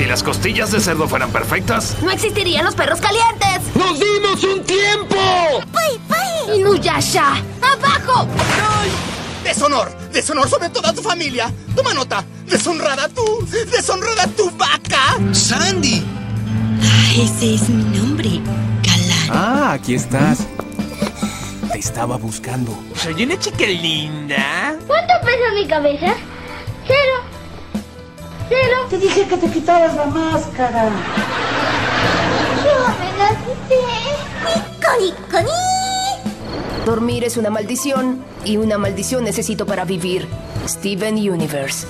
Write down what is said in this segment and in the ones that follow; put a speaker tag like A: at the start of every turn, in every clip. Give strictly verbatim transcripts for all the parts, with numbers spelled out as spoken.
A: Si las costillas de cerdo fueran perfectas,
B: no existirían los perros calientes.
C: ¡Nos dimos un tiempo!
B: ¡Pay, pay! ¡Inuyasha! ¡Abajo!
D: ¡Ay! ¡Deshonor! ¡Deshonor sobre toda tu familia! ¡Toma nota! ¡Deshonrada tú! ¡Deshonrada tu vaca!
E: ¡Sandy!
F: Ah, ese es mi nombre, Galán.
G: Ah, aquí estás. Te estaba buscando.
E: Soy una chica linda.
H: ¿Cuánto pesa mi cabeza? Cero. Cero.
I: Te dije que te quitaras la máscara.
H: Yo me la quité.
B: ¡Coni, coni! Dormir es una maldición y una maldición necesito para vivir. Steven Universe.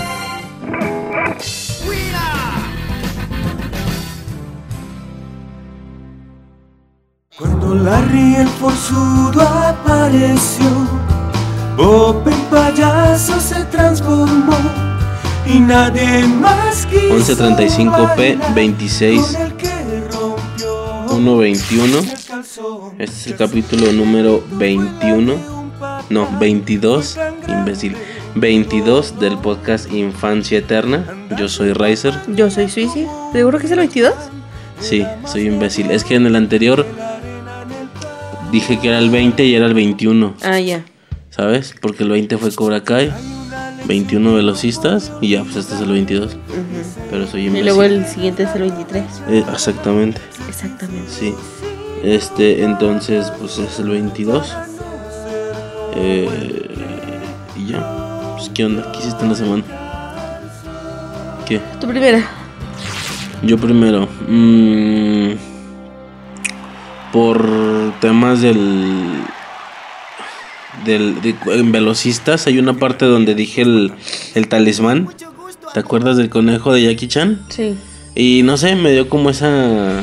J: Cuando Larry el forzudo apareció, Bob en payaso se transformó y nadie más quiso
K: once treinta y cinco P veintiséis uno veintiuno. Este es el capítulo número veintiuno. No, veintidós, imbécil. veintidós del podcast Infancia Eterna. Yo soy Riser.
L: Yo soy Suisi. ¿Seguro que es el veintidós?
K: Sí, soy imbécil. Es que en el anterior dije que era el veinte y era el veintiuno.
L: Ah, ya.
K: ¿Sabes? Porque el veinte fue Cobra Kai, veintiuno Velocistas y ya, pues este es el veintidós. Uh-huh. Pero soy imbécil.
L: Y luego el siguiente es el veintitrés.
K: Eh, exactamente.
L: Exactamente.
K: Sí. Este, entonces, pues es el veintidós. Eh, y ya. Pues, ¿qué onda? ¿Qué hiciste en la semana? ¿Qué?
L: Tu primera.
K: Yo primero. Mmm, por temas del... del de, en Velocistas hay una parte donde dije el, el talismán. ¿Te acuerdas del conejo de Jackie Chan?
L: Sí.
K: Y no sé, me dio como esa...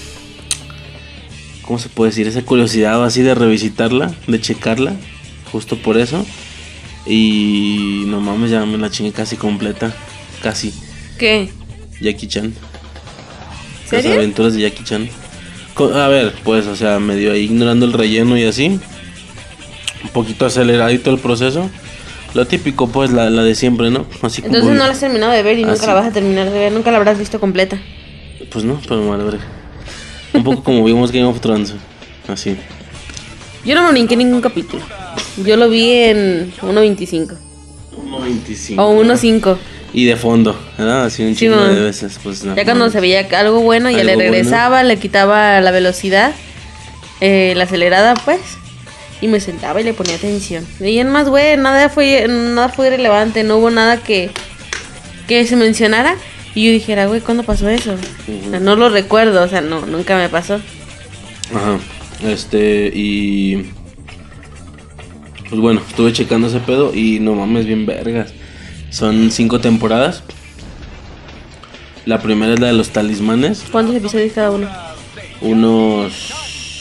K: ¿cómo se puede decir? Esa curiosidad así de revisitarla, de checarla. Justo por eso. Y no mames, ya me la chingué casi completa. Casi.
L: ¿Qué?
K: Jackie Chan.
L: ¿Serio?
K: Las aventuras de Jackie Chan. A ver, pues, o sea, medio ahí ignorando el relleno y así. Un poquito aceleradito el proceso. Lo típico, pues, la, la de siempre, ¿no? Así
L: Entonces
K: como...
L: no la has terminado de ver y
K: así.
L: Nunca la vas a terminar de ver. Nunca la habrás visto completa.
K: Pues no, pero vale, ver. Un poco como vimos Game of Thrones. Así.
L: Yo no me brinqué ningún capítulo. Yo lo vi en uno veinticinco.
K: uno veinticinco.
L: O uno cinco.
K: Y de fondo, ¿verdad? Así un
L: Sí,
K: chingo
L: man.
K: de veces. Pues, no,
L: Ya cuando
K: mames.
L: se veía algo bueno, ya
K: Algo
L: le regresaba,
K: bueno.
L: le quitaba la velocidad, eh, la acelerada, pues. Y me sentaba y le ponía atención. Y en más, güey, nada fue, nada fue relevante. No hubo nada que, que se mencionara. Y yo dijera, güey, ¿cuándo pasó eso? Uh-huh. O sea, no lo recuerdo, o sea, no, nunca me pasó.
K: Ajá, este, y... pues bueno, estuve checando ese pedo y no mames, bien vergas. Son cinco temporadas. La primera es la de los talismanes.
L: ¿Cuántos episodios cada uno?
K: Unos...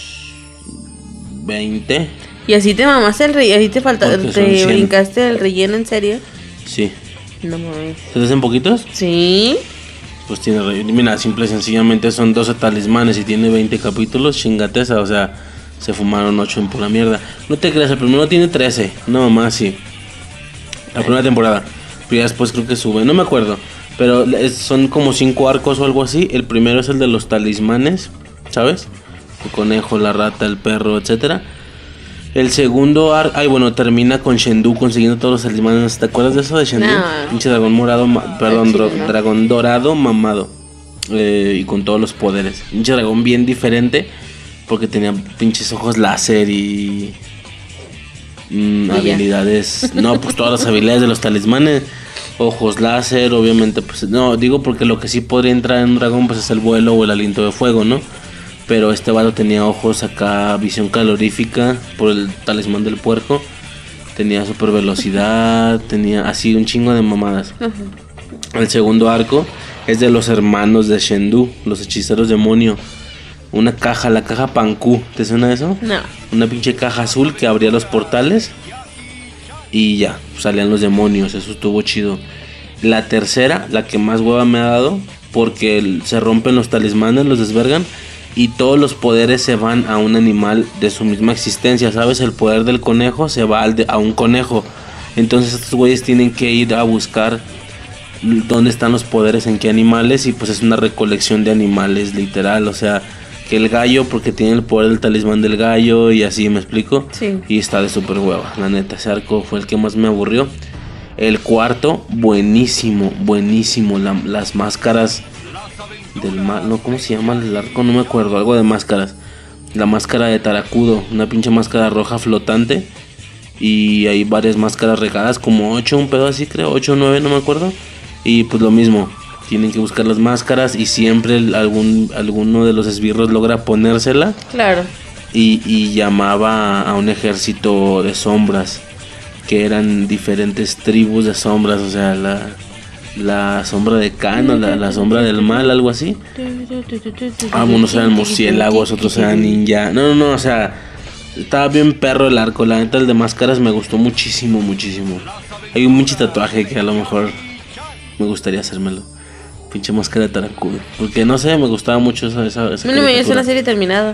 K: veinte.
L: ¿Y así te mamaste el relleno? ¿Así te falta,
K: Porque
L: te
K: son cien.
L: brincaste el relleno en serio?
K: Sí.
L: No mames.
K: ¿Se te hacen poquitos?
L: Sí.
K: Pues tiene relleno. Mira, simple y sencillamente son doce talismanes y tiene veinte capítulos. Chingateza, o sea, se fumaron ocho en pura mierda. No te creas, el primero tiene trece. No, más sí. La primera temporada. Pero ya después creo que sube, no me acuerdo. Pero es, son como cinco arcos o algo así. El primero es el de los talismanes, ¿sabes? El conejo, la rata, el perro, etcétera. El segundo arco, ay bueno, termina con Shendu consiguiendo todos los talismanes. ¿Te acuerdas de eso de Shendu?
L: No.
K: Pinche dragón morado, ma- perdón,
L: Ay,
K: dro-
L: sí, no.
K: dragón dorado mamado. Eh, y con todos los poderes. Pinche dragón bien diferente. Porque tenía pinches ojos láser y... Mm,
L: Y ya.
K: habilidades. No, pues todas las habilidades de los talismanes. Ojos láser, obviamente, pues no, digo porque lo que sí podría entrar en un dragón pues es el vuelo o el aliento de fuego, ¿no? Pero este vato tenía ojos acá, visión calorífica por el talismán del puerco. Tenía super velocidad, tenía así un chingo de mamadas. Uh-huh. El segundo arco es de los hermanos de Shendu, los hechiceros demonio. Una caja, la caja Panku, ¿te suena eso?
L: No.
K: Una pinche caja azul que abría los portales y ya, salían los demonios, eso estuvo chido. La tercera, la que más hueva me ha dado, porque el, se rompen los talismanes, los desvergan y todos los poderes se van a un animal de su misma existencia, ¿sabes? El poder del conejo se va al de, a un conejo. Entonces estos güeyes tienen que ir a buscar dónde están los poderes en qué animales, y pues es una recolección de animales literal, o sea, que el gallo porque tiene el poder del talismán del gallo y así, ¿me explico?
L: Sí.
K: Y está de super hueva, la neta, ese arco fue el que más me aburrió. El cuarto, buenísimo, buenísimo, la, las máscaras del mal, no, ¿cómo se llama el arco? No me acuerdo, algo de máscaras. La máscara de Tarakudo, una pinche máscara roja flotante. Y hay varias máscaras regadas, como ocho, un pedo así creo, ocho o nueve, no me acuerdo. Y pues lo mismo, tienen que buscar las máscaras y siempre algún alguno de los esbirros logra ponérsela.
L: Claro.
K: Y, y llamaba a un ejército de sombras, que eran diferentes tribus de sombras, o sea, la, la sombra de Kano, la, la sombra del mal, algo así. Ah, unos eran murciélagos, otros eran ninja. No, no, no, o sea, estaba bien perro el arco. La neta, el de máscaras me gustó muchísimo, muchísimo. Hay un mucho tatuaje que a lo mejor me gustaría hacérmelo. Pinche máscara de Tarakudo. Porque no sé, me gustaba mucho esa, esa, esa
L: Bueno, es una serie terminada.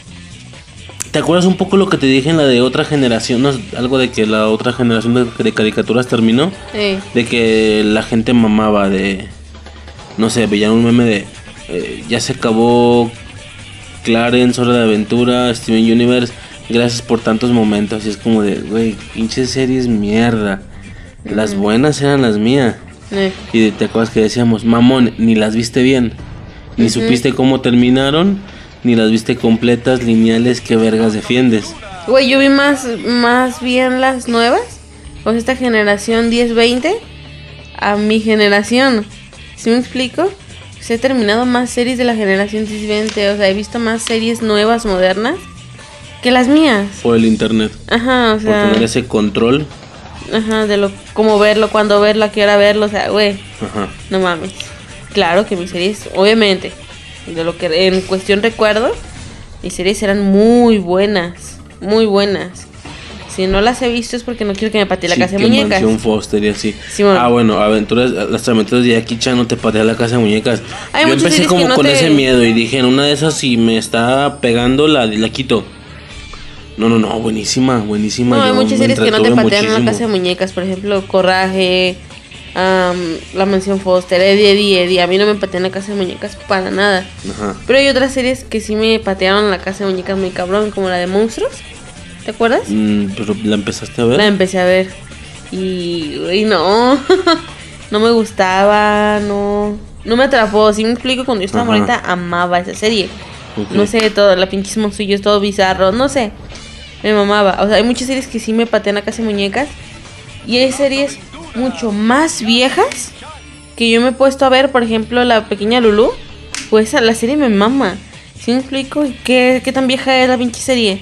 K: ¿Te acuerdas un poco lo que te dije en la de otra generación? ¿No? Algo de que la otra generación de, de caricaturas terminó.
L: Sí.
K: De que la gente mamaba de... No sé, veían un meme de... Eh, ya se acabó Clarence, Hora de Aventura, Steven Universe. Gracias por tantos momentos. Y es como de, güey, pinche series mierda. Las buenas eran las mías.
L: Sí.
K: Y te acuerdas que decíamos, mamón, ni las viste bien. Ni uh-huh. supiste cómo terminaron. Ni las viste completas, lineales, qué vergas defiendes.
L: Güey, yo vi más, más bien las nuevas. O sea, esta generación diez veinte. A mi generación. ¿Sí me explico? Se he terminado más series de la generación diez veinte. O sea, he visto más series nuevas, modernas, que las mías.
K: Por el internet.
L: Ajá, o sea.
K: Por tener ese control.
L: Ajá, de lo cómo verlo, cuándo verlo, a qué hora verlo. O sea, güey.
K: Ajá.
L: No mames. Claro que mis series, obviamente. De lo que en cuestión recuerdo, mis series eran muy buenas, muy buenas. Si no las he visto es porque no quiero que me patee la sí, casa de muñecas.
K: Mansión Foster y así.
L: Sí, bueno.
K: Ah, bueno, aventuras, las aventuras de Jackie Chan no te patea la casa de muñecas.
L: Hay
K: Yo empecé como
L: no
K: con
L: te...
K: ese miedo y dije, en una de esas si me está pegando la, la quito. No, no, no, buenísima, buenísima.
L: No, hay muchas series que no te patean
K: muchísimo.
L: en la casa de muñecas, por ejemplo, Coraje, um, La Mansión Foster, Eddie, Eddie, Eddie. A mí no me patean en la casa de muñecas para nada.
K: Ajá.
L: Pero hay otras series que sí me patearon en la casa de muñecas muy cabrón, como la de Monstruos. ¿Te acuerdas?
K: Mm, pero la empezaste a ver.
L: La empecé a ver. Y, y no, no me gustaba, no, no me atrapó. Si me explico, cuando yo estaba morita amaba esa serie. Okay. No sé, todo, la pinches monstruos, todo bizarro, no sé. Me mamaba. O sea, hay muchas series que sí me patean a casa de muñecas. Y hay series mucho más viejas que yo me he puesto a ver, por ejemplo, La Pequeña Lulú. Pues la serie me mama. ¿Sí me explico? ¿Qué, qué tan vieja es la pinche serie?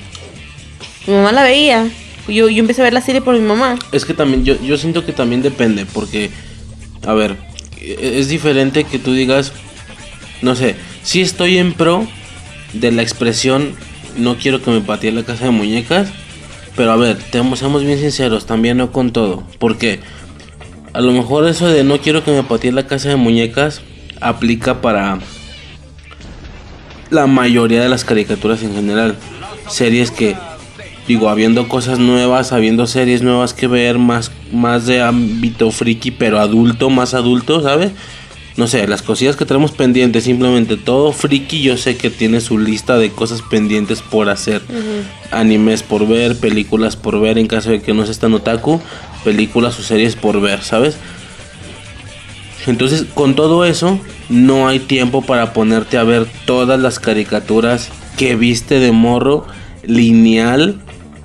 L: Mi mamá la veía. Yo, yo empecé a ver la serie por mi mamá.
K: Es que también, yo, yo siento que también depende. Porque, a ver, es diferente que tú digas, no sé, si estoy en pro de la expresión, no quiero que me patee la casa de muñecas. Pero a ver, te, seamos bien sinceros, también no con todo. Porque a lo mejor eso de no quiero que me patee la casa de muñecas aplica para la mayoría de las caricaturas en general. Series que, digo, habiendo cosas nuevas, habiendo series nuevas que ver, más, más de ámbito friki, pero adulto, más adulto, ¿sabes? No sé, las cosillas que tenemos pendientes, simplemente todo friki, yo sé que tiene su lista de cosas pendientes por hacer. Uh-huh. Animes por ver, películas por ver, en caso de que no seas tan otaku, películas o series por ver, ¿sabes? Entonces, con todo eso, no hay tiempo para ponerte a ver todas las caricaturas que viste de morro, lineal,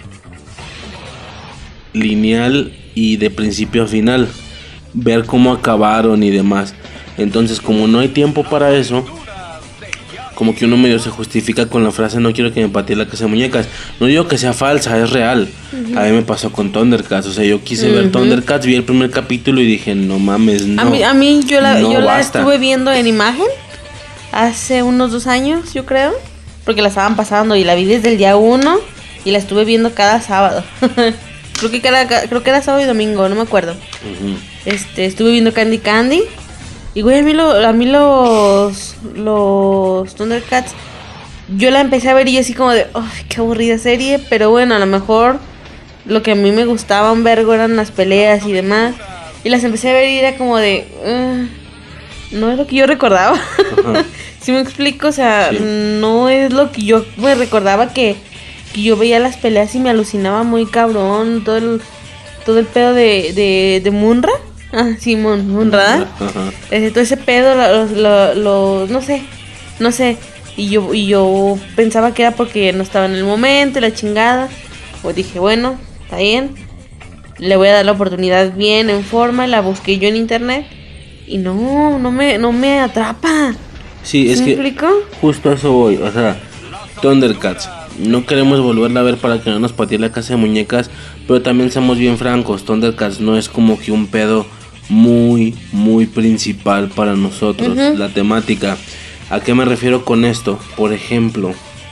K: lineal y de principio a final, ver cómo acabaron y demás. Entonces, como no hay tiempo para eso, como que uno medio se justifica con la frase no quiero que me patee la casa de muñecas. No digo que sea falsa, es real. Uh-huh. A mí me pasó con Thundercats, o sea, yo quise uh-huh. ver Thundercats, vi el primer capítulo y dije, no mames, no.
L: A mí, a mí yo la,
K: no
L: yo la estuve viendo en imagen hace unos dos años, yo creo, porque la estaban pasando y la vi desde el día uno y la estuve viendo cada sábado. creo que era, creo que era sábado y domingo, no me acuerdo. Uh-huh. Este, estuve viendo Candy Candy. Y güey, a mí, lo, a mí los los Thundercats, yo la empecé a ver y yo así como de, ¡ay, qué aburrida serie! Pero bueno, a lo mejor lo que a mí me gustaba un vergo eran las peleas y demás. Y las empecé a ver y era como de... Uh, no es lo que yo recordaba. Si me explico, o sea, sí. No es lo que yo me recordaba que, que yo veía las peleas y me alucinaba muy cabrón. Todo el, todo el pedo de, de, de Munra. Ah, sí, Mun, Munra. Ese, todo ese pedo, lo, lo, lo, no sé, no sé. Y yo, y yo pensaba que era porque no estaba en el momento, la chingada. Pues dije, bueno, está bien. Le voy a dar la oportunidad bien, en forma. La busqué yo en internet. Y no, no me, no me atrapa.
K: Sí, es
L: ¿Sí
K: que
L: me explico?
K: Justo a eso voy. O sea, Thundercats. No queremos volverla a ver para que no nos patee la casa de muñecas. Pero también seamos bien francos. Thundercats no es como que un pedo muy, muy principal para nosotros. Uh-huh. La temática. ¿A qué me refiero con esto? Por ejemplo,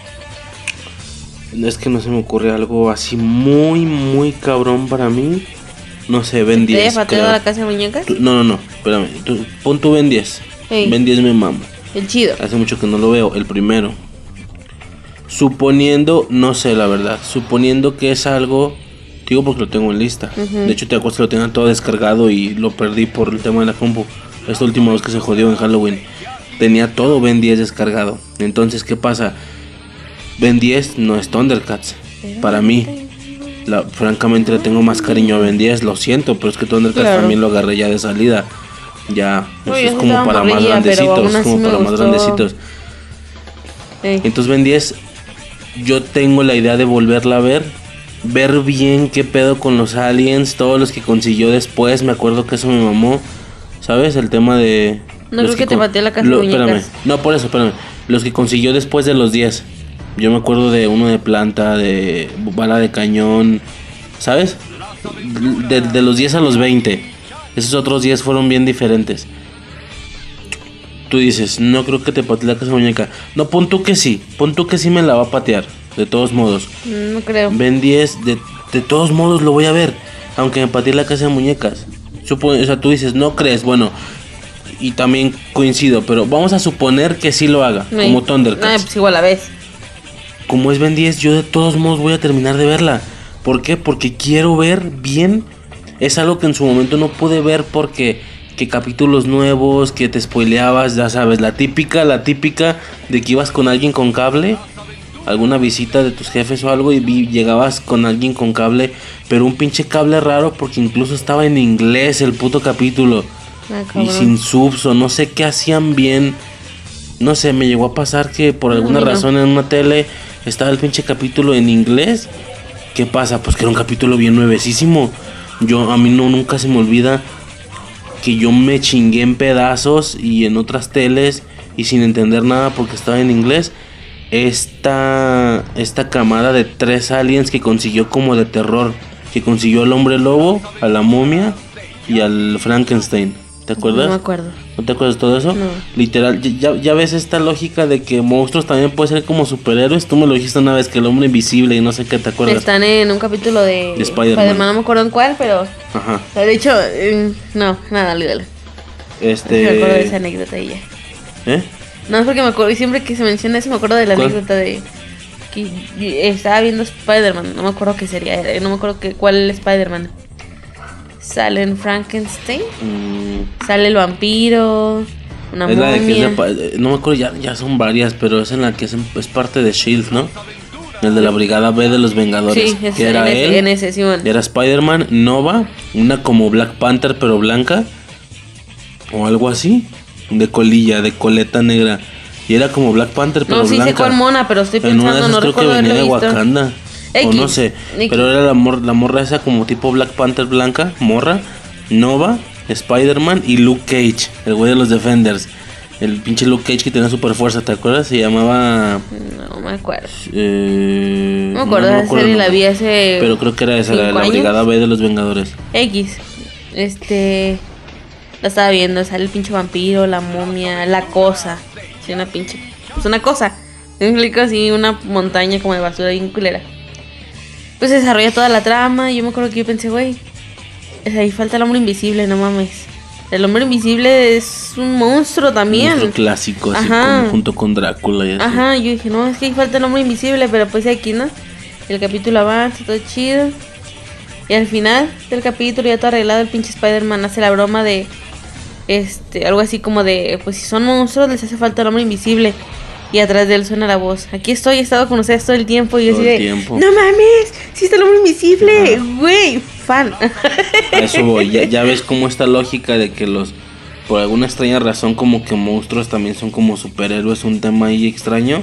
K: es que no se me ocurre algo así muy, muy cabrón para mí. No sé, Ben diez.
L: ¿Te pateo la casa de muñecas?
K: Tú, no, no, no, espérame. Tú, pon tu Ben diez. Hey. Ben diez me mamo.
L: El chido.
K: Hace mucho que no lo veo, el primero. Suponiendo, no sé la verdad, suponiendo que es algo, digo porque lo tengo en lista. Uh-huh. De hecho, te acuerdas que lo tenía todo descargado y lo perdí por el tema de la compu. Esta última vez que se jodió en Halloween. Tenía todo Ben diez descargado. Entonces, ¿qué pasa? Ben diez no es Thundercats. Para mí, la, francamente le tengo más cariño a Ben diez. Lo siento, pero es que Thundercats claro. También lo agarré ya de salida. Ya, eso es como para morrilla, más grandecitos. Como para más grandecitos. Sí. Entonces Ben diez, yo tengo la idea de volverla a ver. Ver bien qué pedo con los aliens. Todos los que consiguió después. Me acuerdo que eso me mamó. ¿Sabes? El tema de...
L: No creo que, que te pateé la casa lo, de
K: espérame, no, por eso, espérame. Los que consiguió después de los diez. Yo me acuerdo de uno de planta, de bala de cañón, ¿sabes? De, de los diez a los veinte. Esos otros diez fueron bien diferentes. Tú dices, no creo que te patee la casa de muñeca. No, pon tú que sí, pon tú que sí me la va a patear. De todos modos.
L: No creo.
K: Ben diez, de, de todos modos lo voy a ver. Aunque me patee la casa de muñecas. Supone, o sea, tú dices, no crees, bueno... Y también coincido, pero vamos a suponer que sí lo haga, sí. Como Thundercats.
L: Ah, pues igual la ves.
K: Como es Ben diez, yo de todos modos voy a terminar de verla. ¿Por qué? Porque quiero ver bien. Es algo que en su momento no pude ver porque que capítulos nuevos, que te spoileabas, ya sabes, la típica, la típica de que ibas con alguien con cable, alguna visita de tus jefes o algo y vi, llegabas con alguien con cable, pero un pinche cable raro porque incluso estaba en inglés el puto capítulo. Ah, y sin subs o no sé qué hacían bien. No sé, me llegó a pasar que por alguna no, razón no. En una tele estaba el pinche capítulo en inglés. ¿Qué pasa? Pues que era un capítulo bien nuevecísimo. Yo, a mí no, nunca se me olvida que yo me chingué en pedazos y en otras teles y sin entender nada porque estaba en inglés. Esta, esta camada de tres aliens que consiguió como de terror. Que consiguió al hombre lobo, a la momia y al Frankenstein. ¿Te acuerdas?
L: No me acuerdo.
K: ¿No te acuerdas de todo eso?
L: No.
K: Literal, ya, ya ves esta lógica de que monstruos también pueden ser como superhéroes. Tú me lo dijiste una vez, que el hombre invisible y no sé qué, ¿te acuerdas?
L: Están en un capítulo de,
K: de Spider-Man.
L: Spider-Man, no me acuerdo en cuál, pero...
K: Ajá.
L: O sea, de hecho, eh, no, nada, olvídalo.
K: Este...
L: No me acuerdo de esa anécdota y ya.
K: ¿Eh?
L: No, es porque me acuerdo, y siempre que se menciona eso me acuerdo de la ¿cuál? Anécdota de... Que estaba viendo Spider-Man, no me acuerdo qué sería, no me acuerdo que, cuál Spider-Man. Sale en Frankenstein, mm. Sale el vampiro, una
K: es
L: momia.
K: La de que es de, no me acuerdo, ya, ya son varias, pero es en la que es, es parte de S H I E L D, ¿no? El de la Brigada B de los Vengadores.
L: Sí, es
K: que era
L: en,
K: él,
L: en ese, Simón.
K: Era Spider-Man, Nova, una como Black Panther pero blanca, o algo así, de colilla, de coleta negra. Y era como Black Panther pero
L: no, sí
K: blanca.
L: sé cuál mona, pero estoy pensando,
K: en una de esas
L: no
K: creo
L: recuerdo
K: que venía de
L: visto.
K: Wakanda.
L: X,
K: o no sé,
L: X.
K: Pero era la, mor la morra esa como tipo Black Panther blanca, morra, Nova, Spider-Man y Luke Cage, el güey de los Defenders. El pinche Luke Cage que tenía super fuerza, ¿te acuerdas? Se llamaba...
L: No me acuerdo.
K: Eh,
L: no me acuerdo, no, no esa serie la vi hace...
K: Pero creo que era esa, la, la Brigada B de los Vengadores.
L: X, este... La estaba viendo, sale el pinche vampiro, la momia, la cosa. Sí, una pinche... Es una cosa. Me explico, así, una montaña como de basura bien culera. Pues se desarrolla toda la trama y yo me acuerdo que yo pensé, güey, ahí falta el hombre invisible, no mames. El hombre invisible es un monstruo también. Un
K: monstruo clásico, así con, junto con Drácula y así.
L: Ajá, yo dije, no, es que ahí falta el hombre invisible, pero pues aquí, ¿no? El capítulo avanza, todo chido. Y al final del capítulo, ya todo arreglado, el pinche Spider-Man hace la broma de... Este, algo así como de... Pues si son monstruos, les hace falta el hombre invisible. Y atrás de él suena la voz. Aquí estoy, he estado con ustedes todo el tiempo. Y yo así de... Tiempo. ¡No mames! ¡Sí está el hombre invisible! ¡Güey! ¡Fan!
K: A eso voy. Ya, ya ves cómo esta lógica de que los... Por alguna extraña razón, como que monstruos también son como superhéroes. Un tema ahí extraño.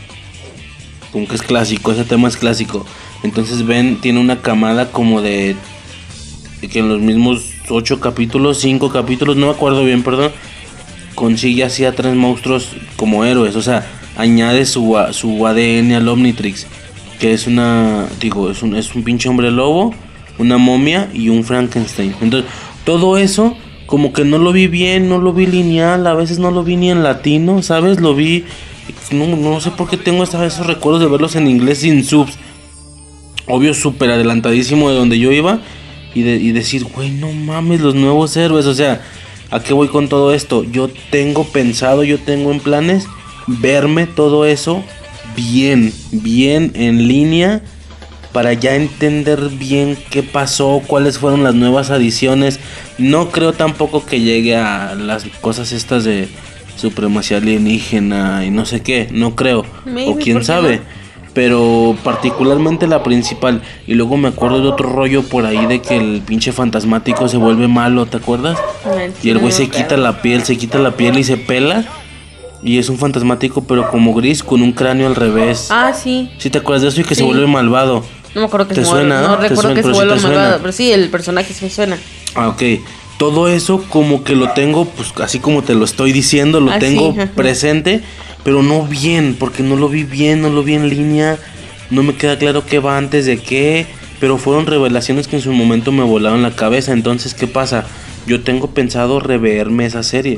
K: Como que es clásico, ese tema es clásico. Entonces Ben tiene una camada como de... de que en los mismos ocho capítulos, cinco capítulos, no me acuerdo bien, perdón, consigue así a tres monstruos como héroes. O sea, añade su, su A D N al Omnitrix, que es una... Digo, es un, es un pinche hombre lobo, una momia y un Frankenstein. Entonces, todo eso... Como que no lo vi bien, no lo vi lineal, a veces no lo vi ni en latino, ¿sabes? Lo vi... No, no sé por qué tengo esos recuerdos de verlos en inglés sin subs. Obvio, súper adelantadísimo de donde yo iba. Y, de, y decir, güey, no mames, los nuevos héroes. O sea, ¿a qué voy con todo esto? Yo tengo pensado, yo tengo en planes verme todo eso bien, bien en línea, para ya entender bien qué pasó, cuáles fueron las nuevas adiciones. No creo tampoco que llegue a las cosas estas de supremacía alienígena y no sé qué, no creo. Maybe, o quién sabe. No? Pero particularmente la principal. Y luego me acuerdo de otro rollo por ahí de que el pinche fantasmático se vuelve malo, ¿te acuerdas? Y el güey se quita la piel, se quita la piel y se pela. Y es un fantasmático pero como gris con un cráneo al revés.
L: Ah, sí.
K: ¿Sí te acuerdas de eso? Y que
L: sí.
K: se vuelve malvado.
L: No me acuerdo que
K: ¿Te
L: se
K: suena?
L: mueve. No recuerdo
K: suena,
L: que se vuelva
K: sí
L: malvado.
K: Suena.
L: Pero sí, el personaje sí me suena.
K: Ah, ok. Todo eso como que lo tengo, pues así como te lo estoy diciendo, lo ah, tengo sí. presente, pero no bien, porque no lo vi bien, no lo vi en línea, no me queda claro qué va antes de qué, pero fueron revelaciones que en su momento me volaron la cabeza. Entonces, ¿qué pasa? Yo tengo pensado reverme esa serie.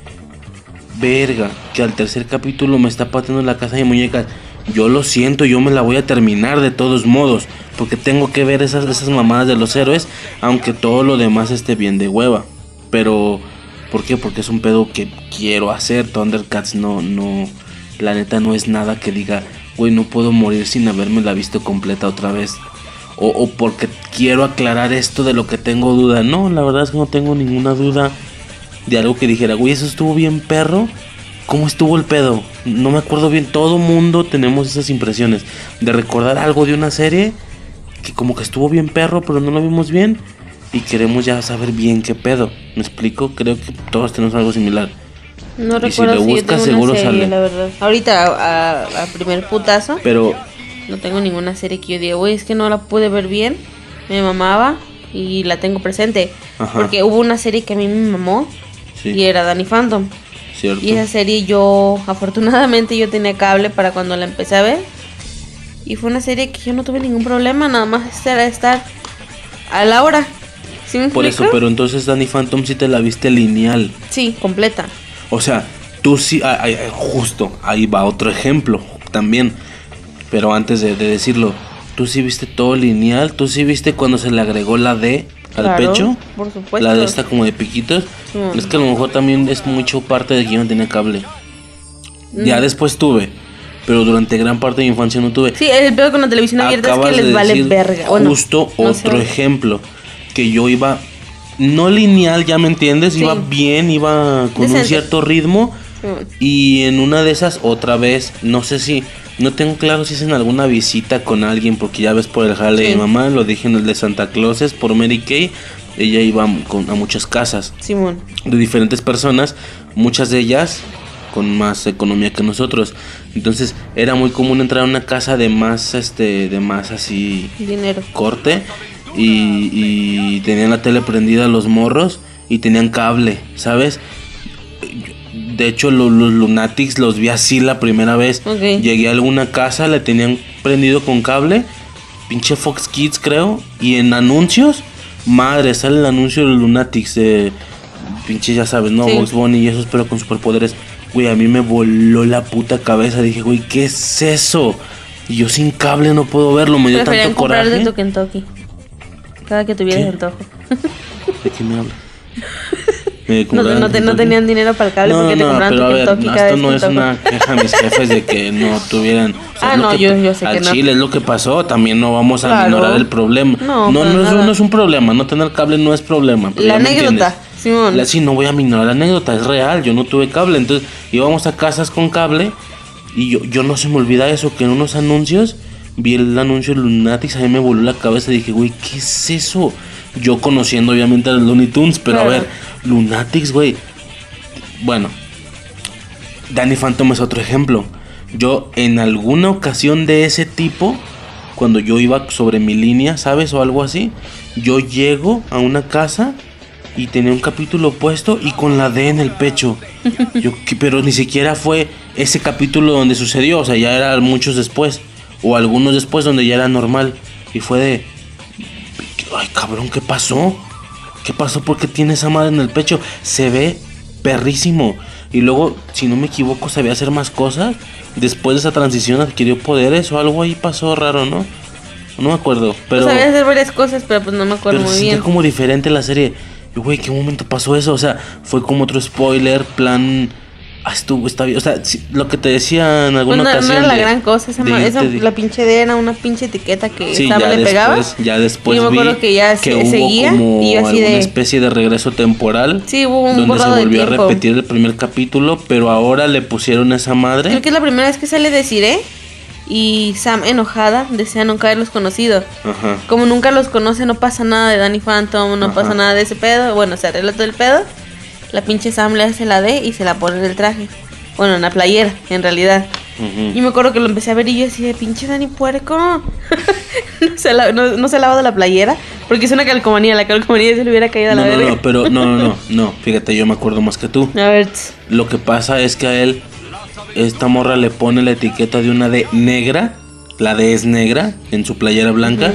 K: Verga, que al tercer capítulo me está pateando la casa de muñecas. Yo lo siento, yo me la voy a terminar de todos modos, porque tengo que ver esas, esas mamadas de los héroes, aunque todo lo demás esté bien de hueva. Pero, ¿por qué? Porque es un pedo que quiero hacer. Thundercats no, no, la neta no es nada que diga, güey, no puedo morir sin haberme la visto completa otra vez. O, o porque quiero aclarar esto de lo que tengo duda. No, la verdad es que no tengo ninguna duda de algo que dijera, güey, eso estuvo bien perro. ¿Cómo estuvo el pedo? No me acuerdo bien. Todo mundo tenemos esas impresiones de recordar algo de una serie que como que estuvo bien perro, pero no lo vimos bien y queremos ya saber bien qué pedo. ¿Me explico? Creo que todos tenemos algo similar.
L: No
K: y
L: recuerdo
K: si le
L: si
K: buscas
L: yo tengo
K: seguro
L: una serie,
K: sale.
L: La verdad. Ahorita a, a, a primer putazo.
K: Pero
L: no tengo ninguna serie que yo diga, güey, es que no la pude ver bien. Me mamaba y la tengo presente. Ajá. Porque hubo una serie que a mí me mamó, sí, y era Danny Phantom.
K: Cierto.
L: Y esa serie yo, afortunadamente yo tenía cable para cuando la empecé a ver. Y fue una serie que yo no tuve ningún problema, nada más era estar a la hora. ¿Sí me
K: Por
L: explico?
K: eso, pero entonces Danny Phantom sí te la viste lineal.
L: Sí, completa.
K: O sea, tú sí, ah, ah, justo, ahí va otro ejemplo también. Pero antes de, de decirlo, tú sí viste todo lineal, tú sí viste cuando se le agregó la D al
L: claro,
K: pecho,
L: por supuesto.
K: la de esta como de piquitos. Mm. Es que a lo mejor también es mucho parte de que yo no tenía cable. Mm. Ya después tuve, pero durante gran parte de mi infancia no tuve.
L: Sí, el peor con la televisión abierta
K: Acabas
L: es que les vale verga. Bueno,
K: justo
L: no
K: otro
L: sé.
K: ejemplo, que yo iba no lineal, ya me entiendes, sí, iba bien, iba con Decente. un cierto ritmo. Sí. Y en una de esas otra vez, no sé si, no tengo claro si es en alguna visita con alguien, porque ya ves por el jale sí. de mamá, lo dije en el de Santa Clauses, por Mary Kay, ella iba con, a muchas casas
L: Simón.
K: de diferentes personas, muchas de ellas con más economía que nosotros. Entonces era muy común entrar a una casa de más, este, de más así
L: dinero,
K: corte, y, y tenían la tele prendida los morros y tenían cable, ¿sabes? De hecho, los, los Lunatics los vi así la primera vez.
L: Okay.
K: Llegué a alguna casa, le tenían prendido con cable, pinche Fox Kids creo, y en anuncios, madre, sale el anuncio de los Lunatics, de pinche, ya sabes, ¿no? Sí. Bugs Bunny y esos, pero con superpoderes. Güey, a mí me voló la puta cabeza, dije, güey, ¿qué es eso? Y yo sin cable no puedo verlo, me dio tanto coraje.
L: De tu Kentucky cada que tuvieras antojo.
K: ¿De qué me hablas? Me
L: no, no, te, no tenían dinero para el cable
K: no,
L: porque
K: no,
L: te compraban
K: pero
L: tu
K: a ver,
L: Kentucky
K: no,
L: cada
K: esto
L: vez
K: no
L: que
K: es
L: toca.
K: una queja a mis jefes de que no tuvieran... O sea,
L: Ah,
K: es lo
L: no,
K: que-
L: yo- yo sé
K: al
L: que no.
K: chile es lo que pasó, también no vamos a
L: Claro.
K: minorar el problema.
L: No,
K: no,
L: para
K: no, es,
L: nada.
K: no es un problema, no tener cable no es problema. pero
L: La
K: ya me
L: anécdota,
K: entiendes.
L: Simón.
K: La, sí, no voy a minorar la anécdota, es real, yo no tuve cable, entonces íbamos a casas con cable y yo, yo no se me olvida eso, que en unos anuncios vi el anuncio de Lunatics, a mí me voló la cabeza y dije, güey, ¿qué es eso? Yo conociendo obviamente a los Looney Tunes, pero
L: Claro.
K: a ver, Lunatics, güey. Bueno, Danny Phantom es otro ejemplo. Yo en alguna ocasión de ese tipo, cuando yo iba sobre mi línea, ¿sabes? O algo así, yo llego a una casa y tenía un capítulo puesto y con la D en el pecho. Yo, que- pero ni siquiera fue ese capítulo donde sucedió, o sea, ya era muchos después, o algunos después donde ya era normal. Y fue de, ay cabrón, ¿qué pasó? ¿Qué pasó? ¿Por qué tiene esa madre en el pecho? Se ve perrísimo. Y luego, si no me equivoco, sabía hacer más cosas. Después de esa transición adquirió poderes o algo ahí pasó raro, ¿no? No me acuerdo, pero...
L: Pues sabía hacer varias cosas, pero pues no me acuerdo
K: Pero
L: muy
K: se
L: bien.
K: sentía como diferente la serie. Yo, güey, ¿qué momento pasó eso? O sea, fue como otro spoiler, plan... Ah, estuvo, está bien. O sea, si- lo que te decía en alguna
L: Pues no, no
K: ocasión...
L: era la
K: de-
L: gran cosa, esa,
K: de
L: ma-
K: irte
L: esa-
K: de-
L: la pinche D era una pinche etiqueta que
K: Sí,
L: estaba,
K: ya
L: le
K: después,
L: pegaba.
K: ya después
L: y yo me
K: vi
L: acuerdo que ya se,
K: hubo
L: seguía
K: como
L: y yo así
K: alguna
L: de...
K: especie de regreso temporal.
L: Sí, hubo un
K: donde se
L: borrado de
K: volvió a
L: tiempo.
K: repetir el primer capítulo, pero ahora le pusieron esa madre.
L: Creo que es la primera vez que sale de Siré y Sam enojada desea nunca haberlos conocido.
K: Ajá.
L: Como nunca los conoce, no pasa nada de Danny Phantom, no
K: Ajá.
L: pasa nada de ese pedo. Bueno, se arregla todo el pedo. La pinche Sam le hace la D y se la pone en el traje. Bueno, en la playera, en realidad.
K: Ujú.
L: Y me acuerdo que lo empecé a ver y yo así de pinche Danny puerco. no, se la, no, no se ha lavado la playera porque es una calcomanía. La calcomanía se le hubiera caído a
K: No,
L: la
K: no,
L: verga.
K: no, pero no, no, no, no. Fíjate, yo me acuerdo más que tú.
L: A ver, tss,
K: Lo que pasa es que a él, esta morra le pone la etiqueta de una D negra. La D es negra en su playera blanca.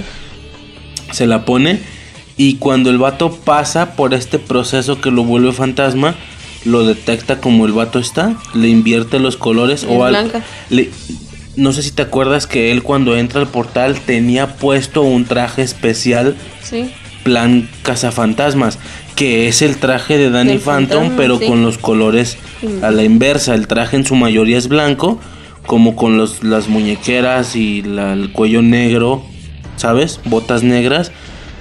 K: Se la pone. Y cuando el vato pasa por este proceso que lo vuelve fantasma, lo detecta como el vato está. Le invierte los colores.
L: Es
K: o al-
L: blanca.
K: le- no sé si te acuerdas que él cuando entra al portal tenía puesto un traje especial.
L: sí.
K: Plan cazafantasmas, que es el traje de Danny
L: Del
K: Phantom,
L: fantasma,
K: pero
L: sí.
K: con los colores a la inversa. El traje en su mayoría es blanco, como con los, las muñequeras y la- el cuello negro, ¿sabes? Botas negras.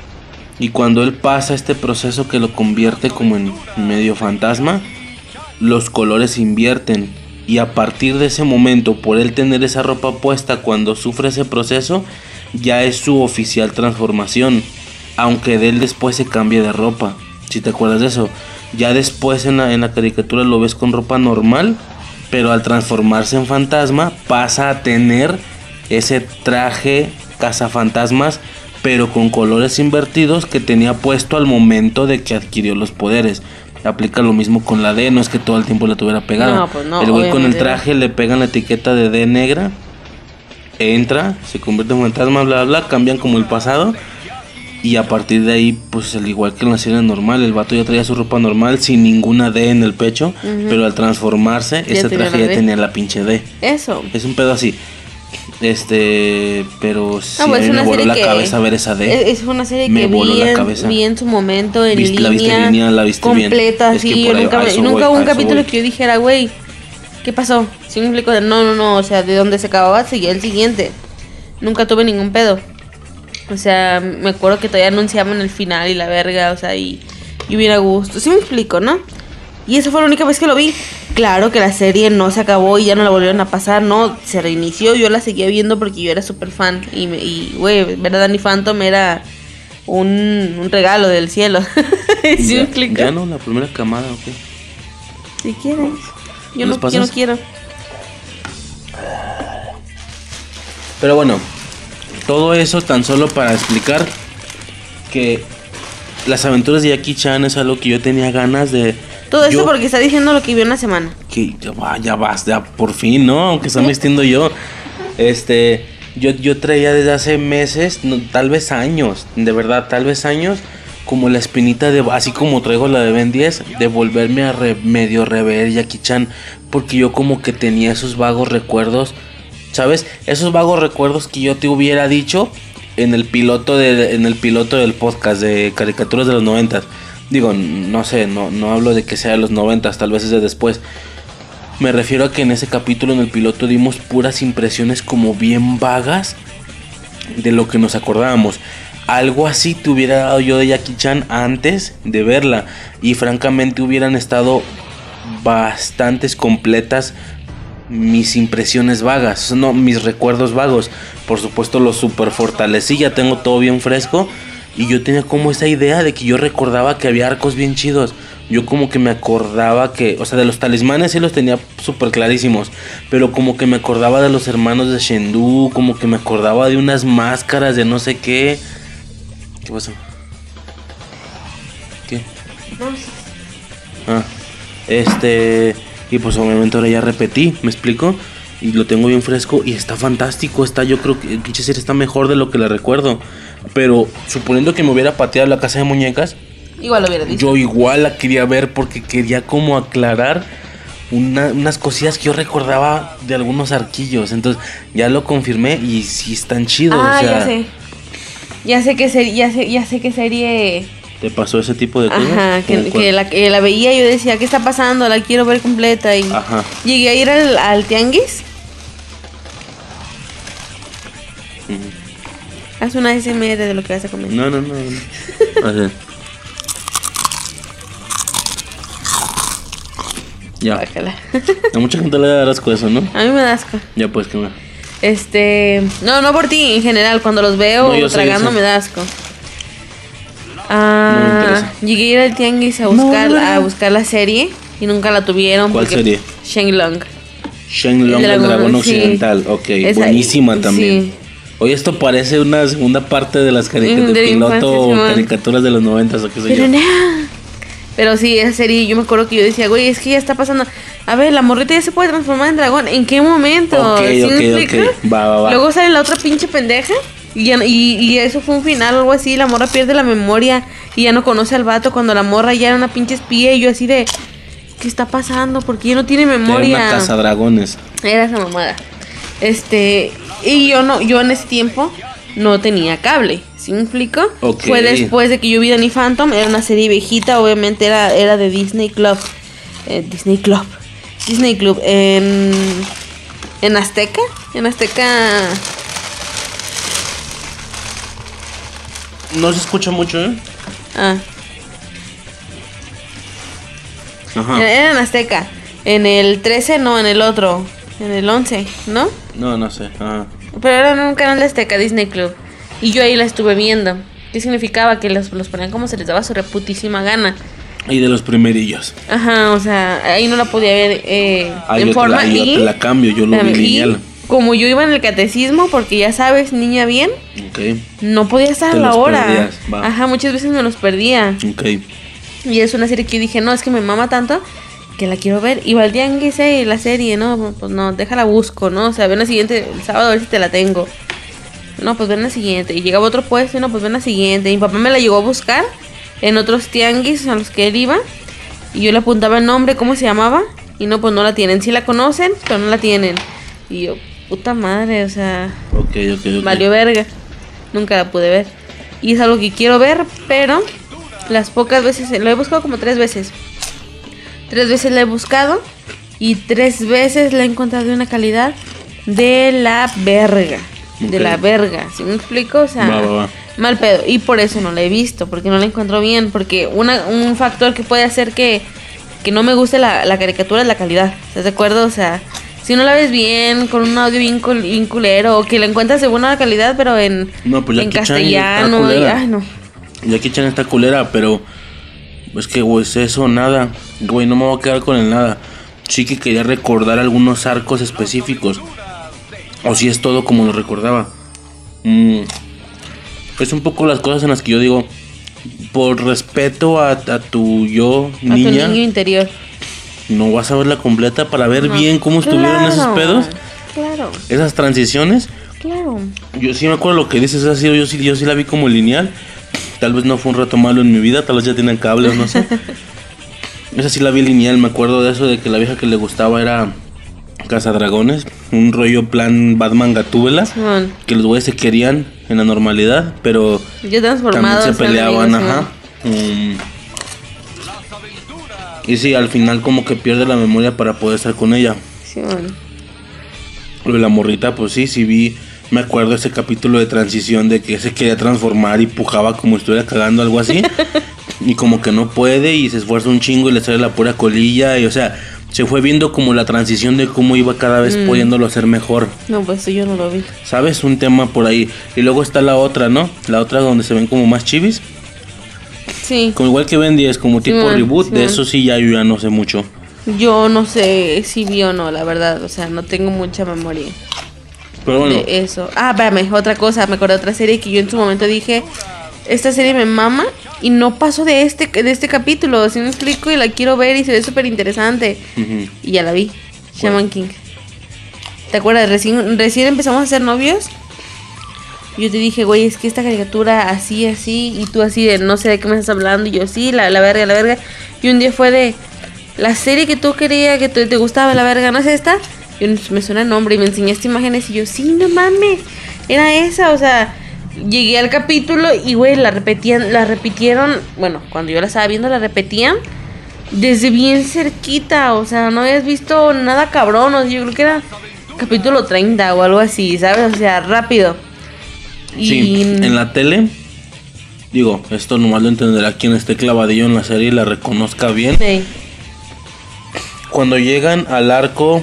K: Y cuando él pasa este proceso que lo convierte como en medio fantasma, los colores se invierten. Y a partir de ese momento, por él tener esa ropa puesta cuando sufre ese proceso, ya es su oficial transformación. Aunque de él después se cambie de ropa. Si te acuerdas de eso. Ya después en la, en la caricatura lo ves con ropa normal. Pero al transformarse en fantasma pasa a tener ese traje cazafantasmas, pero con colores invertidos que tenía puesto al momento de que adquirió los poderes. Aplica lo mismo con la D, no es que todo el tiempo la tuviera pegada.
L: No, pues no,
K: el güey con el
L: obviamente.
K: traje le pegan la etiqueta de D negra. Entra, se convierte en fantasma, bla bla, cambian como el pasado. Y a partir de ahí, pues al igual que en la serie normal, el vato ya traía su ropa normal sin ninguna D en el pecho.
L: Ujú.
K: Pero al transformarse,
L: Ya
K: ese
L: tenía
K: traje
L: la
K: ya
L: D.
K: tenía la pinche D.
L: Eso.
K: Es un pedo así. Este, pero sí,
L: Ah, pues
K: a
L: es
K: mí me
L: una
K: voló
L: serie
K: la
L: que-
K: cabeza ver esa D.
L: Es, es una serie
K: Me
L: que
K: voló
L: vi
K: la
L: en,
K: cabeza.
L: vi en su momento en
K: ¿Viste-
L: línea.
K: la viste en línea? ¿La viste bien?
L: completa,
K: Es que
L: sí.
K: por
L: Yo
K: ahí-
L: nunca,
K: a
L: me-
K: eso
L: nunca
K: voy,
L: hubo
K: a
L: un
K: eso
L: capítulo
K: voy.
L: que yo dijera, güey, ¿qué pasó? Si me explico, de, no, no, no, o sea, de donde se acababa seguía el siguiente. Nunca tuve ningún pedo. O sea, me acuerdo que todavía anunciaban el final y la verga, o sea, y, y hubiera gusto. Sí me explico, ¿no? Y esa fue la única vez que lo vi. Claro que la serie no se acabó y ya no la volvieron a pasar, no, se reinició, yo la seguía viendo porque yo era súper fan. Y, me- y güey, ver a Danny Phantom era un, un regalo del cielo. ¿Sí me
K: ya,
L: explico?
K: ya no, la primera camada, ok.
L: Si quieres. Yo
K: ¿Los
L: no, yo no
K: pasas?
L: quiero.
K: Pero bueno, todo eso tan solo para explicar que las aventuras de Jackie Chan es algo que yo tenía ganas de...
L: Todo eso
K: yo-
L: porque está diciendo lo que vio en la semana.
K: que ya va, ya vas, ya por fin, ¿no? Aunque está vistiendo yo. Este, yo, yo traía desde hace meses, no, tal vez años, de verdad, tal vez años, como la espinita de, así como traigo la de Ben diez, de volverme a re- medio rever Jackie Chan, porque yo como que tenía esos vagos recuerdos, ¿sabes? Esos vagos recuerdos que yo te hubiera dicho en el piloto de, en el piloto del podcast de caricaturas de los noventas. Digo, no sé, no, no hablo de que sea de los noventas, tal vez es de después. Me refiero a que en ese capítulo, en el piloto, dimos puras impresiones como bien vagas de lo que nos acordábamos. Algo así te hubiera dado yo de Jackie Chan antes de verla. Y francamente hubieran estado bastantes completas mis impresiones vagas, no, mis recuerdos vagos. Por supuesto los super fortalecí, ya tengo todo bien fresco. Y yo tenía como esa idea de que yo recordaba que había arcos bien chidos. Yo como que me acordaba que, o sea, de los talismanes sí los tenía súper clarísimos. Pero como que me acordaba de los hermanos de Shendu, como que me acordaba de unas máscaras de no sé qué. ¿Qué pasó? ¿Qué? Ah, este... Y pues obviamente ahora ya repetí, ¿me explico? Y lo tengo bien fresco y está fantástico. Está, yo creo que pinche serie está mejor de lo que la recuerdo. Pero suponiendo que me hubiera pateado La Casa de Muñecas,
L: igual lo hubiera dicho.
K: Yo igual la quería ver porque quería como aclarar una, unas cosillas que yo recordaba de algunos arquillos. Entonces ya lo confirmé y sí están chidos.
L: Ah,
K: o sea,
L: ya sé. Ya sé qué serie, ya sé, ya sé qué serie.
K: ¿Te pasó ese tipo de cosas?
L: Ajá, que, que, la, que la veía y yo decía, ¿qué está pasando? La quiero ver completa. Y
K: ajá.
L: Llegué a ir al, al tianguis. Uh-huh. Haz una S M R de lo que vas a comer.
K: No, no, no. no. Así. Ya.
L: Bájala.
K: A mucha gente le da asco eso, ¿no?
L: A mí me da asco.
K: Ya pues, ¿qué más?
L: Este... No, no por ti, en general. Cuando los veo no, tragando me da asco. Ah, no llegué a ir al tianguis a buscar, no, no. a buscar la serie y nunca la tuvieron.
K: ¿Cuál serie?
L: Shenlong.
K: Shenlong, el, el dragón occidental. Sí. Ok, esa, buenísima también. Sí. Oye, esto parece una segunda parte de las caric- de piloto infancia, caricaturas de los noventas o qué sé
L: Pero
K: yo.
L: No. Pero sí, esa serie, yo me acuerdo que yo decía, güey, es que ya está pasando. A ver, la morrita ya se puede transformar en dragón. ¿En qué momento?
K: Ok,
L: ¿Sí
K: ok,
L: me explica?
K: ok. Va, va, va.
L: Luego sale la otra pinche pendeja. Y, ya, y, y eso fue un final o algo así. La morra pierde la memoria y ya no conoce al vato cuando la morra ya era una pinche espía. Y yo así de, ¿qué está pasando? Porque ya no tiene memoria.
K: Era una cazadragones.
L: Era esa mamada. Este, y yo no, yo en ese tiempo no tenía cable. ¿Sí me explico?
K: Okay.
L: Fue después de que yo vi Danny Phantom. Era una serie viejita, obviamente era, era de Disney Club. Eh, Disney Club. Disney Club. En, en Azteca. En Azteca.
K: No se escucha mucho, ¿eh?
L: Ah.
K: Ajá.
L: Era en Azteca. En el trece, no, en el otro. En el once, ¿no?
K: No, no sé. Ajá.
L: Pero era en un canal de Azteca, Disney Club. Y yo ahí la estuve viendo. ¿Qué significaba? Que los, los ponían como se les daba su reputísima gana.
K: Y de los primerillos.
L: Ajá, o sea, ahí no la podía ver eh,
K: ah,
L: en
K: yo
L: forma.
K: Te la,
L: y
K: yo te la cambio, yo lo vi lineal.
L: Como yo iba en el catecismo, porque ya sabes, niña bien,
K: okay.
L: no podía estar
K: te
L: a la
K: los
L: hora.
K: Perdías,
L: Ajá, muchas veces me los perdía.
K: Okay.
L: Y es una serie que yo dije, no, es que me mama tanto que la quiero ver. Y al tianguis, eh, la serie, no, pues no, déjala busco, ¿no? O sea, ven la siguiente, el sábado a ver si te la tengo. No, pues ven la siguiente. Y llegaba otro puesto, y no, pues ven la siguiente. Y mi papá me la llegó a buscar en otros tianguis a los que él iba. Y yo le apuntaba el nombre, cómo se llamaba. Y no, pues no la tienen. Sí la conocen, pero no la tienen. Y yo, puta madre, o sea...
K: Ok, ok, ok.
L: Valió verga. Nunca la pude ver. Y es algo que quiero ver, pero... Las pocas veces... Lo he buscado como tres veces. Tres veces la he buscado. Y tres veces la he encontrado de una calidad de la verga. Okay. De la verga, ¿sí me explico? O sea,
K: va, va, va.
L: Mal pedo. Y por eso no la he visto, porque no la encuentro bien. Porque una, un factor que puede hacer que, que no me guste la, la caricatura es la calidad. ¿Estás de acuerdo? O sea, si no la ves bien, con un audio bien, cul, bien culero, o que la encuentras de buena calidad, pero en,
K: no, pues
L: en castellano. Y, ay, no.
K: Jackie Chan está culera, pero es que, güey, es eso, nada. Güey, no me voy a quedar con el nada. Sí que quería recordar algunos arcos específicos. O si es todo como lo recordaba. Mm, es un poco las cosas en las que yo digo, por respeto a, a tu yo,
L: a
K: niña,
L: tu niño interior,
K: no vas a verla completa para ver no. bien cómo estuvieron claro, esos pedos.
L: Claro.
K: Esas transiciones.
L: Claro.
K: Yo sí me acuerdo lo que dices, así, yo sí, yo sí la vi como lineal. Tal vez no fue un rato malo en mi vida, tal vez ya tienen cable o no sé. Esa sí la vi lineal, me acuerdo de eso, de que la vieja que le gustaba era Cazadragones, un rollo plan Batman Gatúbela, sí, que los güeyes se querían en la normalidad, pero
L: también
K: se peleaban, ajá. Um, Y sí, al final como que pierde la memoria para poder estar con ella.
L: Sí, bueno.
K: Lo de la morrita, pues sí, sí vi. Me acuerdo ese capítulo de transición de que se quería transformar y pujaba como si estuviera cagando, algo así. Y como que no puede y se esfuerza un chingo y le sale la pura colilla. Y o sea, se fue viendo como la transición de cómo iba cada vez mm. pudiéndolo hacer mejor.
L: No, pues yo no lo vi.
K: ¿Sabes? Un tema por ahí. Y luego está la otra, ¿no? La otra donde se ven como más chivis.
L: Sí.
K: Como igual que Ben diez, como tipo
L: sí,
K: reboot.
L: sí,
K: de eso sí ya yo ya no sé mucho.
L: Yo no sé si vi o no, la verdad. O sea, no tengo mucha memoria.
K: Pero bueno.
L: De eso. Ah, espérame, otra cosa. Me acordé de otra serie que yo en su momento dije... Esta serie me mama y no paso de este de este capítulo, así me explico, y la quiero ver y se ve súper interesante. Uh-huh. Y ya la vi, Shaman King. ¿Te acuerdas? Recién, recién empezamos a ser novios. Yo te dije, güey, es que esta caricatura así, así, y tú así de no sé de qué me estás hablando, y yo sí, la, la verga, la verga. Y un día fue de, la serie que tú querías, que te, te gustaba, la verga, ¿no es esta? Y me suena el nombre y me enseñaste imágenes y yo, sí, no mames, era esa, o sea... Llegué al capítulo y, güey, la repetían, la repitieron, bueno, cuando yo la estaba viendo la repetían desde bien cerquita, o sea, no habías visto nada cabrón, o sea, yo creo que era capítulo treinta o algo así, ¿sabes? O sea, rápido. Y...
K: Sí, en la tele, digo, esto nomás lo entenderá quien esté clavadillo en la serie y la reconozca bien.
L: Sí.
K: Cuando llegan al arco...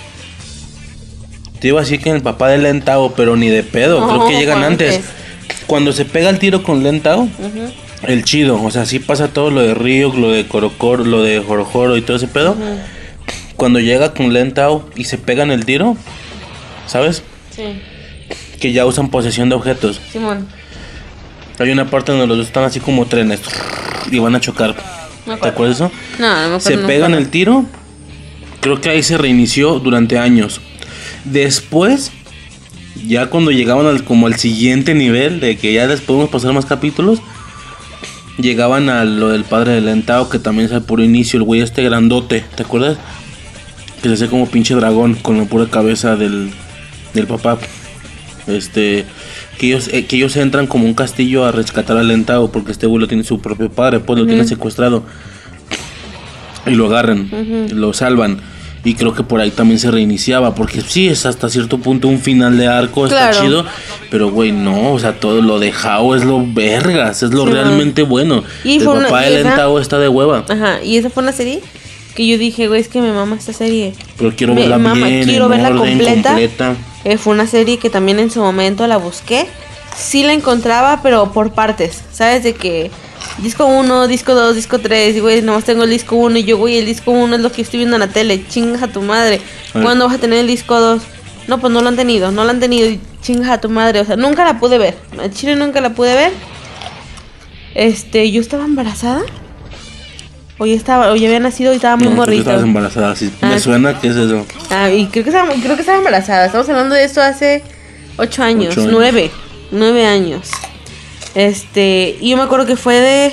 K: Te iba a decir que el papá de Len Tao, pero ni de pedo, no, creo que llegan antes. Es? Cuando se pega el tiro con Len Tao, uh-huh. el chido, o sea, sí pasa todo lo de Ryuk, lo de Korokoro, lo de Jorojoro y todo ese pedo. Uh-huh. Cuando llega con Len Tao y se pegan el tiro, ¿sabes?
L: Sí.
K: Que ya usan posesión de objetos.
L: Simón.
K: Hay una parte donde los dos están así como trenes y van a chocar. ¿Te acuerdas de eso?
L: No, no me acuerdo.
K: Se
L: no
K: pegan
L: me
K: el tiro, creo que ahí se reinició durante años. Después, ya cuando llegaban al, como al siguiente nivel, de que ya les podemos pasar más capítulos, llegaban a lo del padre de Len Tao, que también es el puro inicio, el güey este grandote, ¿te acuerdas? Que se hace como pinche dragón con la pura cabeza del, del papá. Este, que ellos, eh, que ellos entran como un castillo a rescatar a Len Tao, porque este güey lo tiene su propio padre, pues uh-huh. lo tiene secuestrado. Y lo agarran, uh-huh. lo salvan. Y creo que por ahí también se reiniciaba, porque sí, es hasta cierto punto un final de arco, está claro. chido. Pero, güey, no, o sea, todo lo de Hao es lo vergas, es lo sí, realmente bueno. Y el papá una, de Len Tao está de hueva.
L: Ajá, y esa fue una serie que yo dije, güey, es que me mama esta serie.
K: Pero quiero verla me mama, bien,
L: quiero
K: en
L: verla
K: orden,
L: completa.
K: completa.
L: Eh, fue una serie que también en su momento la busqué. Sí la encontraba, pero por partes, ¿sabes? De que... Disco uno, disco dos, disco tres, y güey, nomás tengo el disco uno y yo, güey, el disco uno es lo que estoy viendo en la tele, chinga a tu madre. ¿Cuándo vas a tener el disco dos? No, pues no lo han tenido, no lo han tenido, y chinga a tu madre, o sea, nunca la pude ver, a Chile nunca la pude ver. Este, yo estaba embarazada, o ya estaba, o ya había nacido y estaba muy
K: no,
L: morrita.
K: Estabas embarazada, sí,
L: ah,
K: me suena que es eso.
L: Ah, y creo que estaba, creo que estaba embarazada, estamos hablando de esto hace ocho años, ocho años. nueve, nueve años. Este, y yo me acuerdo que fue de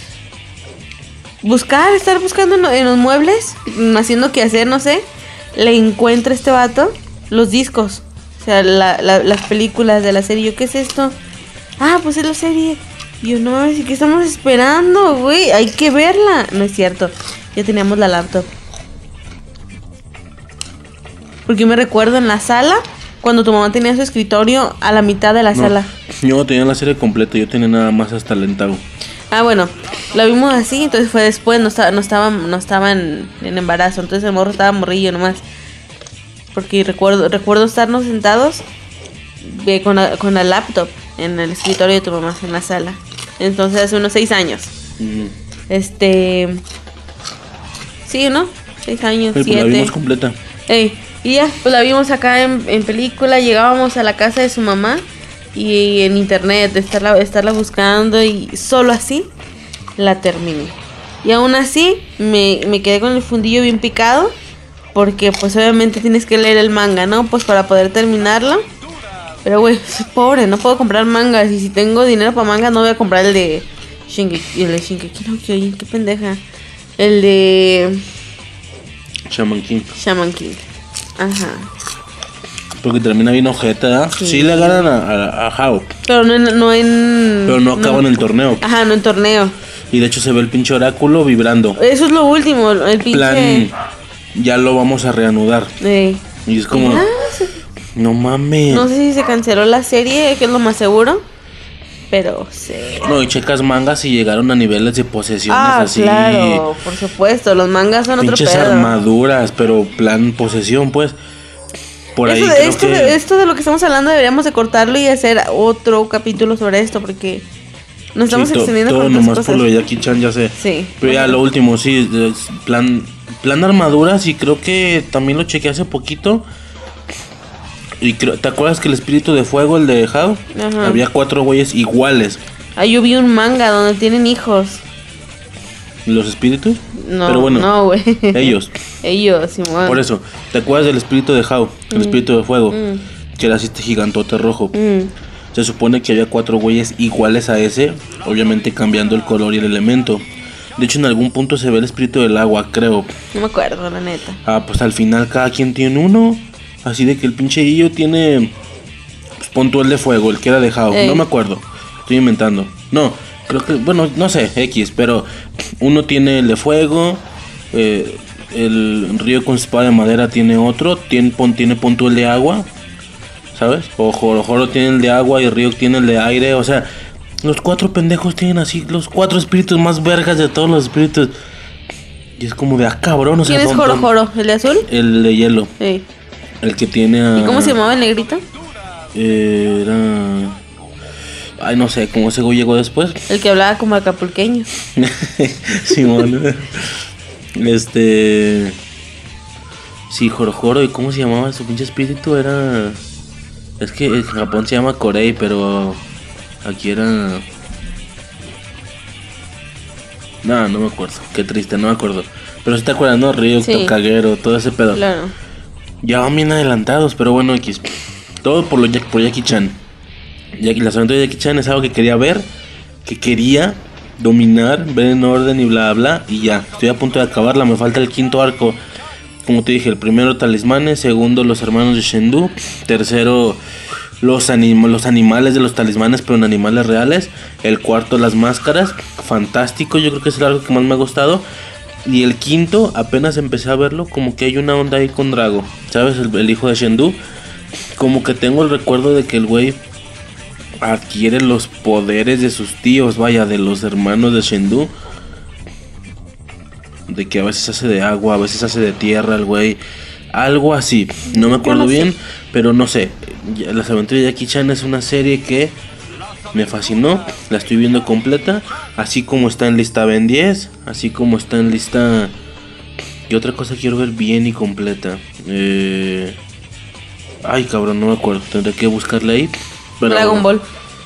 L: buscar, estar buscando en, en los muebles, haciendo que hacer, no sé. Le encuentra este vato los discos, o sea, la, la, las películas de la serie. Yo, ¿qué es esto? Ah, pues es la serie. Y yo, no, ¿qué estamos esperando, güey? Hay que verla. No es cierto, ya teníamos la laptop. Porque me recuerdo en la sala, cuando tu mamá tenía su escritorio a la mitad de la no, sala.
K: Yo no tenía la serie completa, yo tenía nada más hasta Len Tao.
L: Ah, bueno, la vimos así, entonces fue después, no estaba, no estaba, no estaba en, en embarazo, entonces el morro estaba morrillo nomás. Porque recuerdo, recuerdo estarnos sentados eh, con, la, con la laptop en el escritorio de tu mamá, en la sala. Entonces hace unos seis años. Mm. Este... Sí, ¿no? Seis años,
K: sí,
L: siete.
K: Pues la vimos completa.
L: Ey, y ya, pues la vimos acá en, en película, llegábamos a la casa de su mamá y en internet, estarla, estarla buscando y solo así la terminé. Y aún así me, me quedé con el fundillo bien picado porque pues obviamente tienes que leer el manga, ¿no? Pues para poder terminarlo. Pero güey, soy pobre, no puedo comprar mangas y si tengo dinero para mangas no voy a comprar el de Shingeki, el de Shingeki no Kyojin, qué pendeja. El de
K: Shaman King.
L: Shaman King. Ajá.
K: Porque termina bien ojeta, ¿eh? Sí. Sí le ganan a, a, a Hao.
L: Pero no en... No en
K: Pero no acaban
L: no,
K: el torneo.
L: Ajá, no en torneo.
K: Y de hecho se ve el pinche oráculo vibrando.
L: Eso es lo último, el pinche...
K: Plan, ya lo vamos a reanudar.
L: Sí.
K: Y es como...
L: Ah, sí.
K: No mames.
L: No sé si se canceló la serie, que es lo más seguro. Pero sí.
K: No, y checas mangas y llegaron a niveles de posesiones
L: ah,
K: así.
L: Claro, por supuesto. Los mangas son otro pedo.
K: Pinches armaduras, pero plan posesión, pues. Por ahí
L: Eso,
K: creo
L: esto,
K: que...
L: de, esto de lo que estamos hablando deberíamos de cortarlo y hacer otro capítulo sobre esto, porque nos estamos
K: sí, to,
L: extendiendo
K: todo
L: con otras
K: nomás
L: cosas.
K: por lo de Jackie Chan, ya sé.
L: Sí.
K: Pero ya lo último, sí, es plan, plan armaduras, y creo que también lo chequeé hace poquito. Y creo, ¿te acuerdas que el espíritu de fuego, el de How?
L: Ajá.
K: Había cuatro güeyes iguales.
L: Ah, yo vi un manga donde tienen hijos.
K: ¿Los espíritus?
L: No,
K: pero bueno,
L: no, güey.
K: ellos.
L: Ellos, Simón.
K: Por eso, ¿te acuerdas del espíritu de How? El
L: Mm.
K: espíritu de fuego.
L: Mm.
K: Que era así este gigantote rojo.
L: Mm.
K: Se supone que había cuatro güeyes iguales a ese, obviamente cambiando el color y el elemento. De hecho, en algún punto se ve el espíritu del agua, creo.
L: No me acuerdo, la neta.
K: Ah, pues al final cada quien tiene uno. Así de que el pinche Guillo tiene... Pues pon tú el de fuego, el que era de How.
L: Ey.
K: No me acuerdo. Estoy inventando. No, creo que... Bueno, no sé, X. Pero uno tiene el de fuego. Eh, el río con espada de madera tiene otro. Tiene, pon, tiene pon tú el de agua. ¿Sabes? O Joro Joro tiene el de agua y Río tiene el de aire. O sea, los cuatro pendejos tienen así los cuatro espíritus más vergas de todos los espíritus. Y es como de, ah, cabrón. O sea,
L: ¿Quién es
K: don-
L: Joro
K: don-
L: Joro? ¿El de azul?
K: El de hielo.
L: Sí.
K: El que tiene a...
L: ¿Y cómo se llamaba el negrito?
K: Eh, era... Ay, no sé, ¿cómo ese güey llegó después?
L: El que hablaba como acapulqueño.
K: Simón. Este... Sí, Joro Joro. ¿Y cómo se llamaba su pinche espíritu? Era... Es que en Japón se llama Korei, pero... Aquí era... No, no me acuerdo. Qué triste, no me acuerdo. Pero si te acuerdas, ¿no? Ryo,
L: Sí.
K: Tokagero, todo ese pedo.
L: Claro.
K: Ya van bien adelantados, pero bueno, X. Todo por, lo, Jack- por Jackie Chan. Jackie, las aventuras de Jackie Chan es algo que quería ver, que quería dominar, ver en orden y bla bla. Y ya, estoy a punto de acabarla. Me falta el quinto arco. Como te dije, el primero talismanes, segundo los hermanos de Shendu, tercero los, anim los animales de los talismanes, pero en animales reales. El cuarto las máscaras, fantástico, yo creo que es el arco que más me ha gustado. Y el quinto, apenas empecé a verlo, como que hay una onda ahí con Drago, ¿sabes? El, el hijo de Shendu. Como que tengo el recuerdo de que el güey adquiere los poderes de sus tíos, vaya, de los hermanos de Shendu. De que a veces hace de agua, a veces hace de tierra el güey. Algo así, no me acuerdo bien, pero no sé. Ya, Las aventuras de Jackie Chan es una serie que me fascinó, la estoy viendo completa, así como está en lista Ben diez, así como está en lista... Y otra cosa quiero ver bien y completa. Eh... Ay, cabrón, no me acuerdo, tendré que buscarla ahí. Pero...
L: Dragon Ball.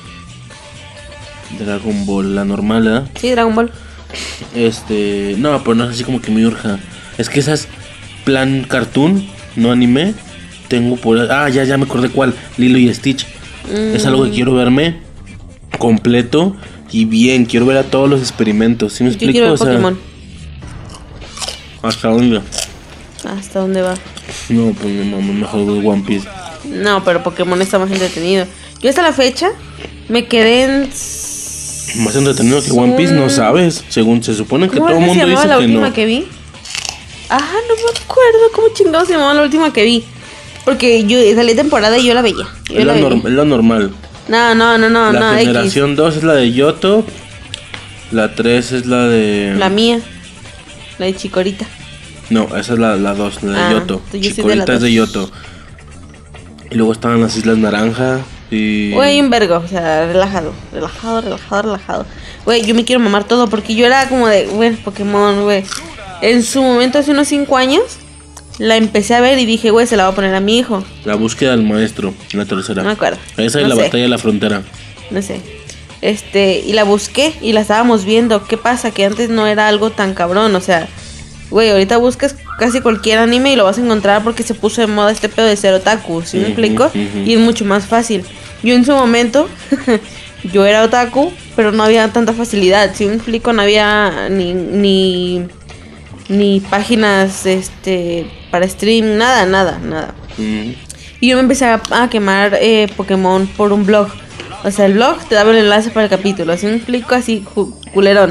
K: Dragon Ball, la normal, ¿eh?
L: Sí, Dragon Ball.
K: Este... No, pero no es así como que me urja. Es que esas plan cartoon, no anime, tengo por... Ah, ya, ya me acordé cuál. Lilo y Stitch.
L: Mm.
K: Es algo que quiero verme completo y bien. Quiero ver a todos los experimentos. ¿Sí me
L: Yo
K: explico?
L: quiero ver
K: O sea,
L: Pokémon.
K: ¿hasta dónde?
L: ¿Hasta dónde va?
K: No, pues mi mamá mejor ver One Piece.
L: No, pero Pokémon está más entretenido. Yo hasta la fecha me quedé en...
K: Más entretenido que One Piece, no sabes. Según se supone que
L: ¿Cómo
K: todo el
L: es que se
K: mundo
L: llamaba
K: dice
L: la
K: que
L: última
K: no.
L: que vi? Ah, no me acuerdo cómo chingados se llamaba la última que vi. Porque yo salí temporada y yo la veía. Yo
K: Es
L: la
K: la,
L: veía.
K: norm- es la normal.
L: No, no, no, no,
K: la
L: no,
K: generación dos es la de Yoto. La tres es la de...
L: X. La mía. La de Chikorita.
K: No, esa es la dos, la de
L: Ah,
K: Yoto.
L: yo soy de la
K: Chikorita es de
L: dos.
K: Yoto. Y luego estaban las Islas Naranja. Y...
L: Güey, un vergo, o sea, relajado, relajado, relajado, relajado. Güey, yo me quiero mamar todo porque yo era como de, güey, Pokémon, güey. En su momento, hace unos cinco años, la empecé a ver y dije, güey, se la voy a poner a mi hijo.
K: La búsqueda del maestro, la tercera.
L: No me acuerdo.
K: Esa y
L: No
K: la
L: sé.
K: batalla de la frontera.
L: No sé. Este, y la busqué y la estábamos viendo. ¿Qué pasa? Que antes no era algo tan cabrón, o sea, güey, ahorita buscas casi cualquier anime y lo vas a encontrar porque se puso de moda este pedo de ser otaku, ¿sí me
K: Ujú,
L: explico?
K: ujú.
L: Y es mucho más fácil. Yo en su momento, yo era otaku, pero no había tanta facilidad, ¿sí me explico? No había ni, ni, ni páginas, este, para stream, nada, nada, nada.
K: Mm.
L: Y yo me empecé a, a quemar eh, Pokémon por un blog. O sea, el blog te daba el enlace para el capítulo, así me explico, así ju- culerón.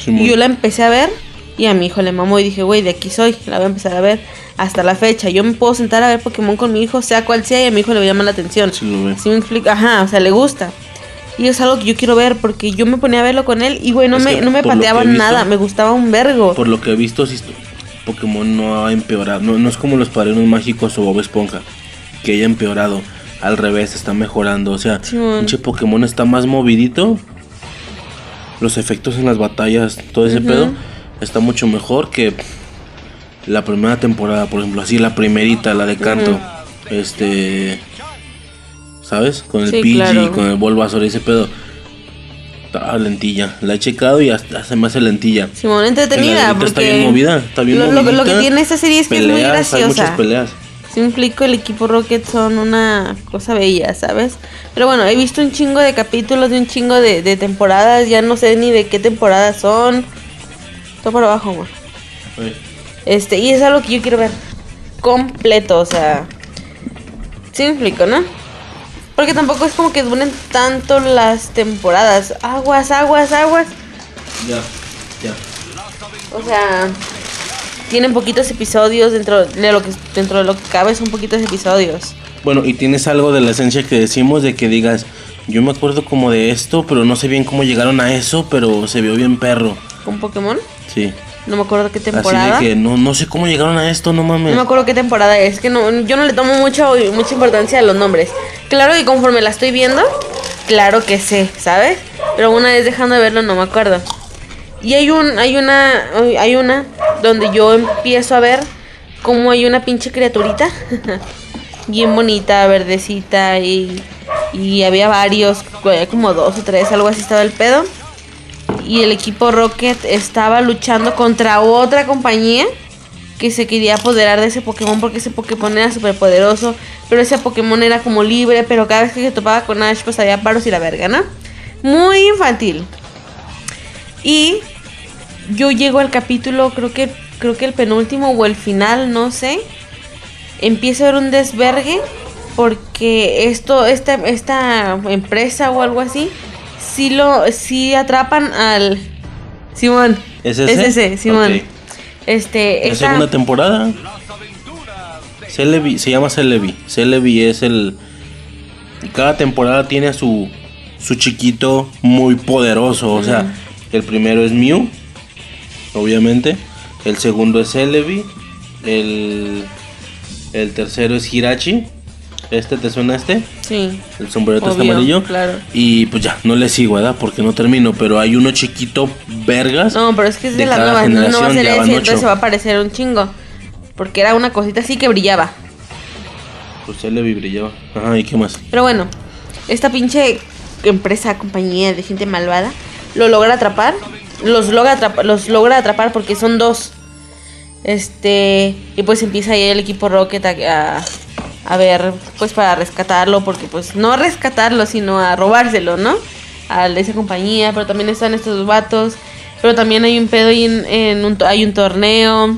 K: Sí,
L: y yo la empecé a ver y a mi hijo le mamó y dije, güey, de aquí soy, la voy a empezar a ver hasta la fecha. Yo me puedo sentar a ver Pokémon con mi hijo, sea cual sea, y a mi hijo le llama la atención.
K: Sí lo ve.
L: ¿Sí me explico? Ajá, o sea, le gusta. Y es algo que yo quiero ver porque yo me ponía a verlo con él y güey, no
K: Es
L: me,
K: que
L: no me
K: por lo
L: pateaba
K: que he visto-
L: nada, me gustaba un vergo.
K: Por lo que he visto, sí, Pokémon no ha empeorado. No, no es como los Padrinos Mágicos o Bob Esponja, que haya empeorado. Al revés, está mejorando. O sea,
L: Sí, man.
K: pinche Pokémon está más movidito. Los efectos en las batallas, todo ese
L: Ujú.
K: pedo, está mucho mejor que la primera temporada, por ejemplo. Así, la primerita, la de Canto.
L: Ujú.
K: Este... ¿Sabes? Con el
L: Sí,
K: Pidgey,
L: claro.
K: con el Bulbasaur y ese pedo. Estaba lentilla. La he checado y hasta se me hace lentilla.
L: Simón,
K: La de
L: entretenida,
K: ahorita está
L: porque
K: bien movida, está bien
L: lo, lo- lo que
K: movidita.
L: tiene esta serie es que es muy
K: Peleas, hay muchas
L: graciosa.
K: peleas.
L: Si me explico, el equipo Rocket son una cosa bella, ¿sabes? Pero bueno, he visto un chingo de capítulos de un chingo de, de temporadas, ya no sé ni de qué temporadas son. Todo por abajo, amor.
K: Oye,
L: Este, y es algo que yo quiero ver completo, o sea. Sí me explico, ¿no? Porque tampoco es como que duren tanto las temporadas. Aguas, aguas, aguas.
K: Ya, ya.
L: O sea, tienen poquitos episodios dentro de lo que dentro de lo que cabe, son poquitos episodios.
K: Bueno, y tienes algo de la esencia que decimos de que digas, yo me acuerdo como de esto, pero no sé bien cómo llegaron a eso, pero se vio bien perro.
L: ¿Con Pokémon?
K: Sí.
L: No me acuerdo qué temporada.
K: Así de que no, no sé cómo llegaron a esto, no mames.
L: No me acuerdo qué temporada es, que no, yo no le tomo mucho, mucha importancia a los nombres. Claro que conforme la estoy viendo, claro que sé, ¿sabes? Pero una vez dejando de verlo no me acuerdo. Y hay un, hay una, hay una donde yo empiezo a ver cómo hay una pinche criaturita bien bonita, verdecita y, y había varios, como dos o tres, algo así estaba el pedo. Y el equipo Rocket estaba luchando contra otra compañía que se quería apoderar de ese Pokémon porque ese Pokémon era súper poderoso, pero ese Pokémon era como libre, pero cada vez que se topaba con Ash pues había paros y la verga, ¿no? Muy infantil. Y yo llego al capítulo, creo que creo que el penúltimo o el final, no sé. Empiezo a ver un desvergue porque esto esta esta empresa o algo así sí lo sí atrapan al Simón.
K: ¿Es ese?
L: Es ese, Simón.
K: Ok.
L: Este,
K: La
L: esta-
K: segunda temporada. Celebi, se llama Celebi. Celebi es el... Cada temporada tiene a su, su chiquito muy poderoso. O sea, el primero es Mew, obviamente. El segundo es Celebi. El, el tercero es Hirachi. ¿Este te suena este?
L: Sí.
K: El sombrerito este
L: Obvio,
K: amarillo.
L: claro.
K: Y pues ya, no le sigo, ¿verdad? Porque no termino. Pero hay uno chiquito vergas.
L: No, pero es que es de,
K: de
L: la
K: cada
L: nueva, no va a
K: generación,
L: ser
K: ya
L: ese,
K: van
L: entonces
K: ocho.
L: se va a parecer un chingo. Porque era una cosita así que brillaba.
K: Pues Celebi brillaba. Ajá, ¿y qué más?
L: Pero bueno, esta pinche empresa, compañía de gente malvada, lo logra atrapar. Los logra atrapar, los logra atrapar porque son dos. Este, y pues empieza ahí el equipo Rocket a, a, a ver, pues para rescatarlo, porque pues no a rescatarlo, sino a robárselo, ¿no? A esa compañía, pero también están estos dos vatos, pero también hay un pedo ahí en, en un, to- hay un torneo.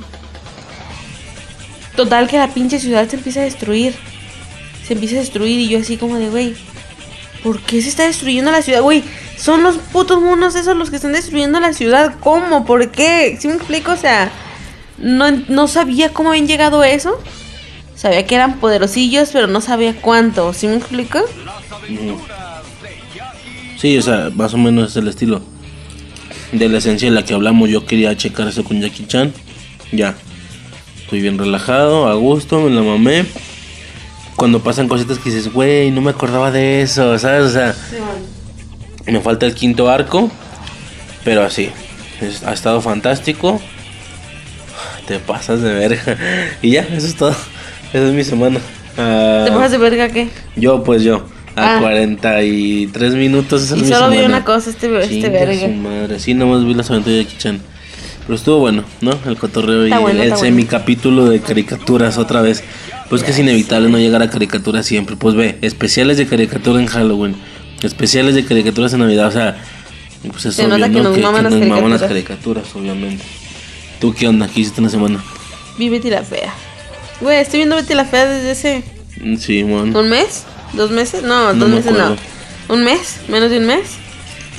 L: Total que la pinche ciudad se empieza a destruir. Se empieza a destruir y yo así como de, güey, ¿por qué se está destruyendo la ciudad? Güey, son los putos monos esos los que están destruyendo la ciudad. ¿Cómo? ¿Por qué? ¿Sí me explico? O sea, no, no sabía cómo habían llegado a eso. Sabía que eran poderosillos, pero no sabía cuánto. ¿Sí me explico?
K: Ujú. Sí, o sea, más o menos es el estilo de la esencia de la que hablamos. Yo quería checar eso con Jackie Chan. Ya. Estoy bien relajado, a gusto, me la mamé. Cuando pasan cositas que dices, güey, no me acordaba de eso, ¿sabes? O sea, me falta el quinto arco, pero así, es- ha estado fantástico. Te pasas de verga. Y ya, eso es todo. Esa es mi semana. Ah,
L: ¿Te pasas de verga qué?
K: yo, pues yo, a
L: Ah.
K: cuarenta y tres minutos. Esa es
L: Y
K: mi
L: solo vi
K: semana.
L: una cosa, este, este
K: Chinga
L: verga.
K: su madre. Sí, nomás vi las aventuras de Jackie Chan. Pero estuvo bueno, ¿no? El cotorreo
L: Está
K: y
L: bueno,
K: el,
L: está bueno.
K: semicapítulo de caricaturas otra vez. Pues que es inevitable no llegar a caricaturas siempre. Pues ve, especiales de caricatura en Halloween, especiales de caricaturas en Navidad. O sea, pues es
L: Se
K: obvio,
L: nota que
K: ¿no?
L: nos maman las
K: maman las
L: caricaturas.
K: caricaturas, obviamente. ¿Tú qué onda? ¿Qué hiciste una semana?
L: Vi Betty la Fea. Güey, estoy viendo Betty la Fea desde hace
K: Mm, Sí, man.
L: un mes, dos meses, no,
K: No
L: dos
K: me
L: meses
K: acuerdo.
L: no. Un mes, menos de un mes.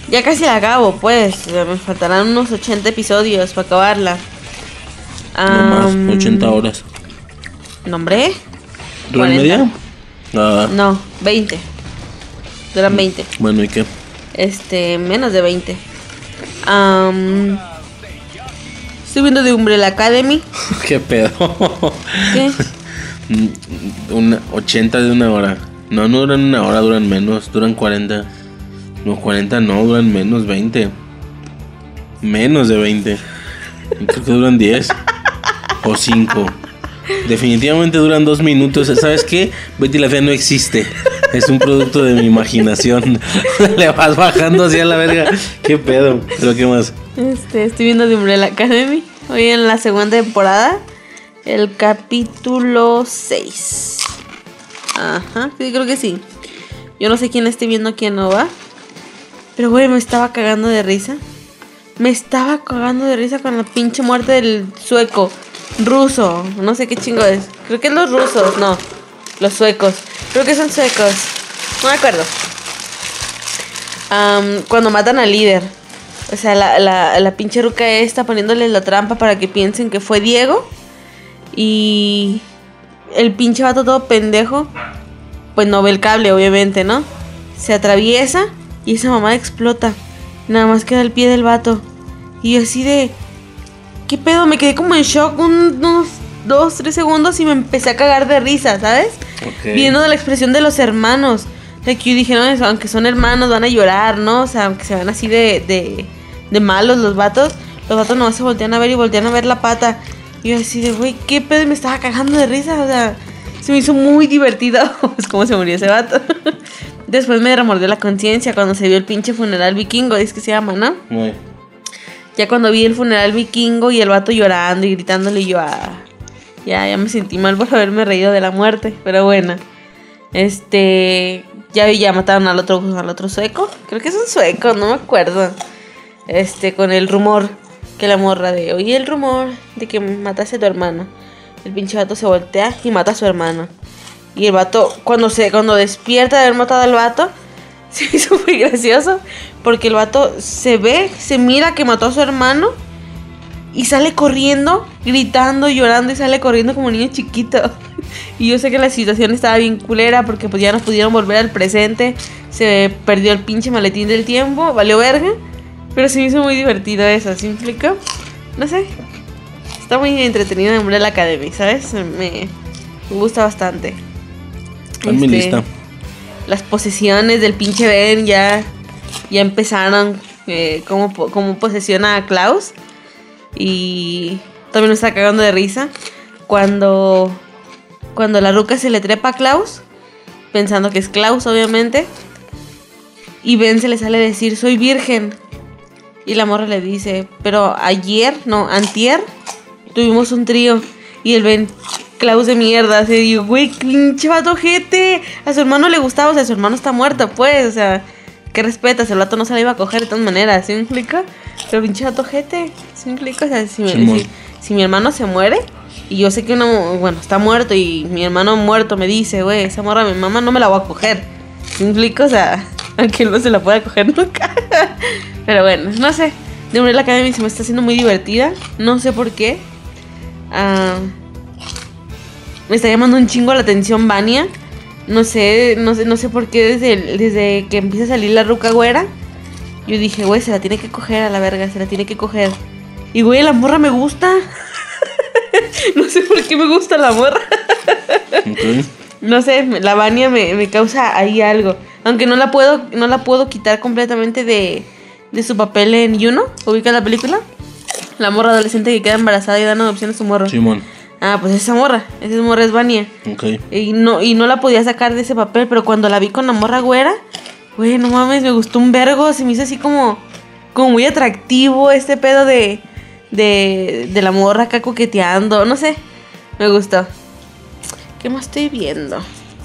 L: Ya casi la acabo, pues. Me faltarán unos ochenta episodios para acabarla.
K: No más, um, ochenta horas.
L: ¿No, hombre?
K: ¿Duran media? Ah.
L: No, veinte. Duran veinte.
K: Bueno, ¿y qué?
L: Este, menos de veinte. Um, estoy viendo de Umbrella Academy.
K: ¿Qué pedo?
L: ¿Qué?
K: Una, ochenta de una hora. No, no duran una hora, duran menos. Duran cuarenta. No, cuarenta no, duran menos, veinte. Menos de veinte. Creo que duran diez. O cinco. Definitivamente duran dos minutos. ¿Sabes qué? Betty la Fea no existe. Es un producto de mi imaginación. Le vas bajando así a la verga. ¿Qué pedo? ¿Pero qué más?
L: Este, estoy viendo de Umbrella Academy. Hoy en la segunda temporada. El capítulo seis. Ajá, sí, creo que sí. Yo no sé quién esté viendo, quién no va. Pero güey, me estaba cagando de risa. Me estaba cagando de risa con la pinche muerte del sueco. Ruso, no sé qué chingo es. Creo que es los rusos, no. Los suecos. Creo que son suecos. No me acuerdo. Um, cuando matan al líder. O sea, la, la, la pinche ruca esta poniéndole la trampa para que piensen que fue Diego. Y el pinche vato todo pendejo, pues no ve el cable, obviamente, ¿no? Se atraviesa y esa mamá explota. Nada más queda el pie del vato. Y yo así de... ¿Qué pedo? Me quedé como en shock unos dos, tres segundos y me empecé a cagar de risa, ¿sabes? Okay. Viendo de la expresión de los hermanos. O sea, que yo dije, no, aunque son hermanos van a llorar, ¿no? O sea, aunque se ven así de, de, de malos los vatos, los vatos nomás se voltean a ver y voltean a ver la pata. Y yo así de, güey, ¿qué pedo? Y me estaba cagando de risa, o sea, se me hizo muy divertido. Pues cómo se murió ese vato. Después me remordió la conciencia cuando se vio el pinche funeral vikingo, es que se llama, ¿no?
K: Muy.
L: Ya cuando vi el funeral vikingo y el vato llorando y gritándole, y yo, ah, ya, ya me sentí mal por haberme reído de la muerte, pero bueno. Este, ya vi, ya mataron al otro, al otro sueco, creo que es un sueco, no me acuerdo. Este, con el rumor que la morra de, oye, el rumor de que mataste a tu hermano. El pinche vato se voltea y mata a su hermano. Y el vato, cuando se cuando despierta de haber matado al vato, se hizo muy gracioso. Porque el vato se ve, se mira que mató a su hermano y sale corriendo, gritando, llorando y sale corriendo como un niño chiquito. Y yo sé que la situación estaba bien culera porque pues ya no pudieron volver al presente. Se perdió el pinche maletín del tiempo, valió verga. Pero se me hizo muy divertido eso, ¿sí me explico? No sé. Está muy entretenido de Umbrella Academy, ¿sabes? Me, me gusta bastante.
K: Está en mi lista.
L: Las posesiones del pinche Ben ya, ya empezaron. Eh, como, como posesiona a Klaus. Y también me está cagando de risa. Cuando, cuando la ruca se le trepa a Klaus, pensando que es Klaus, obviamente. Y Ben se le sale a decir, soy virgen. Y la morra le dice, pero ayer, no, antier, tuvimos un trío. Y el Ben, Klaus de mierda, se dijo, güey, pinche vato ojete. A su hermano le gustaba, o sea, su hermano está muerto, pues, o sea, ¿qué respetas? El vato no se la iba a coger de todas maneras, ¿sí me explica? Pero pinche vato ojete, ¿sí me explica? O sea, si, me, si, si mi hermano se muere, y yo sé que uno, bueno, está muerto, y mi hermano muerto me dice, güey, esa morra, mi mamá no me la voy a coger, ¿sí me explica? O sea, aunque él no se la pueda coger nunca. Pero bueno, no sé. De Umbrella Academy se me está haciendo muy divertida. No sé por qué. Uh, me está llamando un chingo la atención Vania. No sé, no sé, no sé por qué desde, desde que empieza a salir la ruca güera. Yo dije, güey, se la tiene que coger a la verga, se la tiene que coger. Y güey, la morra me gusta. No sé por qué me gusta la morra. Okay. No sé, la Vania me, me causa ahí algo. Aunque no la puedo, no la puedo quitar completamente de, de su papel en Juno. ¿Ubica la película? La morra adolescente que queda embarazada y dan adopción a su morro.
K: Simón.
L: Ah, pues esa morra. Esa morra es Vania.
K: Ok.
L: Y no, y no la podía sacar de ese papel. Pero cuando la vi con la morra güera, güey, no mames, me gustó un vergo. Se me hizo así como, como muy atractivo este pedo de, de, de la morra acá coqueteando. No sé, me gustó. ¿Qué más estoy viendo?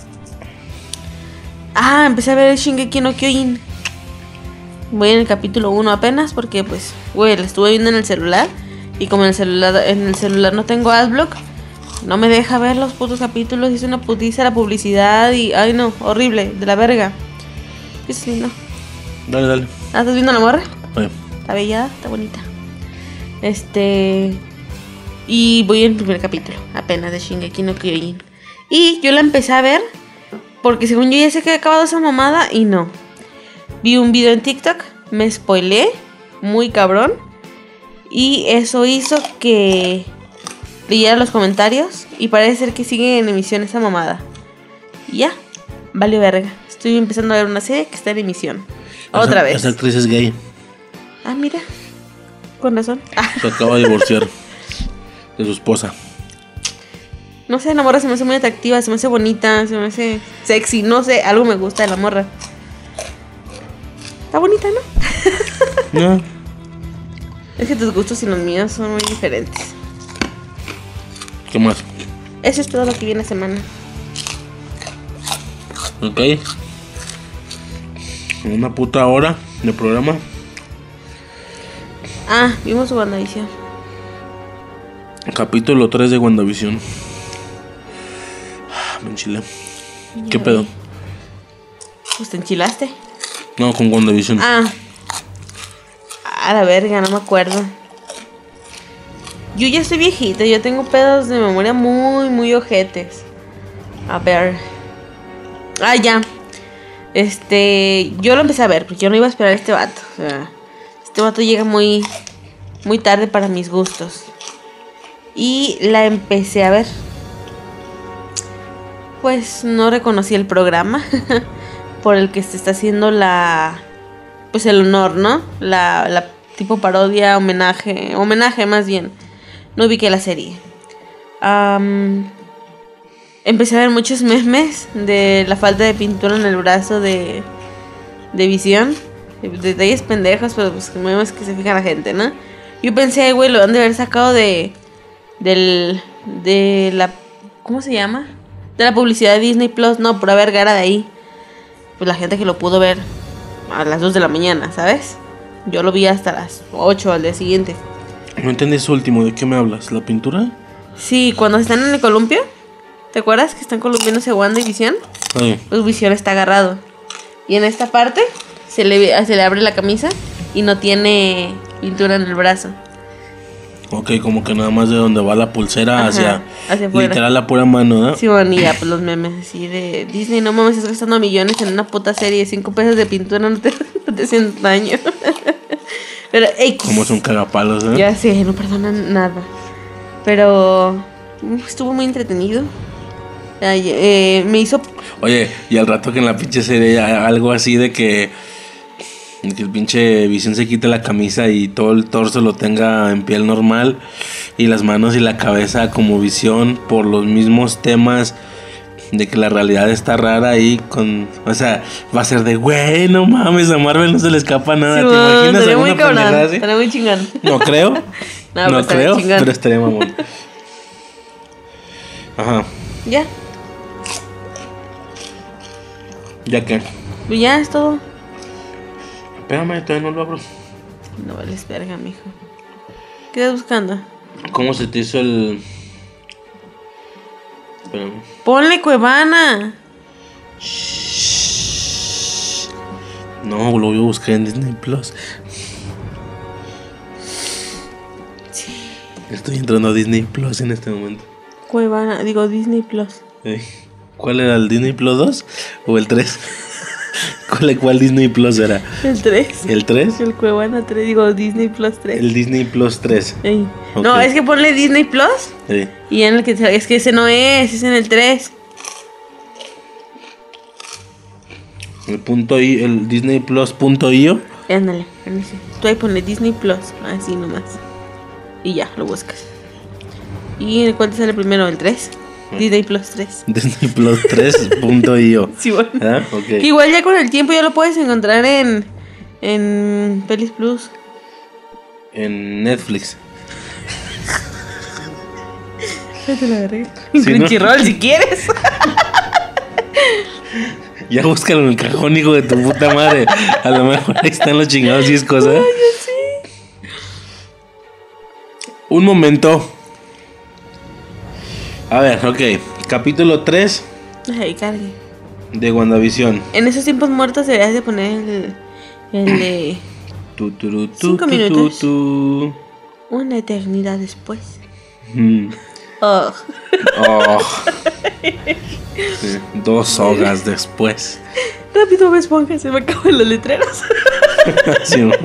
L: Ah, empecé a ver Shingeki no Kyojin. Voy en el capítulo uno apenas porque pues, güey, lo estuve viendo en el celular. Y como en el celular, en el celular no tengo adblock, no me deja ver los putos capítulos. Hice una putiza la publicidad y, ay no, horrible, de la verga. Es lindo.
K: Dale, dale.
L: ¿Ah, estás viendo la morra?
K: Sí.
L: Está bella, está bonita. Este... Y voy en el primer capítulo, apenas, de Shingeki no Kyojin. Y yo la empecé a ver porque según yo ya sé que había acabado esa mamada y no. Vi un video en TikTok, me spoileé, muy cabrón. Y eso hizo que leyera los comentarios y parece ser que sigue en emisión esa mamada. Y ya, vale verga. Estoy empezando a ver una serie que está en emisión. Otra
K: esa,
L: vez.
K: Esa actriz es gay.
L: Ah, mira. Con razón.
K: Se acaba de divorciar de su esposa.
L: No sé, la morra se me hace muy atractiva, se me hace bonita, se me hace sexy, no sé, algo me gusta de la morra. Está bonita, ¿no?
K: No.
L: Es que tus gustos y los míos son muy diferentes.
K: ¿Qué más?
L: Eso es todo lo que viene la semana.
K: Ok. Una puta hora de programa.
L: Ah, vimos WandaVision.
K: Capítulo tres de WandaVision. Me enchilé. ¿Qué
L: Ya
K: pedo?
L: vi. Pues te enchilaste.
K: No, con WandaVision.
L: Ah. A la verga, no me acuerdo. Yo ya estoy viejita, yo tengo pedos de memoria muy, muy ojetes. A ver. Ah, ya. Este, yo lo empecé a ver porque yo no iba a esperar a este vato. O sea, este vato llega muy, muy tarde para mis gustos. Y la empecé a ver. Pues no reconocí el programa por el que se está haciendo la, pues el honor, ¿no? La, la tipo parodia, homenaje, homenaje más bien. No ubiqué la serie. Um, empecé a ver muchos memes de la falta de pintura en el brazo de, de Visión. Detalles pendejos, pero pues memes que se fija la gente, ¿no? Yo pensé, güey, lo han de haber sacado de, del, de la, ¿cómo se llama? De la publicidad de Disney Plus. No, pura verga era de ahí. Pues la gente que lo pudo ver a las dos de la mañana, ¿sabes? Yo lo vi hasta las ocho al día siguiente.
K: No entendí eso último, ¿de qué me hablas? ¿La pintura?
L: Sí, cuando están en el columpio, ¿te acuerdas que están columpiándose Wanda y Visión?
K: Sí.
L: Pues Visión está agarrado. Y en esta parte se le, se le abre la camisa y no tiene pintura en el brazo.
K: Ok, como que nada más de donde va la pulsera. Ajá, hacia, hacia
L: afuera.
K: Literal la pura mano, ¿no?
L: Sí, bueno, y ya, pues los memes así de Disney, no mames, estás gastando millones en una puta serie, cinco pesos de pintura no te, no te hacen daño. Pero, X.
K: Como son cagapalos, ¿eh?
L: Ya sé, no perdonan nada. Pero uf, estuvo muy entretenido. Ay, eh, me hizo...
K: Oye, y al rato que en la pinche serie algo así de que... Que el pinche Visión se quite la camisa y todo el torso lo tenga en piel normal y las manos y la cabeza como Visión, por los mismos temas de que la realidad está rara ahí con... O sea, va a ser de, güey, no mames, a Marvel no se le escapa nada.
L: Sí,
K: ¿te imaginas
L: estaría
K: alguna
L: muy cabrón,
K: pendejada así?
L: estaría muy chingón.
K: No creo,
L: no,
K: no creo,
L: chingón.
K: pero estaría mamón. Ajá.
L: Ya.
K: ¿Ya qué?
L: Ya es todo.
K: Espérame, todavía no lo abro.
L: No vales verga, mijo. ¿Qué estás buscando?
K: ¿Cómo se te hizo el...? Espérame.
L: Ponle Cuevana.
K: No, lo voy a buscar en Disney Plus.
L: Sí.
K: Estoy entrando a Disney Plus en este momento.
L: Cuevana, digo Disney Plus.
K: ¿Eh? ¿Cuál era, el Disney Plus dos o el tres? ¿Cuál, ¿Cuál Disney Plus era?
L: El tres.
K: ¿El tres?
L: El Cuevana tres, digo Disney Plus tres.
K: El Disney Plus tres.
L: Okay. No,
K: Okay.
L: es que ponle Disney Plus.
K: Sí.
L: Y en el que es que ese no es, es en el tres.
K: El punto I, el Disney Plus punto io.
L: Ándale, ándale. Tú ahí ponle Disney Plus, así nomás. Y ya, lo buscas. ¿Y en cuál te sale primero? ¿El tres? Disney Plus tres.
K: Disney Plus tres punto io.
L: Sí, bueno.
K: ¿Ah? Okay.
L: Que igual ya con el tiempo ya lo puedes encontrar en en Pelis Plus.
K: En Netflix.
L: Vete la verga.
K: Sí,
L: En Crunchyroll, ¿no? Si quieres.
K: Ya búscalo en el cajón, hijo de tu puta madre. A lo mejor ahí están los chingados y es cosa.
L: Ay, sí.
K: Un momento. A ver, ok. Capítulo tres.
L: Ay, cargue.
K: De WandaVision.
L: En esos tiempos muertos deberías de poner el, El de...
K: Tu, tu, tu,
L: Cinco
K: tu,
L: minutos.
K: tu, tu.
L: Una eternidad después.
K: Mm.
L: Oh.
K: Oh. Dos horas después.
L: Rápido, Bob Esponja, se me acaban los letreros.
K: Sí, ¿no?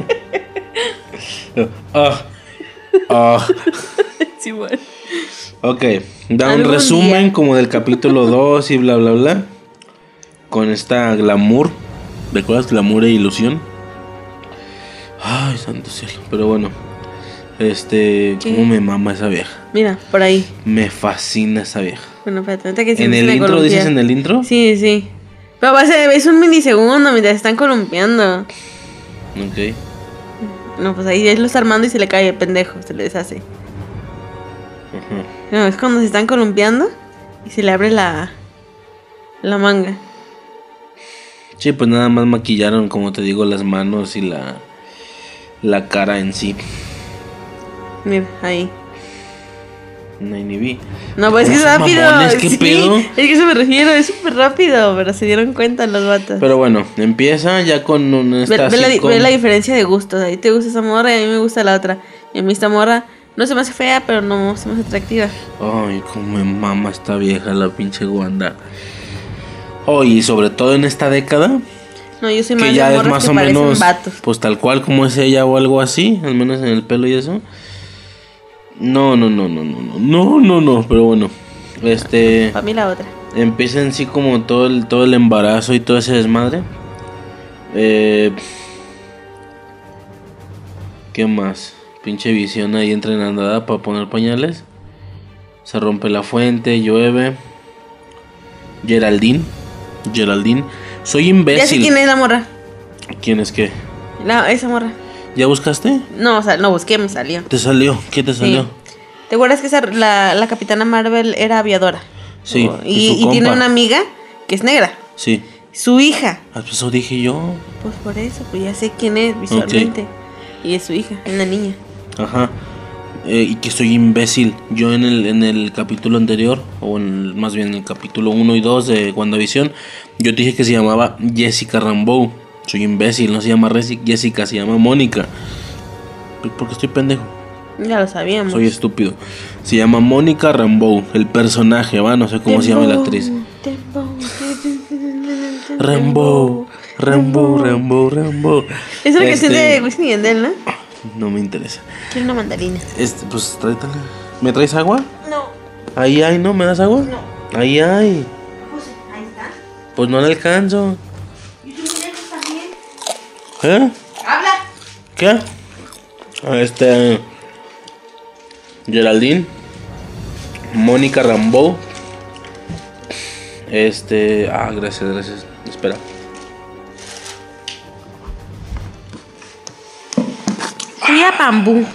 K: Oh. Oh.
L: Sí, bueno.
K: Ok, da un
L: Algún
K: resumen
L: día.
K: como del capítulo dos y bla bla bla. Con esta glamour. ¿Recuerdas glamour e ilusión? Ay, santo cielo. Pero bueno. Este,
L: ¿Qué?
K: cómo me mama esa vieja.
L: Mira, por ahí.
K: Me fascina esa vieja.
L: Bueno, espérate, ahorita que se
K: ¿En
L: me
K: el
L: empiecen a
K: intro
L: columpiar.
K: dices en el intro?
L: Sí, sí. Pero va a ser, es un milisegundo mientras se están columpiando.
K: Ok.
L: No, pues ahí él lo está armando y se le cae el pendejo, se le deshace.
K: Ajá.
L: No, es cuando se están columpiando y se le abre la, la manga.
K: Sí, pues nada más maquillaron, como te digo, las manos y la, la cara en sí.
L: Mira, ahí.
K: No hay ni vi.
L: No, pues es que es
K: ¿Cómo son
L: rápido.
K: mamones? ¿Qué
L: Sí,
K: pedo?
L: es que eso me refiero, es súper rápido, pero se dieron cuenta los vatos.
K: Pero bueno, empieza ya con un...
L: Ve,
K: esta
L: ve la,
K: sitcom.
L: ve la diferencia de gustos. A ti te gusta esa morra y a mí me gusta la otra. Y a mí esta morra no se me hace fea, pero no se me hace atractiva.
K: Ay, cómo me mama esta vieja, la pinche Wanda. Oh, y sobre todo en esta década,
L: No, yo soy más
K: que
L: de
K: ya es
L: morras
K: más
L: que
K: o
L: parecen
K: menos,
L: vatos.
K: pues tal cual como es ella o algo así, al menos en el pelo y eso. No, no, no, no, no, no, no, no, no, pero bueno, este,
L: Para mí la otra.
K: empieza en sí como todo el, todo el embarazo y todo ese desmadre. Eh, ¿Qué más? Pinche Visión ahí entrenada para poner pañales. Se rompe la fuente, llueve. Geraldine. Geraldine. Soy imbécil.
L: Ya sé quién es la morra.
K: ¿Quién es qué?
L: La, esa morra.
K: ¿Ya buscaste?
L: No, o sea, no busqué, me salió.
K: ¿Te salió? ¿Qué te salió?
L: Sí. ¿Te acuerdas que esa, la, la Capitana Marvel era aviadora?
K: Sí.
L: Oh,
K: y
L: y,
K: su
L: y tiene
K: compa.
L: una amiga que es negra.
K: Sí.
L: Su hija.
K: Ah, pues eso dije yo.
L: Pues por eso, pues ya sé quién es visualmente. Y es su hija, es una niña.
K: Ajá. Eh, y que soy imbécil. Yo en el, en el capítulo anterior, o en el- más bien en el capítulo uno y dos de WandaVision, yo te dije que se llamaba Jessica Rambeau. Soy imbécil, no se llama Resi- Jessica, se llama Mónica. Porque estoy pendejo.
L: Ya lo sabíamos.
K: Soy estúpido. Se llama Mónica Rambeau, el personaje, va, no sé cómo se llama la actriz. Rambeau, Rambeau, Rambeau, Rambeau.
L: Es una canción
K: Este,
L: de Wisin y Yandel, ¿no?
K: No me interesa.
L: Quiero una mandarina.
K: Este, pues tráetela. ¿Me traes agua?
L: No.
K: Ahí hay, ¿no? ¿Me das agua?
L: No.
K: Ahí hay.
L: Pues ahí está.
K: Pues no le alcanzo.
L: ¿Y tú lejos también?
K: ¿Eh?
L: ¡Habla!
K: ¿Qué? Ah, Este. Geraldine. Mónica Rambeau. Este. Ah, gracias, gracias. Espera.
L: Fui a Bambú.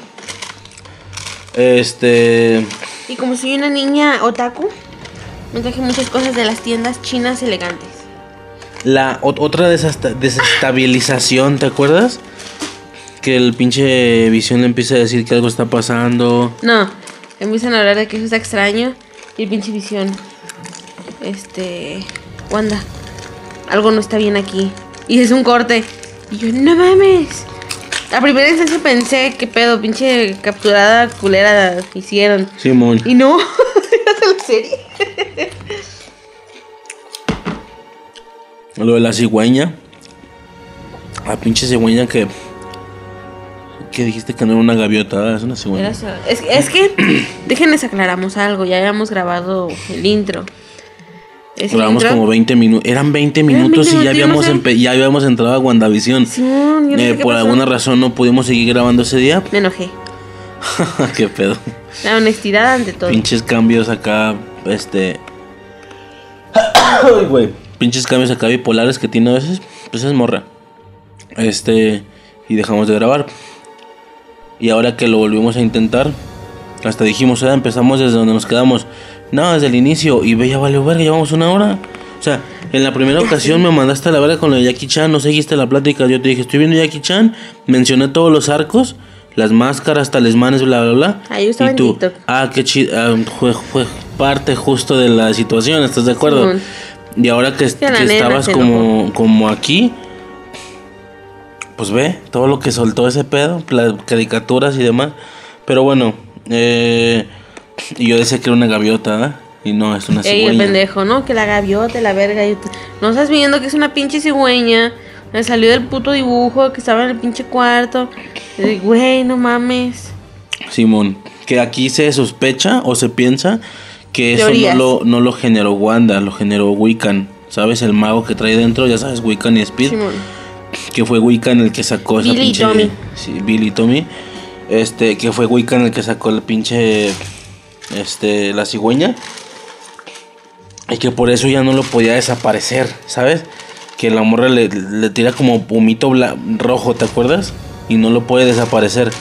K: Este.
L: Y como soy una niña otaku, me traje muchas cosas de las tiendas chinas elegantes.
K: La ot- otra desasta- desestabilización, ¿te acuerdas? Que el pinche Visión le empieza a decir que algo está pasando.
L: No, empiezan a hablar de que eso está extraño. Y el pinche Visión. Este. Wanda, algo no está bien aquí. Y es un corte. Y yo, no mames. A primera instancia pensé, qué pedo, pinche capturada culera hicieron.
K: Simón.
L: Y no, era la serie.
K: Lo de la cigüeña. La pinche cigüeña que. Que dijiste que no era una gaviota, es una cigüeña.
L: Era- Es, es que, déjenles aclaramos algo, ya habíamos grabado el intro. Ese
K: Grabamos
L: intro-
K: como veinte minutos. Eran veinte minutos y ya
L: veinte
K: habíamos,
L: minutos,
K: empe- ya habíamos entrado a WandaVision.
L: Simón, yo no sé
K: Eh,
L: qué
K: por
L: pasó.
K: alguna razón no pudimos seguir grabando ese día.
L: Me enojé.
K: Qué pedo.
L: La honestidad ante todo.
K: Pinches cambios acá, este. Ay, güey. Pinches cambios acá bipolares que tiene a veces. Pues es morra. Este. Y dejamos de grabar. Y ahora que lo volvimos a intentar, hasta dijimos, "Ah, empezamos desde donde nos quedamos." No, desde el inicio. Y ve, ya valió verga, llevamos una hora. O sea, en la primera ocasión me mandaste a la verga con lo de Jackie Chan, no seguiste la plática. Yo te dije, estoy viendo Jackie Chan, mencioné todos los arcos, las máscaras, talismanes, bla, bla, bla.
L: Ah, yo estaba
K: y
L: en
K: tú,
L: TikTok.
K: ah, qué chido, ah, fue, fue parte justo de la situación, ¿estás de acuerdo?
L: Simón.
K: Y ahora que, est-
L: Ya la
K: que
L: nena
K: estabas
L: se
K: como, como aquí, pues ve todo lo que soltó ese pedo, las caricaturas y demás. Pero bueno, eh, y yo decía que era una gaviota, ¿verdad? Y no, es una cigüeña.
L: Ey, el pendejo, ¿no? Que la gaviota, la verga. No estás viendo que es una pinche cigüeña. Me salió del puto dibujo que estaba en el pinche cuarto. Güey, no mames.
K: Simón, que aquí se sospecha o se piensa que eso
L: Teorías.
K: no lo, no lo generó Wanda, lo generó Wiccan. ¿Sabes? El mago que trae dentro, ya sabes, Wiccan y Speed.
L: Simón.
K: Que fue Wiccan el que sacó esa
L: Billy
K: pinche...
L: Tommy.
K: Sí, Billy Tommy. Este, que fue Wiccan el que sacó el pinche... Este, la cigüeña. Y que por eso ya no lo podía desaparecer, ¿sabes? Que la morra le, le tira como humito bla- rojo, ¿te acuerdas? Y no lo puede desaparecer.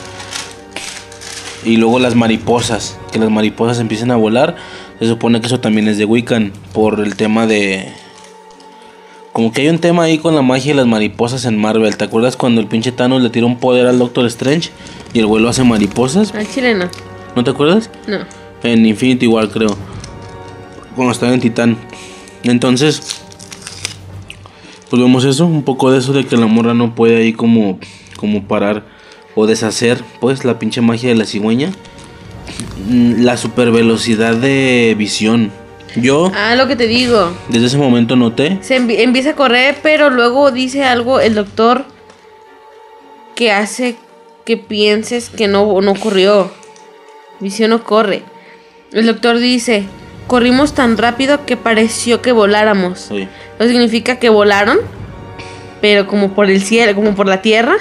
K: Y luego las mariposas, que las mariposas empiecen a volar. Se supone que eso también es de Wiccan, por el tema de... Como que hay un tema ahí con la magia y las mariposas en Marvel. ¿Te acuerdas cuando el pinche Thanos le tira un poder al Doctor Strange y el güey lo hace mariposas?
L: Al chileno.
K: ¿No te acuerdas?
L: No.
K: En Infinity War, creo. Cuando estaba en Titán. Entonces, pues vemos eso, un poco de eso de que la morra no puede ahí como, como parar o deshacer, pues, la pinche magia de la cigüeña. La super velocidad de visión. Yo,
L: Ah, lo que te digo.
K: desde ese momento noté.
L: Se envi- empieza a correr, pero luego dice algo el doctor que hace que pienses que no, no corrió. Visión no corre. El doctor dice, corrimos tan rápido que pareció que voláramos.
K: Sí.
L: Eso significa que volaron, pero como por el cielo, como por la tierra.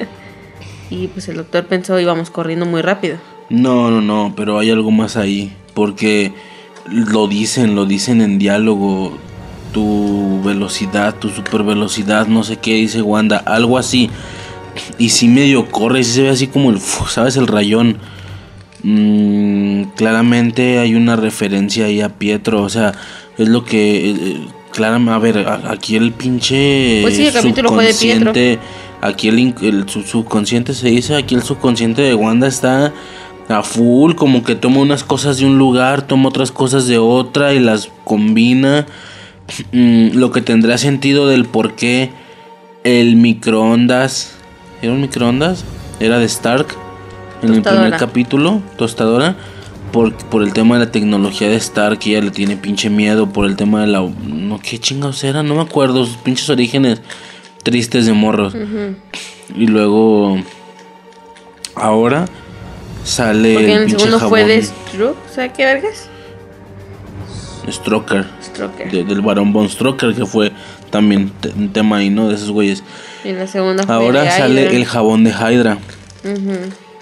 L: Y pues el doctor pensó íbamos corriendo muy rápido.
K: No, no, no, pero hay algo más ahí. Porque lo dicen, lo dicen en diálogo. Tu velocidad, tu super velocidad, no sé qué, dice Wanda, algo así. Y sí medio corre, sí se ve así como el, ¿sabes? El rayón. Mm, claramente hay una referencia ahí a Pietro, o sea, es lo que... Eh, claramente, a ver, a, aquí el pinche...
L: Pues sí, el capítulo fue de Pietro.
K: subconsciente, aquí el, el su- subconsciente se dice, aquí el subconsciente de Wanda está a full, como que toma unas cosas de un lugar, toma otras cosas de otra y las combina. Mm, lo que tendrá sentido del por qué el microondas... ¿Era un microondas? Era de Stark en el
L: Tostadora.
K: primer capítulo, tostadora, por, por el tema de la tecnología de Stark, ella le tiene pinche miedo por el tema de la... No, ¿qué chingados era? No me acuerdo, sus pinches orígenes tristes de morros.
L: Ujú.
K: Y luego... Ahora sale
L: Porque en
K: el
L: el
K: pinche
L: segundo
K: jabón
L: fue de Struck, ¿sabes qué vergas?
K: Stroker,
L: Stroker.
K: de- del Barón Von Stroker, que fue también te- un tema ahí, ¿no? De esos güeyes.
L: Y en la segunda fue
K: Ahora
L: de
K: sale
L: Hydra.
K: el jabón de Hydra.
L: Ujú.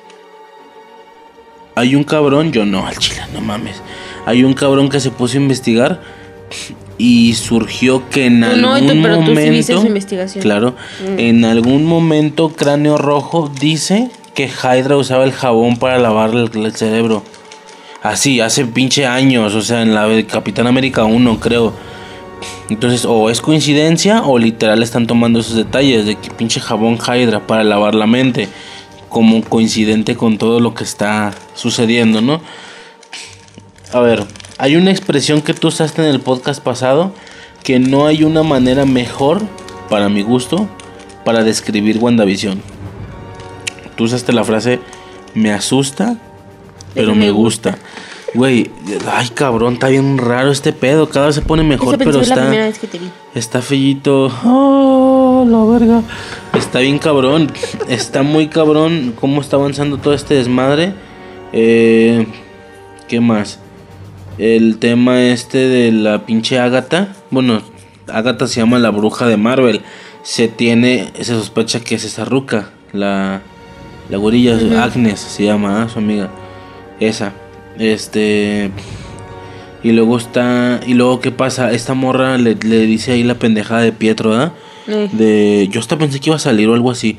K: Hay un cabrón, yo no, al chile, no mames. Hay un cabrón que se puso a investigar y surgió que en
L: Tú
K: algún
L: no, y tú- pero tú sí
K: momento,
L: viste su investigación.
K: claro,
L: Mm.
K: en algún momento Cráneo Rojo dice que Hydra usaba el jabón para lavar el, el cerebro. Así, hace pinche años, o sea, en la de Capitán América uno, creo. Entonces, o es coincidencia o literal están tomando esos detalles de que pinche jabón Hydra para lavar la mente, como coincidente con todo lo que está sucediendo, ¿no? A ver, hay una expresión que tú usaste en el podcast pasado, que no hay una manera mejor, para mi gusto, para describir WandaVision. Tú usaste la frase, me asusta, pero
L: Pero me
K: me gusta. Güey, ay cabrón, está bien raro este pedo, cada vez se pone mejor,
L: Esa pensé
K: pero
L: es la
K: está...
L: primera vez que te vi.
K: Está feíto. Oh, la verga. Está bien cabrón. Está muy cabrón cómo está avanzando todo este desmadre. Eh, ¿Qué más? El tema este de la pinche Agatha. Bueno, Agatha se llama la bruja de Marvel. Se tiene, se sospecha que es esa ruca. La, la gorilla,
L: Ujú.
K: Agnes se llama, ¿ah? Su amiga. Esa. Este... Y luego está... Y luego, ¿qué pasa? Esta morra le, le dice ahí la pendejada de Pietro, ¿verdad?
L: Eh.
K: De... Yo hasta pensé que iba a salir o algo así.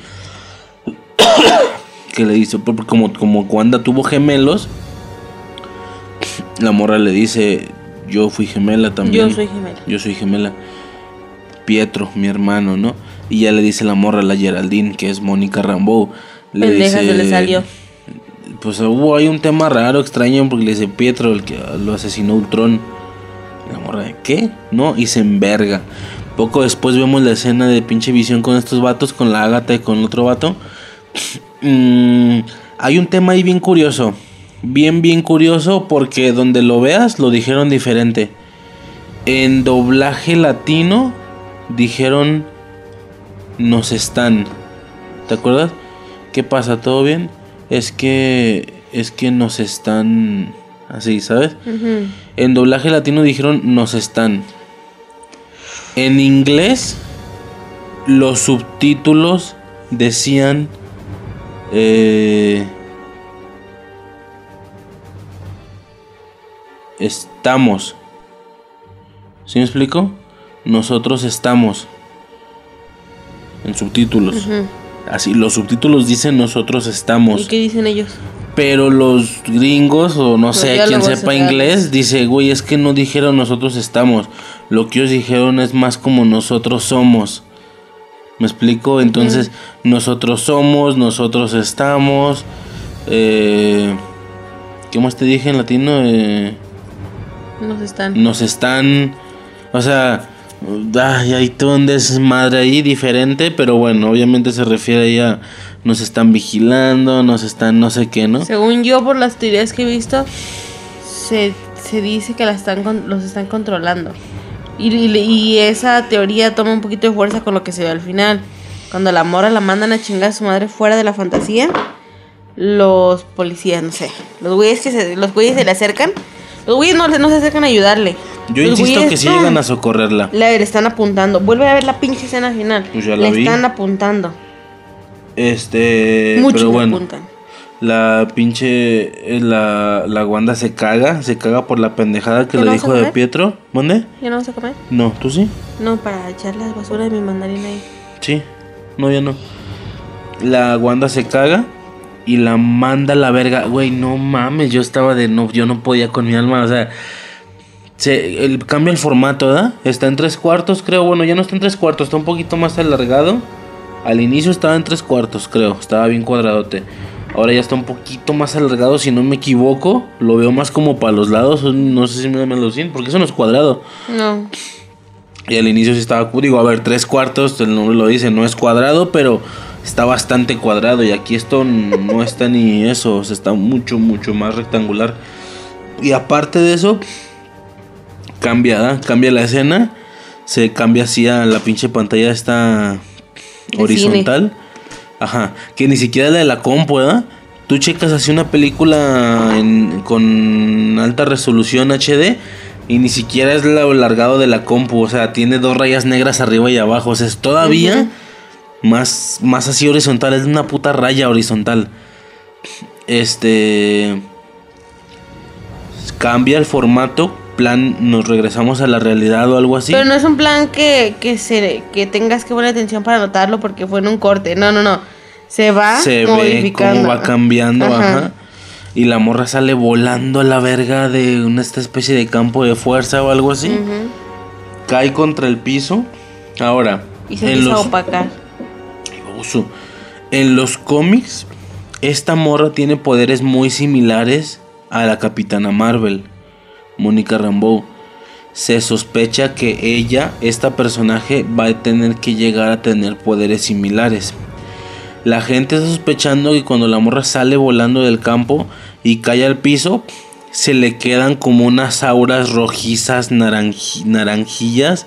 K: Que le dice... porque Como, como Wanda tuvo gemelos... La morra le dice... Yo fui gemela también.
L: Yo soy gemela.
K: Yo soy gemela. Pietro, mi hermano, ¿no? Y ya le dice la morra, la Geraldine, que es Mónica Rambeau. Le
L: Pendeja
K: dice...
L: se le salió.
K: Pues hubo hay un tema raro, extraño, porque le dice Pietro, el que lo asesinó Ultron. La morra de ¿qué? No, y se enverga. Poco después vemos la escena de pinche Visión con estos vatos, con la Ágata y con otro vato. mm, Hay un tema ahí bien curioso. Bien, bien curioso, porque donde lo veas lo dijeron diferente. En doblaje latino dijeron nos están. ¿Te acuerdas? ¿Qué pasa? ¿Todo bien? Es que es que nos están así, ¿sabes? Uh-huh. En doblaje latino dijeron nos están. En inglés los subtítulos decían eh, estamos. ¿Sí me explico? Nosotros estamos. En subtítulos. Uh-huh. Así, los subtítulos dicen nosotros estamos.
L: ¿Y qué dicen ellos?
K: Pero los gringos, o no sé, quien sepa inglés, dice, güey, es que no dijeron nosotros estamos. Lo que ellos dijeron es más como nosotros somos. ¿Me explico? Entonces, uh-huh. nosotros somos, nosotros estamos. Eh, ¿Qué más te dije en latino? Eh,
L: nos están.
K: Nos están. O sea, ay, hay todo un desmadre ahí diferente, pero bueno, obviamente se refiere ahí a nos están vigilando, nos están no sé qué, ¿no?
L: Según yo, por las teorías que he visto, se, se dice que la están con, los están controlando. Y, y, y esa teoría toma un poquito de fuerza con lo que se ve al final. Cuando la morra la mandan a chingar a su madre fuera de la fantasía, los policías, no sé, los güeyes que se, los güeyes se le acercan. Los güeyes no, no se acercan a ayudarle.
K: Yo
L: los
K: insisto
L: güeyes,
K: que sí
L: no,
K: llegan a socorrerla.
L: Le, le están apuntando. Vuelve a ver la pinche escena final.
K: Pues ya la
L: le
K: vi.
L: están apuntando.
K: Este.
L: Mucho
K: pero bueno,
L: apuntan.
K: La pinche. La, la Wanda se caga. Se caga por la pendejada que le dijo de Pietro. ¿Dónde?
L: ¿Ya no vas a comer?
K: No, ¿tú sí?
L: No, para echar la basura de mi mandarina ahí.
K: Sí. No, ya no. La Wanda se caga y la manda a la verga. Güey, no mames, yo estaba de no, yo no podía con mi alma, o sea, se, el, cambia el formato, ¿verdad? Está en tres cuartos, creo. Bueno, ya no está en tres cuartos, está un poquito más alargado. Al inicio estaba en tres cuartos, creo, estaba bien cuadradote. Ahora ya está un poquito más alargado, si no me equivoco. Lo veo más como para los lados, no sé si me lo siento, porque eso no es cuadrado.
L: No.
K: Y al inicio sí estaba, digo, a ver, tres cuartos, el nombre lo dice, no es cuadrado, pero está bastante cuadrado. Y aquí esto no está ni eso, o sea, está mucho, mucho más rectangular. Y aparte de eso, cambia, ¿eh? Cambia la escena, se cambia así a la pinche pantalla esta horizontal. Cine. Ajá, que ni siquiera es la de la compu, ¿verdad? Tú checas así una película en, con alta resolución H D y ni siquiera es lo alargado de la compu, o sea, tiene dos rayas negras arriba y abajo, o sea, es todavía uh-huh. más, más así horizontal, es una puta raya horizontal. Este... Cambia el formato, plan, nos regresamos a la realidad o algo así.
L: Pero no es un plan que, que, se, que tengas que poner atención para notarlo porque fue en un corte, no, no, no. Se va
K: Se
L: modificando.
K: ve cómo va cambiando, ajá.
L: Ajá.
K: Y la morra sale volando a la verga de una esta especie de campo de fuerza o algo así. Uh-huh. Cae contra el piso. Ahora,
L: y se empieza a opacar.
K: Uso. En los cómics, esta morra tiene poderes muy similares a la Capitana Marvel, Mónica Rambeau. Se sospecha que ella, esta personaje, va a tener que llegar a tener poderes similares. La gente está sospechando que cuando la morra sale volando del campo y cae al piso, se le quedan como unas auras rojizas, naranj- naranjillas.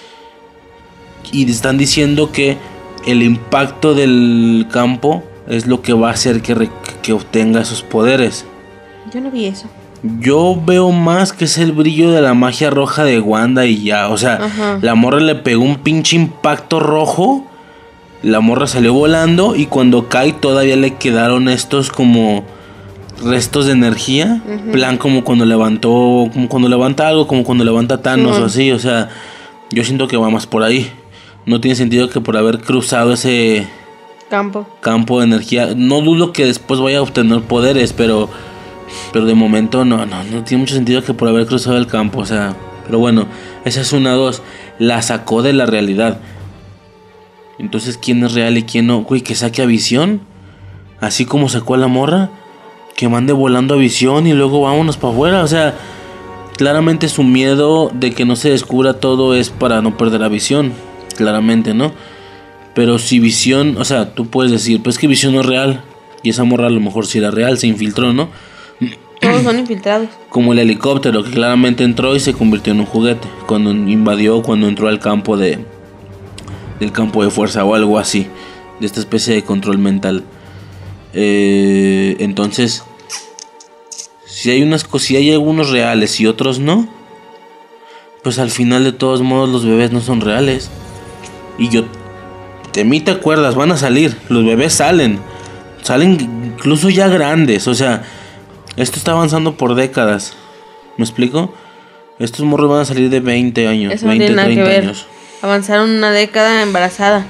K: Y están diciendo que el impacto del campo es lo que va a hacer que, re- que obtenga esos poderes.
L: Yo no vi eso.
K: Yo veo más que es el brillo de la magia roja de Wanda y ya. O sea, ajá. La morra le pegó un pinche impacto rojo. La morra salió volando y cuando cae todavía le quedaron estos como restos de energía. Uh-huh. Plan como cuando levantó, como cuando levanta algo, como cuando levanta Thanos, uh-huh. o así. O sea, yo siento que va más por ahí. No tiene sentido que por haber cruzado ese
L: campo,
K: campo de energía. No dudo que después vaya a obtener poderes, pero... Pero de momento no, no, no tiene mucho sentido que por haber cruzado el campo, o sea... Pero bueno, esa es una, dos. La sacó de la realidad. Entonces, ¿quién es real y quién no? Güey, que saque a Visión. Así como sacó a la morra. Que mande volando a Visión y luego vámonos para afuera. O sea, claramente su miedo de que no se descubra todo es para no perder a Visión, claramente, ¿no? Pero si Visión, o sea, tú puedes decir, pues que Visión no es real, y esa morra a lo mejor sí era real, se infiltró, ¿no?
L: Todos son infiltrados.
K: Como el helicóptero que claramente entró y se convirtió en un juguete cuando invadió, cuando entró al campo de del campo de fuerza o algo así, de esta especie de control mental. Eh, entonces, si hay unas cosas, si hay algunos reales y otros no, pues al final de todos modos los bebés no son reales. Y yo, de mí te acuerdas, van a salir, los bebés salen, salen incluso ya grandes, o sea, esto está avanzando por décadas. ¿Me explico? Estos morros van a salir de veinte años,
L: Eso no
K: veinte,
L: tiene nada
K: treinta
L: que ver.
K: años.
L: Avanzaron una década embarazada.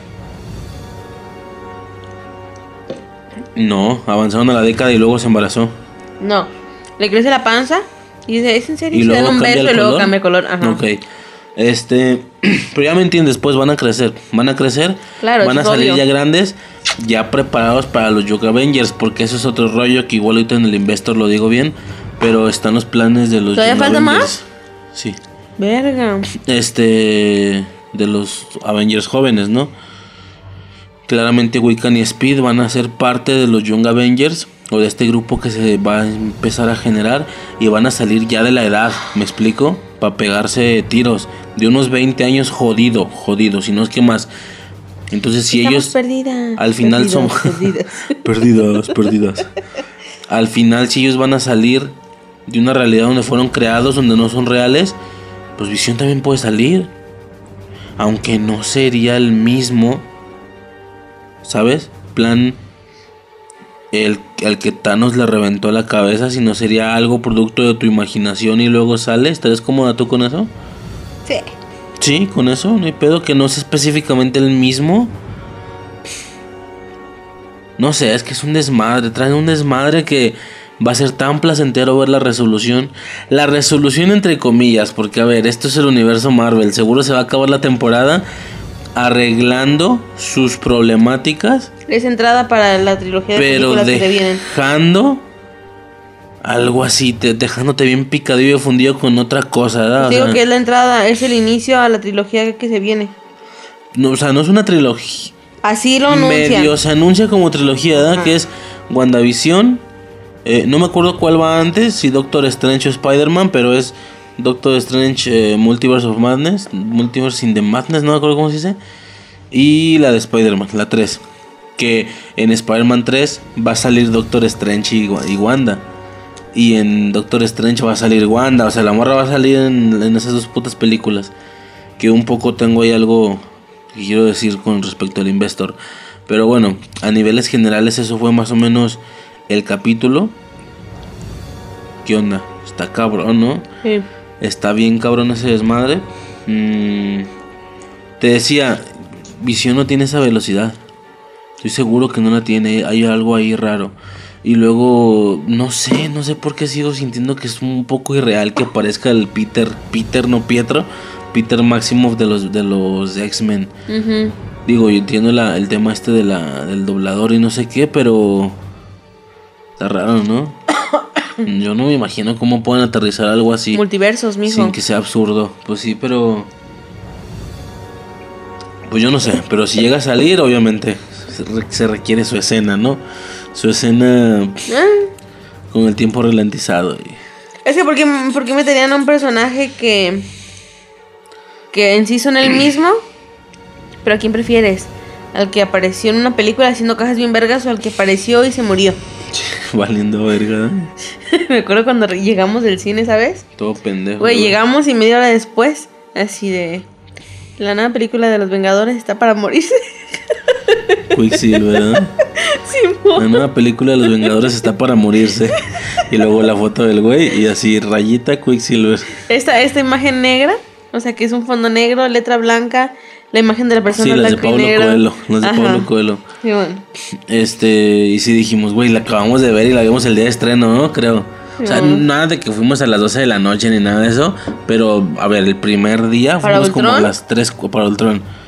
K: No, avanzaron a la década y luego se embarazó.
L: No, le crece la panza y dice, ¿es en serio?
K: Y
L: Se
K: luego
L: dan un
K: cambia
L: beso
K: el
L: y luego
K: color.
L: cambia el color. Ajá.
K: Ok. Este, pero ya me entiendes, pues van a crecer, van a crecer,
L: Claro,
K: van a
L: eso es
K: salir
L: obvio.
K: ya grandes, ya preparados para los Young Avengers, porque eso es otro rollo que igual ahorita en el Investor lo digo bien, pero están los planes de los
L: ¿Todavía
K: Young
L: falta
K: Avengers.
L: más?
K: Sí.
L: Verga.
K: Este, de los Avengers jóvenes, ¿no? Claramente Wiccan y Speed van a ser parte de los Young Avengers o de este grupo que se va a empezar a generar y van a salir ya de la edad, ¿me explico? Para pegarse tiros de unos veinte años jodido, jodido, si no es que más. Entonces si
L: Estamos
K: ellos
L: perdidas,
K: al final
L: perdidas,
K: son
L: perdidas.
K: perdidas, perdidas. Al final si ellos van a salir de una realidad donde fueron creados, donde no son reales, pues Visión también puede salir. Aunque no sería el mismo, ¿sabes? Plan el al que Thanos le reventó la cabeza, sino sería algo producto de tu imaginación y luego sale. ¿Estarías cómoda tú con eso?
L: Sí.
K: Sí, con eso, no hay pedo, que no es específicamente el mismo. No sé, es que es un desmadre, trae un desmadre que va a ser tan placentero ver la resolución. La resolución entre comillas, porque a ver, esto es el universo Marvel, seguro se va a acabar la temporada arreglando sus problemáticas,
L: Es entrada para la trilogía de
K: pero
L: películas que se vienen.
K: dejando algo así, te, dejándote bien picadillo y fundido con otra cosa, ¿verdad? O
L: Digo
K: sea,
L: que es la entrada, es el inicio a la trilogía que se viene.
K: no, o sea, no es una trilogía.
L: Así lo anuncian.
K: Medio se anuncia como trilogía, ¿verdad? Que es WandaVision. Eh, no me acuerdo cuál va antes, si Doctor Strange o Spider-Man, pero es Doctor Strange eh, Multiverse of Madness, Multiverse in the Madness, no me acuerdo cómo se dice. Y la de Spider-Man, la tres. Que en Spider-Man tres va a salir Doctor Strange y, y Wanda. Y en Doctor Strange va a salir Wanda. O sea, la morra va a salir en, en esas dos putas películas. Que un poco tengo ahí algo que quiero decir con respecto al Investor. Pero bueno, a niveles generales eso fue más o menos el capítulo. ¿Qué onda? Está cabrón, ¿no?
L: Sí.
K: Está bien cabrón ese desmadre. Mm, te decía, Visión no tiene esa velocidad. Estoy seguro que no la tiene. Hay algo ahí raro. Y luego, no sé, no sé por qué sigo sintiendo que es un poco irreal que aparezca el Peter, Peter, no Pietro, Peter Maximoff de los de los X-Men.
L: Uh-huh.
K: Digo, yo entiendo la, el tema este de la, del doblador y no sé qué, pero está raro, ¿no? Yo no me imagino cómo pueden aterrizar algo así.
L: Multiversos, mijo.
K: Sin que sea absurdo. Pues sí, pero... Pues yo no sé, pero si llega a salir, obviamente se, re- se requiere su escena, ¿no? Su escena
L: Ah,
K: con el tiempo ralentizado. Y...
L: Es que ¿por qué, por qué meterían a un personaje que que en sí son el mismo? Pero ¿a quién prefieres? ¿Al que apareció en una película haciendo cajas bien vergas o al que apareció y se murió?
K: Valiendo verga.
L: Me acuerdo cuando re- llegamos del cine, ¿sabes?
K: Todo pendejo.
L: Güey, llegamos y media hora después, así de... La nueva película de los Vengadores está para morirse.
K: Quicksilver, ¿no?
L: Simón.
K: La nueva película de los Vengadores está para morirse. Y luego la foto del güey y así, rayita Quicksilver.
L: Esta, esta imagen negra, o sea que es un fondo negro, letra blanca, la imagen de la persona
K: Sí, las de
L: blanco y
K: Pablo
L: negro.
K: Coelho. Las de
L: Ajá.
K: Pablo Coelho.
L: Sí, bueno.
K: Este, y sí dijimos, güey, la acabamos de ver y la vimos el día de estreno, ¿no? Creo. O sea,
L: No.
K: nada de que fuimos a las doce de la noche ni nada de eso. Pero, a ver, el primer día
L: ¿Para
K: fuimos como a
L: Ultron?
K: las tres cu- para Ultron.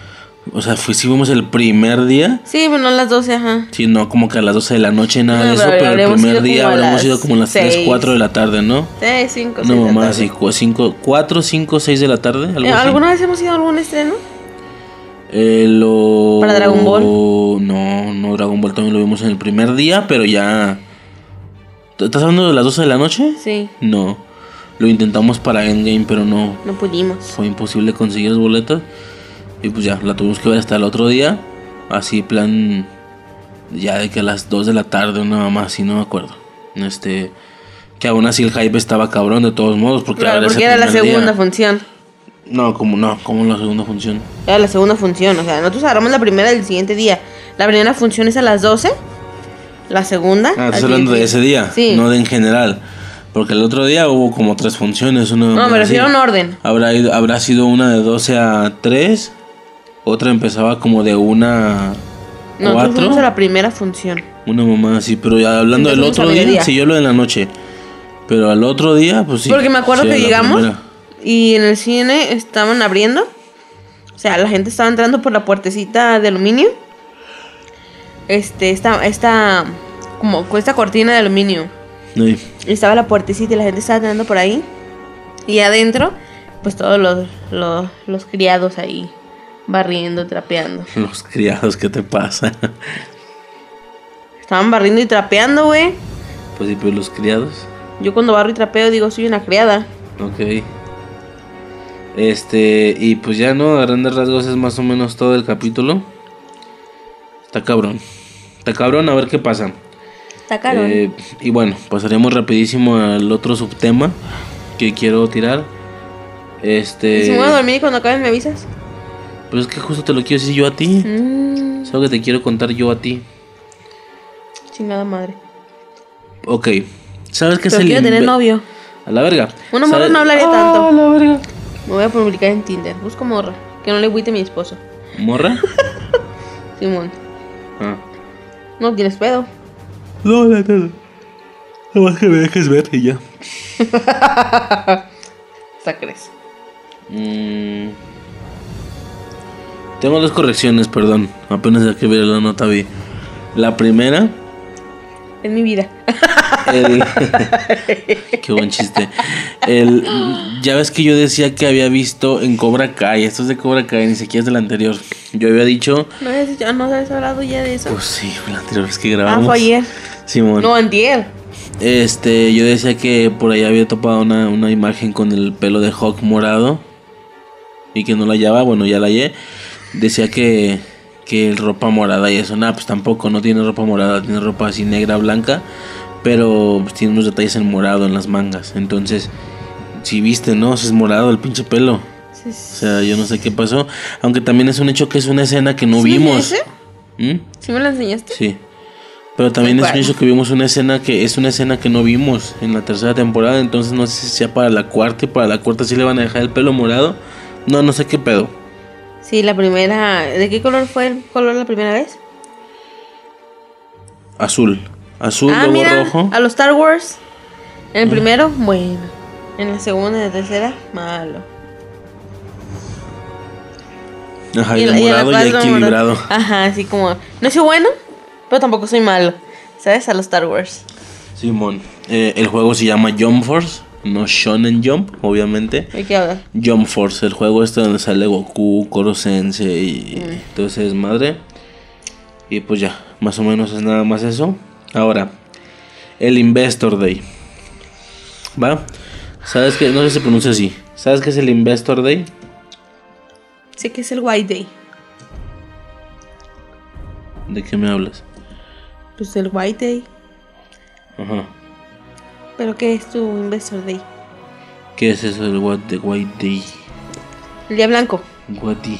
K: O sea, fui, sí fuimos el primer día.
L: Sí, bueno, a las doce, ajá.
K: Sí, no como que a las doce de la noche, nada
L: No,
K: de eso,
L: pero
K: pero el
L: habríamos
K: primer
L: ido
K: día
L: como a
K: habremos
L: las
K: ido como a las tres,
L: seis.
K: cuatro de la tarde, ¿no?
L: Sí, cinco,
K: No,
L: seis de la
K: mamá,
L: tarde.
K: sí, cinco, cuatro, cinco, seis de la tarde, algo
L: Eh,
K: así.
L: ¿Alguna vez hemos ido a algún estreno?
K: Eh, lo...
L: ¿Para Dragon Ball?
K: No, no, Dragon Ball también lo vimos en el primer día, pero ya... ¿Estás hablando de las doce de la noche?
L: Sí.
K: No, lo intentamos para Endgame, pero no...
L: No pudimos.
K: Fue imposible conseguir los boletos. Y pues ya, la tuvimos que ver hasta el otro día. Así, plan... Ya de que a las dos de la tarde, una mamá así, no me acuerdo. Este... Que aún así el hype estaba cabrón de todos modos. Porque,
L: Claro,
K: era,
L: porque
K: ese
L: era la
K: primer
L: segunda
K: día.
L: función.
K: No, como no, como la segunda función.
L: Era la segunda función, o sea, nosotros agarramos la primera del siguiente día. La primera función es a las doce. La segunda...
K: Ah,
L: al
K: estás hablando de
L: siguiente-
K: ese día,
L: Sí.
K: no de en general. Porque el otro día hubo como tres funciones. Una
L: No, me
K: así.
L: refiero a un orden.
K: Habrá, ido, habrá sido una de doce a tres. Otra empezaba como de una a
L: Nosotros
K: cuatro.
L: fuimos a la primera función.
K: Una mamá así, pero ya hablando del
L: Empezamos
K: otro
L: a
K: día,
L: mediodía.
K: sí, yo lo de la noche. Pero al otro día, pues sí.
L: Porque me acuerdo
K: sí,
L: que
K: a la
L: llegamos
K: primera.
L: y en el cine estaban abriendo. O sea, la gente estaba entrando por la puertecita de aluminio. Este, esta, esta, como con esta cortina de aluminio.
K: Sí.
L: Y estaba la puertecita y la gente estaba entrando por ahí. Y adentro, pues todos los, los, los criados ahí barriendo, trapeando.
K: Los criados, ¿qué te pasa?
L: Estaban barriendo y trapeando, güey.
K: Pues sí, pero los criados.
L: Yo cuando barro y trapeo digo, soy una criada.
K: Ok. Este, y pues ya no, a grandes rasgos es más o menos todo el capítulo. Está cabrón. Está cabrón, a ver qué pasa.
L: Está caro.
K: Eh, y bueno, pasaremos rapidísimo al otro subtema que quiero tirar. Este.
L: ¿Y si me voy a dormir y cuando acabes me avisas?
K: Pues es que justo te lo quiero decir yo a ti.
L: Mm,
K: Es algo que te quiero contar yo a ti.
L: chingada madre.
K: Ok. ¿Sabes qué es
L: Pero
K: el
L: quiero tener
K: inve-
L: novio.
K: A la verga.
L: Una morra
K: ¿Sabes?
L: no hablaría
K: Ah,
L: tanto.
K: a la verga.
L: Me voy a publicar en Tinder. Busco morra. Que no le agüite a mi esposo.
K: ¿Morra?
L: Simón.
K: Ah.
L: No tienes pedo.
K: No, la nada. Nada más que me dejes ver y ya.
L: Hasta crees.
K: Mm. Tengo dos correcciones, perdón. Apenas de que ver la nota vi. La primera.
L: En mi vida.
K: El... Qué buen chiste. El... Ya ves que yo decía que había visto en Cobra Kai. Esto es de Cobra Kai, ni siquiera es del anterior. Yo había dicho.
L: ¿No habías dicho, no habías hablado ya de eso?
K: Pues sí, fue la anterior vez que
L: Ah,
K: grabamos.
L: fue ayer.
K: Simón.
L: No, antier.
K: Este, yo decía que por ahí había topado una, una imagen con el pelo de Hawk morado. Y que no la hallaba, bueno, ya la hallé. Decía que, que ropa morada y eso. Nada, pues tampoco, no tiene ropa morada, tiene ropa así negra, blanca. Pero pues, tiene unos detalles en morado en las mangas. Entonces, si viste, ¿no? Si es morado el pinche pelo.
L: Sí, sí.
K: O sea, yo no sé qué pasó. Aunque también es un hecho que es una escena que no
L: ¿Sí me
K: vimos.
L: enseñaste?
K: ¿Mm?
L: ¿Sí me la enseñaste?
K: Sí. Pero también es un
L: ¿Cuál?
K: hecho que vimos una escena que es una escena que no vimos en la tercera temporada. Entonces no sé si sea para la cuarta y para la cuarta sí le van a dejar el pelo morado. No, no sé qué pedo.
L: Sí, la primera. ¿De qué color fue el color la primera vez?
K: Azul. Azul,
L: ah,
K: luego
L: mira,
K: rojo.
L: a los Star Wars. En el primero, bueno. En la segunda y la tercera, malo.
K: Ajá, y
L: en
K: el
L: la- y en la
K: morado ya
L: cuatro,
K: equilibrado.
L: morado. Ajá, así como. No soy bueno, pero tampoco soy malo. ¿Sabes? A los Star Wars.
K: Simón. Eh, el juego se llama Jump Force. No Shonen Jump, obviamente.
L: ¿De qué hablas?
K: Jump Force, el juego este donde sale Goku, Koro Sensei y
L: Mm.
K: todo ese desmadre. Y pues ya, más o menos es nada más eso. Ahora, el Investor Day. ¿Va? ¿Sabes qué? No sé si se pronuncia así. ¿Sabes qué es el Investor Day?
L: Sí que es el White Day.
K: ¿De qué me hablas?
L: Pues el White Day.
K: Ajá.
L: ¿Pero qué es tu Investor Day?
K: ¿Qué es eso del what the White Day?
L: El día blanco.
K: What the...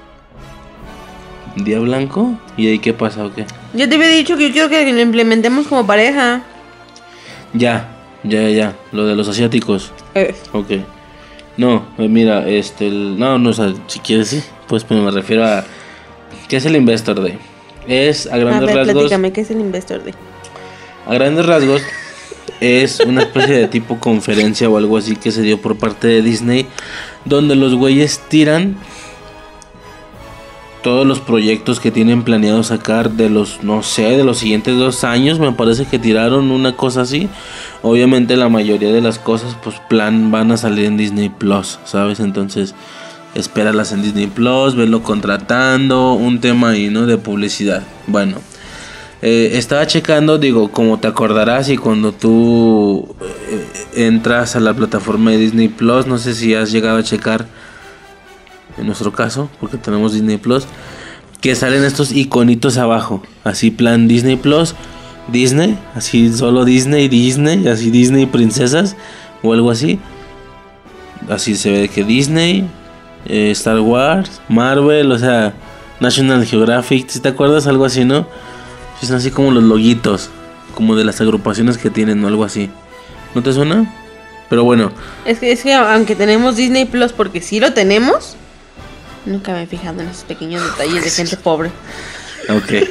K: ¿Día blanco? ¿Y ahí qué pasa o qué?
L: Yo te había dicho que yo quiero que lo implementemos como pareja.
K: Ya, ya, ya. Lo de los asiáticos.
L: Eh.
K: Ok. No, eh, mira, este, el, no, no, o sea, si quieres sí, pues, pero me refiero a, ¿qué es el Investor Day? Es, a
L: A
K: grandes
L: ver,
K: rasgos,
L: platícame, ¿qué es el Investor Day?
K: a grandes rasgos, es una especie de tipo conferencia o algo así que se dio por parte de Disney, donde los güeyes tiran todos los proyectos que tienen planeado sacar de los, no sé, de los siguientes dos años, me parece que tiraron una cosa así. Obviamente la mayoría de las cosas, pues plan, van a salir en Disney Plus, ¿sabes? Entonces, espéralas en Disney Plus, verlo contratando, un tema ahí, ¿no? De publicidad. Bueno, eh, estaba checando, digo, como te acordarás, y cuando tú eh, entras a la plataforma de Disney Plus, no sé si has llegado a checar, en nuestro caso, porque tenemos Disney Plus, que salen estos iconitos abajo, así plan Disney Plus, Disney, así solo Disney, Disney, así Disney princesas o algo así. Así se ve que Disney, eh, Star Wars, Marvel, o sea, National Geographic, ¿sí te acuerdas? Algo así, ¿no? Son así como los loguitos, como de las agrupaciones que tienen o algo así. ¿No te suena? Pero bueno.
L: Es que, es que aunque tenemos Disney Plus, porque sí lo tenemos, nunca me he fijado en esos pequeños detalles de gente pobre.
K: Ok.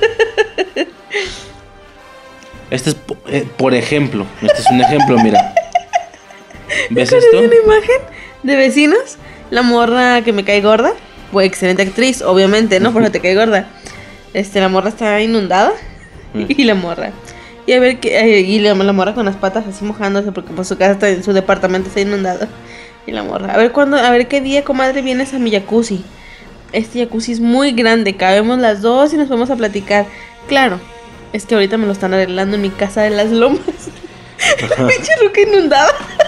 K: Este es, eh, por ejemplo, este es un ejemplo, mira. ¿Ves esto?
L: Una imagen de Vecinos, la morra que me cae gorda, pues excelente actriz, obviamente, ¿no? Porque te cae gorda. Este, la morra está inundada mm. y la morra. Y a ver que eh, y la, la morra con las patas así mojándose porque pues su casa está, su departamento está inundado. Y la morra, a ver cuándo, a ver qué día, comadre, vienes a mi jacuzzi. Este jacuzzi es muy grande, cabemos las dos y nos vamos a platicar. Claro, es que ahorita me lo están arreglando en mi casa de las lomas. La pinche ruca inundada.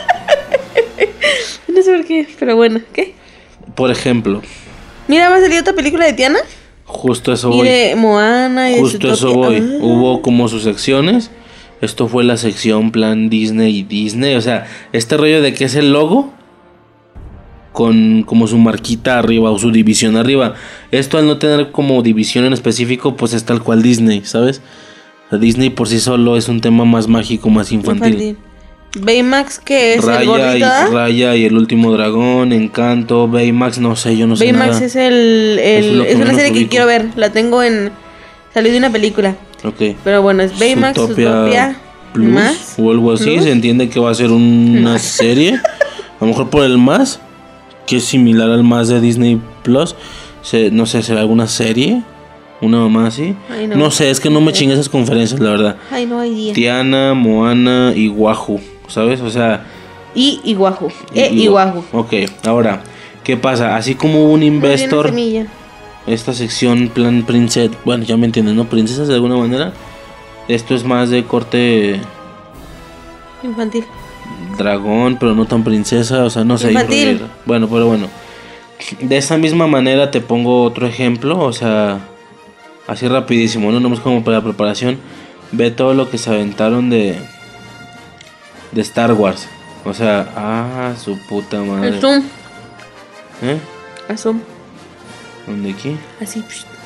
L: No sé por qué, pero bueno, ¿qué?
K: Por ejemplo.
L: Mira, va a salir otra película de Tiana.
K: Justo eso
L: y
K: voy.
L: Y de Moana y
K: Justo
L: de
K: eso voy. Ah. Hubo como sus secciones. Esto fue la sección plan Disney y Disney. O sea, este rollo de que es el logo con como su marquita arriba o su división arriba. Esto al no tener como división en específico, pues es tal cual Disney, ¿sabes? O sea, Disney por sí solo es un tema más mágico, más infantil. infantil.
L: Baymax, ¿qué es?
K: Raya,
L: el gordito,
K: y,
L: ¿eh?
K: Raya y el último dragón, Encanto, Baymax, no sé, yo no sé
L: Baymax
K: nada.
L: es el, el es, es una serie ubico. que quiero ver, la tengo en, salió de una película.
K: Ok.
L: Pero bueno, es Baymax,
K: Zootopia,
L: Zootopia
K: Plus más, o algo así, plus. Se entiende que va a ser una no. serie, a lo mejor por el más, que es similar al más de Disney Plus, se, no sé, será alguna serie, una mamá así. Ay, no. no sé, es que no me chingué esas conferencias, la verdad.
L: Ay, no hay día.
K: Tiana, Moana y Wahoo, ¿sabes? O sea...
L: Y Iguahu. E Iguahu.
K: Ok, ahora, ¿qué pasa? Así como hubo un investor... Esta sección plan princesa... Bueno, ya me entiendes, ¿no? Princesas de alguna manera. Esto es más de corte...
L: Infantil.
K: Dragón, pero no tan princesa, o sea, no sé.
L: Infantil.
K: Bueno, pero bueno. De esa misma manera te pongo otro ejemplo, o sea... Así rapidísimo, no nomás como para la preparación. Ve todo lo que se aventaron de... De Star Wars. O sea, ah, su puta madre.
L: El zoom.
K: ¿Eh?
L: El zoom.
K: ¿Dónde aquí?
L: Así.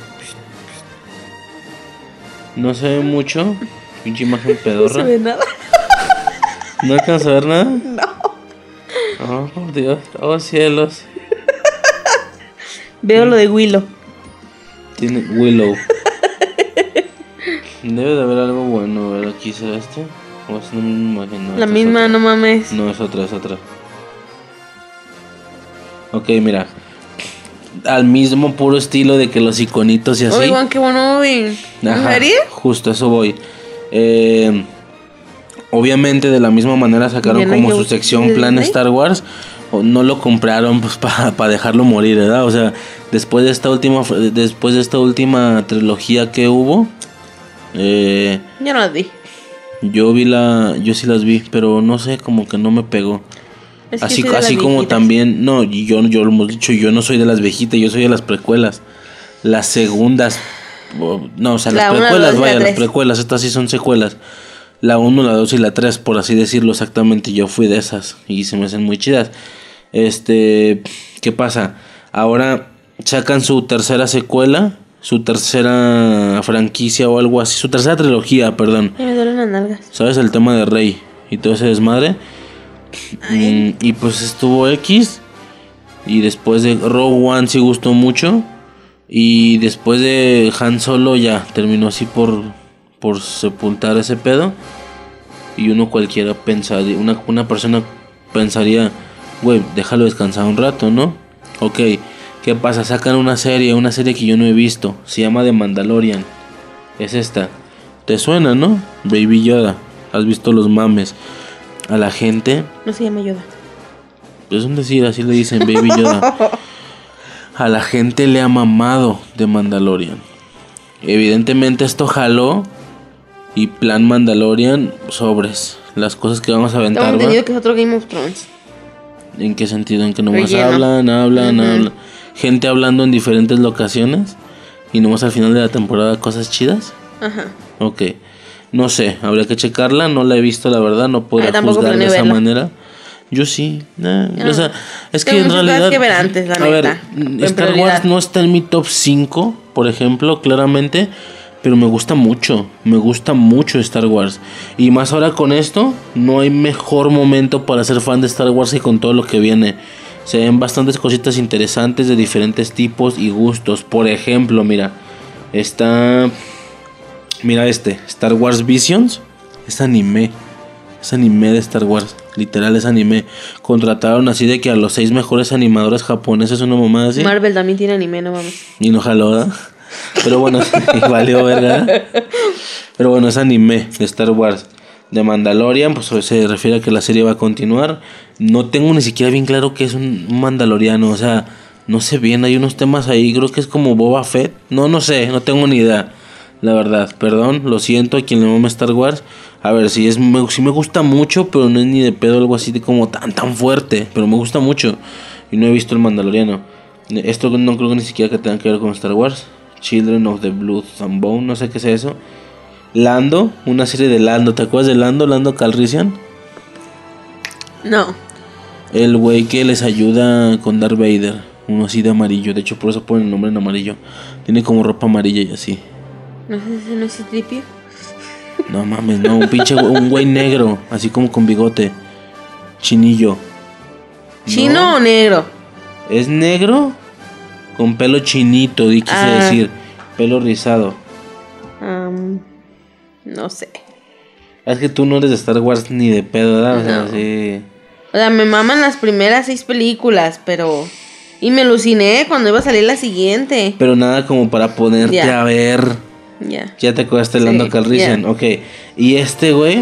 K: No se ve mucho. Pinche imagen pedorra.
L: No se ve nada.
K: ¿No alcanzas a ver nada?
L: No.
K: Oh, por Dios. Oh, cielos.
L: Veo lo de Willow.
K: Tiene Willow. Debe de haber algo bueno. A ver, aquí será este. O es una misma imagen. No,
L: la misma, no mames.
K: No, es otra, es otra. Ok, mira. Al mismo puro estilo de que los iconitos y así.
L: Oigan, qué bueno, ¿en serio?
K: Justo, a eso voy. Eh, obviamente de la misma manera sacaron como su sección plan Star Wars. No lo compraron pues para pa dejarlo morir, ¿verdad? O sea, después de esta última después de esta última trilogía que hubo, eh,
L: yo no las vi.
K: Yo vi la, yo sí las vi, pero no sé, como que no me pegó. Es así así como viejitas. También, no, yo yo lo hemos dicho, yo no soy de las viejitas, yo soy de las precuelas. Las segundas, no, o sea, la las precuelas, dos, vaya, las precuelas, estas sí son secuelas. La uno, la dos y la tres, por así decirlo exactamente, yo fui de esas y se me hacen muy chidas. Este, ¿qué pasa? Ahora sacan su tercera secuela, su tercera franquicia o algo así, su tercera trilogía, perdón.
L: Me duelen las nalgas.
K: ¿Sabes? El tema de Rey y todo ese desmadre. Mm, y pues estuvo X. Y después de Rogue One sí gustó mucho. Y después de Han Solo ya terminó así por, por sepultar ese pedo. Y uno cualquiera pensaría, una, una persona pensaría, güey, déjalo descansar un rato, ¿no? Ok, ¿Qué pasa? Sacan una serie, una serie que yo no he visto. Se llama The Mandalorian. Es esta. ¿Te suena, no? Baby Yoda. ¿Has visto los mames? A la gente...
L: No se llama Yoda.
K: Es un decir, así le dicen, Baby Yoda. A la gente le ha mamado The Mandalorian. Evidentemente esto jaló. Y plan Mandalorian, sobres. Las cosas que vamos a aventar.
L: Tengo entendido que es otro Game of Thrones.
K: ¿En qué sentido? En que nomás
L: Relleno.
K: hablan, hablan,
L: Uh-huh.
K: hablan. Gente hablando en diferentes locaciones. Y nomás al final de la temporada cosas chidas.
L: Ajá.
K: Ok. No sé, habría que checarla. No la he visto, la verdad. No podría
L: Ay, tampoco
K: juzgar de
L: planeo
K: esa
L: verla.
K: manera. Yo sí. Nah,
L: No.
K: o sea, es que
L: Tengo
K: en
L: muchas
K: realidad.
L: cosas que ver antes, la
K: a
L: neta.
K: ver,
L: En
K: Star
L: prioridad.
K: Wars no está en mi top cinco, por ejemplo, claramente. Pero me gusta mucho. Me gusta mucho Star Wars. Y más ahora con esto, no hay mejor momento para ser fan de Star Wars que con todo lo que viene. Se ven bastantes cositas interesantes de diferentes tipos y gustos. Por ejemplo, mira, está. Mira este, Star Wars Visions. Es anime. Es anime de Star Wars. Literal es anime. Contrataron así de que a los seis mejores animadores japoneses, una mamada así.
L: Marvel también tiene anime, no mames.
K: Y no jaló, ¿verdad? Pero bueno, y valió verga. Pero bueno, es anime de Star Wars. De Mandalorian, pues se refiere a que la serie va a continuar. No tengo ni siquiera bien claro que es un mandaloriano. O sea, no sé bien, hay unos temas ahí. Creo que es como Boba Fett. No, no sé, no tengo ni idea. La verdad, perdón, lo siento a quien le mama Star Wars. A ver, si es me, sí me gusta mucho, pero no es ni de pedo algo así de como tan tan fuerte. Pero me gusta mucho. Y no he visto el Mandaloriano. Esto no creo que ni siquiera que tenga que ver con Star Wars. Children of the Blood and Bone, no sé qué es eso. Lando, una serie de Lando. ¿Te acuerdas de Lando? Lando Calrissian.
L: No.
K: El güey que les ayuda con Darth Vader. Uno así de amarillo. De hecho, por eso ponen el nombre en amarillo. Tiene como ropa amarilla y así.
L: No sé si no es Citripio.
K: No mames, no. Un pinche güey, un güey negro. Así como con bigote. Chinillo.
L: ¿Chino
K: ¿No?
L: o negro?
K: ¿Es negro? Con pelo chinito, di quise
L: Ah.
K: decir. Pelo rizado.
L: Um, no sé.
K: Es que tú no eres de Star Wars ni de pedo, ¿verdad? O sea,
L: No.
K: sí.
L: O sea, me maman las primeras seis películas, pero... Y me aluciné cuando iba a salir la siguiente.
K: Pero nada como para ponerte
L: Ya.
K: a ver.
L: Ya.
K: Ya te acuerdas de
L: Sí,
K: Lando Calrissian.
L: ya.
K: Ok. Y este güey.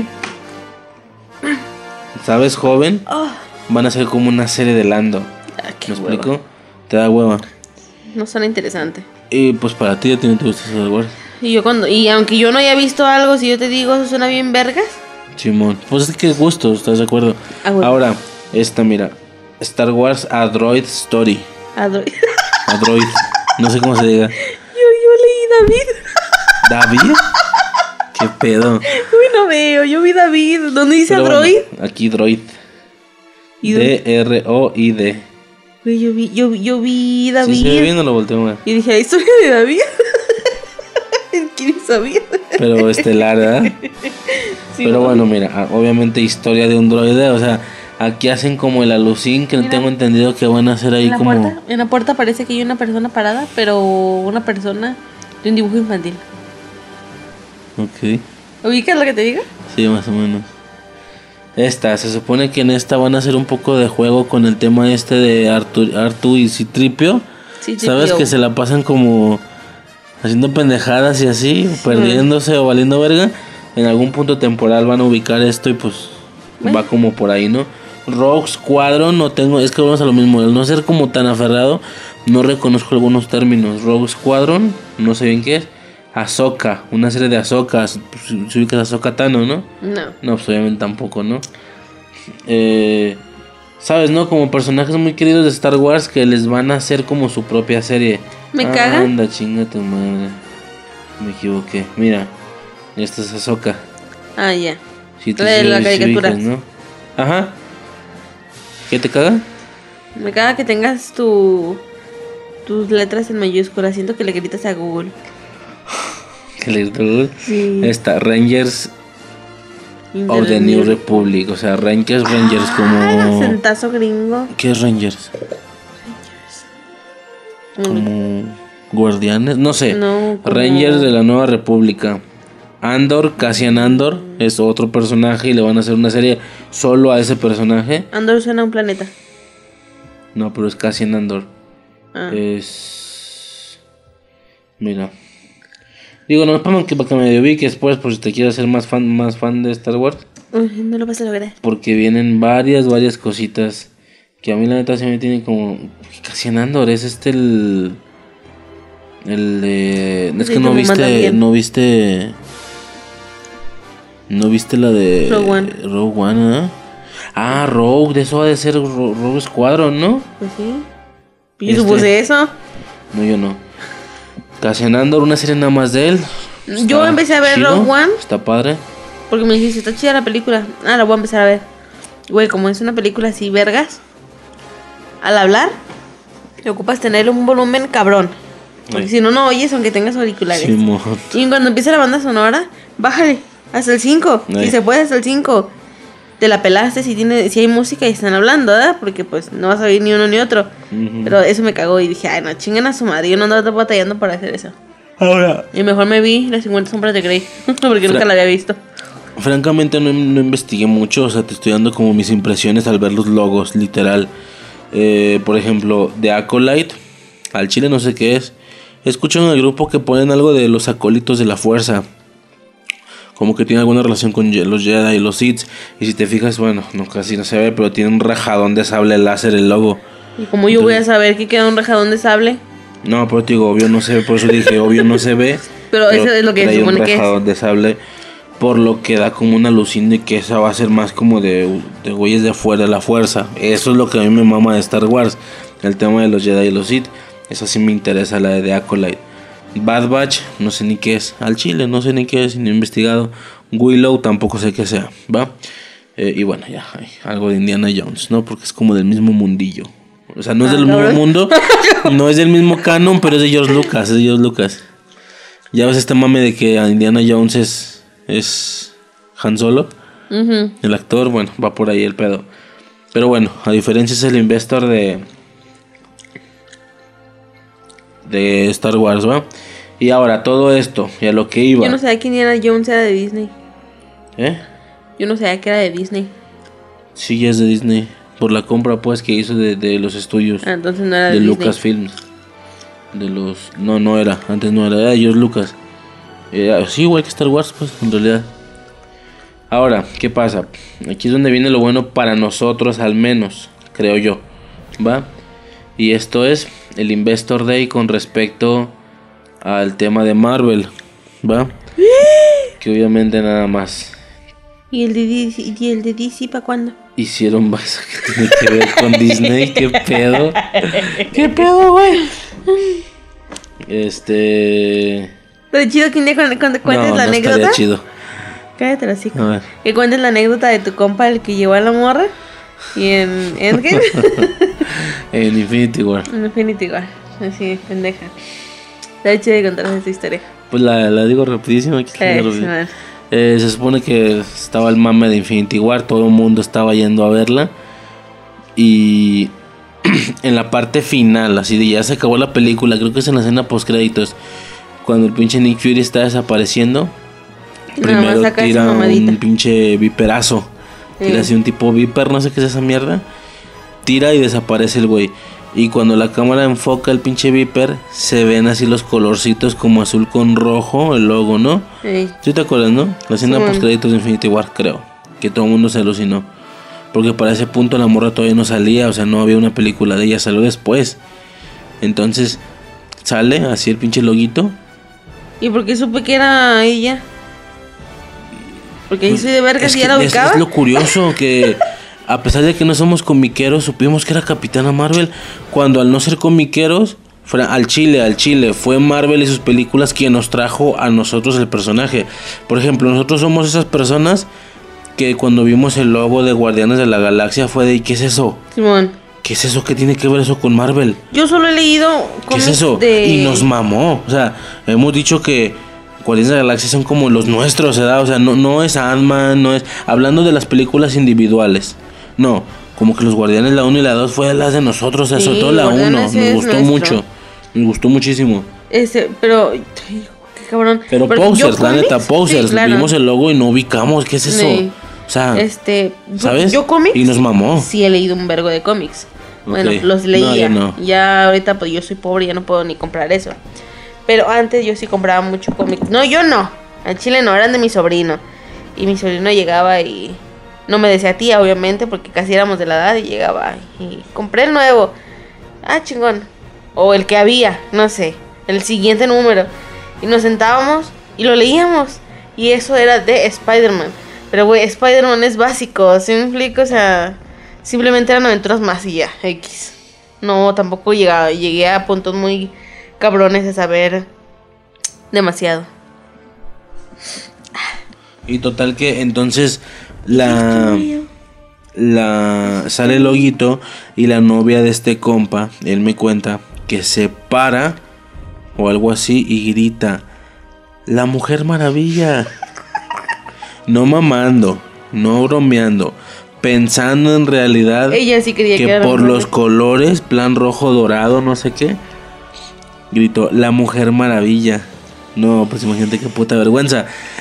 K: ¿Sabes, joven?
L: Oh,
K: Van a hacer como una serie de Lando.
L: ah, qué
K: ¿Me
L: hueva.
K: explico? Te da hueva.
L: No suena interesante.
K: Y pues para ti, a ti no te gusta Star Wars.
L: Y yo cuando... Y aunque yo no haya visto algo, si yo te digo, eso suena bien vergas.
K: Simón. Pues es que gusto, ¿estás de acuerdo?
L: Ah, bueno.
K: Ahora, esta, mira. Star Wars A Droid Story.
L: Adro-
K: A Droid. No sé cómo se diga.
L: Yo, yo leí David.
K: ¿David? ¿Qué pedo?
L: Uy, no veo. Yo vi David. ¿Dónde dice
K: Pero
L: Android?
K: bueno, aquí Droid.
L: ¿Y
K: D R O I D.
L: Güey, yo vi, yo, yo vi David.
K: Si se ve bien, no lo volteo, güey.
L: Y dije, ¿la historia de David? ¿Quién sabía?
K: Pero estelar, ¿verdad?
L: Sí,
K: Pero
L: ¿no?
K: bueno, mira, ah, obviamente historia de un droide, o sea, aquí hacen como el alucin, que no
L: Mira.
K: tengo entendido que van a hacer ahí
L: En la,
K: como...
L: puerta, en la puerta parece que hay una persona parada, pero una persona de un dibujo infantil.
K: Ok,
L: ¿Ubicas lo que te digo?
K: sí, más o menos. Esta, se supone que en esta van a hacer un poco de juego con el tema este de Artu, Artu y Citripio.
L: Sí,
K: ¿Sabes? Que se la pasan como haciendo pendejadas y así, perdiéndose o valiendo verga. En algún punto temporal van a ubicar esto y pues
L: Bueno.
K: va como por ahí, ¿no? Rogue Squadron no tengo, es que vamos a lo mismo, al no ser como tan aferrado, no reconozco algunos términos. Rogue Squadron, no sé bien qué es. Ahsoka, una serie de Ahsoka, si si ubicas a Ahsoka Tano, ¿no?
L: No.
K: No, pues obviamente tampoco, ¿no? Eh, ¿Sabes, no? Como personajes muy queridos de Star Wars que les van a hacer como su propia serie.
L: Me
K: Ah,
L: caga.
K: Anda, chinga tu madre. Me equivoqué. Mira, esta es Ahsoka.
L: Ah, ya.
K: Sí, tú
L: La de
K: sí-
L: la
K: sí
L: caricatura.
K: ubicas, ¿no? Ajá. ¿Qué te caga?
L: Me caga que tengas tu tus letras en mayúsculas. Siento que le gritas a Google.
K: ¿Qué le digo?
L: Sí.
K: Esta, Rangers of the New Republic. O sea, Rangers, Rangers
L: Ah,
K: como...
L: acentazo gringo.
K: ¿Qué es Rangers? Como guardianes, no sé.
L: No, como-
K: Rangers de la Nueva República. Andor, Cassian Andor, es otro personaje y le van a hacer una serie solo a ese personaje.
L: Andor suena a un planeta.
K: No, pero es Cassian Andor.
L: Ah.
K: Es... Mira. Digo, no, para que, para que me ubiques, pues, por si te quieres hacer más fan, más fan de Star Wars.
L: Uy, no lo vas a lograr.
K: Porque vienen varias, varias cositas que a mí la neta se me tienen como... Casi en Andor, es este el... El de... Es
L: Sí,
K: que no
L: que me mandan
K: viste...
L: bien.
K: No viste... No viste la de...
L: Rogue One.
K: Rogue One, ¿eh? Ah, Rogue, de eso ha de ser Ro- Rogue Squadron, ¿no?
L: Pues sí. Yo
K: Este-
L: supuse eso.
K: No, yo no. Cassian Andor, una serie nada más de él.
L: Yo
K: Está
L: empecé a ver
K: chido,
L: Rogue One
K: Está padre.
L: porque me dijiste, está chida la película. Ah, la voy a empezar a ver. Güey, como es una película así, vergas. Al hablar, te ocupas tener un volumen cabrón. Porque
K: Ay.
L: si no, no oyes aunque tengas auriculares.
K: Simón.
L: Y cuando empieza la banda sonora, bájale hasta el cinco.
K: Ay.
L: Si se puede, hasta el cinco. Te la pelaste si tiene si hay música y están hablando, ¿verdad? Porque pues no vas a oír ni uno ni otro.
K: Ujú.
L: Pero eso me cagó y dije, ay, no, chinguen a su madre. Yo no andaba batallando para hacer eso.
K: Ahora,
L: Y mejor me vi las cincuenta sombras de Grey. Porque
K: Fra-
L: nunca la había visto.
K: francamente no, no investigué mucho, o sea, te estoy dando como mis impresiones al ver los logos, literal. Eh, por ejemplo, de Acolyte, al chile no sé qué es. Escucho en el grupo que ponen algo de los acólitos de la fuerza. Como que tiene alguna relación con Ye- los Jedi y los Sith. Y si te fijas, bueno, no casi no se ve, pero tiene un rajadón de sable láser el logo.
L: Y como yo voy a saber que queda un rajadón de sable.
K: No, pero te digo, obvio no se ve, por eso dije, obvio no se ve.
L: Pero eso es lo que se
K: trae
L: supone
K: un
L: que es.
K: rajadón de sable, por lo que da como una alucin de que esa va a ser más como de, de güeyes de afuera de la fuerza. Eso es lo que a mí me mama de Star Wars. El tema de los Jedi y los Sith. Eso sí me interesa, la de The Acolyte. Bad Batch, no sé ni qué es. Al chile, no sé ni qué es, ni he investigado. Willow, tampoco sé qué sea, ¿va? Eh, y bueno, ya, hay algo de Indiana Jones, ¿no? Porque es como del mismo mundillo. O sea, no es
L: Ah,
K: del mismo
L: cabrón.
K: mundo, no es del mismo canon, pero es de George Lucas, es de George Lucas. Ya ves este mame de que Indiana Jones es, es Han Solo,
L: Ujú.
K: el actor, bueno, va por ahí el pedo. Pero bueno, a diferencia es el investor de... de Star Wars, ¿va? Y ahora todo esto, y a lo que iba.
L: Yo no sabía que Indiana Jones era de Disney.
K: ¿Eh?
L: Yo no sabía que era de Disney.
K: Sí, ya es de Disney. Por la compra, pues, que hizo de, de los estudios.
L: Ah, entonces no era de,
K: de
L: Disney.
K: Lucasfilms. De los... No, no era. Antes no era. Era de George Lucas. Era, sí, igual que Star Wars, pues, en realidad. Ahora, ¿qué pasa? Aquí es donde viene lo bueno para nosotros, al menos, creo yo. ¿Va? Y esto es el Investor Day con respecto al tema de Marvel. ¿Va? Que obviamente nada más
L: ¿Y el de D C, y el de D C para cuándo?
K: hicieron eso que tiene que ver con Disney. ¿Qué pedo? ¿Qué pedo, güey? Este...
L: Pero chido que un día cuando, cuando cuentes
K: no,
L: la
K: no
L: anécdota.
K: estaría chido.
L: Cállate la hocico.
K: A ver.
L: Que cuentes la anécdota de tu compa, el que llevó a la morra. Y en Endgame.
K: En Infinity War.
L: En Infinity War. Así, pendeja. Está chido de contar esa historia.
K: Pues la, la digo rapidísimo. Aquí
L: Eh,
K: la
L: sí,
K: digo.
L: man.
K: Eh, se supone que estaba el mame de Infinity War. Todo el mundo estaba yendo a verla. Y en la parte final, así de ya se acabó la película. Creo que es en la escena post créditos. Cuando el pinche Nick Fury está desapareciendo.
L: Nada más
K: Primero
L: saca esa
K: tira
L: mamadita.
K: un pinche viperazo. Tira
L: Sí.
K: así un tipo viper, no sé qué es esa mierda. Tira y desaparece el güey. Y cuando la cámara enfoca el pinche viper, se ven así los colorcitos como azul con rojo, el logo, ¿no?
L: Sí.
K: ¿Sí te acuerdas, no? La escena
L: Sí.
K: post créditos de Infinity War, creo. Que todo el mundo se alucinó. Porque para ese punto la morra todavía no salía, o sea, no había una película de ella, salió después. Entonces, sale así el pinche loguito.
L: ¿Y por qué supe que era ella? Porque ahí soy de verga
K: Es
L: si
K: que
L: ya la
K: es,
L: ubicaba.
K: es lo curioso que a pesar de que no somos comiqueros, supimos que era Capitana Marvel. Cuando al no ser comiqueros, fue al chile, al chile, fue Marvel y sus películas quien nos trajo a nosotros el personaje. Por ejemplo, nosotros somos esas personas que cuando vimos el logo de Guardianes de la Galaxia fue de ¿y qué es eso?
L: Simón.
K: ¿Qué es eso? ¿Qué tiene que ver eso con Marvel?
L: Yo solo he leído
K: ¿Qué es
L: cómics
K: eso?
L: de...
K: Y nos mamó. O sea, hemos dicho que Guardianes de la Galaxia son como los nuestros, ¿verdad? O sea, no, no es Ant-Man, no es... Hablando de las películas individuales. No, como que los Guardianes la uno y la dos fue las de nosotros, o sea,
L: Sí,
K: sobre todo la uno.
L: Guardianes
K: Me
L: es
K: gustó
L: nuestro.
K: mucho. Me gustó muchísimo.
L: Este, pero... ay, qué cabrón.
K: Pero
L: Porque
K: posers,
L: yo
K: la neta,
L: cómics,
K: posers.
L: sí, claro.
K: Vimos el logo y no ubicamos. ¿Qué es eso?
L: Sí.
K: O sea,
L: Este... yo-
K: ¿sabes?
L: Yo cómics...
K: Y nos mamó.
L: Sí he leído un vergo de cómics. Bueno,
K: Ok.
L: los leía.
K: No, yo no.
L: Ya ahorita pues yo soy pobre, ya no puedo ni comprar eso. Pero antes yo sí compraba mucho cómics. No, yo no. Al chile no, eran de mi sobrino. Y mi sobrino llegaba y no me decía tía, obviamente, porque casi éramos de la edad. Y llegaba y compré el nuevo. Ah, chingón. O el que había, no sé. El siguiente número. Y nos sentábamos y lo leíamos. Y eso era de Spider-Man. Pero, güey, Spider-Man es básico. ¿Sí me explico? O sea, simplemente eran aventuras más y ya, X. No, tampoco llegaba, llegué a puntos muy cabrones de saber demasiado.
K: Y total que entonces la la sale el loguito y la novia de este compa, él me cuenta que se para o algo así y grita: "La Mujer Maravilla". No mamando, no bromeando, pensando en realidad
L: Ella sí quería
K: que,
L: que era
K: por
L: mujer.
K: los colores, plan rojo, dorado, no sé qué, gritó: "La Mujer Maravilla". No, pues imagínate qué puta vergüenza.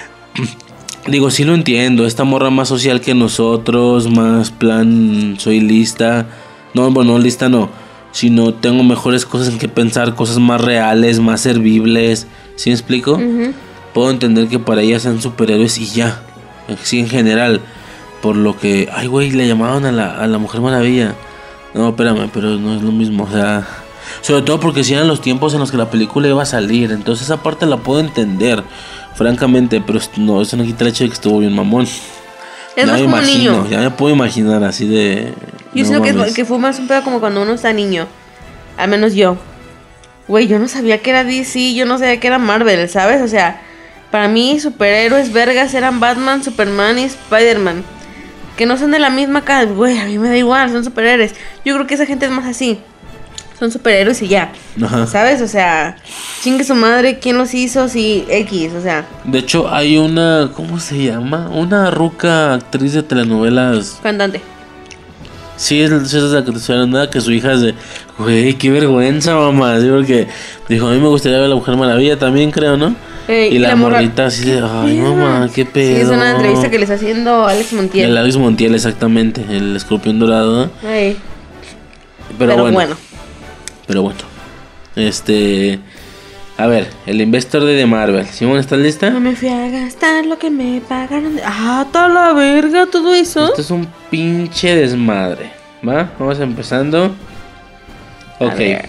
K: Digo, sí lo entiendo, esta morra más social que nosotros, más plan, soy lista. No, bueno, lista no, sino tengo mejores cosas en que pensar, cosas más reales, más servibles. ¿Sí me explico?
L: Ujú.
K: Puedo entender que para ella sean superhéroes y ya. Sí, en general. Por lo que, ay, güey, le llamaban a la, a la Mujer Maravilla. No, espérame, pero no es lo mismo, o sea... Sobre todo porque si eran los tiempos en los que la película iba a salir. Entonces esa parte la puedo entender, francamente. Pero no, eso no quita el hecho de que estuvo bien mamón.
L: Es
K: Ya
L: más
K: me
L: como un
K: imagino,
L: niño.
K: ya me puedo imaginar así de...
L: Yo
K: no
L: siento que,
K: mames.
L: es- que fue más un pedo como cuando uno está niño. Al menos yo. Güey, yo no sabía que era D C, yo no sabía que era Marvel, ¿sabes? O sea, para mí superhéroes vergas eran Batman, Superman y Spider-Man. Que no son de la misma casa, güey, a mí me da igual, son superhéroes. Yo creo que esa gente es más así. Son superhéroes y ya.
K: Ajá.
L: ¿Sabes? O sea, chingue su madre, ¿quién los hizo? Sí, X, o sea,
K: De hecho, hay una... ¿Cómo se llama? Una ruca actriz de telenovelas.
L: cantante.
K: Sí, es, es la que te estoy hablando, que su hija es de... Güey, qué vergüenza, mamá. Sí, porque dijo, a mí me gustaría ver La Mujer Maravilla también, creo, ¿no?
L: Eh,
K: y la,
L: morra-
K: morrita así de... Ay, mamá, qué pedo.
L: Sí, es una entrevista que le está haciendo Alex Montiel.
K: El Alex Montiel, exactamente. El escorpión dorado, ¿no?
L: Ay,
K: Pero,
L: pero
K: bueno,
L: bueno.
K: Pero bueno. Este... A ver, el Investor de The Marvel. ¿Simón, estás lista?
L: No me fui a gastar lo que me pagaron. de- Ah, toda la verga, todo eso.
K: Esto es un pinche desmadre. ¿Va? Vamos empezando. Ok.
L: ver.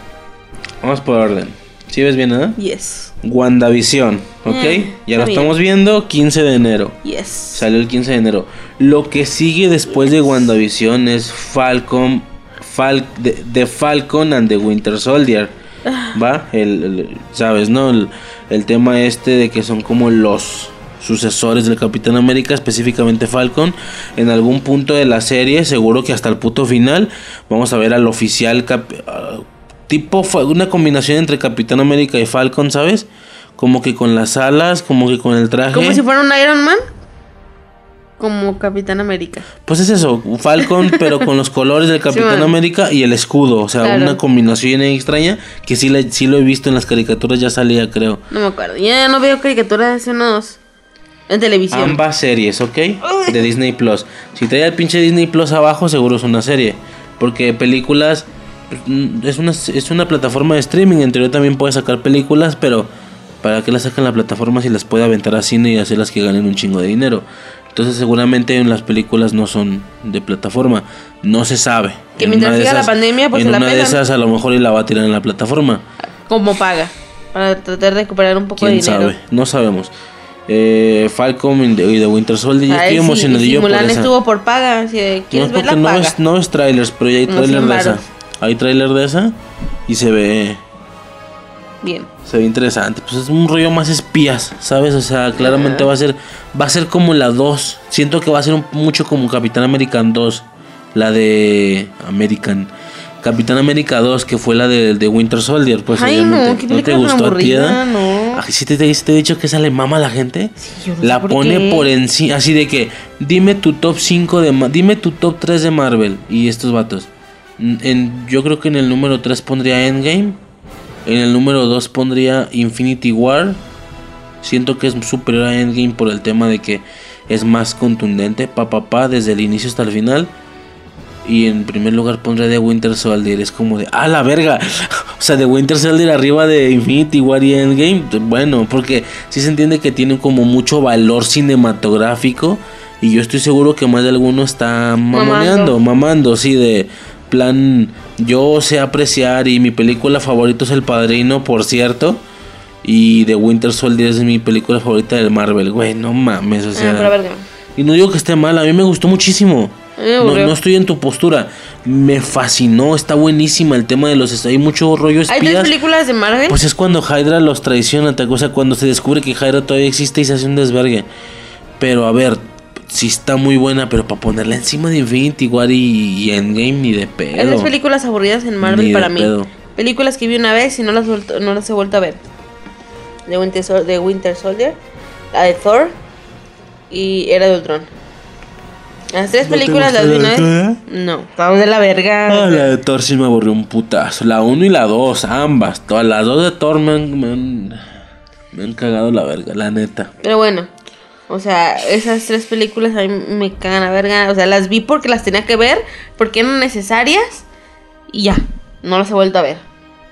K: Vamos por orden. ¿Sí ves bien, no?
L: Yes.
K: WandaVision. Ok.
L: Eh,
K: ya
L: está
K: lo
L: bien.
K: estamos viendo. quince de enero.
L: Yes.
K: Salió el quince de enero. Lo que sigue después de WandaVision es Falcon. Fal The, The Falcon and the Winter Soldier. Va, el, el- sabes, ¿no? El, el tema este de que son como los sucesores del Capitán América, específicamente Falcon. En algún punto de la serie, seguro que hasta el puto final, vamos a ver al oficial cap- uh, tipo fa- una combinación entre Capitán América y Falcon, ¿sabes? Como que con las alas, como que con el traje.
L: Como si fuera un Iron Man. Como Capitán América.
K: Pues es eso, un Falcon, pero con los colores del Capitán
L: bueno.
K: América y el escudo. O sea,
L: Claro.
K: una combinación ahí extraña que sí, la- sí lo he visto en las caricaturas, ya salía, creo.
L: No me acuerdo. Ya no veo caricaturas hace unos. En televisión.
K: Ambas series, ¿ok? De Disney Plus. Si trae el pinche Disney Plus abajo, seguro es una serie. Porque películas mm, es una, es una plataforma de streaming. En teoría también puede sacar películas, pero ¿para qué las sacan la plataforma si las puede aventar a cine y hacerlas que ganen un chingo de dinero? Entonces seguramente en las películas no son de plataforma. No se sabe.
L: Que
K: En
L: mientras
K: una de
L: siga la
K: esas-
L: pandemia, pues
K: en
L: se la
K: una de
L: pelan.
K: esas a lo mejor y la va a tirar en la plataforma.
L: Como paga. Para tratar de recuperar un poco de
K: ¿Quién
L: dinero.
K: sabe? No sabemos. Eh, Falcon y The Winter Soldier. Yo
L: Ay,
K: estoy
L: sí,
K: emocionadillo
L: y
K: por
L: Mulan
K: esa.
L: estuvo por paga. Si
K: No,
L: quieres
K: porque
L: verla,
K: no
L: paga.
K: ves, no ves trailers, pero ya hay
L: Como
K: trailer
L: cien
K: de esa.
L: varos.
K: Hay trailer de esa y se ve,
L: Bien.
K: se ve interesante. Pues es un rollo más espías, ¿sabes? O sea, claramente
L: Ah.
K: va a ser, va a ser como la dos. Siento que va a ser un- mucho como Capitán American dos, la de American. Capitán América dos, que fue la de, de Winter Soldier, pues
L: Ay,
K: obviamente.
L: no, qué
K: ¿No te
L: película tan
K: gustó a ti,
L: aburrida,
K: eh?
L: no.
K: Ay, ¿sí te, te, te he dicho que esa le mama a la gente?
L: yo no sé
K: La
L: por
K: pone
L: qué.
K: por encima, así de que, dime tu top cinco de, Ma- dime tu top tres de Marvel y estos vatos. En, en- yo creo que en el número tres pondría Endgame, en el número dos pondría Infinity War. Siento que es superior a Endgame por el tema de que es más contundente, pa pa pa desde el inicio hasta el final. Y en primer lugar pondré The Winter Soldier. Es como de, ¡ah, la verga! O sea, The Winter Soldier arriba de Infinity War y Endgame. Bueno, porque sí se entiende que tienen como mucho valor cinematográfico. Y yo estoy seguro que más de alguno está mamoneando, mamando, mamando sí, de plan, yo sé apreciar y mi película favorita es El Padrino, por cierto. Y The Winter Soldier es mi película favorita del Marvel. Güey, no mames, o sea. Ah, y no digo que esté mal, a mí me gustó muchísimo. No, no estoy en tu postura. Me fascinó, está buenísima el tema de los... Hay mucho rollo espías.
L: ¿Hay tres películas de Marvel?
K: Pues es cuando Hydra los traiciona, o sea, cuando se descubre que Hydra todavía existe y se hace un desvergue. Pero a ver, sí está muy buena, pero para ponerla encima de Infinity War y, y Endgame ni de pedo.
L: Hay tres películas aburridas en Marvel ni para mí. Pedo. Películas que vi una vez y no las, vuelto, no las he vuelto a ver. De Winter, Sol- de Winter Soldier, la de Thor y Era de Ultron. Las tres ¿No películas las vi una vez. No, estamos de la verga.
K: Ah, la de Thor sí me aburrió un putazo. La uno y la dos, ambas. Todas las dos de Thor me han, me han, me han cagado la verga, la neta.
L: Pero bueno, o sea, esas tres películas a mí me cagan la verga. O sea, las vi porque las tenía que ver, porque eran necesarias. Y ya, no las he vuelto a ver.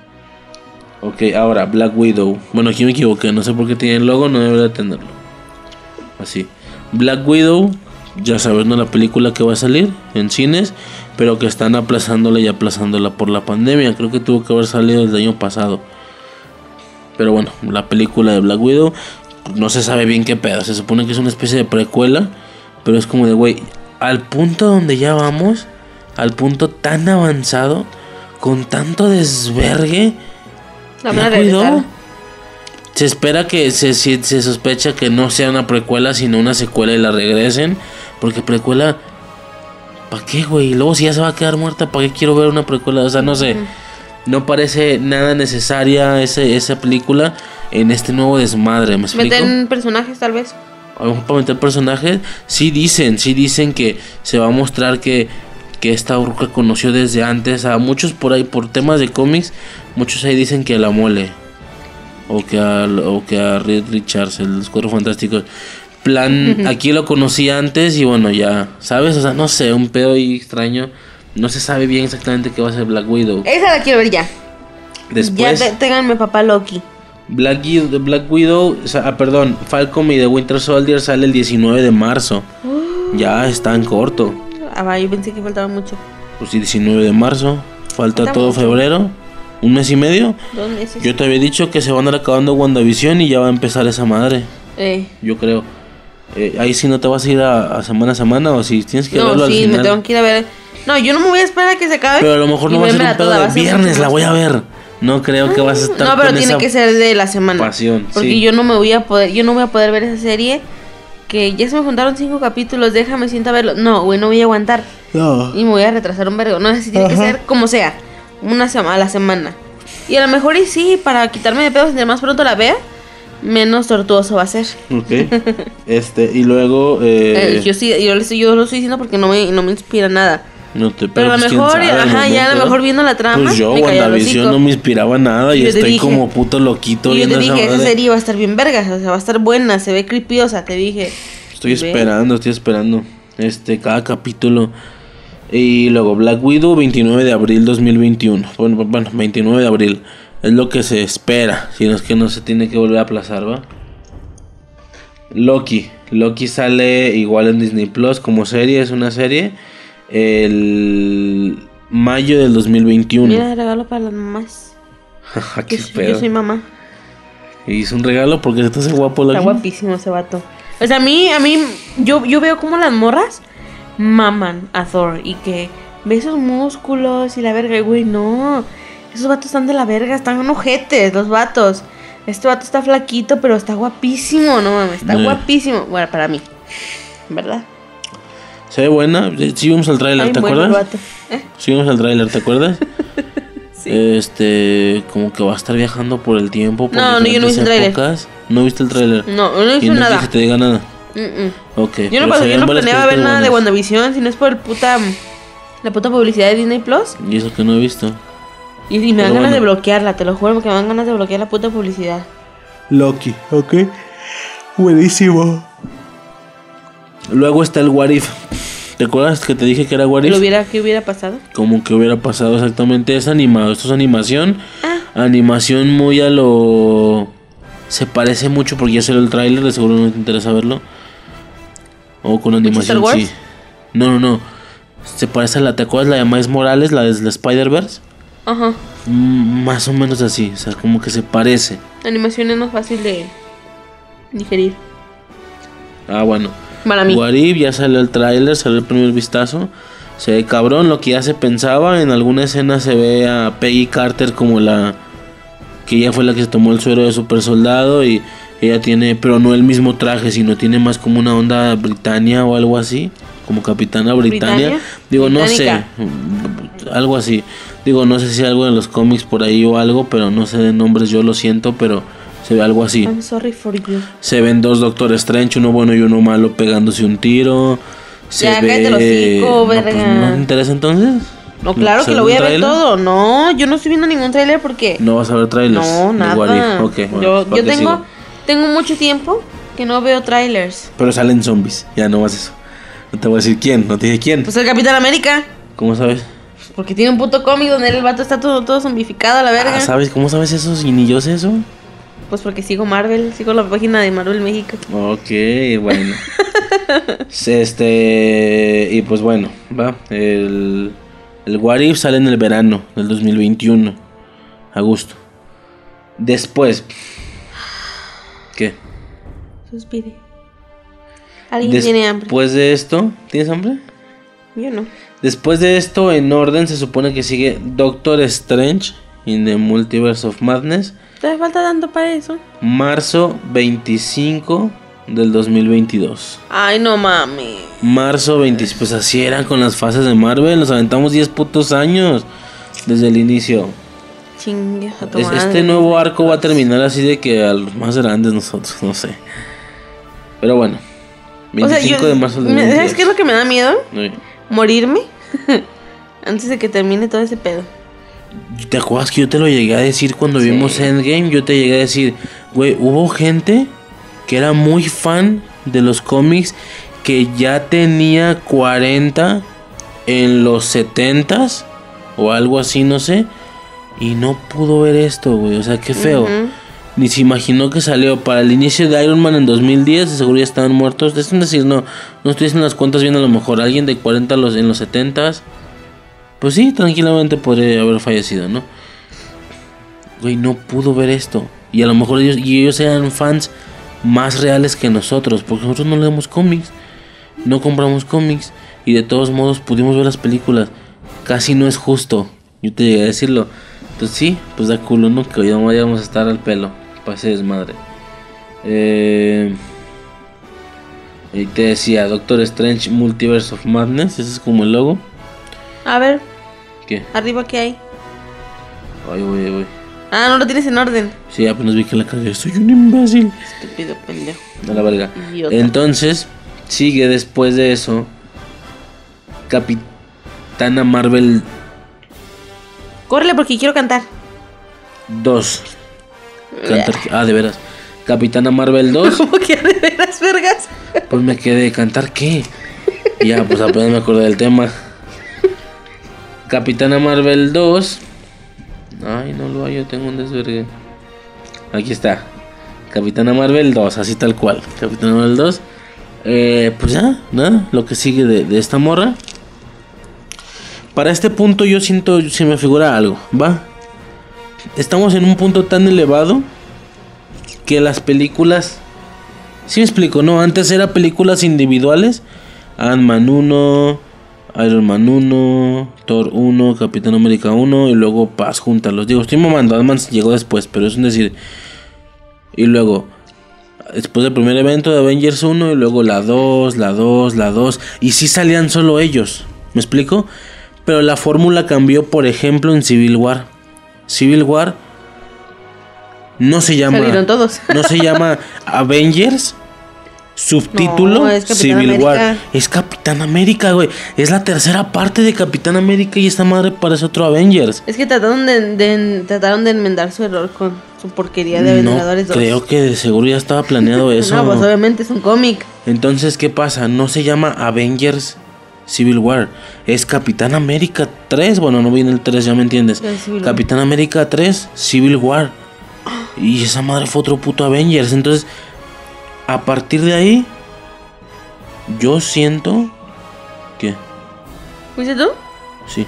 K: Ok, ahora Black Widow. Bueno, aquí me equivoqué, no sé por qué tiene el logo, no debería tenerlo. Así, Black Widow. Ya sabes, ¿no? La película que va a salir en cines, pero que están aplazándola y aplazándola por la pandemia. Creo que tuvo que haber salido el año pasado. Pero bueno, la película de Black Widow, no se sabe bien qué pedo. Se supone que es una especie de precuela, pero es como de, güey, al punto donde ya vamos, al punto tan avanzado, con tanto desvergue,
L: la Black Widow.
K: Se espera que se, se, se sospecha que no sea una precuela, sino una secuela y la regresen. Porque precuela, ¿para qué, güey? Luego si ya se va a quedar muerta, ¿para qué quiero ver una precuela? O sea, no sé. No parece nada necesaria ese, esa película en este nuevo desmadre, ¿me explico?
L: ¿Meter personajes tal vez?
K: A lo mejor para meter personajes. Sí dicen, sí dicen que se va a mostrar que, que esta ruca conoció desde antes a muchos por ahí, por temas de cómics. Muchos ahí dicen que a la Mole. O que a, o que a Reed Richards, el Los Cuatro Fantásticos. Plan, aquí lo conocí antes y bueno, ya, ¿sabes? O sea, no sé, un pedo ahí extraño. No se sabe bien exactamente qué va a ser Black Widow.
L: Esa la quiero ver ya.
K: Después...
L: Ya ténganme papá Loki.
K: Black, Black Widow, o sea, ah, perdón, Falcon y The Winter Soldier sale el diecinueve de marzo. Uh. Ya está en corto.
L: Ah, va, yo pensé que faltaba mucho.
K: Pues sí, diecinueve de marzo. Falta, Falta todo mucho. Febrero. ¿Un mes y medio?
L: Dos meses.
K: Yo te había dicho que se van a ir acabando WandaVision y ya va a empezar esa madre.
L: Eh.
K: Yo creo. Eh, ahí sí no te vas a ir a, a semana a semana o si tienes que
L: no,
K: verlo
L: sí,
K: al final.
L: No, sí, me tengo que ir a ver. No, yo no me voy a esperar a que se acabe.
K: Pero a lo mejor no va a ser un pedo de viernes, la voy a ver. No creo que vas a estar.
L: No, pero
K: con
L: tiene
K: esa
L: que ser de la semana.
K: Pasión,
L: porque
K: sí.
L: yo no me voy a poder, yo no voy a poder ver esa serie. Que ya se me juntaron cinco capítulos, déjame siento a verlo. No, güey, no voy a aguantar. No. Y me voy a retrasar un vergo. No sé si tiene Ajá. que ser como sea. Una semana a la semana. Y a lo mejor y sí, para quitarme de pedos, entre más pronto la vea, menos tortuoso va a ser.
K: Ok. Este, y luego... Eh...
L: Eh, yo sí, yo, yo lo estoy diciendo porque no me, no me inspira nada.
K: No te,
L: pero, pero a lo
K: pues,
L: mejor,
K: sabe,
L: ajá, ya a lo mejor viendo la trama.
K: Pues yo, WandaVision no me inspiraba nada y, y estoy dije, como puto loquito.
L: Y yo te dije, esa, esa serie va a estar bien vergas, o sea, va a estar buena, se ve creepyosa, te dije.
K: Estoy esperando, estoy esperando. Este, cada capítulo. Y luego Black Widow, veintinueve de abril dos mil veintiuno. Bueno, bueno, veintinueve de abril. Es lo que se espera. Si no es que no se tiene que volver a aplazar, ¿va? Loki. Loki sale igual en Disney Plus como serie. Es una serie. El mayo del dos mil veintiuno.
L: Mira, regalo para las mamás.
K: ¿Qué
L: yo, soy, yo soy mamá.
K: Y hizo un regalo porque está ese guapo Loki.
L: Está guapísimo ese vato. O sea, a mí, a mí, yo, yo veo como las morras maman a Thor y que ve esos músculos y la verga, güey, no. Esos vatos están de la verga, están ojetes los vatos. Este vato está flaquito, pero está guapísimo, no mames, está eh. guapísimo. Bueno, para mí, ¿verdad?
K: Se ve buena, sí vimos el tráiler, ¿te acuerdas? Vato. ¿Eh? Sí vimos el tráiler, ¿te acuerdas? Sí. Este, como que va a estar viajando por el tiempo. Por
L: no, no, yo no vi el tráiler.
K: ¿No viste el tráiler?
L: No, no hice nada.
K: ¿Y no que te diga nada?
L: Mm-mm.
K: Okay,
L: yo no, paso, yo no planeaba ver nada de WandaVision, si no es por el puta, la puta publicidad de Disney Plus.
K: Y eso que no he visto.
L: Y, y me dan ganas bueno. de bloquearla, te lo juro, que me dan ganas de bloquear la puta publicidad.
K: Loki, ok. Buenísimo. Luego está el What If. ¿Te acuerdas que te dije que era What If?
L: ¿Lo hubiera, ¿Qué hubiera pasado?
K: Como que hubiera pasado exactamente. Es animado, esto es animación. Ah. Animación muy a lo... Se parece mucho porque ya salió el tráiler, de seguro no te interesa verlo. O con animación,
L: ¿Star Wars?
K: sí. No, no, no. Se parece a la... ¿Te acuerdas la de Miles Morales, la de la Spider-Verse?
L: Ajá.
K: Mm, más o menos así, o sea, como que se parece.
L: La animación es más fácil de digerir.
K: Ah, bueno.
L: Para mí.
K: What If, ya salió el tráiler, salió el primer vistazo. Se ve cabrón lo que ya se pensaba. En alguna escena se ve a Peggy Carter como la... que ella fue la que se tomó el suero de super soldado. Y ella tiene, pero no el mismo traje, sino tiene más como una onda Britannia o algo así. Como Capitana Britannia. ¿Britannia? Digo, Británica. No sé. Algo así. Digo, no sé si algo en los cómics por ahí o algo, pero no sé de nombres, yo lo siento, pero se ve algo así.
L: I'm sorry for you.
K: Se ven dos Doctor Strange, uno bueno y uno malo, pegándose un tiro. Se
L: ya,
K: ve...
L: cállate los hocico, verga.
K: No, pues, ¿no te interesa entonces?
L: No, claro que lo voy a ver todo. No, yo no estoy viendo ningún tráiler porque...
K: ¿No vas a ver trailers?
L: No, nada.
K: Okay, bueno,
L: yo yo tengo, tengo mucho tiempo que no veo trailers.
K: Pero salen zombies, ya no más eso. No te voy a decir quién, no te dije quién.
L: Pues el Capitán América.
K: ¿Cómo sabes?
L: Porque tiene un puto cómic donde el vato está todo, todo zombificado a la verga.
K: Ah, ¿sabes? ¿Cómo sabes eso? ¿Y ni yo sé eso?
L: Pues porque sigo Marvel, sigo la página de Marvel México.
K: Ok, bueno. este... Y pues bueno, va. El, el What If sale en el verano del dos mil veintiuno. Agosto. Después... ¿Qué?
L: Suspire. ¿Alguien tiene hambre?
K: Después de esto... ¿Tienes hambre?
L: Yo no.
K: Después de esto, en orden, se supone que sigue Doctor Strange in the Multiverse of Madness.
L: ¿Te falta tanto para eso?
K: Marzo veinticinco del dos mil veintidós.
L: Ay, no mami.
K: Marzo veinticinco. Pues así eran con las fases de Marvel. Nos aventamos diez putos años desde el inicio.
L: Chingue a tu
K: es,
L: madre.
K: Este nuevo arco va a terminar así de que a los más grandes nosotros, no sé. Pero bueno. veinticinco
L: o sea, yo,
K: de marzo del dos mil veintidós.
L: ¿Sabes qué es lo que me da miedo?
K: Sí.
L: Morirme antes de que termine todo ese pedo.
K: ¿Te acuerdas que yo te lo llegué a decir cuando sí. vimos Endgame? Yo te llegué a decir, güey, hubo gente que era muy fan de los cómics, que ya tenía cuarenta en los setentas o algo así, no sé, y no pudo ver esto, güey. O sea, qué feo. Uh-huh. Ni se imaginó que salió para el inicio de Iron Man en dos mil diez. De seguro ya estaban muertos. Es decir, no, no estoy haciendo las cuentas bien. A lo mejor alguien de cuarenta los, en los setentas. Pues sí, tranquilamente podría haber fallecido, ¿no? Güey, no pudo ver esto. Y a lo mejor ellos, y ellos eran fans más reales que nosotros. Porque nosotros no leemos cómics. No compramos cómics. Y de todos modos pudimos ver las películas. Casi no es justo. Yo te llegué a decirlo. Entonces sí, pues da culo, ¿no? Que hoy no vayamos a estar al pelo. Pase desmadre. Eh, y te decía Doctor Strange Multiverse of Madness. Ese es como el logo.
L: A ver.
K: ¿Qué?
L: Arriba, ¿qué hay?
K: Ay, voy, voy.
L: Ah, no lo tienes en orden.
K: Sí, apenas vi que la cagué. Soy un imbécil.
L: Estúpido pendejo.
K: A la verga.
L: Idiota.
K: Entonces, sigue después de eso Capitana Marvel.
L: Córrele porque quiero cantar.
K: dos. Cantar. Ah, de veras. Capitana Marvel dos.
L: ¿Cómo que de veras, vergas?
K: Pues me quedé. ¿Cantar qué? Ya, pues apenas me acordé del tema. Capitana Marvel dos. Ay, no lo hay, yo tengo un desvergue. Aquí está. Capitana Marvel dos, así tal cual. Capitana Marvel dos. Eh, pues ya, nada. Lo que sigue de, de esta morra. Para este punto yo siento, se me figura algo, ¿va? Estamos en un punto tan elevado que las películas... ¿Sí me explico? No, antes eran películas individuales. Ant-Man uno, Iron Man uno, Thor uno, Capitán América uno y luego Paz, júntalos. Digo, estoy mamando, Ant-Man llegó después, pero es un decir... Y luego, después del primer evento de Avengers uno y luego la dos, la dos, la dos. Y sí salían solo ellos, ¿me explico? Pero la fórmula cambió, por ejemplo, en Civil War. Civil War no se llama...
L: Salieron todos.
K: No se llama Avengers... Subtítulo,
L: no, es
K: Civil
L: América.
K: War. Es Capitán América, güey. Es la tercera parte de Capitán América y esta madre parece otro Avengers.
L: Es que trataron de, de, trataron de enmendar su error con su porquería de
K: no,
L: Vengadores dos.
K: Creo que de seguro ya estaba planeado eso.
L: No, pues obviamente es un cómic.
K: Entonces, ¿qué pasa? No se llama Avengers Civil War. Es Capitán América tres. Bueno, no viene el tres, ya me entiendes. Capitán América tres, Civil War. Y esa madre fue otro puto Avengers. Entonces, a partir de ahí, yo siento... ¿Qué?
L: ¿Fuiste tú?
K: Sí.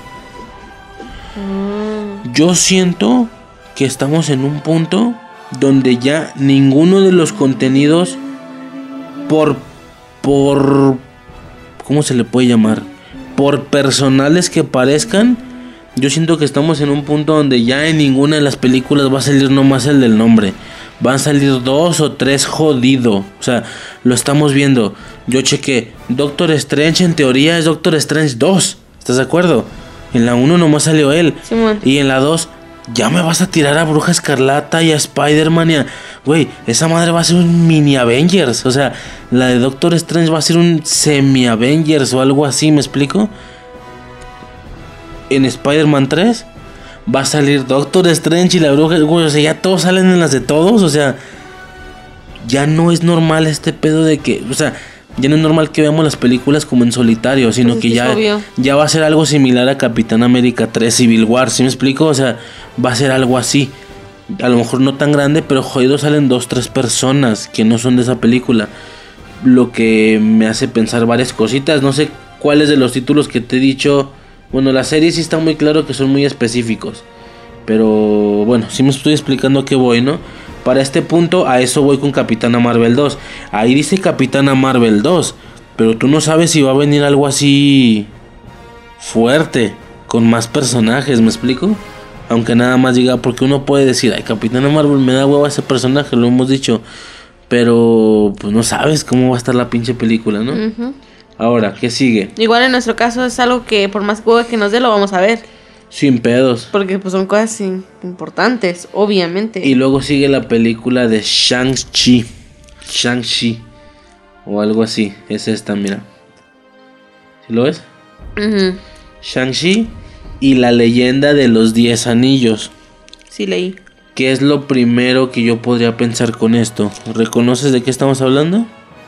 K: Mm. Yo siento que estamos en un punto donde ya ninguno de los contenidos por... por... ¿cómo se le puede llamar? Por personales que parezcan, yo siento que estamos en un punto donde ya en ninguna de las películas va a salir nomás el del nombre. Van a salir dos o tres jodido. O sea, lo estamos viendo. Yo chequé. Doctor Strange en teoría es Doctor Strange dos. ¿Estás de acuerdo? En la uno nomás salió él. Sí, y en la dos ya me vas a tirar a Bruja Escarlata y a Spider-Man y a... Güey, esa madre va a ser un mini Avengers. O sea, la de Doctor Strange va a ser un semi Avengers o algo así, ¿me explico? En Spider-Man tres va a salir Doctor Strange y la Bruja... Güey, o sea, ya todos salen en las de todos. O sea, ya no es normal este pedo de que... O sea, ya no es normal que veamos las películas como en solitario, sino pues que ya, ya va a ser algo similar a Capitán América tres Civil War, ¿sí me explico? O sea, va a ser algo así. A lo mejor no tan grande, pero jodido salen dos, tres personas que no son de esa película. Lo que me hace pensar varias cositas. No sé cuáles de los títulos que te he dicho. Bueno, la serie sí está muy claro que son muy específicos. Pero bueno, sí me estoy explicando a qué voy, ¿no? Para este punto, a eso voy con Capitana Marvel dos. Ahí dice Capitana Marvel dos, pero tú no sabes si va a venir algo así fuerte, con más personajes, ¿me explico? Aunque nada más diga, porque uno puede decir, ay, Capitana Marvel me da hueva ese personaje, lo hemos dicho. Pero pues no sabes cómo va a estar la pinche película, ¿no? Uh-huh. Ahora, ¿qué sigue?
L: Igual en nuestro caso es algo que por más hueva que nos dé lo vamos a ver.
K: Sin pedos.
L: Porque pues son cosas importantes, obviamente.
K: Y luego sigue la película de Shang-Chi. Shang-Chi. O algo así. Es esta, mira. ¿Sí lo ves? Uh-huh. Shang-Chi y la leyenda de los diez anillos.
L: Sí, leí.
K: ¿Qué es lo primero que yo podría pensar con esto? ¿Reconoces de qué estamos hablando?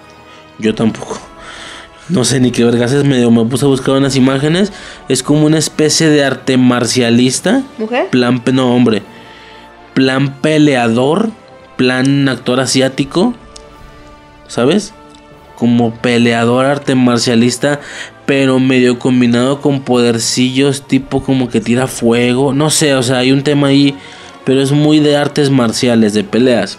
K: Yo tampoco. No sé ni qué vergas es, medio me puse a buscar unas imágenes. Es como una especie de arte marcialista.
L: ¿Mujer?
K: Plan, no, hombre. Plan peleador. Plan actor asiático. ¿Sabes? Como peleador arte marcialista, pero medio combinado con podercillos, tipo como que tira fuego. No sé, o sea, hay un tema ahí, pero es muy de artes marciales, de peleas.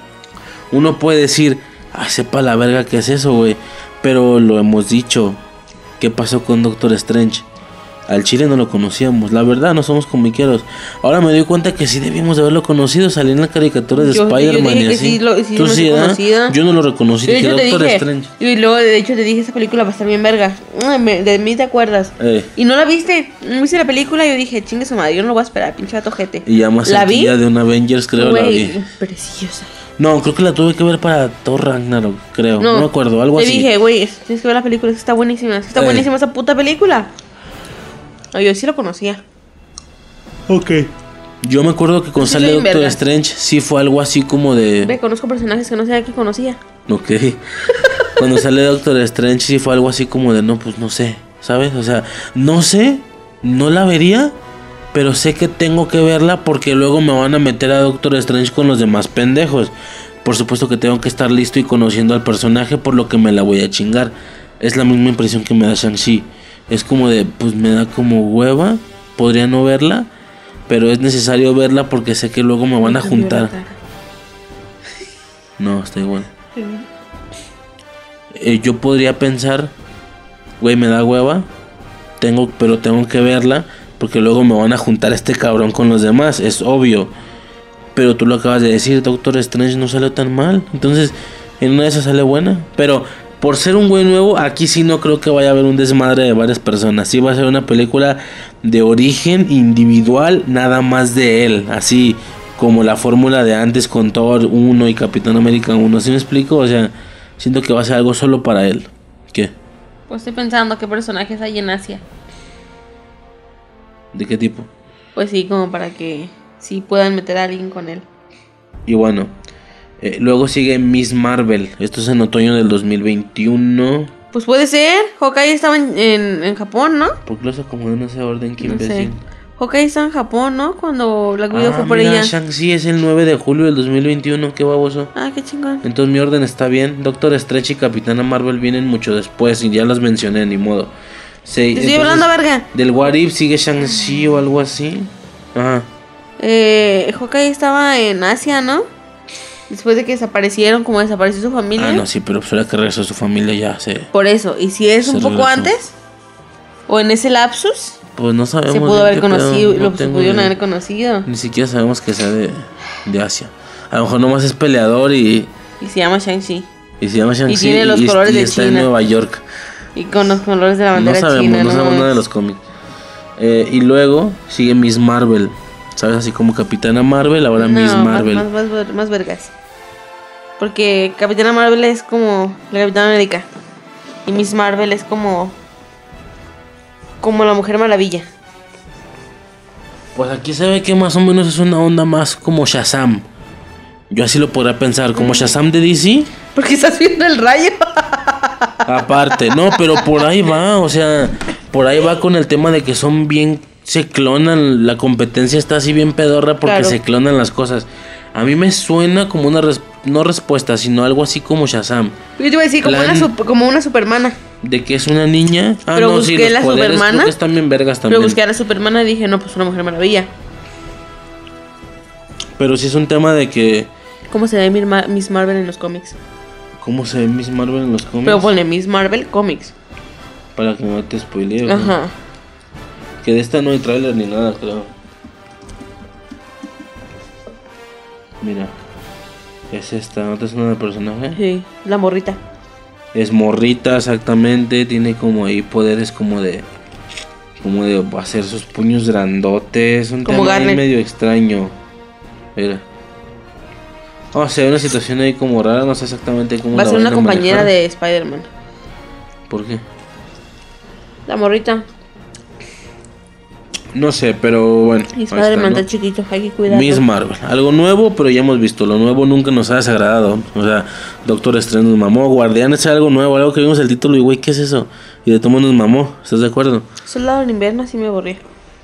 K: Uno puede decir, ay, sepa la verga qué es eso, güey. Pero lo hemos dicho. ¿Qué pasó con Doctor Strange? Al chile no lo conocíamos. La verdad, no somos comiqueros. Ahora me doy cuenta que sí debimos de haberlo conocido. Salí en la caricatura de Spider-Man y así. Sí lo, sí,
L: Tú no sí,
K: ¿eh? Yo no lo reconocí.
L: De hecho, Doctor dije, Strange. Y luego, de hecho, te dije, esa película va a estar bien verga. De mí te acuerdas. Eh. Y no la viste. No viste la película. Yo dije, chingue su madre, yo no lo voy a esperar, pinche vatojete.
K: Y ya más cerquilla de un Avengers, creo.
L: Wey,
K: la vi.
L: Preciosa.
K: No, creo que la tuve que ver para Thor Ragnarok, creo. No, no me acuerdo, algo
L: te
K: así.
L: Te dije, güey, tienes que ver la película, está buenísima. Está eh. buenísima esa puta película. No, yo sí lo conocía.
K: Ok. Yo me acuerdo que cuando sale Doctor Strange, sí fue algo así como de...
L: Ve, conozco personajes que no sabía que conocía.
K: Ok. Cuando sale Doctor Strange, sí fue algo así como de, no, pues no sé, ¿sabes? O sea, no sé, no la vería, pero sé que tengo que verla porque luego me van a meter a Doctor Strange con los demás pendejos. Por supuesto que tengo que estar listo y conociendo al personaje, por lo que me la voy a chingar. Es la misma impresión que me da Shang-Chi. Es como de, pues me da como hueva, podría no verla, pero es necesario verla porque sé que luego me van a juntar. No, está igual. Eh, yo podría pensar, güey, me da hueva, tengo, pero tengo que verla porque luego me van a juntar este cabrón con los demás, es obvio. Pero tú lo acabas de decir, Doctor Strange no salió tan mal, entonces en una de esas sale buena, pero... Por ser un güey nuevo, aquí sí no creo que vaya a haber un desmadre de varias personas. Sí va a ser una película de origen individual, nada más de él. Así como la fórmula de antes con Thor uno y Capitán América uno. ¿Sí me explico? O sea, siento que va a ser algo solo para él. ¿Qué?
L: Pues estoy pensando qué personajes hay en Asia.
K: ¿De qué tipo?
L: Pues sí, como para que sí puedan meter a alguien con él.
K: Y bueno... Eh, luego sigue Miss Marvel. Esto es en otoño del dos mil veintiuno.
L: Pues puede ser. Hawkeye estaba en, en, en Japón, ¿no?
K: ¿Por qué los acomodó en ese orden? ¿Qué
L: No
K: imbécil?
L: sé. Hawkeye estaba en Japón, ¿no? Cuando la Widow
K: Ah,
L: fue por
K: mira,
L: ella.
K: Shang-Chi es el nueve de julio del dos mil veintiuno. Qué baboso.
L: Ah, qué chingón.
K: Entonces mi orden está bien. Doctor Strange y Capitana Marvel vienen mucho después y ya las mencioné, ni modo. Sí,
L: Te estoy hablando, verga.
K: Del What If sigue Shang-Chi o algo así. Ajá.
L: Eh, Hawkeye estaba en Asia, ¿no? Después de que desaparecieron, como desapareció su familia.
K: Ah, no, sí, pero pues ahora que regresó su familia ya se...
L: Por eso, y si es
K: Se
L: un poco
K: regresó.
L: antes, o en ese lapsus,
K: Pues no sabemos.
L: se pudo
K: bien
L: haber
K: qué
L: conocido,
K: pedo, no
L: lo se
K: tengo
L: pudieron
K: idea.
L: haber conocido.
K: Ni siquiera sabemos que sea de, de Asia. A lo mejor nomás es peleador y,
L: Y se llama Shang-Chi.
K: y se llama Shang-Chi.
L: Y tiene los colores
K: y
L: de
K: está en
L: China.
K: Nueva York.
L: Y con los colores de la
K: No
L: bandera
K: sabemos,
L: china.
K: no sabemos nada de los cómics. Eh, y luego sigue Miss Marvel. ¿Sabes? Así como Capitana Marvel, ahora
L: No,
K: Miss
L: más-
K: Marvel.
L: Más, más, más, más vergas. Porque Capitana Marvel es como la Capitana América. Y Miss Marvel es como. Como la Mujer Maravilla.
K: Pues aquí se ve que más o menos es una onda más como Shazam. Yo así lo podría pensar, como Shazam de D C.
L: Porque estás viendo el rayo.
K: Aparte, no, pero por ahí va, o sea, por ahí va con el tema de que son bien, se clonan, la competencia está así bien pedorra porque
L: Claro.
K: se clonan las cosas. A mí me suena como una, res- no respuesta, sino algo así como Shazam.
L: Yo te iba a decir como
K: Plan-
L: una, sup- como una supermana.
K: De que es una niña. Ah,
L: Pero
K: no, sí,
L: busqué
K: los
L: la
K: poderes
L: Supermana.
K: creo que están bien vergas
L: Pero
K: también.
L: busqué a la supermana y dije, no, pues una Mujer Maravilla.
K: Pero sí es un tema de que,
L: ¿Cómo se ve Mir- Ma- Miss Marvel en los cómics?
K: ¿cómo se ve Miss Marvel en los cómics?
L: Pero ponle Miss Marvel Comics.
K: Para que no te spoilee. ¿no?
L: Ajá.
K: Que de esta no hay tráiler ni nada, creo. Mira. Es esta, ¿no te suena de personaje?
L: Sí, la morrita.
K: Es morrita exactamente, tiene como ahí poderes como de... Como de hacer sus puños grandotes, un
L: Como
K: tema ahí
L: Garnet.
K: medio extraño. Mira. O sea, hay una situación ahí como rara, no sé exactamente cómo
L: Va a
K: la
L: ser una
K: vayan
L: compañera
K: manejar.
L: de Spider-Man.
K: ¿Por qué?
L: La morrita.
K: No sé, pero bueno.
L: Y
K: ahí
L: Spider-Man
K: está, ¿no?
L: está chiquito, hay que cuidarlo.
K: Miss Marvel, algo nuevo, pero ya hemos visto. Lo nuevo nunca nos ha desagradado. O sea, Doctor Strange nos mamó. Guardianes es algo nuevo, algo que vimos el título y güey, ¿qué es eso? Y de todo mundo nos mamó. ¿Estás de acuerdo?
L: Soldado del Invierno sí me aburría.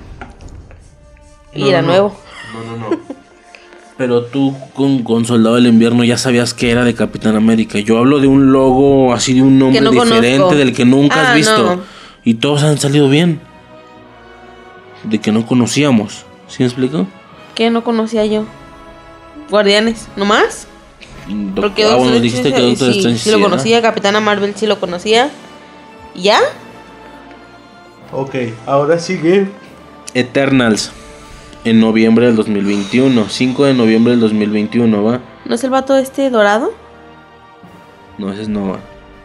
L: Y
K: No,
L: era
K: no,
L: nuevo.
K: No, no, no. Pero tú con, con Soldado del Invierno ya sabías que era de Capitán América. Yo hablo de un logo así, de un nombre
L: no
K: diferente
L: conozco.
K: del que nunca
L: Ah,
K: has visto.
L: no.
K: Y todos han salido bien. De que no conocíamos. ¿Sí me explico?
L: ¿Qué no conocía yo? Guardianes, ¿no más?
K: Doc-
L: Porque
K: ah,
L: Doctor
K: bueno,
L: Strange
K: dijiste que
L: sí,
K: Doctor
L: sí,
K: Strange
L: sí lo
K: ¿verdad?
L: conocía, Capitana Marvel sí lo conocía. ¿Y ya?
K: Ok, ahora sigue Eternals en noviembre del dos mil veintiuno, cinco de noviembre del dos mil veintiuno, ¿va?
L: ¿No es el vato este dorado?
K: No, ese es Nova.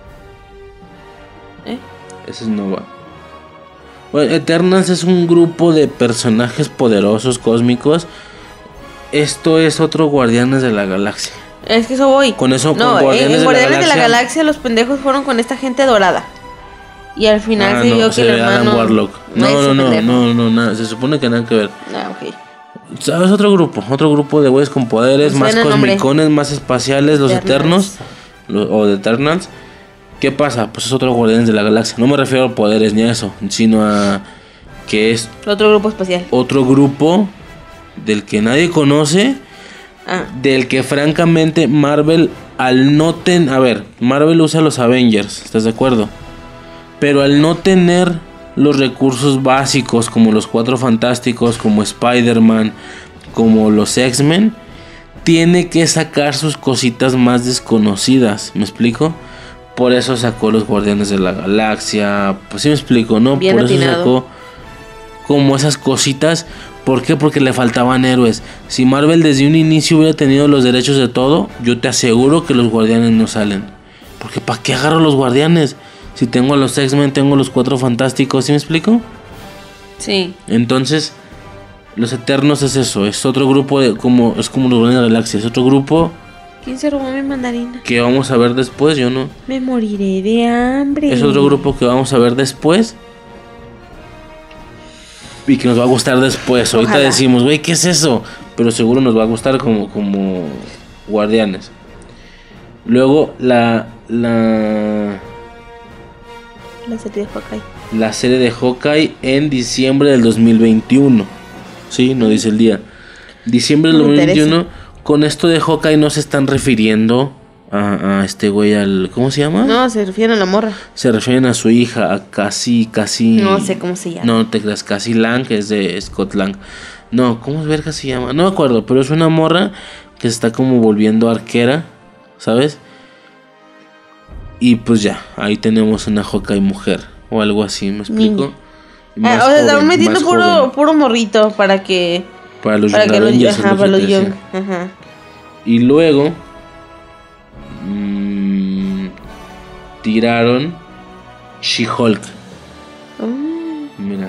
L: ¿Eh?
K: Ese es Nova. Bueno, Eternals es un grupo de personajes poderosos cósmicos. Esto es otro Guardianes de la Galaxia.
L: Es que eso voy.
K: Con eso, con
L: no, en-
K: Guardianes,
L: en
K: de, la
L: Guardianes de la
K: Galaxia,
L: Galaxia los pendejos fueron con esta gente dorada. Y al final
K: Ah,
L: se
K: no,
L: vio que
K: se
L: el
K: ve Adam
L: hermano...
K: Warlock.
L: Nadie
K: No,
L: se
K: no, no,
L: pendejo.
K: no, no, nada. Se supone que nada que ver.
L: Ah, ok.
K: ¿Sabes? Otro grupo, otro grupo de güeyes con poderes,
L: Me
K: más
L: suena el nombre.
K: cosmicones, más espaciales, los
L: Eternals.
K: Eternos, lo- o de Eternals. ¿Qué pasa? Pues es otro Guardianes de la Galaxia. No me refiero a poderes ni a eso, sino a que es
L: Otro grupo espacial.
K: otro grupo del que nadie conoce,
L: Ah,
K: del que francamente Marvel al no ten, a ver, Marvel usa los Avengers, ¿estás de acuerdo? Pero al no tener los recursos básicos como los Cuatro Fantásticos, como Spider-Man, como los X-Men, tiene que sacar sus cositas más desconocidas, ¿me explico? Por eso sacó los Guardianes de la Galaxia, pues sí me explico, ¿no?
L: Bien
K: Por eso
L: atinado.
K: sacó como esas cositas. ¿Por qué? Porque le faltaban héroes. Si Marvel desde un inicio hubiera tenido los derechos de todo, yo te aseguro que los Guardianes no salen. Porque ¿para qué agarro los Guardianes? Si tengo a los X-Men, tengo a los Cuatro Fantásticos, ¿sí me explico?
L: sí.
K: Entonces, los Eternos es eso, es otro grupo de como es como los Guardianes de la Galaxia, es otro grupo
L: ¿Quién se robó mi mandarina?
K: que vamos a ver después, yo no.
L: Me moriré de hambre.
K: Es otro grupo que vamos a ver después. Y que nos va a gustar después. Ahorita
L: Ojalá.
K: decimos, güey, ¿qué es eso? Pero seguro nos va a gustar como, como Guardianes. Luego, la, la
L: la serie de Hawkeye.
K: La serie de Hawkeye en diciembre del dos mil veintiuno. Sí, no dice el día. Diciembre del
L: No
K: dos
L: me
K: mil veintiuno.
L: interesa.
K: Con esto de Hawkeye no se están refiriendo a, a este güey, al... ¿Cómo se llama?
L: No, se refieren a la morra.
K: Se refieren a su hija, a Cassie, Cassie...
L: No sé cómo se llama.
K: No, te creas, Cassie Lang, que es de Scott Lang. No, ¿cómo es verga se llama? No me acuerdo, pero es una morra que se está como volviendo arquera, ¿sabes? Y pues ya, ahí tenemos una Hawkeye mujer, o algo así, ¿me explico?
L: Ah, o sea, están metiendo puro, puro morrito para que...
K: Para los
L: para
K: Young
L: que los,
K: Avengers, es
L: ajá,
K: lo
L: para
K: que
L: los
K: te decía.
L: young. Ajá.
K: Y luego mmm, tiraron She-Hulk.
L: Mm.
K: Mira.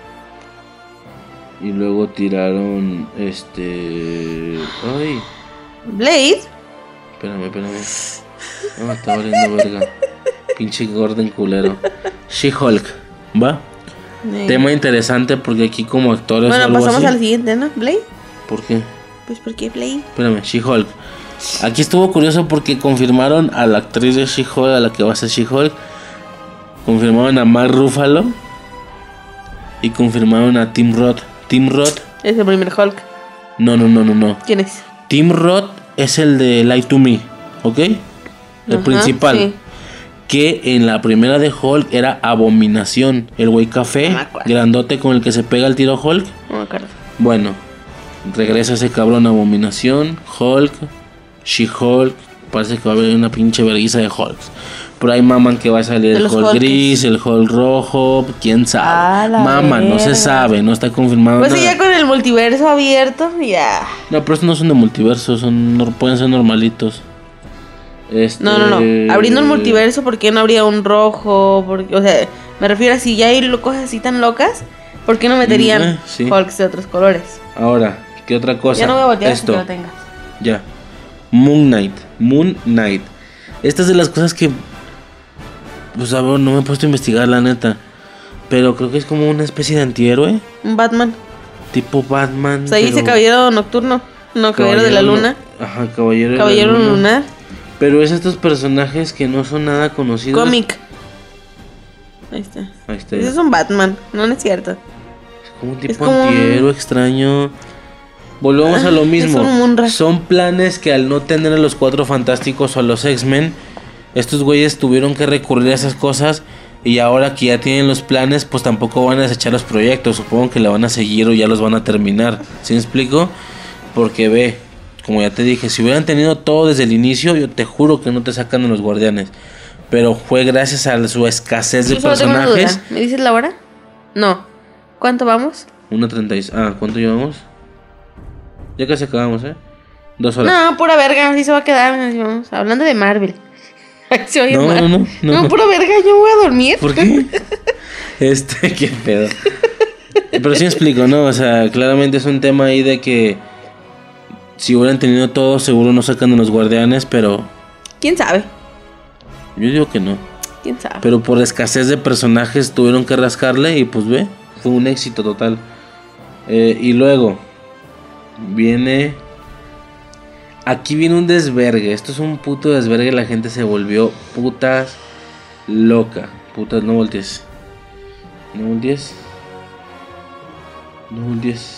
K: Y luego tiraron este... Ay,
L: Blade.
K: espérame, espérame. No, está valiendo verga. Pinche Gordon culero. She-Hulk, ¿va?
L: Sí.
K: Tema interesante porque aquí como actores
L: Bueno,
K: o algo
L: pasamos
K: así.
L: al siguiente, ¿no? Blade.
K: ¿Por qué?
L: Pues porque Blade.
K: Espérame, She-Hulk. Aquí estuvo curioso porque confirmaron a la actriz de She-Hulk, a la que va a ser She-Hulk. Confirmaron a Mark Ruffalo. Y confirmaron a Tim Roth. Tim Roth.
L: Es el primer Hulk.
K: No, no, no, no, no.
L: ¿Quién es?
K: Tim Roth es el de Lie to Me, ¿ok? El
L: Ajá,
K: principal.
L: sí.
K: Que en la primera de Hulk era Abominación. El güey café,
L: No me acuerdo.
K: grandote con el que se pega el tiro Hulk.
L: No me acuerdo.
K: Bueno, regresa ese cabrón Abominación, Hulk, She-Hulk. Parece que va a haber una pinche vergüenza de Hulks. Por ahí maman que va a salir
L: De
K: el
L: los
K: Hulk
L: Hulks.
K: gris, el Hulk rojo, quién sabe.
L: Ah, la
K: Maman, no se
L: verga.
K: sabe, no está confirmado
L: Pues
K: nada.
L: sí, ya con el multiverso abierto, ya.
K: No, pero estos no son de multiverso, son, no, pueden ser normalitos. Este...
L: No, no, no. Abriendo el multiverso, ¿por qué no habría un rojo? Porque, o sea, me refiero a si ya hay lo- cosas así tan locas, ¿por qué no meterían
K: Eh, sí.
L: Hulks de otros colores?
K: Ahora, ¿qué otra cosa?
L: Ya no voy a voltear hasta
K: Esto,
L: que lo tengas.
K: ya. Moon Knight, Moon Knight. Esta es de las cosas que, pues a ver, no me he puesto a investigar la neta, pero creo que es como una especie de antihéroe,
L: Un Batman.
K: tipo Batman.
L: O sea, ahí dice
K: pero-
L: Caballero Nocturno. No, Caballero de la
K: Caballero
L: Luna.
K: no- Ajá, Caballero, de la
L: Caballero
K: Luna.
L: Lunar.
K: Pero es estos personajes que no son nada conocidos.
L: Cómic. Ahí está.
K: Ahí está.
L: Ese es un Batman. No, no es cierto.
K: Es como un tipo
L: es como un-
K: antihéroe extraño. Volvemos a lo
L: Ah,
K: mismo.
L: es un Munra.
K: Son planes que al no tener a los Cuatro Fantásticos o a los X-Men, estos güeyes tuvieron que recurrir a esas cosas. Y ahora que ya tienen los planes, pues tampoco van a desechar los proyectos. Supongo que la van a seguir o ya los van a terminar. ¿Sí me explico? Porque ve, como ya te dije, si hubieran tenido todo desde el inicio, yo te juro que no te sacan a los Guardianes. Pero fue gracias a su escasez de
L: Yo solo tengo una
K: personajes.
L: duda. ¿Me dices la hora? No. ¿Cuánto vamos?
K: una treinta y seis. Ah, ¿cuánto llevamos? Ya casi acabamos, ¿eh? Dos horas.
L: No, pura verga. Así se va a quedar. Así vamos. Hablando de Marvel. Ay, se oye
K: No,
L: mal.
K: no, no, no, no.
L: pura verga. Yo me voy a dormir.
K: ¿Por qué? Este, qué pedo. Pero sí me explico, ¿no? O sea, claramente es un tema ahí de que si hubieran tenido todo, seguro no sacan a los Guardianes, pero
L: ¿Quién sabe?
K: yo digo que no.
L: ¿Quién sabe?
K: Pero por escasez de personajes tuvieron que rascarle y pues ve, fue un éxito total. Eh, y luego viene... Aquí viene un desvergue. Esto es un puto desvergue. La gente se volvió putas loca. Putas, no voltees. No voltees. No voltees.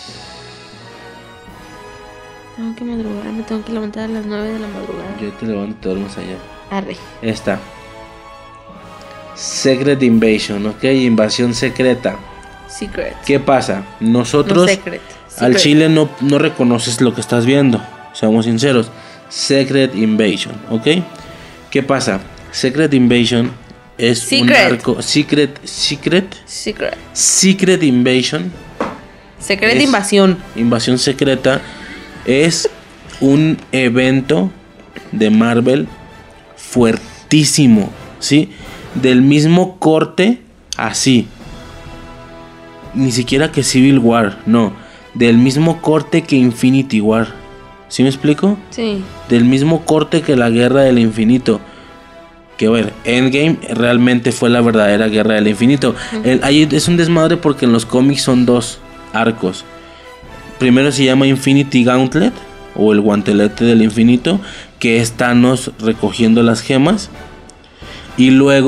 L: Tengo que madrugar. Me tengo que levantar a las nueve de la madrugada.
K: Ya te levanto y te duermes allá.
L: Arre.
K: Esta. Secret Invasion, ¿ok? Invasión secreta.
L: Secret.
K: ¿Qué pasa? Nosotros...
L: No secret.
K: Al
L: Secret.
K: chile no, no reconoces lo que estás viendo. Seamos sinceros. Secret Invasion, ¿ok? ¿Qué pasa? Secret Invasion es un
L: Secret.
K: arco. Secret. Secret.
L: Secret.
K: Secret Invasion.
L: Secret
K: es-
L: invasión.
K: Invasión secreta. Es un evento de Marvel fuertísimo. ¿Sí? Del mismo corte. Así. Ni siquiera que Civil War. No. Del mismo corte que Infinity War. ¿Sí me explico?
L: Sí.
K: Del mismo corte que la Guerra del Infinito. Que a ver, Endgame realmente fue la verdadera Guerra del Infinito. El- ahí es un desmadre porque en los cómics son dos arcos. Primero se llama Infinity Gauntlet o el guantelete del infinito, que es Thanos recogiendo las gemas. Y luego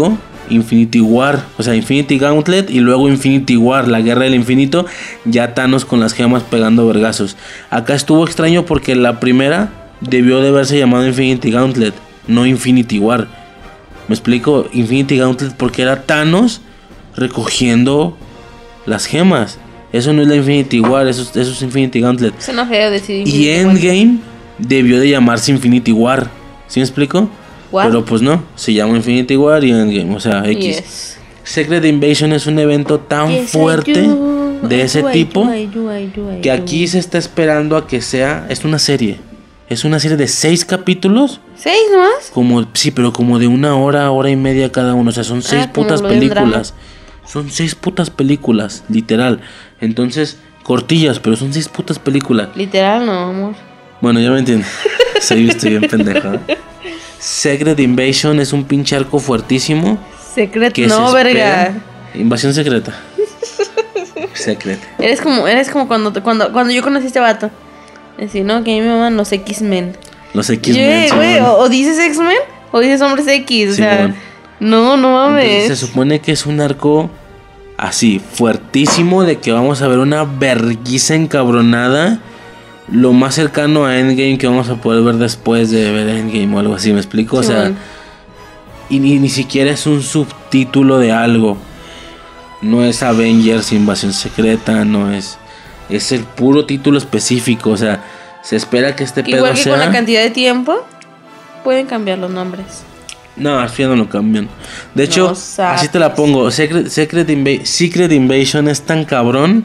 K: Infinity War, o sea, Infinity Gauntlet y luego Infinity War, la guerra del infinito, ya Thanos con las gemas pegando vergazos. Acá estuvo extraño porque la primera debió de haberse llamado Infinity Gauntlet, no Infinity War. ¿Me explico? Infinity Gauntlet porque era Thanos recogiendo las gemas. Eso no es la Infinity War, eso, eso es Infinity Gauntlet.
L: Se no feo decir
K: y Endgame debió de llamarse Infinity War. ¿Sí me explico?
L: What?
K: Pero pues no, se llama Infinity War y Endgame, o sea, X.
L: Yes.
K: Secret Invasion es un evento tan
L: Yes,
K: fuerte
L: I do.
K: de
L: I
K: ese
L: do, I
K: tipo
L: do, I do, I do, I
K: que
L: do.
K: aquí se está esperando a que sea, es una serie. Es una serie de seis capítulos.
L: ¿Seis nomás?
K: Como, sí, pero como de una hora, hora y media cada uno. O sea, son seis
L: Ah, como
K: putas
L: lo del
K: películas. Son seis putas películas, literal. Entonces, cortillas, pero son seis putas películas.
L: Literal, no, amor.
K: Bueno, ya me entiendes. Soy estoy bien pendejo. ¿eh? Secret Invasion es un pinche arco fuertísimo.
L: Secret,
K: que
L: no,
K: se
L: verga.
K: espera- Invasión secreta. Secret.
L: Eres como, eres como cuando, cuando, cuando yo conocí a este vato. Decir, no, que a mí me maman los X-Men.
K: Los
L: Yo,
K: X-Men.
L: güey,
K: Simón.
L: o, o dices X-Men o dices hombres X. O sea,
K: Simón.
L: no, no mames.
K: Entonces, se supone que es un arco así, fuertísimo, de que vamos a ver una verguiza encabronada. Lo más cercano a Endgame que vamos a poder ver después de ver Endgame o algo así, ¿me explico? O sea,
L: Simón.
K: y ni, ni siquiera es un subtítulo de algo. No es Avengers Invasión Secreta, no es... Es el puro título específico, o sea, se espera que este pedo
L: Igual que
K: sea...
L: con la cantidad de tiempo, pueden cambiar los nombres.
K: No, así ya no lo cambian. De hecho,
L: No sabes.
K: así te la pongo. Secret, Secret, Inva- Secret Invasion es tan cabrón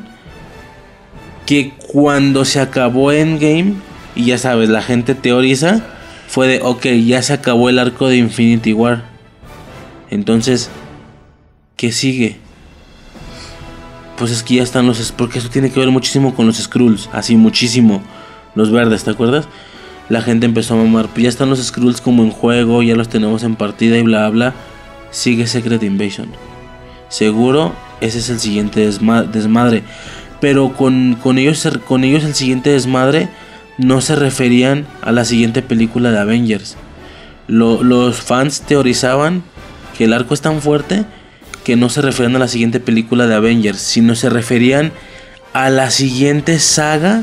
K: que cuando se acabó Endgame, y ya sabes, la gente teoriza, fue de, ok, ya se acabó el arco de Infinity War. Entonces, ¿qué sigue? Pues es que ya están los... Porque eso tiene que ver muchísimo con los Skrulls. Así, muchísimo. Los verdes, ¿te acuerdas? La gente empezó a mamar. Pues ya están los Skrulls como en juego. Ya los tenemos en partida y bla bla. Sigue Secret Invasion. Seguro ese es el siguiente desma- desmadre. Pero con, con, ellos, con ellos el siguiente desmadre no se referían a la siguiente película de Avengers. Lo, los fans teorizaban que el arco es tan fuerte que no se referían a la siguiente película de Avengers, sino se referían a la siguiente saga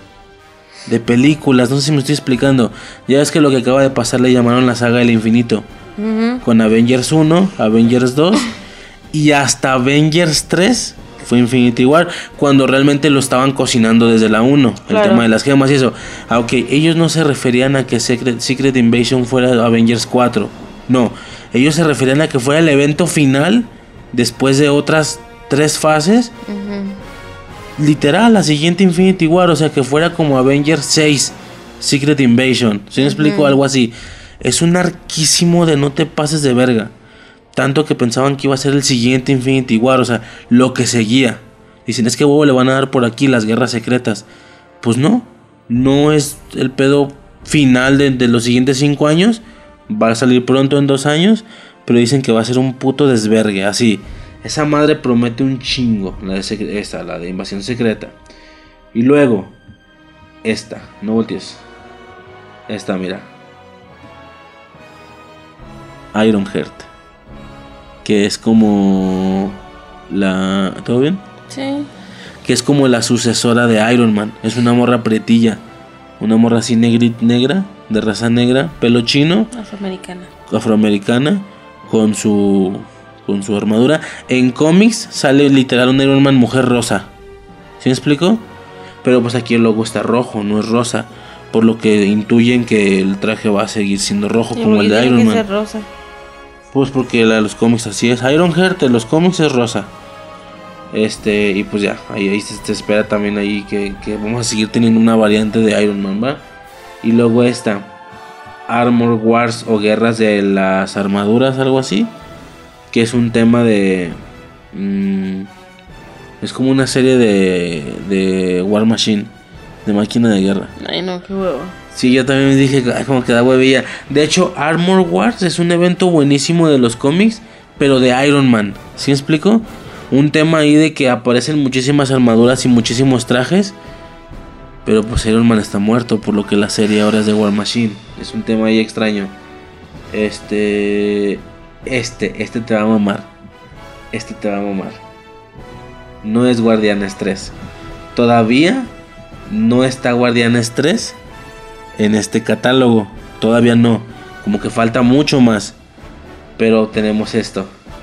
K: de películas. No sé si me estoy explicando. Ya ves que lo que acaba de pasar le llamaron la saga del infinito.
L: Uh-huh.
K: Con Avengers uno, Avengers dos y hasta Avengers tres fue Infinity War, cuando realmente lo estaban cocinando desde la uno, el
L: Claro.
K: tema de las gemas y eso. Aunque ellos no se referían a que Secret, Secret Invasion fuera Avengers cuatro. No, ellos se referían a que fuera el evento final después de otras tres fases.
L: Uh-huh.
K: Literal, la siguiente Infinity War, o sea, que fuera como Avengers seis, Secret Invasion. ¿Sí me explico?
L: Ujú.
K: Algo así. Es un arquísimo de no te pases de verga. Tanto que pensaban que iba a ser el siguiente Infinity War, o sea, lo que seguía. Dicen, es que huevo le van a dar por aquí las guerras secretas. Pues no, no es el pedo final de, de los siguientes cinco años. Va a salir pronto en dos años, pero dicen que va a ser un puto desvergue, así. Esa madre promete un chingo, la de secre- esta, la de Invasión Secreta. Y luego, esta, no voltees. Esta, mira. Ironheart. Que es como la... ¿Todo bien?
L: Sí.
K: Que es como la sucesora de Iron Man. Es una morra pretilla. Una morra así negri- negra, de raza negra, pelo chino,
L: Afroamericana.
K: afroamericana, con su con su armadura. En cómics sale literal un Iron Man mujer rosa. ¿Sí me explico? Pero pues aquí el logo está rojo, no es rosa. Por lo que intuyen que el traje va a seguir siendo rojo
L: Sí,
K: como
L: porque
K: el de
L: tiene
K: Iron
L: que
K: Man.
L: ser rosa.
K: Pues porque la de los cómics así es. Ironheart en los cómics es rosa. Este, y pues ya, ahí, ahí se, se espera también ahí que, que vamos a seguir teniendo una variante de Iron Man, ¿va? Y luego esta, Armor Wars o Guerras de las Armaduras, algo así. Que es un tema de... Mmm, es como una serie de, de War Machine, de máquina de guerra.
L: Ay, no, qué huevo.
K: Sí, yo también dije, ay, como que da huevilla. De hecho, Armor Wars es un evento buenísimo de los cómics, pero de Iron Man. ¿Sí me explico? Un tema ahí de que aparecen muchísimas armaduras y muchísimos trajes, pero pues Iron Man está muerto, por lo que la serie ahora es de War Machine. Es un tema ahí extraño. Este... Este, este te va a mamar. Este te va a mamar. No es Guardianes tres. Todavía no está Guardianes tres en este catálogo. Todavía no. Como que falta mucho más. Pero tenemos esto.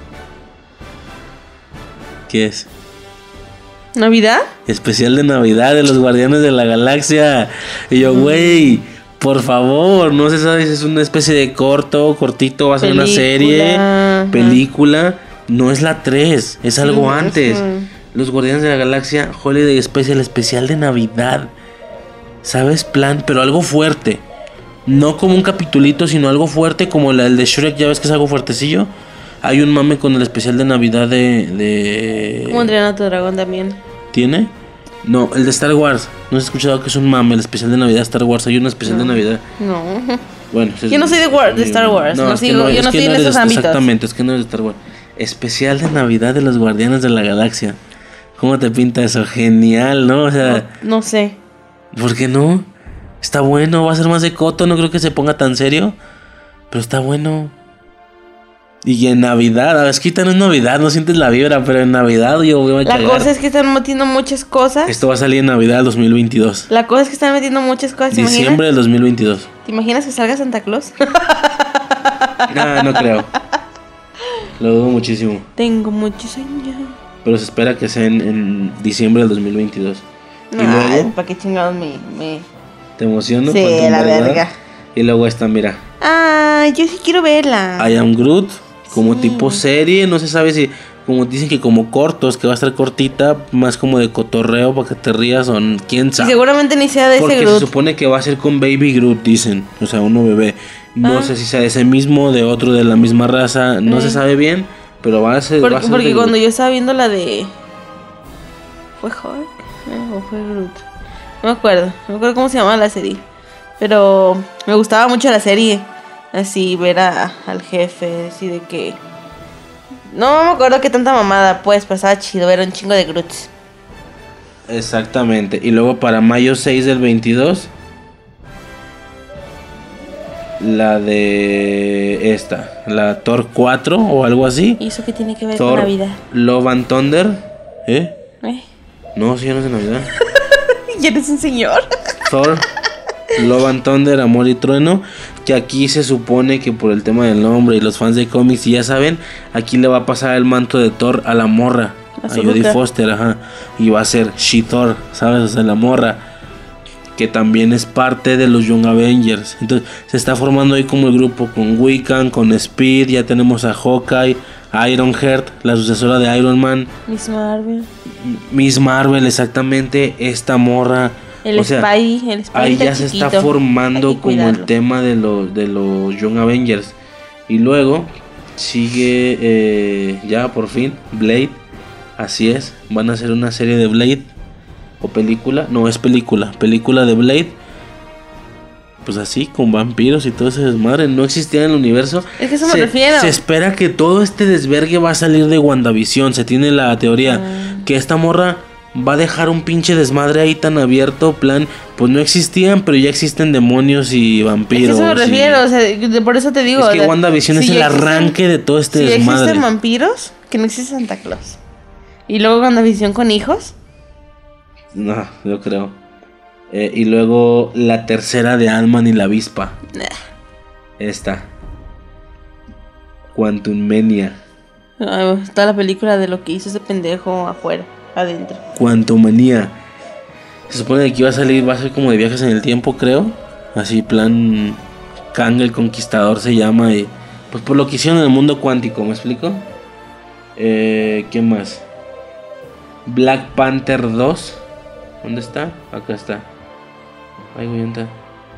K: ¿Qué es?
L: ¿Navidad?
K: Especial de Navidad de los Guardianes de la Galaxia. Y yo, güey, por favor, no se sabe si es una especie de corto, cortito, va a ser película, una serie, ajá. película. No es la tres, es algo sí, antes. Eso. Los Guardianes de la Galaxia, Holiday Special, especial de Navidad. ¿Sabes? Plan, pero algo fuerte. No como un capitulito, sino algo fuerte como el de Shrek, ya ves que es algo fuertecillo. Hay un mame con el especial de Navidad de... de...
L: ¿Cómo entrenar a tu dragón también?
K: ¿Tiene? No, el de Star Wars. ¿No has escuchado que es un mame el especial de Navidad de Star Wars? Hay un especial
L: no.
K: de Navidad.
L: No.
K: Bueno, es,
L: yo no soy de, War, de Star Wars. No, no sigo, no, yo no estoy no en esos
K: de,
L: ámbitos.
K: Exactamente, es que no eres de Star Wars. Especial de Navidad de los Guardianes de la Galaxia. ¿Cómo te pinta eso? Genial, ¿no? O sea...
L: No, no sé.
K: ¿Por qué no? Está bueno, va a ser más de coto, no creo que se ponga tan serio. Pero está bueno. Y en Navidad, a ver, es que no es Navidad, no sientes la vibra, pero en Navidad yo voy a
L: La
K: cagar.
L: cosa es que están metiendo muchas cosas.
K: Esto va a salir en Navidad del dos mil veintidós.
L: La cosa es que están metiendo muchas cosas. ¿Te
K: Diciembre
L: imaginas?
K: del dos mil veintidós.
L: ¿Te imaginas que salga Santa Claus?
K: No, no creo. Lo dudo muchísimo.
L: Tengo muchos años.
K: Pero se espera que sea en, en diciembre del dos mil veintidós.
L: No, y luego, ¿para qué chingados me, me...
K: ¿Te emociono?
L: Sí, la verga.
K: Y luego esta, mira.
L: Ah, yo sí quiero verla.
K: I Am Groot, como
L: sí.
K: tipo serie, no se sabe si... Como dicen que como cortos, que va a estar cortita, más como de cotorreo para que te rías o quién sabe.
L: Y seguramente ni sea de
K: Porque
L: ese Groot.
K: Se supone que va a ser con Baby Groot, dicen. O sea, uno bebé. No ah. sé si sea de ese mismo, de otro de la misma raza. No eh. se sabe bien, pero va a ser...
L: Porque,
K: va a ser
L: porque cuando yo estaba viendo la de... ¿Fue Hulk? ¿O fue Groot? No me acuerdo. No me acuerdo cómo se llamaba la serie. Pero me gustaba mucho la serie. Así, ver a, al jefe, así de que... No me acuerdo qué tanta mamada, pues, pero estaba chido ver un chingo de Groots.
K: Exactamente. Y luego para mayo seis del veintidós, la de esta, la Thor cuatro o algo así.
L: ¿Y eso qué tiene que ver
K: Thor,
L: con Navidad?
K: Love and Thunder. ¿Eh?
L: ¿Eh?
K: No, si ya no es de Navidad.
L: ¿Ya eres un señor?
K: Thor, Love and Thunder, Amor y Trueno. Que aquí se supone que por el tema del nombre y los fans de cómics, y ya saben, aquí le va a pasar el manto de Thor a la morra, a, a Jodie Foster, ajá. Y va a ser She-Thor, ¿sabes? O sea, la morra, que también es parte de los Young Avengers. Entonces se está formando ahí como el grupo con Wiccan, con Speed. Ya tenemos a Hawkeye, a Ironheart, la sucesora de Iron Man,
L: Miss Marvel.
K: Miss Marvel, exactamente. Esta morra,
L: el
K: o sea,
L: Spidey, el Spidey
K: ahí ya se está formando como el tema de los de los Young Avengers. Y luego sigue eh, ya por fin Blade. Así es, van a hacer una serie de Blade. O película, no es película, película de Blade. Pues así, con vampiros y todo ese desmadre. No existía en el universo.
L: Es que eso me
K: se,
L: refiero.
K: Se espera que todo este desvergue va a salir de WandaVision. Se tiene la teoría ah. que esta morra va a dejar un pinche desmadre ahí tan abierto. Plan, pues no existían, pero ya existen demonios y vampiros.
L: Es que eso me refiero,
K: y...
L: o sea, por eso te digo.
K: Es que de... WandaVision si es el arranque de todo este
L: si
K: desmadre. Si
L: existen vampiros, que no existe Santa Claus. Y luego WandaVision con hijos.
K: No, yo creo. Eh, y luego la tercera de Ant-Man y la avispa.
L: Nah.
K: Esta. Quantumania.
L: Ah, está la película de lo que hizo ese pendejo afuera, adentro.
K: Quantumania. Se supone que aquí va a salir, va a ser como de viajes en el tiempo, creo. Así, plan Kang el Conquistador se llama. Y, pues por lo que hicieron en el mundo cuántico, ¿me explico? Eh, ¿Qué más? Black Panther dos. ¿Dónde está? Acá está. Ay, güey, ¿dónde está?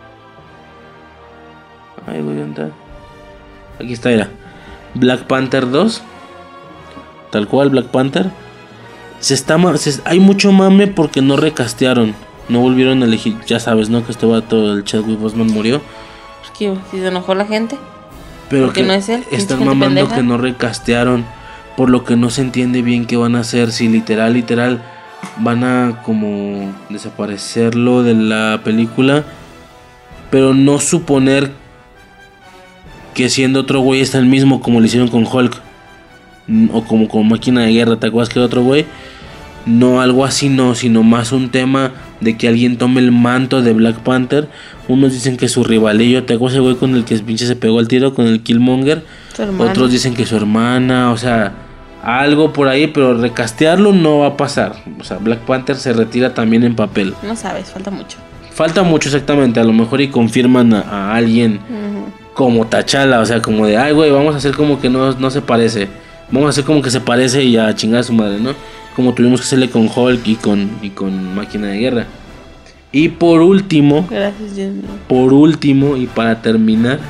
K: Ay, güey, ¿dónde está? Aquí está, era Black Panther dos. Tal cual, Black Panther. Se está, se, hay mucho mame porque no recastearon. No volvieron a elegir. Ya sabes, ¿no? Que este vato, el Chadwick Boseman, murió.
L: Pues que si se enojó la gente.
K: Pero
L: porque
K: que
L: no es él.
K: Están mamando pendeja. Que no recastearon. Por lo que no se entiende bien qué van a hacer. Si literal, literal van a como desaparecerlo de la película, pero no suponer que siendo otro güey está el mismo como lo hicieron con Hulk. O como con Máquina de Guerra, ¿te acuerdas que otro güey? No, algo así no, sino más un tema de que alguien tome el manto de Black Panther. Unos dicen que su rivalillo, ¿te acuerdas ese güey con el que pinche se pegó el tiro, con el Killmonger? Otros dicen que su hermana, o sea, algo por ahí, pero recastearlo no va a pasar. O sea, Black Panther se retira también en papel.
L: No sabes, falta mucho.
K: Falta mucho exactamente, a lo mejor y confirman a, a alguien uh-huh. como T'Challa, o sea, como de, ay güey, vamos a hacer como que no, no se parece. Vamos a hacer como que se parece y a chingar a su madre, ¿no? Como tuvimos que hacerle con Hulk y con, y con Máquina de Guerra. Y por último,
L: gracias, Dios mío.
K: Por último y para terminar,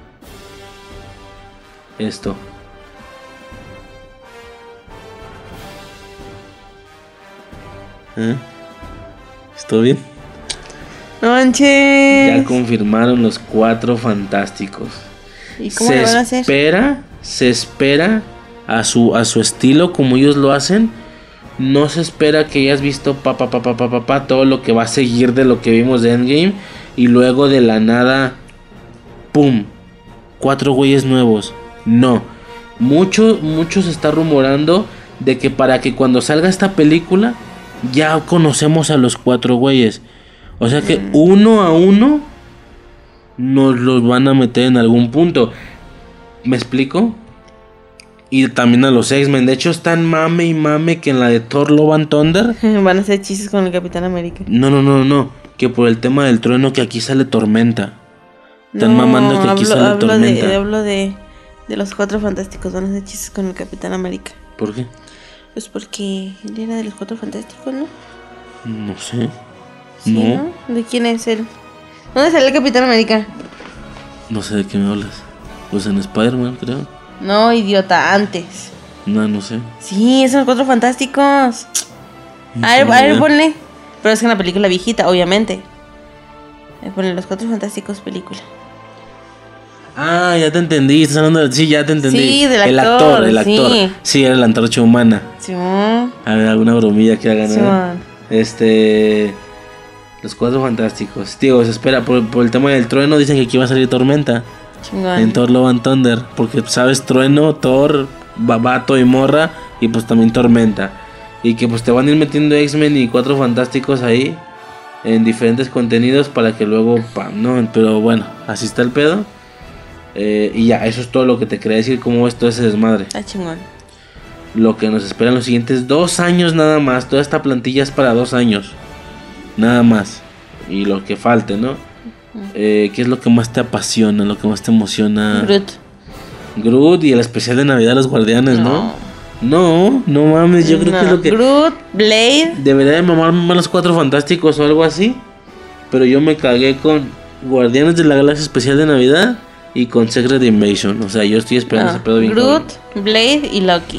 K: esto. ¿Eh? ¿Estoy bien?
L: No manches.
K: Ya confirmaron los Cuatro Fantásticos.
L: ¿Y cómo
K: se
L: lo van a hacer?
K: Espera, se espera a su, a su estilo, como ellos lo hacen. No se espera que hayas visto pa, pa, pa, pa, pa, pa, pa, todo lo que va a seguir de lo que vimos de Endgame. Y luego de la nada, ¡pum! Cuatro güeyes nuevos. No. Mucho, mucho se está rumorando de que para que cuando salga esta película ya conocemos a los cuatro güeyes. O sea que uno a uno nos los van a meter en algún punto. ¿Me explico? Y también a los X-Men. De hecho están mame y mame que en la de Thor Love and Thunder
L: van a hacer chistes con el Capitán América.
K: No, no, no, no. Que por el tema del trueno que aquí sale Tormenta. Están
L: no,
K: mamando que aquí
L: hablo,
K: sale
L: hablo
K: Tormenta.
L: De, hablo de, de los Cuatro Fantásticos. Van a hacer chistes con el Capitán América.
K: ¿Por qué?
L: Pues porque él era de los Cuatro Fantásticos, ¿no?
K: No sé.
L: ¿Sí,
K: no.
L: no. ¿De quién es él? ¿Dónde sale el Capitán América?
K: No sé de qué me hablas. Pues en Spider-Man, creo.
L: No, idiota, antes.
K: No, no sé.
L: Sí, son los Cuatro Fantásticos.
K: No
L: a ver,
K: sé,
L: a ver, ponle. Pero es que una película viejita, obviamente. Ponle los Cuatro Fantásticos película.
K: Ah, ya te entendí. Estás hablando de... Sí, ya te entendí.
L: Sí, del actor.
K: El actor, el actor.
L: Sí,
K: sí era la antorcha humana.
L: Sí, man.
K: A ver, alguna bromilla que hagan.
L: Sí, man.
K: Este... Los Cuatro Fantásticos. Tío, se espera. Por, por el tema del trueno dicen que aquí va a salir Tormenta.
L: Chingón.
K: En Thor Love and Thunder. Porque sabes, trueno, Thor, Babato y Morra. Y pues también Tormenta. Y que pues te van a ir metiendo X-Men y Cuatro Fantásticos ahí. En diferentes contenidos para que luego... Pam, no, pero bueno, así está el pedo. Eh, y ya, eso es todo lo que te quería decir. Cómo es todo ese desmadre.
L: Ah, chingón.
K: Lo que nos espera en los siguientes dos años nada más. Toda esta plantilla es para dos años. Nada más. Y lo que falte, ¿no? Eh, ¿Qué es lo que más te apasiona? Lo que más te emociona.
L: Groot.
K: Groot y el especial de Navidad de los Guardianes, ¿no? No, no, no mames. Yo creo
L: no.
K: que es lo que...
L: Groot, Blade.
K: Debería de mamarme más los Cuatro Fantásticos o algo así. Pero yo me cagué con Guardianes de la Galaxia especial de Navidad y con Secret Invasion. O sea, yo estoy esperando
L: no.
K: ese pedo bien.
L: Groot, cabrón. Blade y Loki.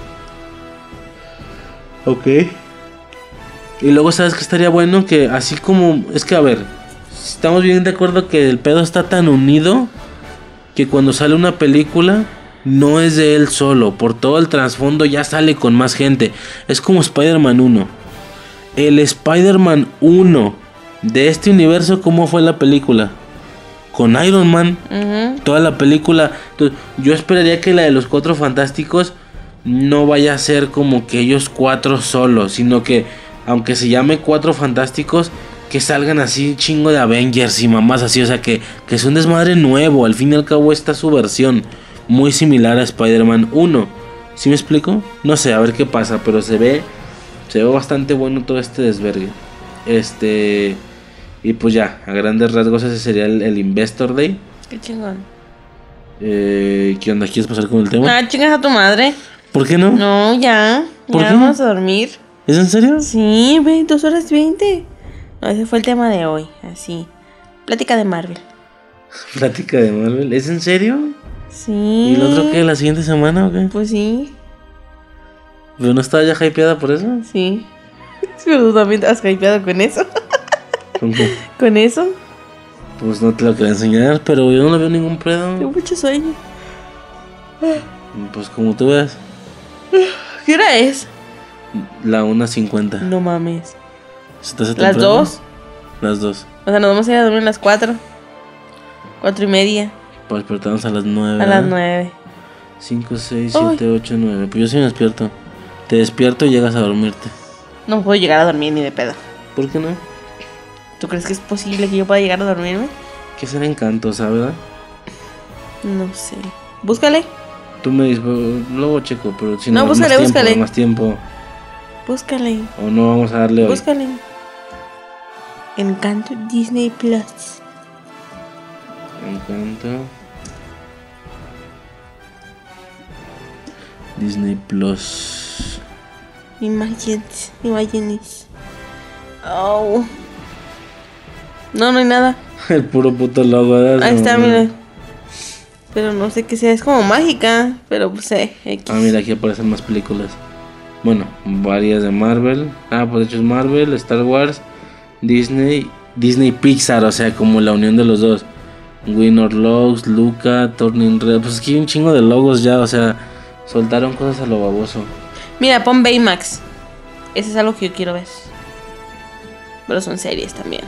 K: Ok. Y luego, ¿sabes qué estaría bueno? Que así como... Es que, a ver, estamos bien de acuerdo que el pedo está tan unido que cuando sale una película no es de él solo. Por todo el trasfondo ya sale con más gente. Es como Spider-Man uno. El Spider-Man uno de este universo, ¿cómo fue la película? Con Iron Man. Uh-huh. Toda la película. Entonces, yo esperaría que la de los Cuatro Fantásticos no vaya a ser como que ellos cuatro solos, sino que aunque se llame Cuatro Fantásticos, que salgan así chingo de Avengers y mamás así, o sea que, que es un desmadre nuevo. Al fin y al cabo esta es su versión, muy similar a Spider-Man uno. ¿Sí me explico? No sé, a ver qué pasa, pero se ve se ve bastante bueno todo este desvergue. Este y pues ya, a grandes rasgos ese sería el, el Investor Day.
L: Qué chingón.
K: Eh, ¿Qué onda? ¿Quieres pasar con el tema?
L: Ah, chingas a tu madre.
K: ¿Por qué no?
L: No, ya.
K: ¿Por
L: ya
K: qué?
L: Vamos a dormir.
K: ¿Es en serio?
L: Sí, ve, dos horas veinte. No, ese fue el tema de hoy, así. Plática de Marvel.
K: Plática de Marvel, ¿es en serio?
L: Sí.
K: ¿Y el otro qué? ¿La siguiente semana o qué?
L: Pues sí.
K: ¿Pero no estaba ya hypeada por eso?
L: Sí. Pero tú también estás hypeado con eso.
K: ¿Con qué?
L: ¿Con eso?
K: Pues no te lo quería enseñar, pero yo no le veo ningún pedo.
L: Tengo mucho sueño.
K: Pues como tú veas.
L: ¿Qué hora es?
K: La una cincuenta.
L: No mames.
K: ¿Las
L: dos?
K: Las dos.
L: O sea, nos vamos a ir a dormir a las cuatro. Cuatro y media.
K: Para despertarnos a las nueve.
L: A las nueve.
K: cinco, seis, siete, ocho, nueve. Pues yo sí me despierto. Te despierto y llegas a dormirte.
L: No puedo llegar a dormir ni de pedo.
K: ¿Por qué no?
L: ¿Tú crees que es posible que yo pueda llegar a dormirme?
K: Que será encanto, ¿sabes?
L: No sé. Búscale.
K: Tú me dices, luego checo, pero si
L: no,
K: no,
L: búscale,
K: más tiempo,
L: búscale.
K: más tiempo.
L: Búscale.
K: O no vamos a darle hoy.
L: Búscale. Encanto Disney Plus.
K: Encanto Disney Plus.
L: Imágenes, imágenes. Oh. No, no hay nada.
K: El puro puto logo. ¿Verdad?
L: Ahí está,
K: no,
L: mira. Pero no sé qué sea, es como mágica. Pero pues eh, X.
K: Ah, mira, aquí aparecen más películas. Bueno, varias de Marvel. Ah, pues de hecho es Marvel, Star Wars, Disney, Disney Pixar, o sea, como la unión de los dos. Winner Logs, Luca, Turning Red. Pues aquí hay un chingo de logos ya, o sea, soltaron cosas a lo baboso.
L: Mira, pon Baymax. Ese es algo que yo quiero ver. Pero son series también.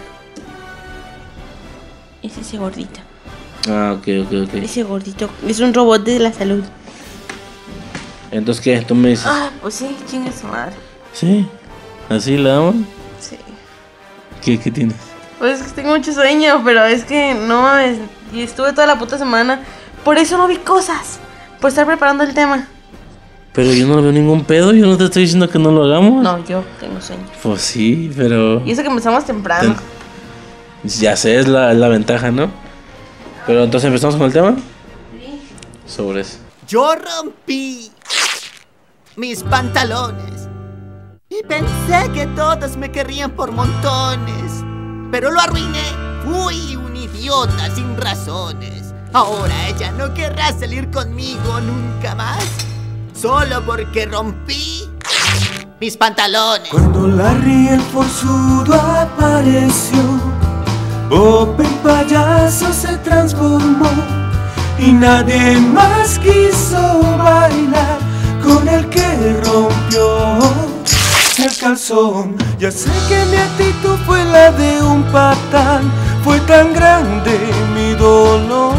L: Es ese gordito.
K: Ah, ok, ok, ok.
L: Ese gordito. Es un robot de la salud.
K: Entonces, ¿qué? ¿Tú me dices?
L: Ah, pues sí, chinga su madre.
K: ¿Sí? ¿Así la aman?
L: Sí.
K: ¿Qué, qué tienes?
L: Pues es que tengo mucho sueño, pero es que no, es, y estuve toda la puta semana. Por eso no vi cosas. Por estar preparando el tema.
K: Pero yo no lo veo ningún pedo, yo no te estoy diciendo que no lo hagamos.
L: No, yo tengo sueño.
K: Pues sí, pero...
L: Y eso que empezamos temprano.
K: Ten... Ya sé, es la, la ventaja, ¿no? Pero entonces empezamos con el tema.
L: Sí.
K: Sobre eso.
D: Yo rompí mis pantalones y pensé que todos me querrían por montones, pero lo arruiné. Fui un idiota sin razones. Ahora ella no querrá salir conmigo nunca más, solo porque rompí mis pantalones.
J: Cuando Larry el forzudo apareció, Bob en payaso se transformó y nadie más quiso bailar con el que rompió el calzón. Ya sé que mi actitud fue la de un patán, fue tan grande mi dolor.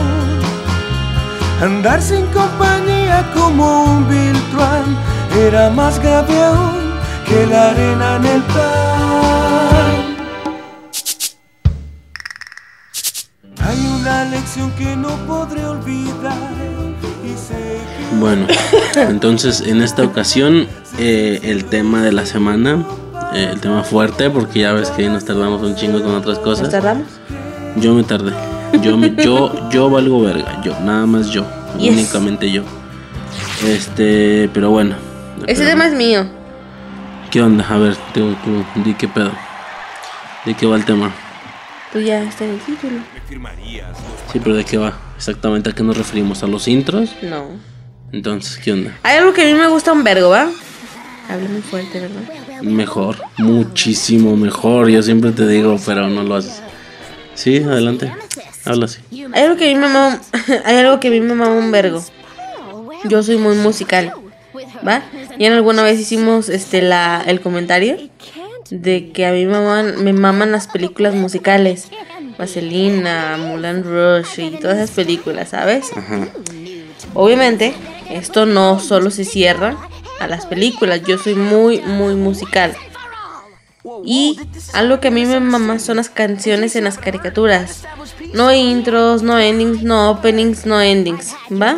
J: Andar sin compañía como un Viltruan era más grave aún que la arena en el pan. Hay una lección que no podré olvidar y sé que...
K: Bueno, entonces en esta ocasión eh, el tema de la semana, eh, el tema fuerte, porque ya ves que nos tardamos un chingo con otras cosas.
L: ¿Nos tardamos?
K: Yo me tardé. Yo, me, yo, yo valgo verga. Yo, nada más yo. Yes. Únicamente yo. Este, pero bueno.
L: Ese
K: pero,
L: tema es mío.
K: ¿Qué onda? A ver, tú, tú, di qué pedo. ¿De qué va el tema?
L: Tú ya está en el título.
K: Sí, pero ¿de qué va? Exactamente, ¿a qué nos referimos? ¿A los intros?
L: No.
K: Entonces, ¿qué onda?
L: Hay algo que a mí me gusta un vergo, ¿va? Habla muy fuerte, ¿verdad?
K: Mejor, muchísimo mejor. Yo siempre te digo, pero no lo haces. Sí, adelante. Habla así.
L: Hay algo que a mí me mama, hay algo que a mí me mama un vergo. Yo soy muy musical, ¿va? Y en alguna vez hicimos este la el comentario de que a mí me maman, me maman las películas musicales. Vaselina, Moulin Rouge y todas esas películas, ¿sabes?
K: Ajá.
L: Obviamente, esto no solo se cierra a las películas. Yo soy muy, muy musical. Y algo que a mí me mama son las canciones en las caricaturas. No intros, no endings, no openings, no endings, ¿va?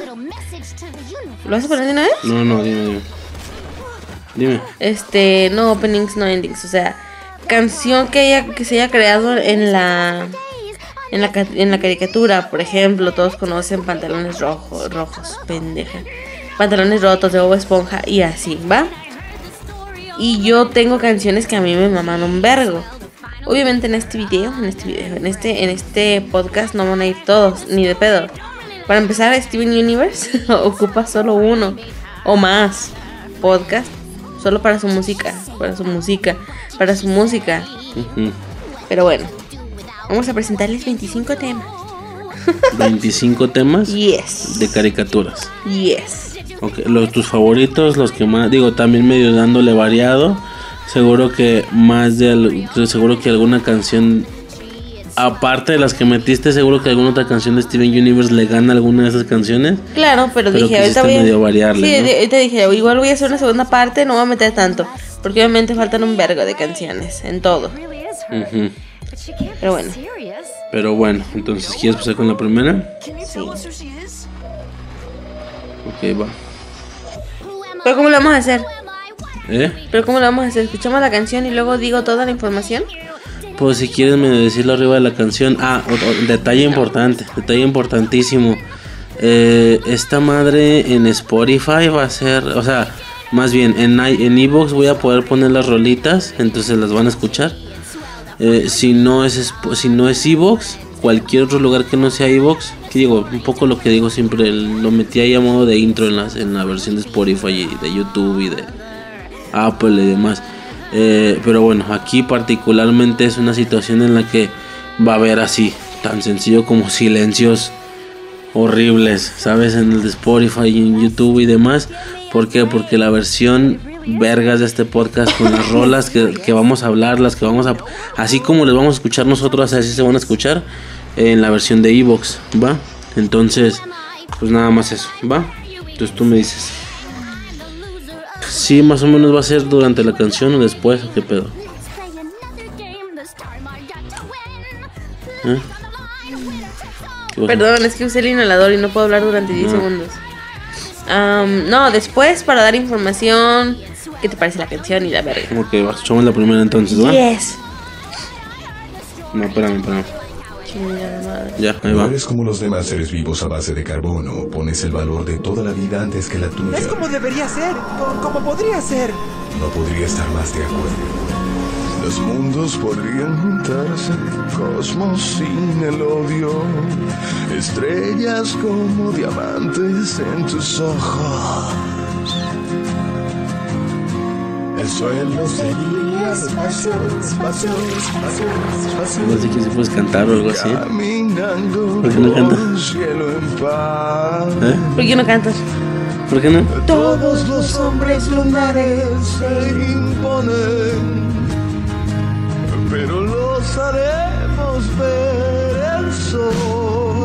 L: ¿Lo vas a poner de una vez?
K: No, no, dime, dime. Dime.
L: Este, no openings, no endings. O sea, canción que haya, que se haya creado en la en la en la caricatura. Por ejemplo, todos conocen Pantalones Rojos, rojos, pendeja. Pantalones Rotos de Bob Esponja y así, ¿va? Y yo tengo canciones que a mí me maman un vergo. Obviamente en este video, en este video, en este, en este podcast no van a ir todos, ni de pedo. Para empezar, Steven Universe ocupa solo uno o más podcast solo para su música, para su música, para su música.
K: Uh-huh.
L: Pero bueno, vamos a presentarles veinticinco temas.
K: ¿veinticinco temas?
L: Yes.
K: De caricaturas.
L: Yes.
K: Okay, los tus favoritos, los que más, digo, también medio dándole variado. Seguro que más de seguro que alguna canción aparte de las que metiste, seguro que alguna otra canción de Steven Universe le gana alguna de esas canciones.
L: Claro, pero, pero dije, ahorita voy a
K: medio variarle,
L: sí,
K: ¿no?
L: ahorita dije, igual voy a hacer una segunda parte, no voy a meter tanto, porque obviamente faltan un vergo de canciones en todo.
K: Uh-huh.
L: Pero bueno.
K: Pero bueno, entonces, ¿quieres pasar con la primera?
L: Sí.
K: Ok, va.
L: ¿Pero cómo lo vamos a hacer?
K: ¿Eh?
L: ¿Pero cómo lo vamos a hacer? ¿Escuchamos la canción y luego digo toda la información?
K: Pues si quieres me decirlo arriba de la canción. Ah, o, o, detalle importante, detalle importantísimo. Eh, esta madre en Spotify va a ser, o sea, más bien en en iVoox voy a poder poner las rolitas, entonces las van a escuchar. Eh, si no es si no es iVoox, cualquier otro lugar que no sea iVoox, que digo, un poco lo que digo siempre, lo metí ahí a modo de intro en, las, en la versión de Spotify y de YouTube y de Apple y demás. Eh, pero bueno, aquí particularmente es una situación en la que va a haber así, tan sencillo como silencios horribles, ¿sabes? En el de Spotify y en YouTube y demás. ¿Por qué? Porque la versión vergas de este podcast con las rolas que, que vamos a hablar, las que vamos a... Así como les vamos a escuchar nosotros, así se van a escuchar en la versión de iVoox, ¿va? Entonces, pues nada más eso, ¿va? Entonces tú me dices... Sí, más o menos va a ser durante la canción o después, ¿o qué pedo? ¿Eh?
L: Perdón, es que usé el inhalador y no puedo hablar durante diez no. segundos. Um, no, después para dar información, ¿qué te parece la canción y la verga?
K: Ok, escuchamos la primera entonces, ¿va?
L: Yes.
K: No, espérame, espérame. Ya, ahí va.
M: No eres como los demás seres vivos a base de carbono. Pones el valor de toda la vida antes que la tuya.
E: Es como debería ser, como podría ser.
M: No podría estar más de acuerdo. Los mundos podrían juntarse, cosmos sin el odio, estrellas como diamantes en tus ojos. El suelo sería espacio, espacio, espacio, espacio.
K: No sé si puedes cantar o algo así.
M: Caminando
K: ¿Por qué no cantas?
L: ¿Eh? ¿Por qué no cantas?
K: ¿Por qué no?
C: Todos los hombres lunares se imponen,
M: pero los haremos ver el sol.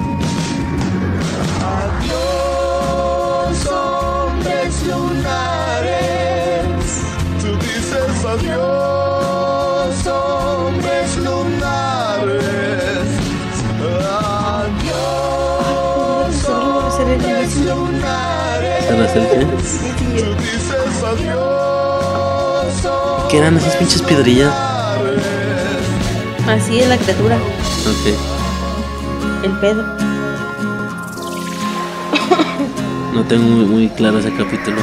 C: Adiós, hombres lunares.
M: Tú dices adiós, hombres lunares. Adiós, hombres lunares.
K: ¿Se la acerqué?
M: Tú dices adiós.
K: ¿Qué eran esas pinches piedrillas?
L: Así es la criatura.
K: Ok.
L: El pedo.
K: No tengo muy, muy claro ese capítulo.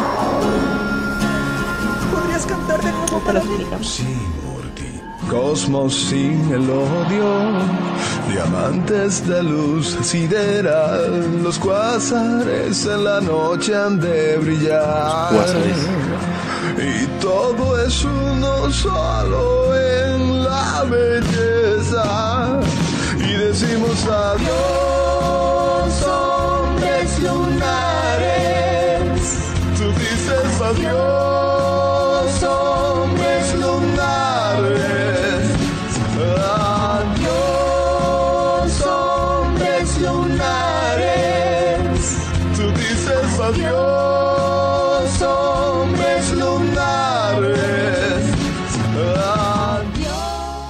E: ¿Podrías cantar de nuevo para mí?
M: Sí, Morty. Cosmos sin el odio, diamantes de luz sideral, los cuásares en la noche han de brillar.
K: Cuásares.
M: Y todo es uno solo en la belleza. Y decimos adiós, hombres lunares. Tú dices adiós, hombres lunares. Adiós, hombres lunares. Tú dices adiós, hombres lunares. Adiós.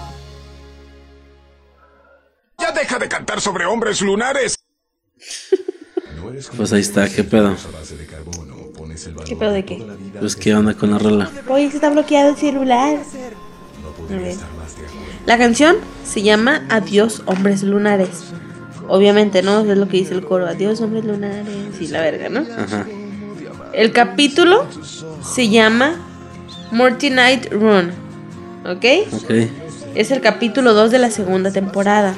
A: ¡Ya deja de cantar sobre hombres lunares!
K: Pues ahí está, ¿qué pedo?
L: ¿Qué pedo de qué?
K: Pues qué onda con la rola.
L: Oye, se está bloqueado el celular. La canción se llama Adiós, hombres lunares. Obviamente, ¿no? Es lo que dice el coro. Adiós, hombres lunares. Y la verga, ¿no?
K: Ajá.
L: El capítulo se llama Morty Night Run. ¿Ok?
K: Ok.
L: Es el capítulo dos de la segunda temporada.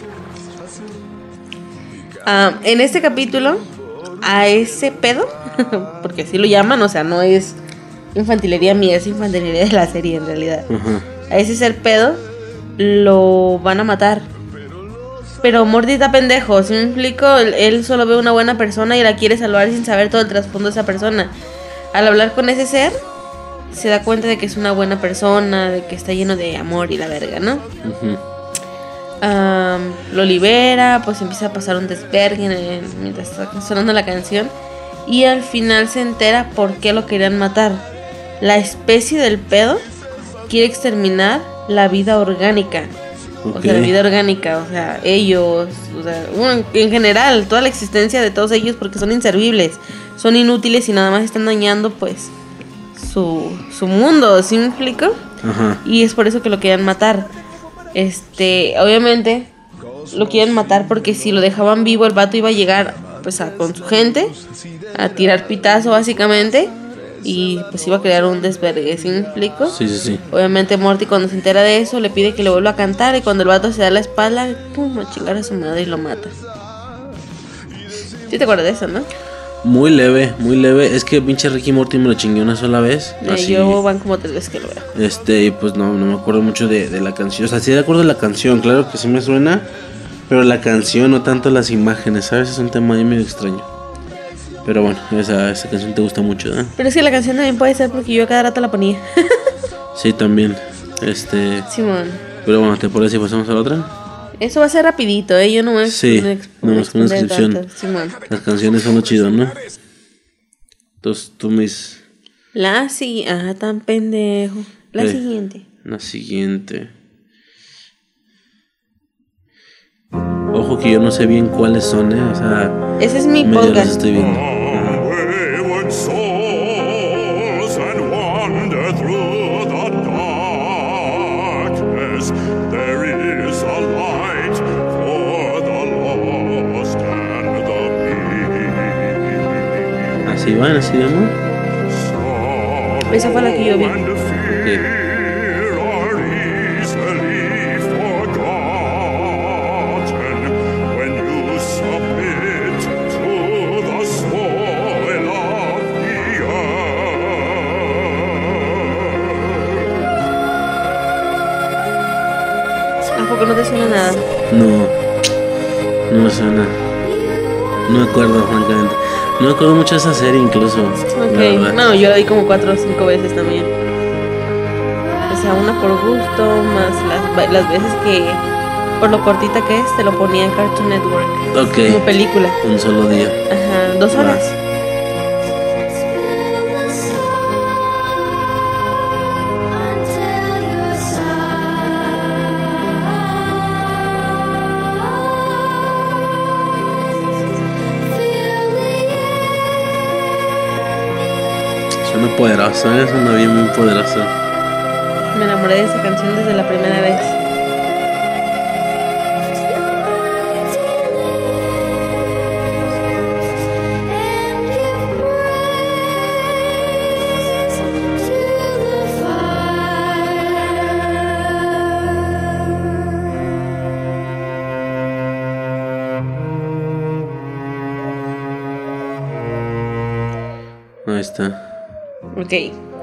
L: Uh, en este capítulo, a ese pedo, porque así lo llaman, o sea, no es infantilería mía, es infantilería de la serie en realidad.
K: Ajá.
L: A ese ser pedo lo van a matar. Pero Morty está pendejo, ¿sí me explico? Él, él solo ve una buena persona y la quiere salvar sin saber todo el trasfondo de esa persona. Al hablar con ese ser, se da cuenta de que es una buena persona, de que está lleno de amor y la verga, ¿no?
K: Uh-huh.
L: um, lo libera, pues empieza a pasar un desvergue en el, mientras está sonando la canción. Y al final se entera por qué lo querían matar. La especie del pedo quiere exterminar la vida orgánica. Okay. O sea, la vida orgánica, o sea, ellos, o sea, bueno, en general, toda la existencia de todos ellos, porque son inservibles, son inútiles y nada más están dañando, pues, su, su mundo, ¿sí me explico? Ajá. Y es por eso que lo querían matar. Este, obviamente, lo quieren matar porque si lo dejaban vivo, el vato iba a llegar, pues, a, con su gente, a tirar pitazo, básicamente. Y pues iba a crear un desvergue, ¿sí me explico?
K: Sí, sí, sí.
L: Obviamente Morty cuando se entera de eso le pide que le vuelva a cantar. Y cuando el vato se da la espalda, pum, a chingar a su madre y lo mata. ¿Sí te acuerdas de eso, no?
K: Muy leve, muy leve. Es que pinche Ricky Morty me lo chingué una sola vez.
L: eh, así, Yo van como tres veces que lo veo.
K: Este, y pues no, no me acuerdo mucho de, de la canción. O sea, sí de acuerdo de la canción, claro que sí me suena. Pero la canción, no tanto las imágenes, ¿sabes? Es un tema ahí medio extraño. Pero bueno, esa, esa canción te gusta mucho, ¿eh?
L: Pero es que la canción también puede ser porque yo a cada rato la ponía.
K: Sí, también. Este.
L: Simón.
K: Pero bueno, ¿te parece si pasamos a la otra?
L: Eso va a ser rapidito, ¿eh? Yo no voy a
K: Sí, no más con una descripción. Las canciones son lo chido, ¿no? Entonces tú mis.
L: La siguiente. Ah, tan pendejo. La eh, siguiente.
K: La siguiente. Ojo que yo no sé bien cuáles son, ¿eh? O sea,
L: ese es mi podcast. Los estoy viendo. Así van, así vamos. Esa fue la que yo vi. Okay. ¿No te suena nada?
K: No, no me suena. No me acuerdo, francamente. No me acuerdo mucho de esa serie, incluso.
L: Okay. No, yo la vi como cuatro o cinco veces también. O sea, una por gusto, más las, las veces que, por lo cortita que es, te lo ponía en Cartoon Network.
K: Ok.
L: Como película.
K: Un solo día.
L: Ajá, dos horas. Ah.
K: Suena poderosa, es una bien muy poderosa.
L: Me enamoré de esa canción desde la primera vez.
K: Ahí está.
L: Ok.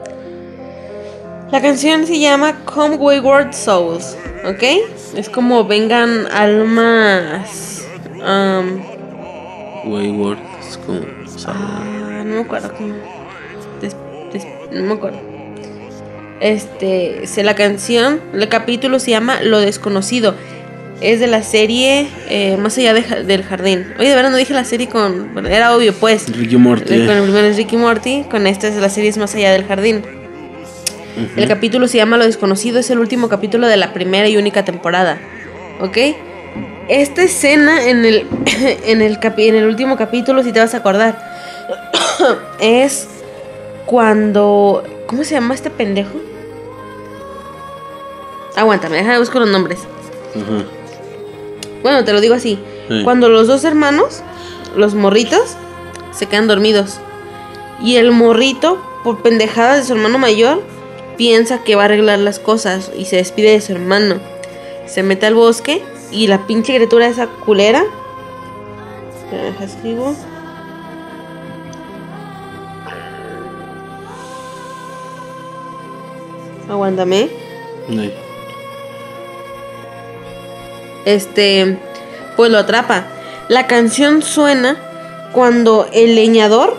L: La canción se llama Come Wayward Souls, ¿ok? Es como vengan almas... Um,
K: Wayward, es como...
L: Ah, no me acuerdo cómo... Des, des, no me acuerdo. Este... Se, la canción, el capítulo se llama Lo Desconocido. Es de la serie eh, Más allá de, del jardín. Oye, de verdad no dije la serie con... Bueno, era obvio, pues.
K: Ricky Morty.
L: Con el primero es Ricky Morty. Con esta es la serie es Más allá del jardín. Uh-huh. El capítulo se llama Lo Desconocido. Es el último capítulo de la primera y única temporada. ¿Ok? Esta escena en el, en el, capi, en el último capítulo, si te vas a acordar, es cuando... ¿Cómo se llama este pendejo? Aguántame, déjame buscar los nombres.
K: Ajá.
L: Bueno, te lo digo así.
K: Sí.
L: Cuando los dos hermanos, los morritos, se quedan dormidos. Y el morrito, por pendejadas de su hermano mayor, piensa que va a arreglar las cosas y se despide de su hermano. Se mete al bosque y la pinche criatura esa culera... ¿Qué escribo? Aguántame.
K: Sí.
L: Este, pues lo atrapa. La canción suena cuando el leñador,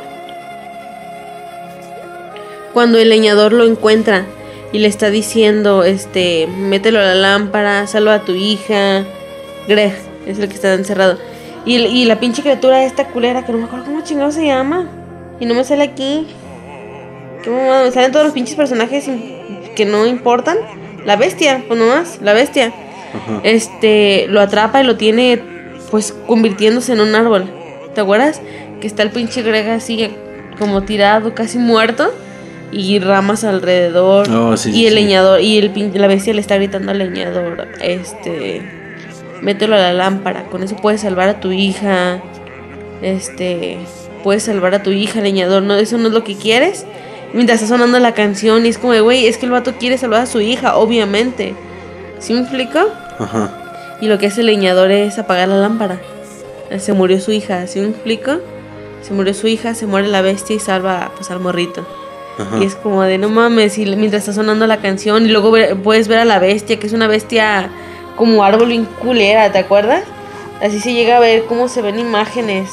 L: cuando el leñador lo encuentra y le está diciendo, este, mételo a la lámpara, salva a tu hija, Greg es el que está encerrado. Y, y la pinche criatura esta culera, que no me acuerdo cómo chingado se llama. Y no me sale aquí. ¿Qué mamada? Me salen todos los pinches personajes que no importan. La bestia, pues nomás, la bestia. Ajá. Este, lo atrapa y lo tiene, pues, convirtiéndose en un árbol. ¿Te acuerdas? Que está el pinche Greg así, como tirado, casi muerto. Y ramas alrededor. Oh, sí, y el sí. leñador, y el, la bestia le está gritando al leñador, este, mételo a la lámpara, con eso puedes salvar a tu hija. Este, puedes salvar a tu hija, leñador, no, eso no es lo que quieres. Mientras está sonando la canción y es como de, güey, es que el vato quiere salvar a su hija, obviamente. ¿Sí me explico? Ajá. Y lo que hace el leñador es apagar la lámpara. Se murió su hija, ¿sí me explico? Se murió su hija, se muere la bestia y salva, pues, al morrito. Ajá. Y es como de, no mames, y mientras está sonando la canción, y luego ver, puedes ver a la bestia, que es una bestia como árbol bien culera, ¿te acuerdas? Así se llega a ver cómo se ven imágenes.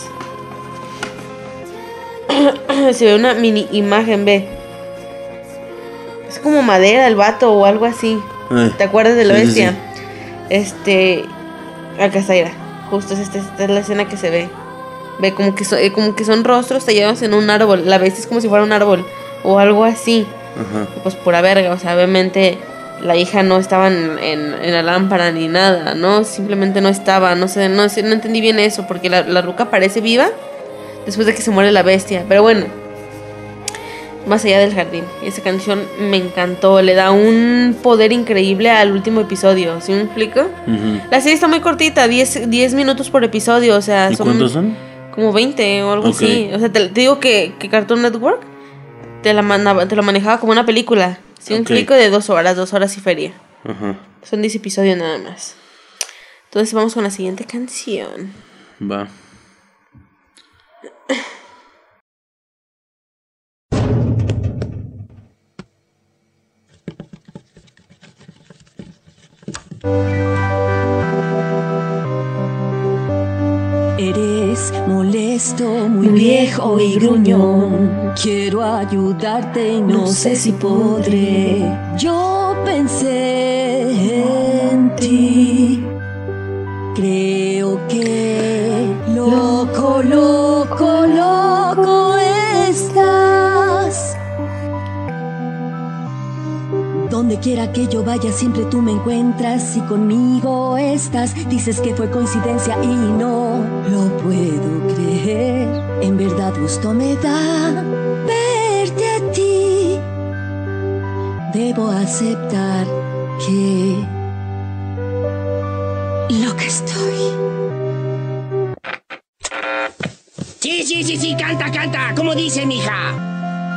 L: Se ve una mini imagen, ve. Es como madera el vato o algo así. Ay, ¿te acuerdas de la sí, bestia? Sí, sí. Este, acá está, mira. Justo esta, esta es la escena que se ve. Ve como que, so, como que son rostros tallados en un árbol. La bestia es como si fuera un árbol o algo así. Ajá. Pues pura verga, o sea, obviamente la hija no estaba en, en, en la lámpara ni nada, ¿no? Simplemente no estaba, no sé, no sé, no entendí bien eso, porque la, la ruca parece viva después de que se muere la bestia. Pero bueno, más allá del jardín, esa canción me encantó, le da un poder increíble al último episodio, ¿sí me explico? Uh-huh. La serie está muy cortita, diez minutos por episodio, o sea,
K: ¿y
L: son
K: cuántos son?
L: Como veinte o algo okay. así. O sea, te, te digo que, que Cartoon Network te la mandaba, te lo manejaba como una película, ¿sí me okay. explico? De dos horas, dos horas y feria. Uh-huh. Son diez episodios nada más. Entonces vamos con la siguiente canción.
K: Va.
N: Eres molesto, muy viejo y gruñón. Quiero ayudarte y no sé si podré. Yo pensé en ti. Creo que loco, loco, loco estás. Donde quiera que yo vaya siempre tú me encuentras y conmigo estás. Dices que fue coincidencia y no lo puedo creer. En verdad gusto me da verte a ti. Debo aceptar que loca estoy.
O: Sí, sí, sí, sí, canta, canta. ¿Cómo dice, mija?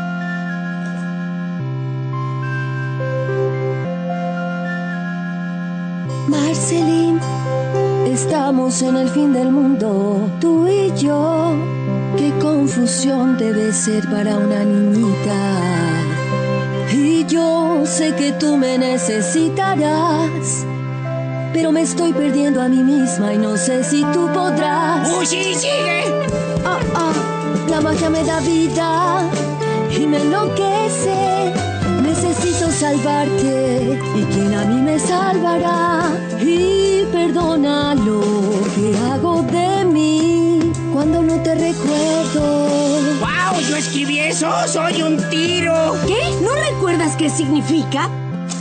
N: Marceline, estamos en el fin del mundo, tú y yo. Qué confusión debe ser para una niñita. Y yo sé que tú me necesitarás, pero me estoy perdiendo a mí misma y no sé si tú podrás.
O: ¡Uy, sí, sigue!
N: Ah, ah, la magia me da vida y me enloquece. Necesito salvarte y quien a mí me salvará. Y perdona lo que hago de mí cuando no te recuerdo.
O: ¡Wow! Yo escribí eso, soy un tiro.
N: ¿Qué? ¿No recuerdas qué significa?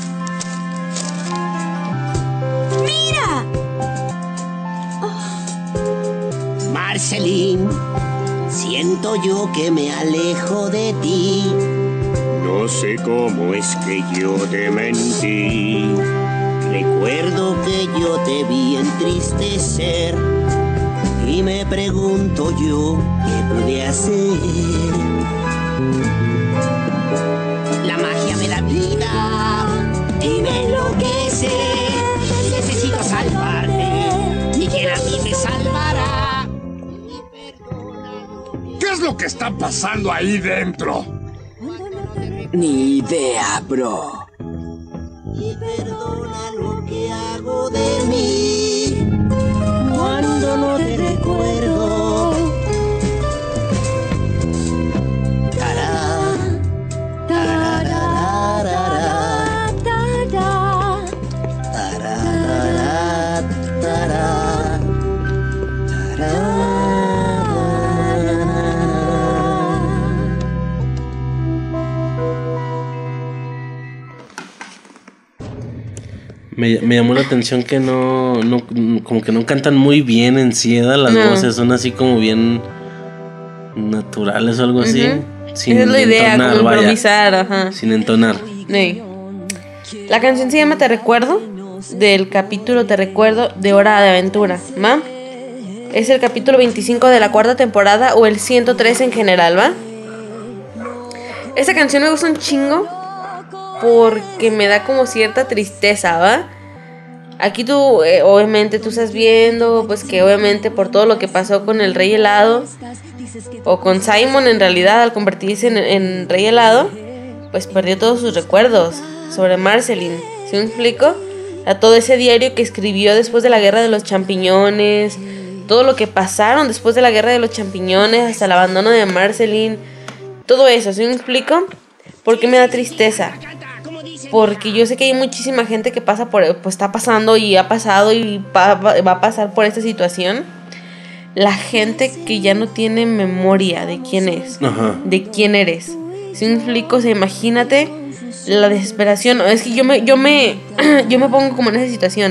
N: ¡Mira!
O: Oh. Marceline, siento yo que me alejo de ti. No sé cómo es que yo te mentí. Recuerdo que yo te vi entristecer y me pregunto yo qué pude hacer. La magia me da vida y me enloquece. Necesito salvarte y quien a mí me salvará.
A: ¿Qué es lo que está pasando ahí dentro?
O: Ni idea, bro. Y perdona lo que hago de mí cuando no te recuerdo. Tará, tará, tará, tará, tará, tará, tará.
K: Me, me llamó la atención que no, no, como que no cantan muy bien en Sieda, las no. voces son así como bien naturales o algo así. Uh-huh. Sin
L: Esa es la idea, entonar, como improvisar, vaya, ajá.
K: Sin entonar.
L: Sí. La canción se llama Te Recuerdo, del capítulo Te Recuerdo de Hora de Aventura, ¿va? Es el capítulo veinticinco de la cuarta temporada o el ciento tres en general, ¿va? Esta canción me gusta un chingo porque me da como cierta tristeza, ¿va? Aquí tú, eh, obviamente, tú estás viendo, pues que obviamente por todo lo que pasó con el Rey Helado, o con Simon en realidad, al convertirse en, en Rey Helado, pues perdió todos sus recuerdos sobre Marceline, ¿sí me explico? A todo ese diario que escribió después de la Guerra de los Champiñones, todo lo que pasaron después de la Guerra de los Champiñones, hasta el abandono de Marceline, todo eso, ¿sí me explico? ¿Por qué me da tristeza? Porque yo sé que hay muchísima gente que pasa por, pues está pasando y ha pasado y va, va a pasar por esta situación. La gente que ya no tiene memoria de quién es, ajá, de quién eres. ¿Sí me explico? O sea, imagínate la desesperación. Es que yo me, yo me, yo me pongo como en esa situación.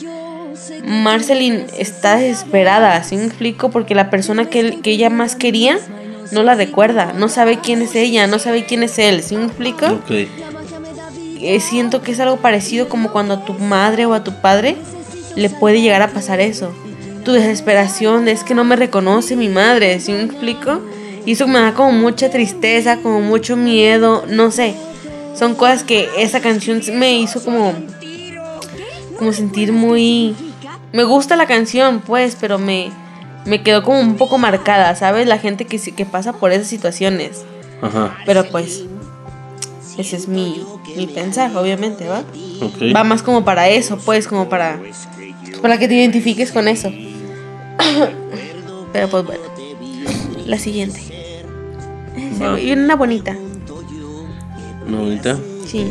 L: Marceline está desesperada, ¿sí me explico? Porque la persona que, él, que ella más quería no la recuerda, no sabe quién es ella, no sabe quién es él, ¿sí me explico?
K: Okay.
L: Eh, siento que es algo parecido como cuando a tu madre o a tu padre le puede llegar a pasar eso. Tu desesperación de es que no me reconoce mi madre, ¿sí me explico? Y eso me da como mucha tristeza, como mucho miedo, no sé. Son cosas que esa canción me hizo como, como sentir muy... Me gusta la canción, pues, pero me, me quedó como un poco marcada, ¿sabes? La gente que, que pasa por esas situaciones.
K: Ajá.
L: Pero pues, ese es mi, mi pensar, obviamente, ¿va?
K: Okay.
L: Va más como para eso, pues, como para, para que te identifiques con eso. Pero pues bueno, la siguiente.
K: Va.
L: Y una bonita.
K: ¿Una bonita?
L: Sí.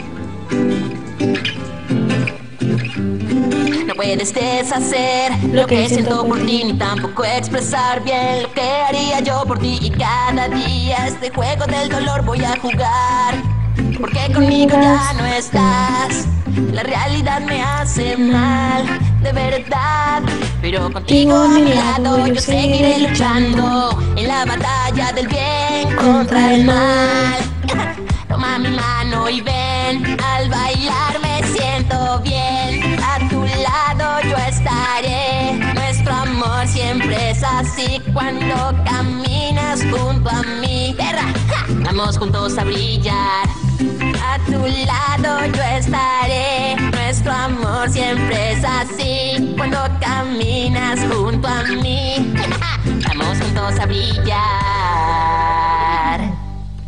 P: No puedes deshacer lo que siento por ti, ni tampoco expresar bien lo que haría yo por ti. Y cada día este juego del dolor voy a jugar, porque conmigo ya no estás. La realidad me hace mal, de verdad. Pero contigo a mi lado yo seguiré luchando en la batalla del bien contra el mal. Toma mi mano y ven, al bailar me siento bien. A tu lado yo estaré, nuestro amor siempre es así. Cuando caminas junto a mí, tierra, ¡ja! Vamos juntos a brillar. A tu lado yo estaré, nuestro amor siempre es así. Cuando caminas junto a mí, ¡ja! Vamos juntos a brillar.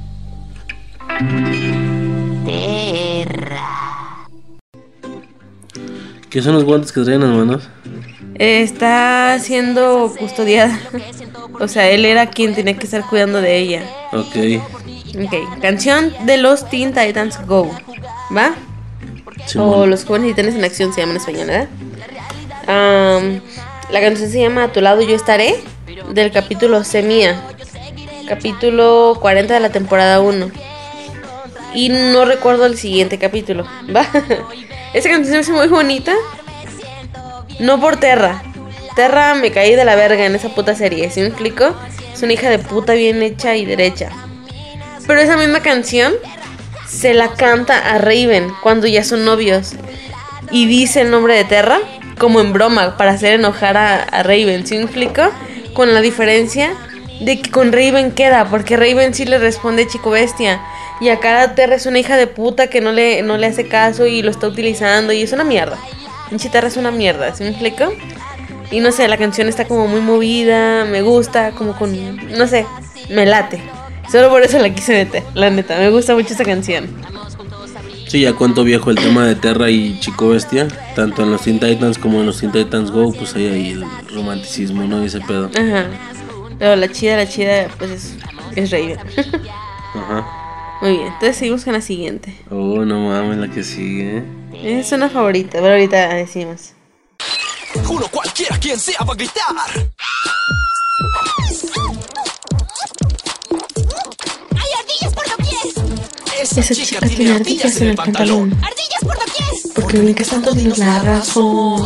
P: Terra.
K: ¿Qué son los guantes que traen las manos?
L: Está siendo custodiada. O sea, él era quien tenía que estar cuidando de ella.
K: Ok.
L: Ok, canción de los Teen Titans Go, ¿va?
K: Sí,
L: o
K: bueno.
L: Los Jóvenes Titanes en Acción se llama en español, ¿verdad? Um, la canción se llama A tu lado yo estaré, del capítulo Semilla, capítulo cuarenta de la temporada uno. Y no recuerdo el siguiente capítulo, ¿va? Esa canción se me hace muy bonita. No por Terra. Terra me caí de la verga en esa puta serie, ¿sí me explico? Es una hija de puta bien hecha y derecha. Pero esa misma canción se la canta a Raven cuando ya son novios. Y dice el nombre de Terra como en broma para hacer enojar a, a Raven, ¿sí me explico? Con la diferencia de que con Raven queda, porque Raven sí le responde chico bestia. Y acá Terra es una hija de puta que no le, no le hace caso y lo está utilizando y es una mierda. Pinche Terra es una mierda, ¿sí me explico? Y no sé, la canción está como muy movida, me gusta, como con, no sé, me late. Solo por eso la quise meter, la neta, me gusta mucho esta canción.
K: Sí, ya cuánto viejo el tema de Terra y Chico Bestia, tanto en los Teen Titans como en los Teen Titans Go, pues hay ahí el romanticismo, ¿no? Y ese pedo.
L: Ajá. Pero la chida, la chida, pues es, es Raven.
K: Ajá.
L: Muy bien, entonces seguimos con la siguiente.
K: Oh, no mames, la que sigue.
L: Es una favorita, pero ahorita decimos.
Q: Juro cualquiera quien sea va a gritar.
P: ¡Hay ardillas por doquier!
Q: Esa, Esa chica, chica tiene ardillas en el pantalón.
P: ¡Ardillas por doquier!
L: Porque brincas tanto tienes la razón.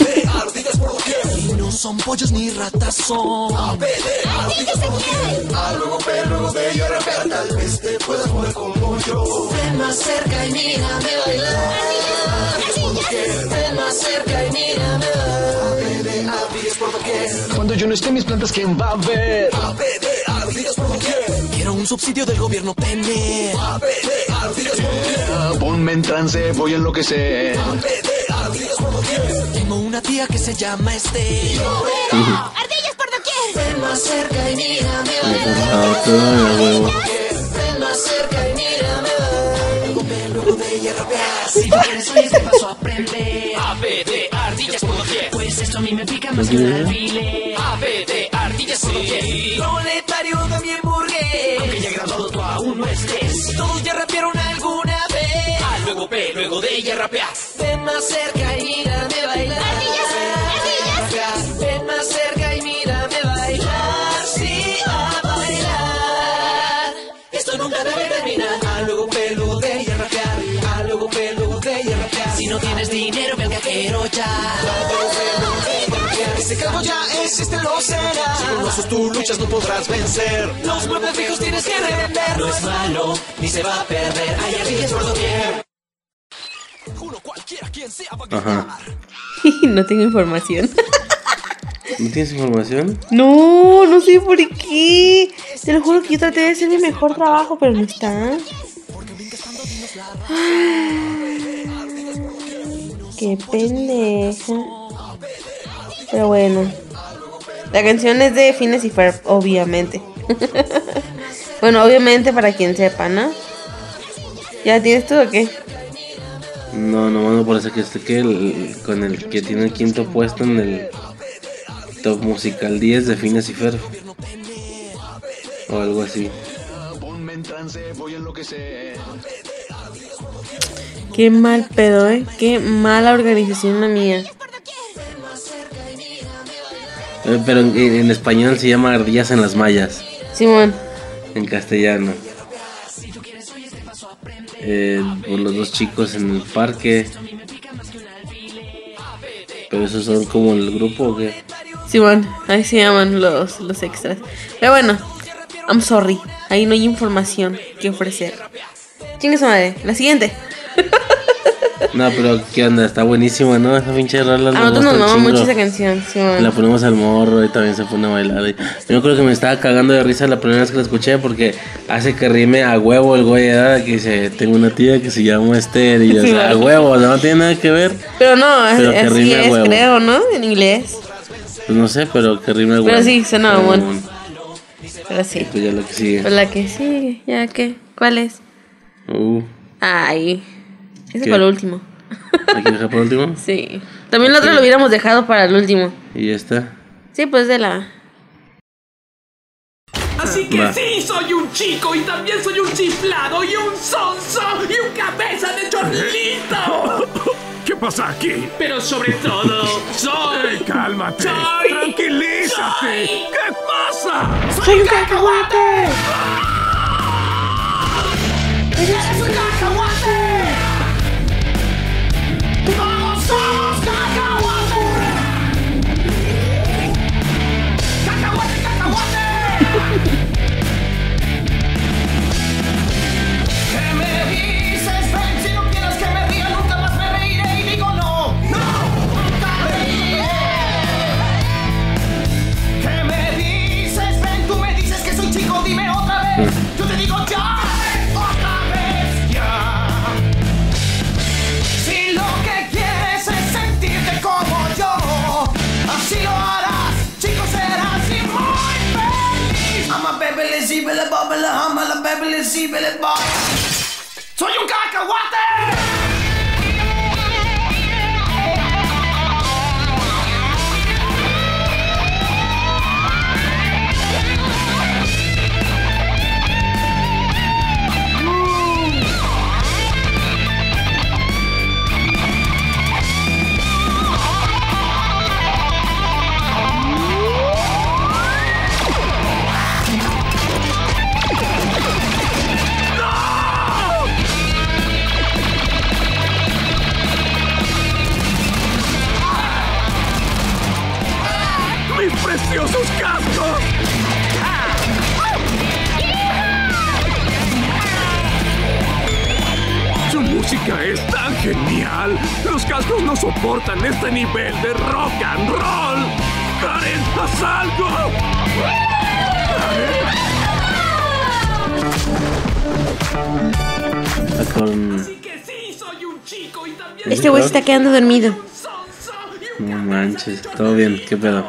Q: Y no son pollos ni ratas, son ardillas aquí. A luego ve, luego ve y rapear, tal vez te puedas mover como yo. Ven más cerca y mírame bailar. Ven más cerca y mírame bailar. Ardillas por doquier.
C: Cuando yo no esté, mis plantas, ¿quién va a ver?
Q: Ardillas por doquier. Quiero un subsidio del gobierno tener. Ardillas por doquier.
C: Ponme en trance, voy a enloquecer.
Q: Tengo una tía que se llama Esther.
P: ¡Ardillas por doquier!
Q: Ven más cerca y mírame
K: Ah, todo de huevo.
Q: Ven más cerca y mírame luego ven, luego de ella rapear. Si tú quieres oír te paso a aprender. A B de ardillas por doquier. Pues esto a mí me pica más que un alfiler. A B de ardillas por doquier. Proletario de mi hamburgués. Aunque ya graduado tú aún no estés. Todos ya rapearon alguna vez. A luego ve, luego de ella rapear. Ven más cerca y mírame bailar.
P: ¡Ardillas! ¡Ardillas!
Q: Ven más cerca y mírame bailar. Sí, a bailar. Esto nunca debe terminar. A luego ve, luego de ella rapear. A luego ve, luego de ella rapear. Si no tienes dinero, ve al cajero ya. Ese calvo ya existe, lo será. Si conoces tus luchas no podrás vencer. Los muebles fijos tienes que revender. No es malo, ni se va a perder. Hay ardillas por doquier.
K: Ajá.
L: No tengo información.
K: ¿No tienes información?
L: No, no sé por qué. Te lo juro que yo traté de hacer mi mejor trabajo, pero no está. Qué pendeja. Pero bueno. La canción es de Phineas y Ferb, obviamente. Bueno, obviamente para quien sepa, ¿no? ¿Ya tienes tú o qué?
K: No, no, no, parece que este que el, con el que tiene el quinto puesto en el top musical diez de Phineas y Ferb. O algo así.
L: Qué mal pedo, eh. Qué mala organización la mía.
K: Eh, pero en, en español se llama Ardillas en las Mallas.
L: Simón.
K: En castellano. Eh, por los dos chicos en el parque. Pero esos son como el grupo o qué?
L: Simón, ahí se llaman los, los extras. Pero bueno, I'm sorry. Ahí no hay información que ofrecer. Chingue su madre, la siguiente.
K: No, pero ¿qué onda? Está buenísima, ¿no? Esa pinche rola.
L: A nosotros nos mama mucho esa canción, Simón.
K: La ponemos al morro y también se pone a bailar. Yo creo que me estaba cagando de risa la primera vez que la escuché porque hace que rime a huevo el güey, ¿verdad? Que dice, tengo una tía que se llama Esther y yo, sí, o sea, a huevo, no tiene nada que ver.
L: Pero no,
K: pero que
L: así
K: rime
L: es,
K: a huevo.
L: Creo, ¿no? En inglés.
K: Pues no sé, pero que rime a huevo.
L: Pero sí, suena mamón. Pero sí.
K: Pues ya la que sigue.
L: Pues la que sigue, ¿ya qué? ¿Cuál es?
K: Uh.
L: Ay, ese
K: ¿Qué?
L: fue el último.
K: ¿Hay que dejar por último?
L: Sí. También el otro lo hubiéramos dejado para el último.
K: ¿Y esta?
L: Sí, pues de la...
R: Así que
K: Va.
R: sí, soy un chico y también soy un chiflado y un sonso y un cabeza de chorlito.
A: ¿Qué pasa aquí?
R: Pero sobre todo, soy...
A: Cálmate.
R: Soy...
A: Tranquilízate.
R: Soy...
A: ¿Qué pasa?
R: ¡Soy un cacahuate! ¡Eres un cacahuate! ¡Todos somos cacahuate! ¡Cacahuate, cacahuate! ¿Qué me dices, ven? Si no quieres que me ría, nunca más me reiré y digo no. ¡No! ¡Nunca reiré! ¿Qué me dices, ven? Tú me dices que soy chico, dime otra vez. Yo te digo ya. Otra vez ya. Si lo que quieres es sentirte como yo, así lo harás, chico, serás y muy feliz. I'm a baby, zibele, bubble, I'm a baby, zibele, bubble. ¡Soy un cacahuate!
A: sus cascos! Su música es tan genial. Los cascos no soportan este nivel de rock and roll. ¡Karen, haz algo!
K: Con...
L: Este güey se está quedando dormido.
K: No manches, todo bien, ¿qué pedo?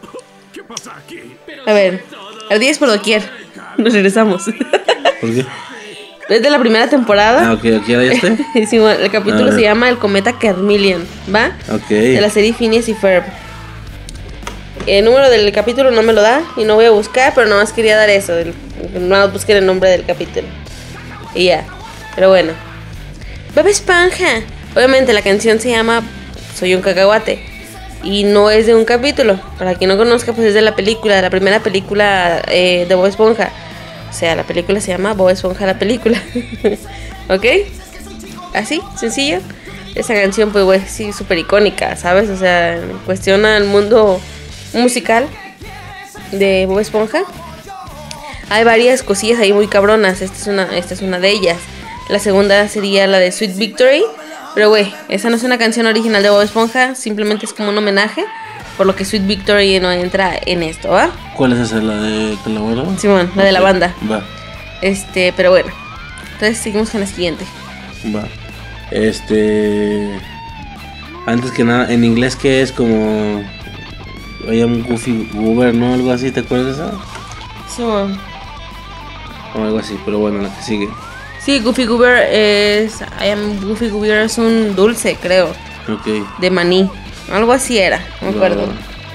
L: A ver, ardillas por doquier. Nos regresamos.
K: ¿Por qué?
L: Es de la primera temporada.
K: Ah, ok, aquí ya está.
L: Sí, bueno, el capítulo se llama El cometa Carmillion, ¿va?
K: Ok.
L: De la serie Phineas y Ferb. El número del capítulo no me lo da y no voy a buscar, pero nada más quería dar eso. El, no busqué el nombre del capítulo. Y ya. Pero bueno. Bob Esponja. Obviamente la canción se llama Soy un cacahuate. Y no es de un capítulo. Para quien no conozca, pues es de la película, de la primera película eh, de Bob Esponja. O sea, la película se llama Bob Esponja la película. ¿Ok? Así, sencillo. Esa canción, pues, güey, sí, súper icónica, ¿sabes? O sea, cuestiona el mundo musical de Bob Esponja. Hay varias cosillas ahí muy cabronas. Esta es una, esta es una de ellas. La segunda sería la de Sweet Victory. Pero, güey, esa no es una canción original de Bob Esponja. Simplemente es como un homenaje. Por lo que Sweet Victory no entra en esto, ¿va?
K: ¿Cuál es esa? ¿La de Calabozo?
L: Simón, la de la banda.
K: Va.
L: Este, pero bueno. Entonces seguimos con la siguiente.
K: Va. Este... Antes que nada, en inglés, ¿qué es? Como... I am Goofy Goober, ¿no? Algo así, ¿te acuerdas de eso?
L: Simón.
K: O algo así, pero bueno, la que sigue.
L: Sí, Goofy Goober es... I am Goofy Goober es un dulce, creo.
K: Ok.
L: De maní. Algo así era, no me acuerdo.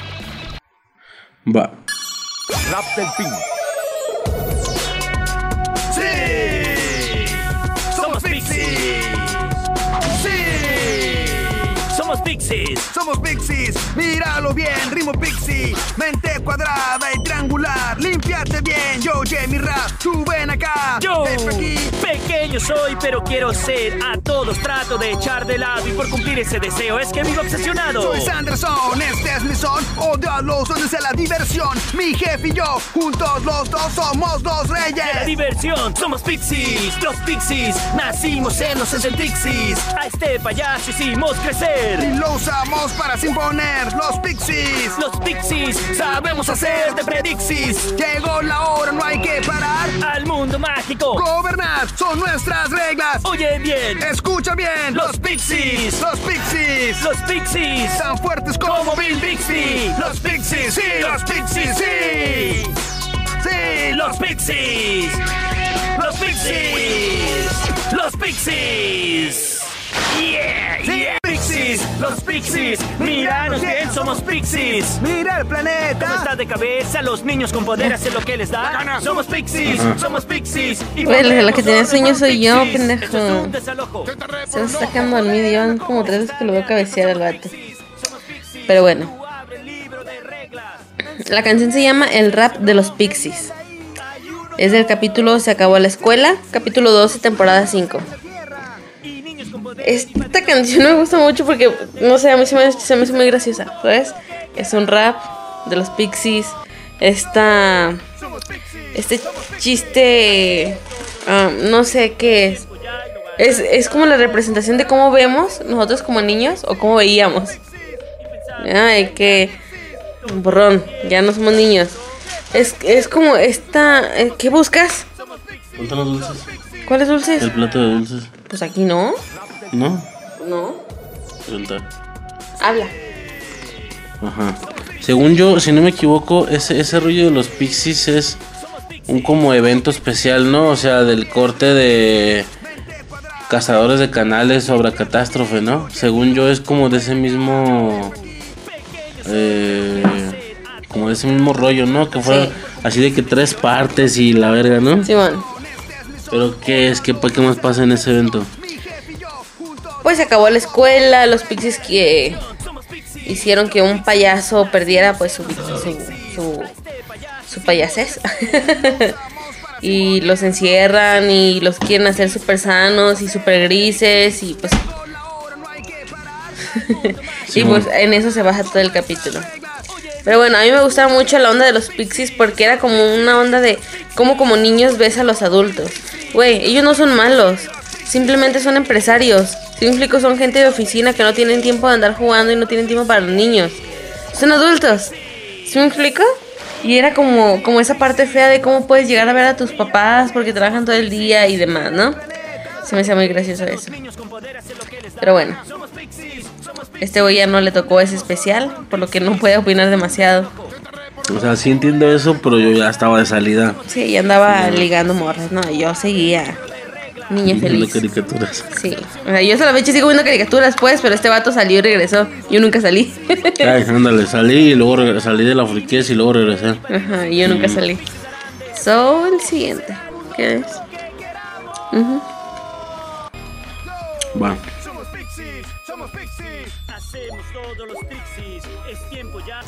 K: Va.
R: Rap del Pin. ¡Sí! ¡Somos Pixies! ¡Sí! ¡Somos Pixies! ¡Somos Pixies! ¡Míralo bien! Rimo Pixie. Mente cuadrada y triangular. ¡Límpiate bien! Yo, Jamie Rap. ¡Tú ven acá!
S: Yo,
R: aquí.
S: pequeño soy, pero quiero ser. A todos trato de echar de lado. Y por cumplir ese deseo es que vivo obsesionado.
R: Soy Sanderson, este es mi son. Odio a los dueños de la diversión. Mi jefe y yo, juntos los dos somos los reyes
S: de la diversión. Somos Pixies, los Pixies. Nacimos en los Centrixis. A este payaso hicimos crecer.
R: Y lo usamos para imponer. Los Pixies,
S: los Pixies. Sabemos hacer de predixis.
R: Llegó la hora, no hay que parar.
S: Al mundo mágico.
R: Gobernar son nuestras reglas.
S: Oye bien,
R: escucha bien.
S: Los Pixies,
R: los Pixies,
S: los Pixies.
R: Tan fuertes como,
S: como Bill Bixby.
R: Los Pixies, sí, los Pixies, sí. Sí,
S: los Pixies. Los Pixies. Los Pixies. Yeah, yeah. Pixies, los Pixies. Míranos bien, somos Pixies.
R: Mira el planeta.
S: ¿Cómo está de cabeza? Los niños con poder hacen lo que les da. Somos Pixies, somos Pixies.
L: Bueno, la que tenía sueño soy yo, pendejo. Se me está quedando dormido. Llevan como tres veces que lo veo cabecear al vato. Pero bueno. La canción se llama El rap de los Pixies. Es del capítulo Se acabó la escuela, capítulo doce, temporada cinco. Esta canción me gusta mucho porque, no sé, a mí se me, se me hace muy graciosa, ¿sabes? Es un rap de los Pixies. Esta... Este chiste... Um, no sé qué es. es. Es como la representación de cómo vemos nosotros como niños o cómo veíamos. Ay, que... Borrón, ya no somos niños. Es, es como esta... ¿Qué buscas?
K: ¿Cuántos los dulces?
L: ¿Cuáles dulces?
K: El plato de dulces.
L: Pues aquí no.
K: ¿No?
L: No.
K: Pregunta.
L: Habla.
K: Ajá. Según yo, si no me equivoco, ese, ese rollo de los Pixies es un como evento especial, ¿no? O sea, del corte de Cazadores de Canales sobre Catástrofe, ¿no? Según yo es como de ese mismo... Eh, como de ese mismo rollo, ¿no? Que fueron sí. Así de que tres partes y la verga, ¿no?
L: Sí, man.
K: ¿Pero qué es? ¿Qué, qué más pasa en ese evento?
L: Pues se acabó la escuela, los Pixies que hicieron que un payaso perdiera pues su su, su, su payasés. Y los encierran y los quieren hacer súper sanos y súper grises y pues... y pues en eso se baja todo el capítulo. Pero bueno, a mí me gustaba mucho la onda de los Pixies porque era como una onda de cómo como niños ves a los adultos. Güey, ellos no son malos, simplemente son empresarios. Si me explico, son gente de oficina que no tienen tiempo de andar jugando y no tienen tiempo para los niños. Son adultos, ¿sí me explico? Y era como, como esa parte fea de cómo puedes llegar a ver a tus papás porque trabajan todo el día y demás, ¿no? Se me hacía muy gracioso eso. Pero bueno, este güey ya no le tocó ese especial, por lo que no puede opinar demasiado.
K: O sea, sí entiendo eso, pero yo ya estaba de salida.
L: Sí, ya andaba ligando morras, no, yo seguía niña feliz.
K: Viendo caricaturas.
L: Sí, o sea, yo hasta la fecha sigo viendo caricaturas, pues, pero este vato salió y regresó. Yo nunca salí.
K: Ay, ándale, salí y luego regresé, salí de la friquez y luego regresé.
L: Ajá, y yo nunca mm. salí. So, el siguiente, ¿qué es? Uh-huh.
K: Va.
S: Somos Pixies, somos Pixies. Hacemos todos los Pixies. Es tiempo ya.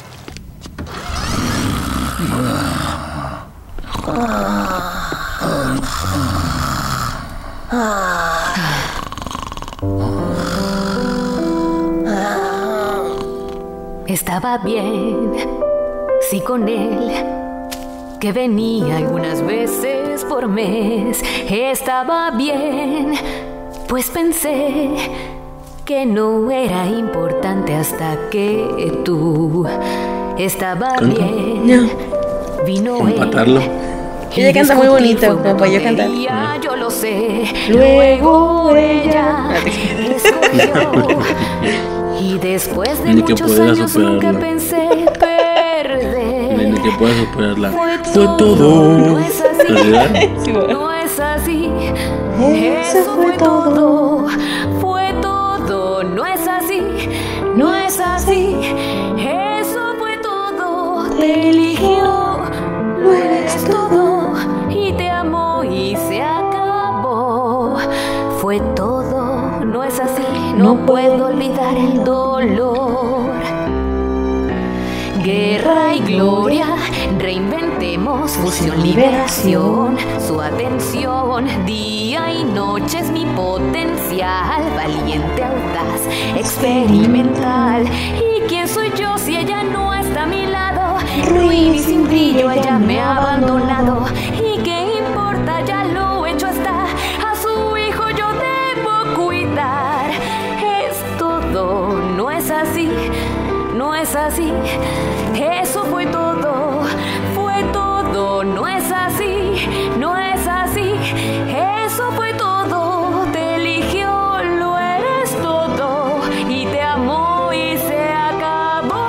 T: Estaba bien, sí, con él, que venía algunas veces por mes. Estaba bien, pues pensé que no era importante hasta que tú. Estaba bien,
L: no.
T: Vino
K: Empatarlo.
T: él.
L: Ella canta muy bonito, me apoyó cantar.
T: Yo lo sé.
L: Luego ella
T: escogió. Y después de
K: Ni que
T: muchos
K: pudiera
T: años nunca
K: superarla.
T: pensé perder.
K: Ni que pueda superarla.
T: Fue
K: Fue todo.
T: No es así.
K: ¿Realidad?
L: Sí, bueno.
T: No es así. Eso fue todo. Fue todo. No es así. No es así. Eso fue todo. Te eligió. No eres todo. Y te amó y se acabó. Fue todo. No es así. No puedo olvidar el dolor. Guerra y gloria, reinventemos, fusión, liberación, su atención, día y noche es mi potencial, valiente, audaz, experimental. ¿Y quién soy yo si ella no está a mi lado? Ruin y sin brillo, ella me ha abandonado. ¿Y qué importa? Ya lo hecho está, a su hijo yo debo cuidar. Es todo, no es así. No es así, eso fue todo, fue todo, no es así, no es así, eso fue todo, te eligió, lo eres todo, y te amó y se acabó,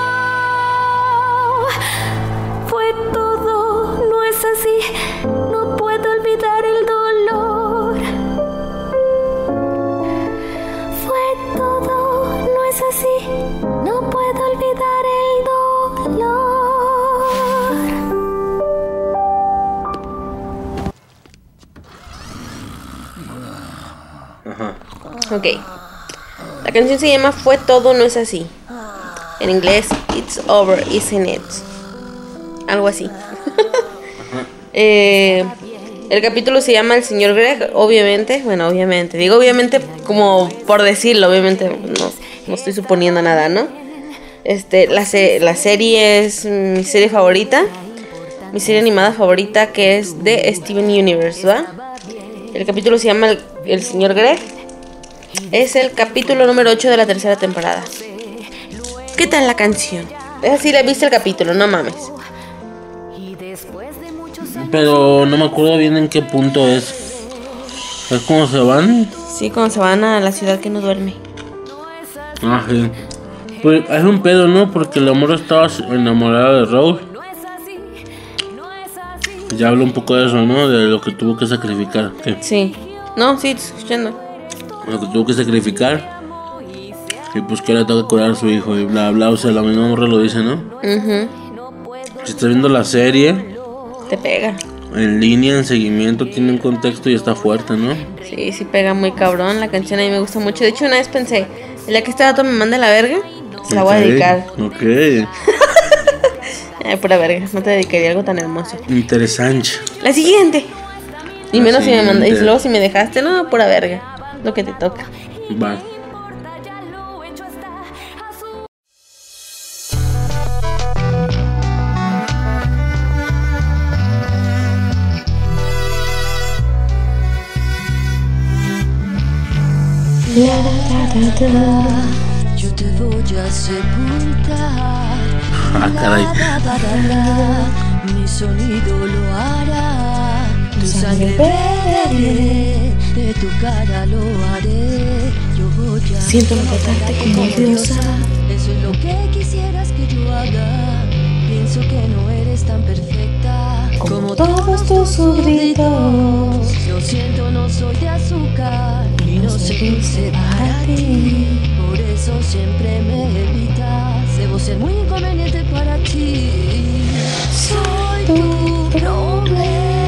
T: fue todo, no es así, no puedo olvidar el dolor, fue todo, no es así. No puedo olvidar el dolor.
K: Ajá.
L: Ok. La canción se llama Fue todo, no es así. En inglés, It's over, isn't it? Algo así. eh, el capítulo se llama El señor Greg, obviamente. Bueno, obviamente. Digo obviamente como por decirlo, obviamente no, no estoy suponiendo nada, ¿no? Este, la, se- la serie es mi serie favorita. Mi serie animada favorita, que es de Steven Universe, ¿va? El capítulo se llama El, el señor Greg. Es el capítulo número ocho de la tercera temporada. ¿Qué tal la canción? Es así, la viste el capítulo, no mames.
K: Pero no me acuerdo bien en qué punto es. ¿Es cómo se van?
L: Sí, cuando se van a la ciudad que no duerme.
K: Ah, sí. Pues es un pedo, ¿no? Porque la morra estaba enamorada de Rose. Ya hablo un poco de eso, ¿no? De lo que tuvo que sacrificar. ¿Qué?
L: Sí. No, sí, te estoy escuchando.
K: Lo que tuvo que sacrificar. Y pues que le toca cuidar a su hijo y bla bla. O sea, la misma morra lo dice, ¿no?
L: Uh-huh.
K: Si estás viendo la serie
L: Te pega.
K: en línea, en seguimiento, tiene un contexto y está fuerte, ¿no?
L: Sí, sí pega muy cabrón. La canción a mí me gusta mucho. De hecho, una vez pensé, el día que este dato me manda la verga, se la voy a
K: Ok,
L: dedicar.
K: Ok.
L: Ay, pura verga, no te dedicaría algo tan hermoso.
K: Interesante.
L: La siguiente. Y
K: La
L: menos si me mandas, y
K: siguiente.
L: luego si me dejaste, no, pura verga. Lo que te toca.
K: Va.
N: Yo te voy a sepultar.
K: Ah, caray.
N: Mi sonido lo hará. Tu sangre beberé. De tu cara lo haré. Yo voy a
L: siento tratarte como diosa.
N: Eso es lo que quisieras que yo haga. Pienso que no eres tan perfecta como todos tus súbditos. Yo siento no soy de azúcar y no sé qué hice para ti. Por eso siempre me evitas. Debo ser muy inconveniente para ti. Soy tu problema.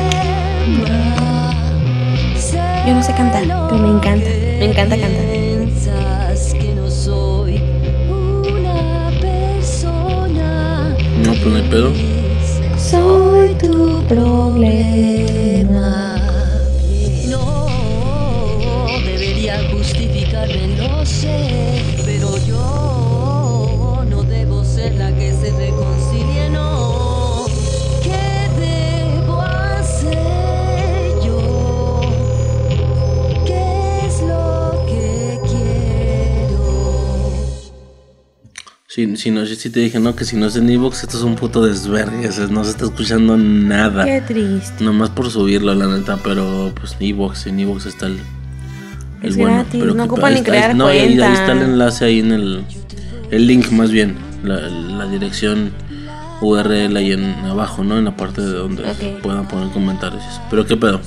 L: Yo no sé cantar, pero me encanta. Me encanta cantar.
N: Piensas que no soy una persona.
K: No, pues no hay pedo.
N: Soy tu problema. No debería justificarme, lo sé, pero yo no debo ser la que se reconcilie, no. ¿Qué debo hacer yo? ¿Qué es lo que quiero?
K: Si, si, no, si te dije, no, que si no es en Evox, esto es un puto desvergue. O sea, no se está escuchando nada.
L: Qué triste.
K: Nomás por subirlo, la neta. Pero pues Evox, en Evox está el, el
L: es
K: bueno.
L: gratis,
K: Pero
L: no
K: que,
L: ocupan ni
K: está,
L: crear
K: no,
L: cuenta.
K: ahí, ahí está el enlace ahí en el, el link más bien. La, la dirección U R L ahí en abajo, ¿no? En la parte de donde
L: okay.
K: puedan poner comentarios. Pero qué pedo.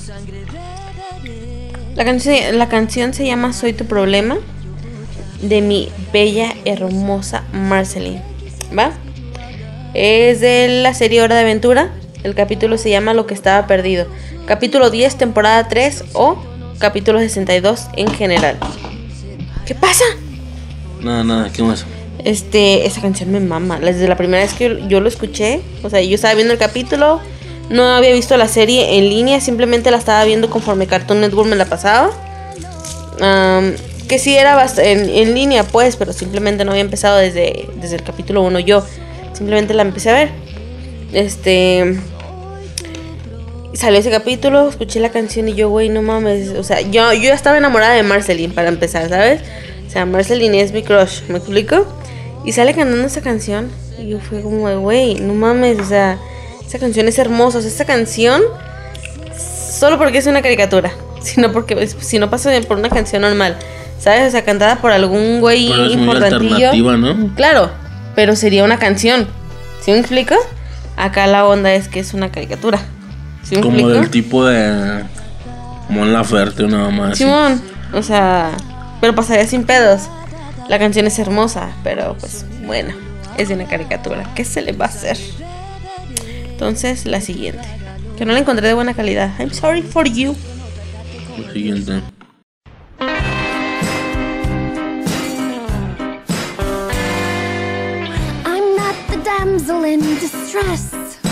L: La canción, la canción se llama Soy tu problema, de mi bella, hermosa Marceline. ¿Va? Es de la serie Hora de Aventura. El capítulo se llama Lo que estaba perdido. Capítulo diez, temporada tres o capítulo sesenta y dos en general. ¿Qué pasa?
K: Nada, nada, ¿qué más?
L: Este, esa canción me mama. Desde la primera vez que yo lo escuché, o sea, yo estaba viendo el capítulo, no había visto la serie en línea, simplemente la estaba viendo conforme Cartoon Network me la pasaba. Um, que sí era en, en línea, pues, pero simplemente no había empezado desde, desde el capítulo uno yo. Simplemente la empecé a ver. Este... Salió ese capítulo, escuché la canción y yo, güey, no mames. O sea, yo, yo ya estaba enamorada de Marceline para empezar, ¿sabes? O sea, Marceline es mi crush, ¿me explico? Y sale cantando esa canción y yo fue como, güey, no mames, o sea, esa canción es hermosa. O sea, esa canción, solo porque es una caricatura, sino porque si no pasa por una canción normal, ¿sabes? O sea, cantada por algún güey
K: pero es
L: importantillo.
K: muy alternativa, ¿no?
L: Claro, pero sería una canción, ¿sí me explico? Acá la onda es que es una caricatura, ¿sí me
K: como
L: explico?
K: del tipo de Mon Laferte o nada más.
L: Simón, o sea, pero pasaría sin pedos. La canción es hermosa, pero pues bueno, es de una caricatura. ¿Qué se le va a hacer? Entonces, la siguiente, que no la encontré de buena calidad. I'm sorry for you.
K: La siguiente.
U: I'm not the damsel in distress.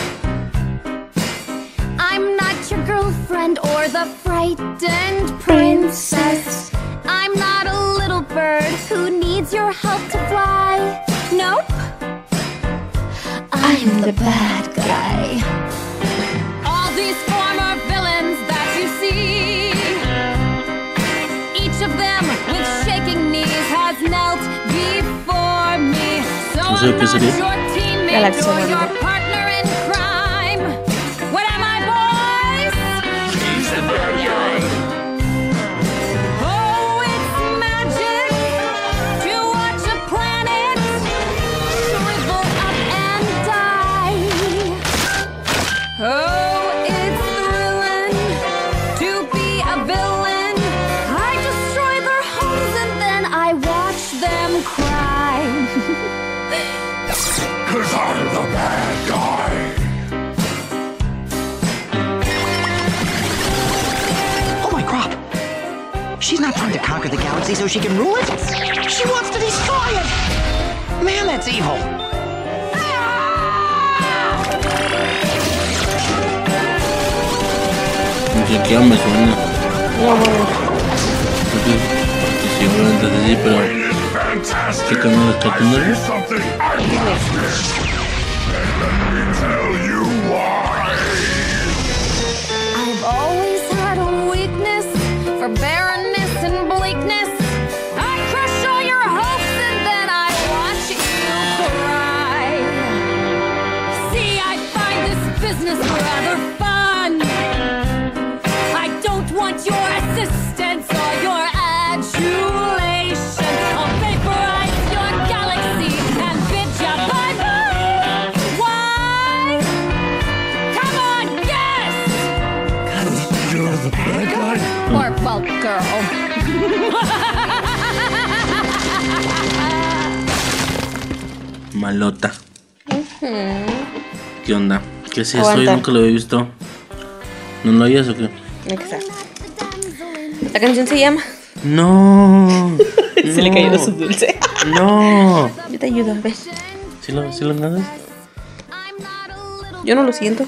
U: I'm not your girlfriend or the frightened princess. I'm not a little bird who needs your help to fly. Nope. I'm the bad guy. All these former villains that you see, each of them with shaking knees has knelt before me. So I'm not your teammate or your partner in crime. What am I, boys? He's the bad guy. Oh, it's magic to watch a planet shrivel up and die. Oh, it's thrilling to be a villain. I destroy their homes and then I watch them cry.
M: 'Cause I'm the bad guy.
V: Oh my crop! She's not trying to conquer the galaxy so she can rule it. She wants to destroy it! Man, that's evil.
K: Ni siquiera me suena. Seguramente sí, pero ¿qué canal de Cartoon Network?
U: I've always had a weakness for barrenness and bleakness. business for other fun. I don't want your assistance or your adulation. I'll vaporize your galaxy and bid ya bye-bye. Why? Come on, guess!
A: You're the bad guy.
U: Or, well, girl.
K: Malota.
L: Uh-huh.
K: ¿Qué onda? ¿Qué es eso?
L: Aguanta.
K: Yo nunca lo había visto. ¿No lo oyes o qué?
L: Exacto. La canción se llama.
K: No.
L: Se
K: no.
L: le cayó su dulce.
K: No.
L: Yo te ayudo, a ver.
K: ¿Sí lo, sí lo entiendes?
L: Yo no lo siento.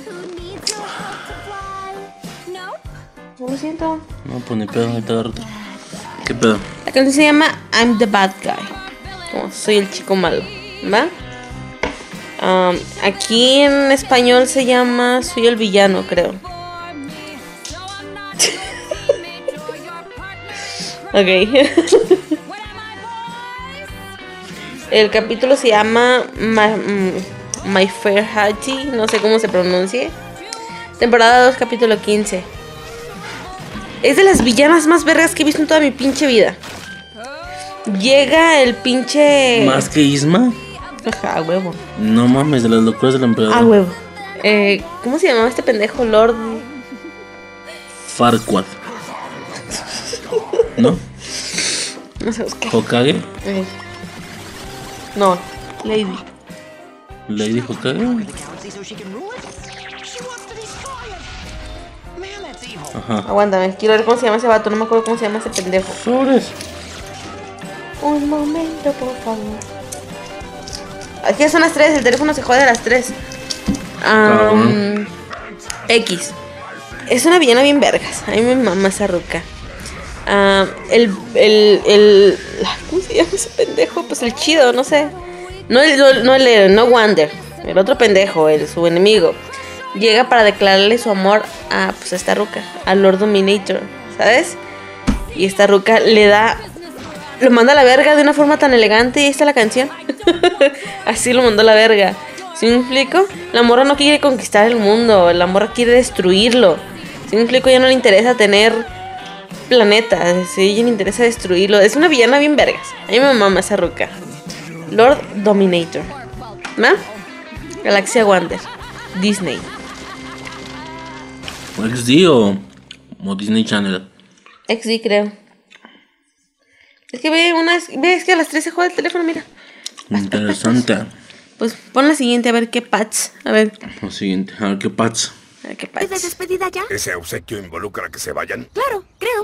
L: No lo siento.
K: No, pues ni pedo, ahorita agarro. ¿Qué pedo?
L: La canción se llama I'm the Bad Guy. Como soy el chico malo, ¿va? Um, aquí en español se llama Soy el villano, creo. Ok. El capítulo se llama My, My Fair Hattie, no sé cómo se pronuncie. Temporada dos, capítulo quince. Es de las villanas más vergas que he visto en toda mi pinche vida. Llega el pinche...
K: ¿Más que Isma?
L: Ajá, a huevo.
K: No mames, de las locuras del emperador.
L: A huevo. Eh, ¿Cómo se llamaba este pendejo? Lord...
K: Farquaad. ¿No?
L: No sé qué.
K: ¿Hokage?
L: Eh. No, Lady.
K: ¿Lady Hokage? Ajá.
L: Aguántame, quiero ver cómo se llama ese vato. No me acuerdo cómo se llama ese pendejo.
K: Sobres.
L: Un momento, por favor. Aquí son las tres, el teléfono se jode a las tres. Um, X. Es una villana bien vergas. A mí me mama esa ruca. Uh, el, el, el... ¿Cómo se llama ese pendejo? Pues el chido, no sé. No el, no, no el, no Wander. El otro pendejo, el, su enemigo. Llega para declararle su amor a, pues, a esta ruca, a Lord Dominator, ¿sabes? Y esta ruca le da... Lo manda a la verga de una forma tan elegante. Y ahí está la canción. Así lo mandó a la verga. ¿Sí me explico? La morra no quiere conquistar el mundo. La morra quiere destruirlo. ¿Sí me explico? Ya no le interesa tener planetas. Sí, ella le interesa destruirlo. Es una villana bien vergas. A mí me mama esa ruca. Lord Dominator. ¿No? Galaxia Wander. Disney.
K: ¿X D o, o Disney Channel?
L: X D creo. Es que ve, una, ve, es que a las tres se juega el teléfono, mira.
K: Interesante.
L: Pues pon la siguiente, a ver qué patch. A ver.
K: Lo siguiente, a ver qué patch.
L: A ver qué patch.
F: ¿Es de despedida ya?
G: ¿Ese obsequio involucra que se vayan?
F: Claro, creo.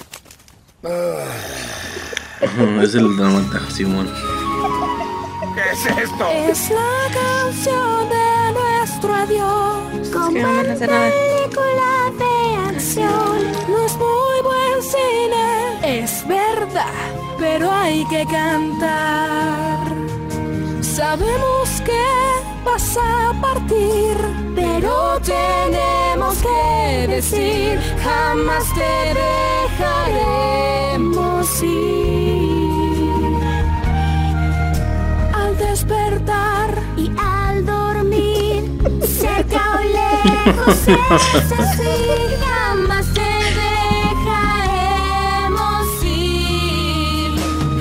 K: Ah. Es el dramata, Simón.
G: ¿Qué es esto?
U: Es la canción de nuestro adiós.
L: Como es que no me hace nada.
U: Película de acción. No es muy buen cine, es verdad, pero hay que cantar. Sabemos que vas a partir, pero tenemos que decir, jamás te dejaremos ir. Al despertar
F: y al dormir, cerca o lejos, es así, jamás te dejaremos ir.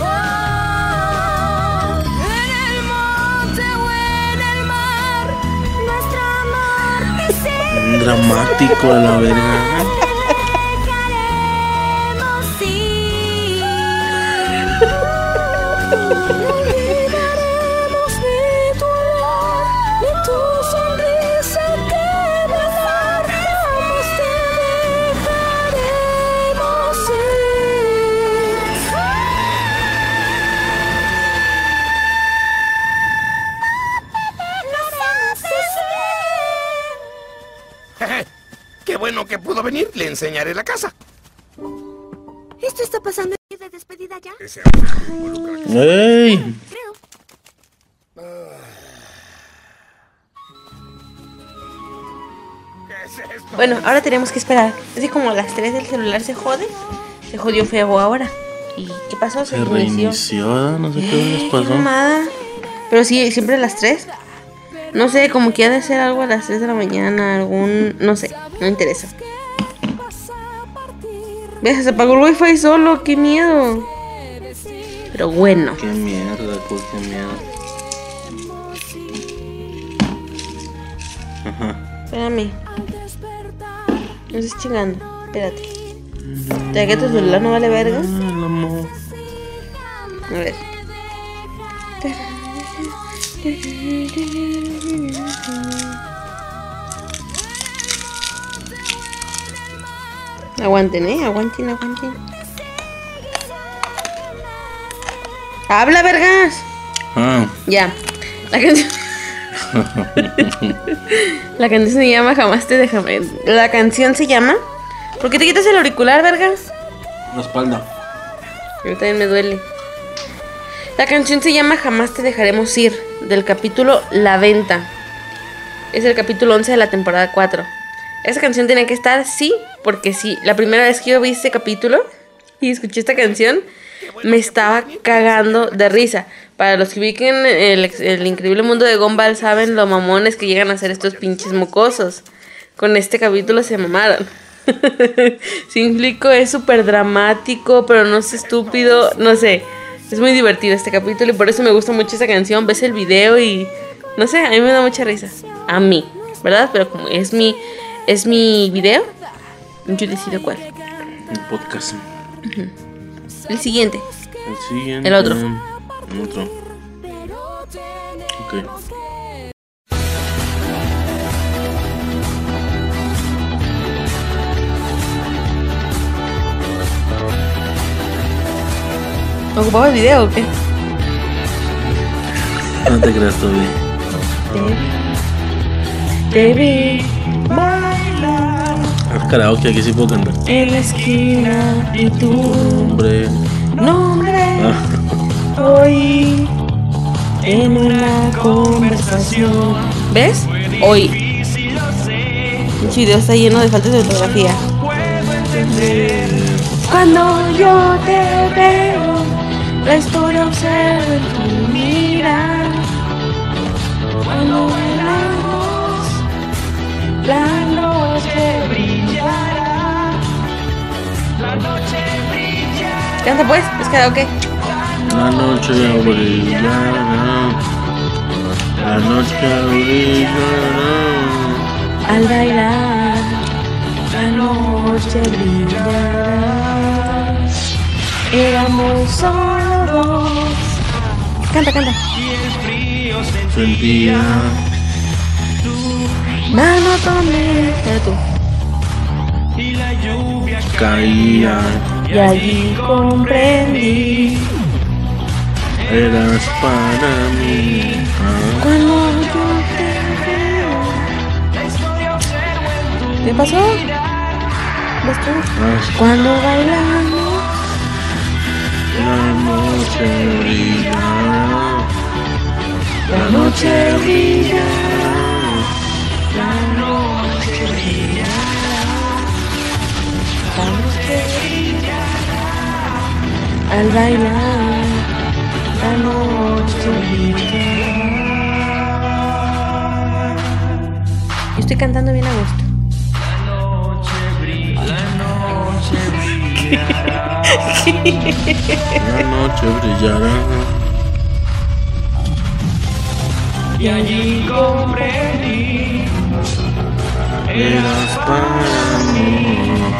F: Oh, en el monte o en el mar, nuestro amor dice.
K: Dramático a la verga.
G: Qué bueno que pudo venir. Le enseñaré la casa.
F: ¿Esto está pasando de despedida ya?
K: ¡Ey!
F: Creo.
L: Bueno, ahora tenemos que esperar. Es que como a las tres el celular se jode. Se jodió feo ahora. ¿Y qué pasó?
K: Se reinició, no sé qué les pasó.
L: Qué mamada. Pero sí, siempre a las tres. No sé, como que ha de ser algo a las tres de la mañana, algún... No sé, no me interesa. ¿Ves? Se apagó el wifi solo, qué miedo. Pero bueno.
K: Qué mierda, pues, qué miedo. Ajá.
L: Espérame. No estés chingando, espérate. ¿Ya que tu celular no vale verga? A ver. Aguanten, eh, aguanten, aguanten. ¡Habla, vergas!
K: Ah.
L: Ya. La canción. La canción se llama Jamás te dejaré. La canción se llama. ¿Por qué te quitas el auricular, vergas?
K: La espalda.
L: A mí también me duele. La canción se llama Jamás te dejaremos ir, del capítulo La Venta. Es el capítulo once de la temporada cuatro. Esa canción tenía que estar, sí, porque sí. La primera vez que yo vi este capítulo y escuché esta canción, me estaba cagando de risa. Para los que ubiquen el, el increíble mundo de Gumball, saben lo mamones que llegan a ser estos pinches mocosos. Con este capítulo se mamaron. Simplico es súper dramático, pero no es estúpido, no sé. Es muy divertido este capítulo y por eso me gusta mucho esta canción. Ves el video y no sé, a mí me da mucha risa. A mí, ¿verdad? Pero como es mi, es mi video, yo decido cuál.
K: El podcast.
L: Uh-huh. El siguiente.
K: El siguiente.
L: El otro.
K: El otro. Ok.
L: ¿Ocupaba el video o qué?
K: No te creas, Toby.
L: Te vi bailar.
K: Ah, karaoke, aquí sí puedo cantar.
L: En la esquina y tu
K: nombre.
L: Nombre.
K: Ah.
L: Hoy en una conversación. ¿Ves? Hoy. El video está lleno de faltas de ortografía. Cuando yo te veo, la historia observo en tu mirar. Cuando bailamos, la noche brillará. La noche brillará. Canta pues, es karaoke.
K: La noche brillará. La noche brillará.
L: Al bailar, la noche brillará. Éramos solo dos. Canta, canta.
K: Sentía
L: tu mano tomé. Pero tú.
J: Y la lluvia
K: caía.
L: Y allí comprendí.
K: Eras para mí. Ah.
L: Cuando yo te veo. ¿Qué pasó? ¿Ves tú?
K: Ah.
L: Cuando bailamos.
K: La noche brillará.
L: La noche brillará.
J: La noche brillará.
L: La noche brillará. Al bailar, la noche brillará. Yo estoy cantando bien a gusto.
J: La noche brillará. La noche brillará.
K: La noche brillará.
J: Y allí comprendí.
K: Eras para mí.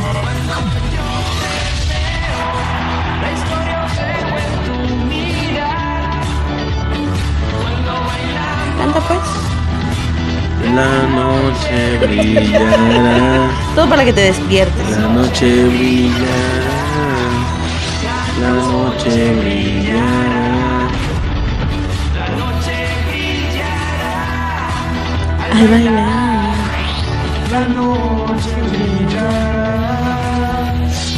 J: La historia observa en tu mirar. Cuando bailamos.
L: Canta pues.
K: La noche brillará.
L: Todo para que te despiertes.
K: La noche brillará. La noche brillará.
J: La noche brillará.
L: Al bailar,
J: La noche brillará.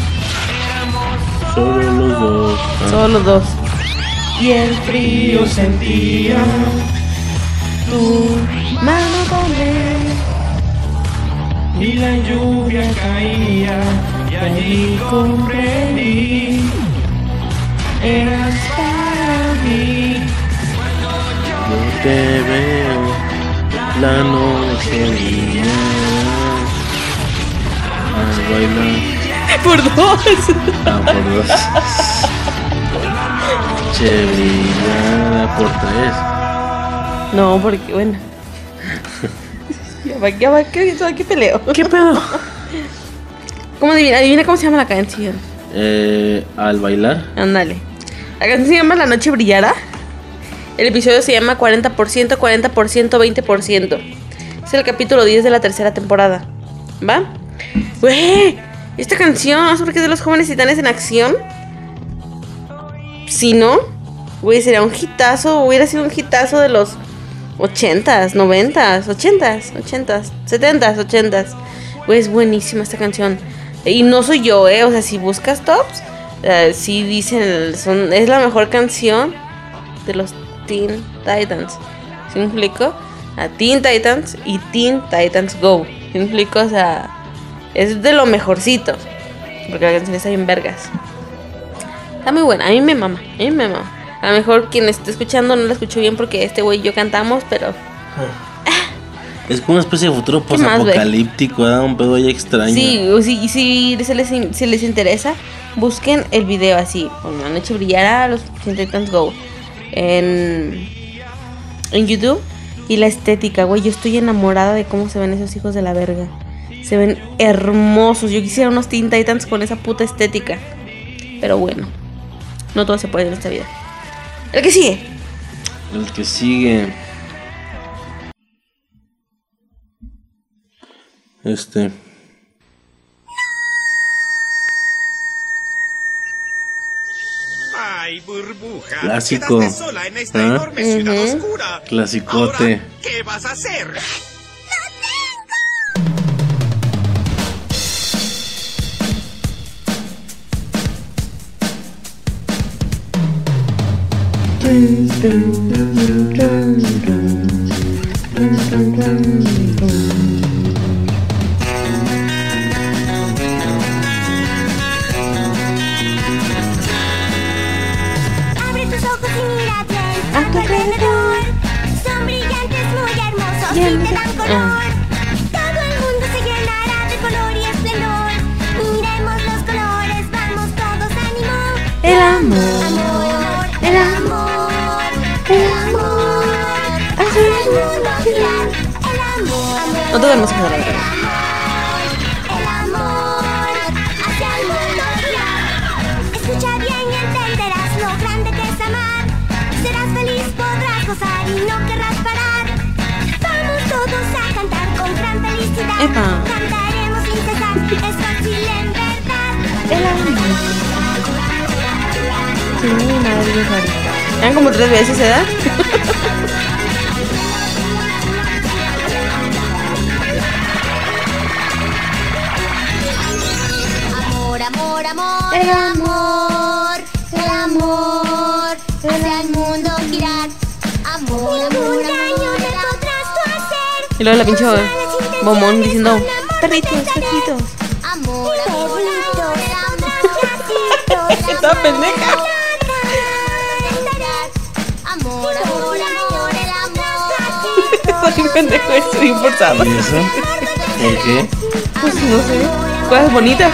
K: Solo los dos. Ah.
L: solo los dos.
J: Y el frío sentía.
L: Tu mano tomé.
J: Y la lluvia caía. Y allí comprendí. Eras para mí.
K: Yo te veo. La noche brilla al bailar.
L: Por dos.
K: Ah, por dos. Noche brilla por tres.
L: No, porque bueno. Ya va, ya va, ¿qué, qué peleo?
K: ¿Qué pedo?
L: ¿Cómo adivina? Adivina cómo se llama la canción.
K: Eh, al bailar.
L: Ándale. La canción se llama La Noche Brillará. El episodio se llama cuarenta por ciento, cuarenta por ciento, veinte por ciento. Es el capítulo diez de la tercera temporada. ¿Va? Güey, esta canción, ¿no? ¿Sobre qué es de los jóvenes titanes en acción? Si no, güey, sería un hitazo. Hubiera sido un hitazo de los ochentas, noventas, ochentas, ochentas, setentas, ochentas. Güey, es buenísima esta canción. Y no soy yo, eh. O sea, si buscas tops, uh, sí dicen, son, es la mejor canción de los Teen Titans. ¿Sí me explico? A Teen Titans y Teen Titans Go. ¿Sí me explico? O sea, es de lo mejorcito. Porque la canción está bien vergas. Está muy buena, a mí me mama, a mí me mama. A lo mejor quien esté escuchando no la escuchó bien porque este güey y yo cantamos, pero...
K: Es como una especie de futuro post-apocalíptico, ¿eh? Un pedo ahí extraño.
L: Sí, sí, y si, si, les, si les interesa, busquen el video así. Con La Noche Brillará, los Teen Titans Go. En, en YouTube. Y la estética, güey. Yo estoy enamorada de cómo se ven esos hijos de la verga. Se ven hermosos. Yo quisiera unos Teen Titans con esa puta estética. Pero bueno, no todo se puede en esta vida. El que sigue.
K: El que sigue. Este.
G: Ay, burbuja.
K: Clásico.
G: Quedaste sola en esta
K: ¿Ah?
G: enorme ciudad
L: Ujú.
G: oscura.
K: Clasicote.
G: Ahora, ¿qué vas a hacer?
F: Abre tus ojos y mira bien a tu alrededor. Son brillantes, muy hermosos y te dan color. Todo el mundo se llenará de color y esplendor. Miremos los colores, vamos todos, ánimo.
L: El amor,
F: Amor,
L: el amor,
F: el amor. Hacia el mundo girar. El amor, amor.
L: no te duermas a la verga.
F: El amor hacia el mundo girar. Escucha bien y entenderás lo grande que es amar. Serás feliz, podrás gozar y no querrás parar. Vamos todos a cantar con gran felicidad.
L: Epa.
F: Cantaremos sin cesar, es fácil en verdad.
L: El amor. Sí, madre mía. Eran como tres veces, ¿verdad?
F: Amor, amor, amor, el amor, el amor, hacia el mundo girar. Amor, amor, amor, me podrás tú hacer.
L: Y luego la pinche Bomón diciendo, perritos, perritos.
F: Amor, amor, amor, el amor,
L: Esta pendeja.
F: Amor, amor, amor, el amor.
L: Soy un pendejo, estoy forzado.
K: ¿Y eso? ¿Por qué?
L: Pues no sé, cosas bonitas.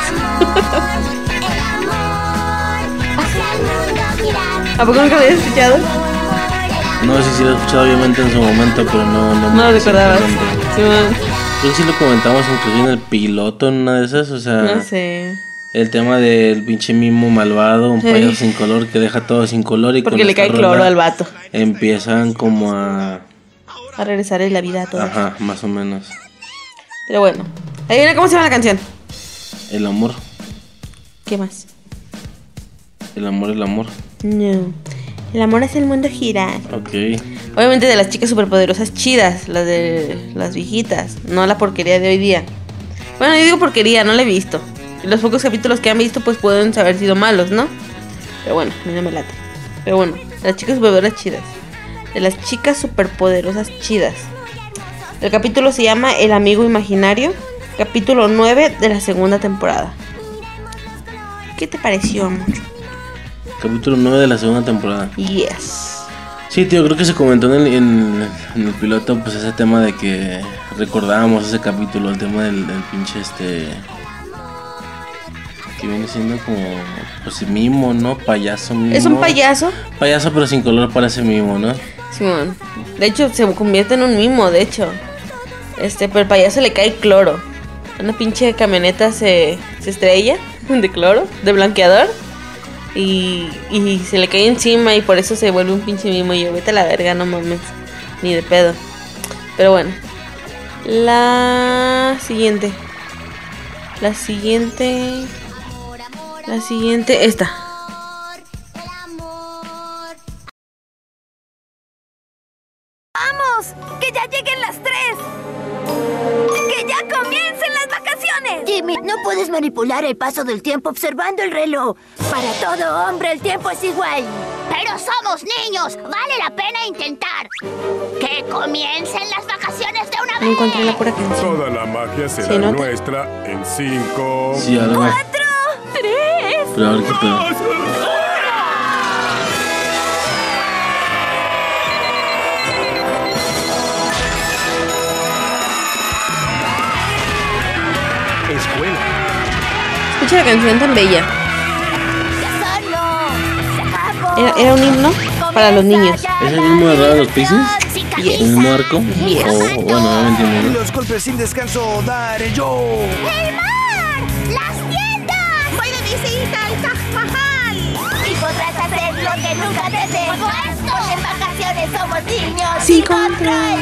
L: ¿A poco nunca lo habías escuchado?
K: No sé si lo he escuchado obviamente en su momento, pero no... No,
L: No lo recordabas. Sí, man.
K: Creo que sí lo comentamos incluso en el piloto, en una de esas, o sea...
L: No sé.
K: El tema del pinche mimo malvado, un
L: Sí.
K: payaso sin color que deja todo sin color y
L: Porque
K: con
L: le
K: esta
L: cae cloro
K: rola
L: al vato.
K: empiezan como a...
L: A regresar en la vida a todos.
K: Ajá, más o menos.
L: Pero bueno. Ahí viene cómo se llama la canción.
K: El amor,
L: ¿Qué más?
K: el amor, el amor.
L: No. El amor es el mundo girar.
K: Ok.
L: Obviamente de las chicas superpoderosas chidas, las de las viejitas, no la porquería de hoy día. Bueno, yo digo porquería, no la he visto. Y los pocos capítulos que han visto pues pueden haber sido malos, ¿no? Pero bueno, a mí no me late. Pero bueno, de las chicas superpoderosas chidas. De las chicas superpoderosas chidas. El capítulo se llama El amigo imaginario. Capítulo nueve de la segunda temporada. ¿Qué te pareció, amor?
K: Capítulo nueve de la segunda temporada.
L: Yes.
K: Sí, tío, creo que se comentó en el, en, en el piloto, pues ese tema de que recordábamos ese capítulo, el tema del, del pinche este... que viene siendo como, pues mimo, ¿no? Payaso mimo.
L: ¿Es un payaso?
K: Payaso pero sin color parece mimo, ¿no?
L: Simón. De hecho, se convierte en un mimo, de hecho. Este, pero el payaso le cae cloro. Una pinche camioneta se, se estrella de cloro, de blanqueador. Y, y se le cae encima y por eso se vuelve un pinche mimo. Y yo, vete a la verga, no mames. Ni de pedo. Pero bueno. La siguiente. La siguiente. La siguiente, esta.
F: ¡Vamos! ¡Que ya lleguen las tres! ¡Que ya comiencen las vacaciones!
H: Jimmy, no puedes manipular el paso del tiempo observando el reloj. Para todo hombre el tiempo es igual.
F: Pero somos niños, vale la pena intentar. ¡Que comiencen las vacaciones de una vez!
L: No encontré la pura canción.
M: Toda la magia será
L: ¿Sí, no?
M: nuestra en cinco,
K: Sí, algo.
F: ¡Cuatro! ¡Tres!
K: Pero a ver qué pedo.
S: Escuela.
L: Escucha la canción tan bella. Era, era un himno para los niños.
K: ¿Es el mismo de los Pixies?
L: Yes.
K: ¿El mismo arco?
L: Yes.
K: O, bueno, no me entiendo, ¿no?
E: Los golpes sin descanso daré yo.
F: ¡Hey, Mar! ¡Las tiendas! Voy de visita al Taj Mahal. Y podrás hacer lo que nunca desees. Porque en vacaciones somos niños
L: Sin
F: sin
L: control.
F: control.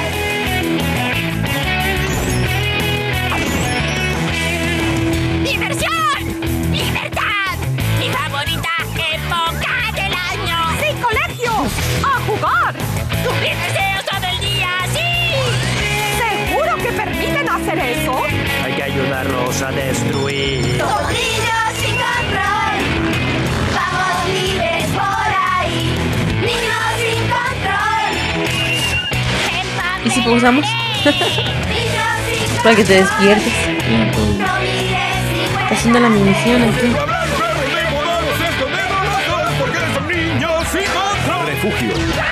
F: ¡Diversión! ¡Libertad! ¡Mi favorita época del año! ¡Sí, colegio! ¡A jugar! ¡Cumplir deseos todo el día! ¡Sí! ¿Seguro que permiten hacer eso?
S: Hay que ayudarlos a destruir.
F: ¡Somos niños sin control! ¡Vamos libres por ahí! ¡Niños sin control!
L: ¿Y si pausamos? Para que te despiertes. Está haciendo la misión aquí.
M: refugio.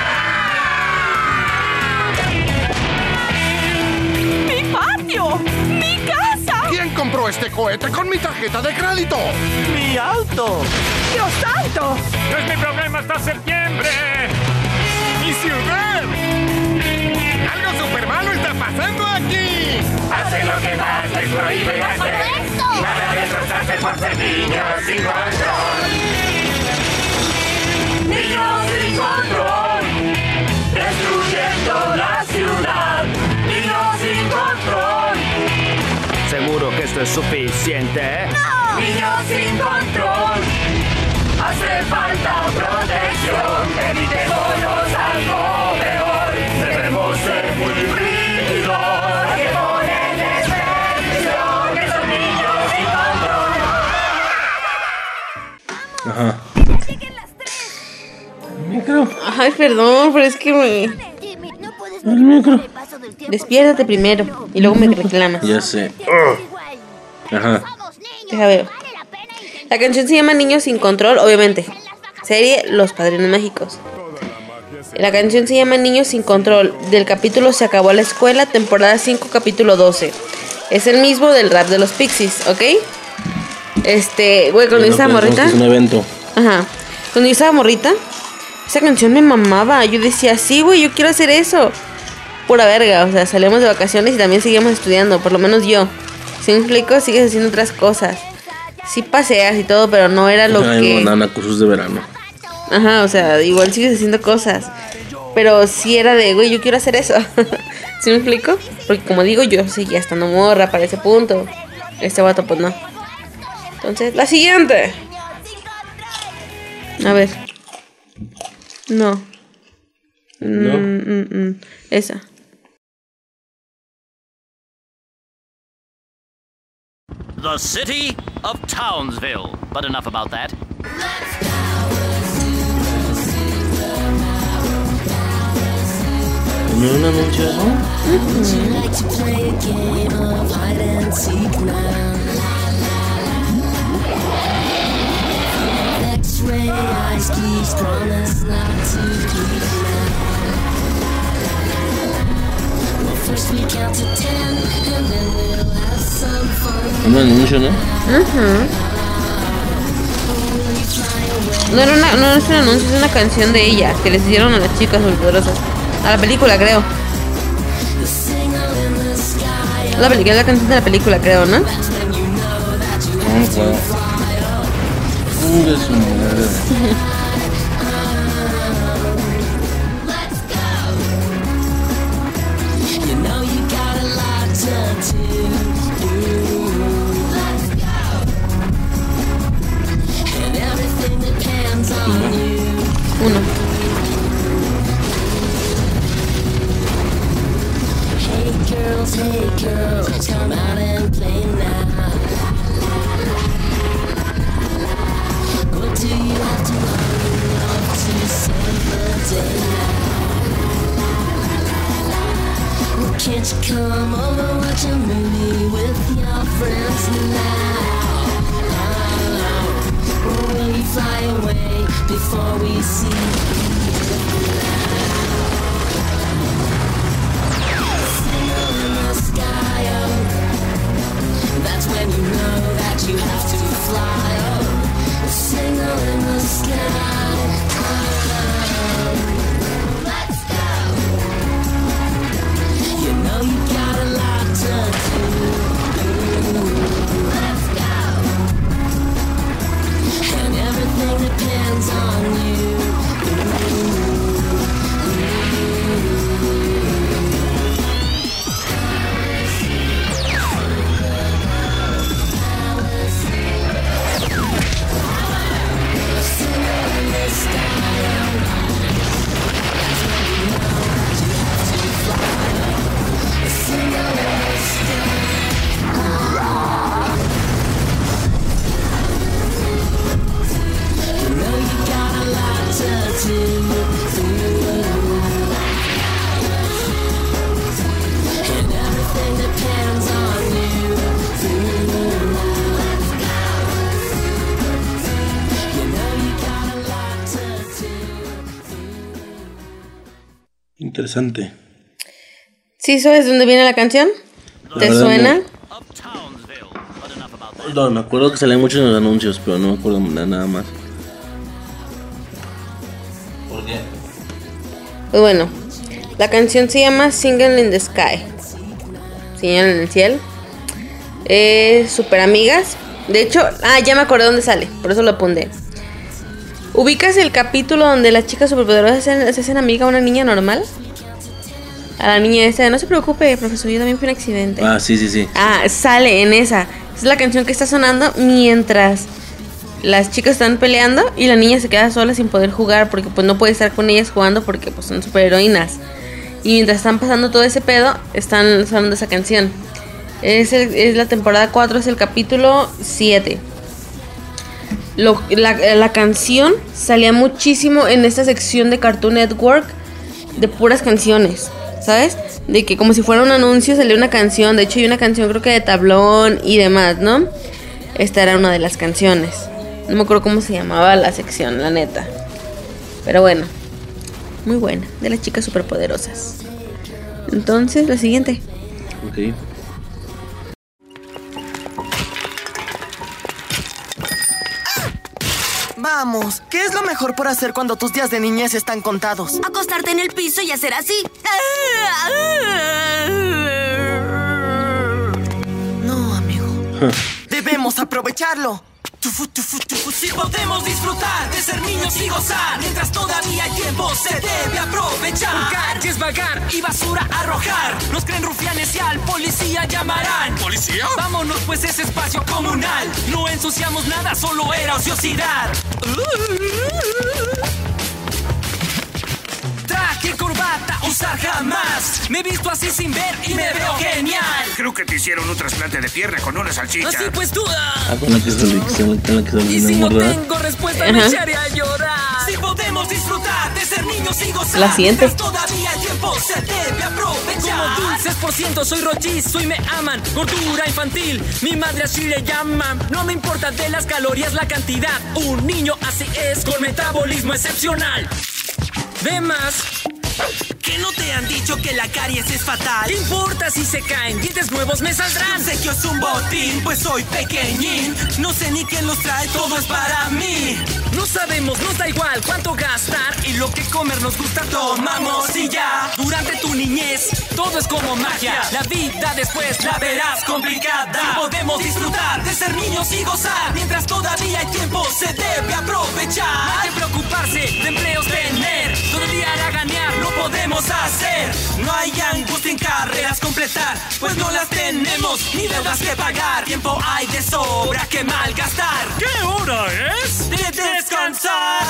R: ¡Mi patio! ¡Mi casa!
G: ¿Quién compró este cohete con mi tarjeta de crédito?
S: ¡Mi auto!
R: ¡Dios santo!
A: ¡No es mi problema hasta septiembre! ¡Mi ciudad! ¡Algo super malo está pasando aquí!
Q: Hace lo que más les prohíbe hacer. Nada de esforzarse por ser niños sin control. Niños sin control. Destruyendo la ciudad. Niños sin control.
S: Seguro que esto es suficiente, ¿eh?
Q: ¡No! Niños sin control. Hace falta protección. Evitémonos algo peor. Debemos ser muy rígidos. Hay que ponerles prevención. Que son niños sin control.
K: Ajá. El micro.
L: Ay, perdón, pero es que me...
K: El micro.
L: Despiértate primero y luego me reclamas.
K: Ya sé. Ajá.
L: Deja ver. La canción se llama Niños sin Control, obviamente. Serie Los Padrinos Mágicos. La canción se llama Niños sin Control. Del capítulo Se acabó la escuela, temporada cinco, capítulo doce. Es el mismo del rap de los Pixies, ¿ok? Este, güey, cuando yo estaba morrita.
K: Es un evento.
L: Ajá. Cuando yo estaba morrita, esa canción me mamaba. Yo decía, sí, güey, yo quiero hacer eso. Pura verga, o sea, salíamos de vacaciones y también seguíamos estudiando, por lo menos yo. Si me explico, sigues haciendo otras cosas. Sí paseas y todo, pero no era lo
K: Ay,
L: que...
K: banana, cursos de verano.
L: Ajá, o sea, igual sigues haciendo cosas. Pero sí era de, güey, yo quiero hacer eso. ¿Sí me explico? Porque como digo, yo seguía estando morra para ese punto. Este vato, pues no. Entonces, la siguiente. A ver. No.
K: No.
L: Mm, mm, mm. Esa.
S: The city of Townsville. But enough about that.
K: ¿No un anuncio eso? Un anuncio, ¿no?
L: Uh-huh. No era una, no es un anuncio, es una canción de ella que les hicieron a las chicas superpoderosas. A la película, creo. La película, es la canción de la película, creo, ¿no?
K: No, claro. Uh, es una madre.
L: Uno.
Q: Hey girls, hey girls, come out and play now. What do you have to learn off to save the day now? Well, can't you come over, watch a movie with your friends now? Or will you fly away before we see you? That's when you know that you have to fly. Oh, a single in the sky. Let's go. You know you got a lot to do. Let's go. And everything depends on you.
K: Interesante.
L: ¿Sí sabes dónde viene la canción? ¿Te
K: La
L: suena?
K: No. no, me acuerdo que salían muchos en los anuncios, pero no me acuerdo nada más. ¿Por qué?
L: Pues bueno, la canción se llama Single in the Sky. Señal en el cielo. Es Super Amigas. De hecho, ah, ya me acordé dónde sale, por eso lo apunté. ¿Ubicas el capítulo donde las chicas superpoderosas se hacen, se hacen amiga a una niña normal? A la niña esa, no se preocupe, profesor, yo también fui un accidente.
K: Ah, sí, sí, sí.
L: Ah, sale en esa. Es la canción que está sonando mientras las chicas están peleando y la niña se queda sola sin poder jugar porque pues no puede estar con ellas jugando porque pues son superheroínas. Y mientras están pasando todo ese pedo, están sonando esa canción. Es, el, es la temporada cuatro, es el capítulo siete. Lo, la, la canción salía muchísimo en esta sección de Cartoon Network de puras canciones, ¿sabes? De que como si fuera un anuncio salía una canción. De hecho hay una canción creo que de tablón y demás, ¿no? Esta era una de las canciones. No me acuerdo cómo se llamaba la sección, la neta. Pero bueno, muy buena, de las chicas superpoderosas. Entonces, la siguiente.
K: Ok.
B: Vamos, ¿qué es lo mejor por hacer cuando tus días de niñez están contados?
H: Acostarte en el piso y hacer así.
B: No, amigo. Debemos aprovecharlo.
R: Si podemos disfrutar de ser niños y gozar, mientras todavía hay tiempo se debe aprovechar. Calles vagar y basura arrojar, nos creen rufianes y al policía llamarán. ¿Policía? Vámonos pues a ese espacio comunal, no ensuciamos nada, solo era ociosidad. Traje y corbata usar jamás, me he visto así sin ver y me veo genial.
G: Creo que te hicieron un trasplante de pierna con una salchicha.
R: Así pues tú.
K: Ah, con la que se le con la que se le
R: Y si no
K: ¿verdad?
R: tengo respuesta me echaré a llorar. Si podemos disfrutar de ser niños y gozar,
L: la siguiente.
R: Todavía el tiempo se debe aprovechar. Como dulces por ciento soy rollizo y me aman. Gordura infantil, mi madre así le llama. No me importa de las calorías la cantidad. Un niño así es con metabolismo excepcional. De más
D: ¿Qué no te han dicho que la caries es fatal?
S: ¿Qué importa si se caen? Dientes nuevos me saldrán.
D: Sé que es un botín, pues soy pequeñín. No sé ni quién los trae, todo es para mí.
S: No sabemos, nos da igual cuánto gastar.
D: Y lo que comer nos gusta, tomamos y ya.
S: Durante tu niñez, todo es como magia.
D: La vida después la verás complicada.
S: Y podemos disfrutar de ser niños y gozar.
D: Mientras todavía hay tiempo, se debe aprovechar.
S: No hay que preocuparse de empleos tener.
D: Todavía haraganear lo podemos hacer. No hay angustia en carreras completar, pues no las tenemos ni deudas que pagar. Tiempo hay de sobra que malgastar.
S: ¿Qué hora es?
D: De descansar.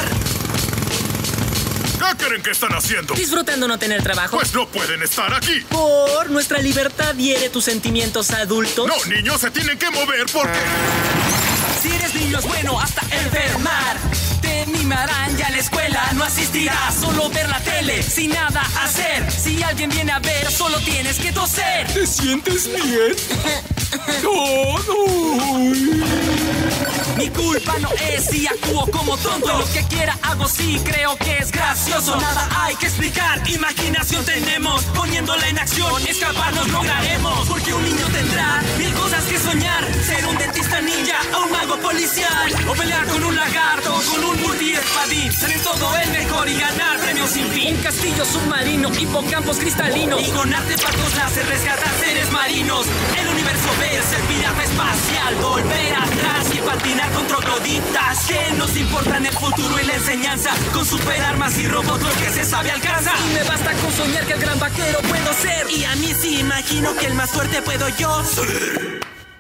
A: ¿Qué creen que están haciendo?
S: Disfrutando no tener trabajo.
A: Pues no pueden estar aquí.
S: Por nuestra libertad hiere tus sentimientos adultos.
A: No, niños, se tienen que mover porque...
D: Si eres niño es bueno hasta enfermar. Te mimarán, ya a la escuela no asistirás. Solo ver la tele, sin nada hacer. Si alguien viene a ver, solo tienes que toser.
A: ¿Te sientes bien? Oh, no.
D: Mi culpa no es si actúo como tonto. Lo que quiera hago, sí, creo que es gracioso. Nada hay que explicar, imaginación tenemos. Poniéndola en acción, escaparnos lograremos. Porque un niño tendrá mil cosas que soñar. Ser un dentista ninja o un mago policial. O pelear con un lagarto, con un multi-espadín. Ser en todo el mejor y ganar premios sin fin.
S: Un castillo submarino, hipocampos cristalinos.
D: Y con artefactos láser rescatar seres marinos. El universo ver, ser pirata espacial. Volver atrás y patinar con trogloditas. Que nos importan el futuro y la enseñanza. Con superarmas y robots lo que se sabe alcanza.
S: Y me basta con soñar que el gran vaquero puedo ser.
D: Y a mí sí imagino que el más fuerte puedo yo ser.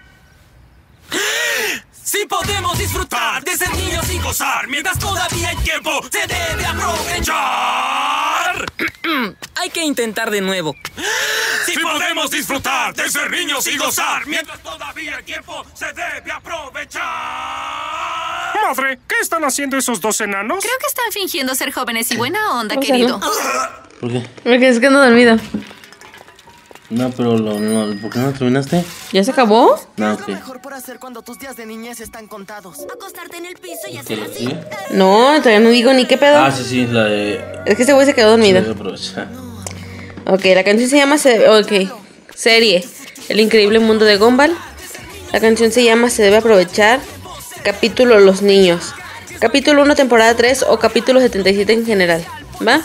D: Si podemos disfrutar de ser niños y gozar, mientras todavía hay tiempo, se debe aprovechar.
S: Hay que intentar de nuevo.
D: Si podemos disfrutar de ser niños y gozar, mientras todavía hay tiempo, se debe aprovechar.
A: Madre, ¿qué están haciendo esos dos enanos?
T: Creo que están fingiendo ser jóvenes y buena onda, querido.
K: ¿Por qué?
L: Porque es que ando dormido.
K: No, pero lo, no, ¿por qué no terminaste?
L: ¿Ya se acabó?
K: No,
B: es
K: ok.
B: lo mejor por hacer cuando tus días de niñez están contados.
F: Acostarte en el piso y
K: ¿Qué
F: hacer
K: lo
F: así.
K: sigue?
L: No, todavía no digo ni qué pedo.
K: Ah, sí, sí, la de...
L: Es que ese güey se quedó dormido.
K: Sí, aprovecha.
L: Ok, la canción se llama... Se... Ok, serie El increíble mundo de Gumball. La canción se llama Se debe aprovechar. Capítulo Los niños. Capítulo uno, temporada tres o capítulo setenta y siete en general. ¿Va?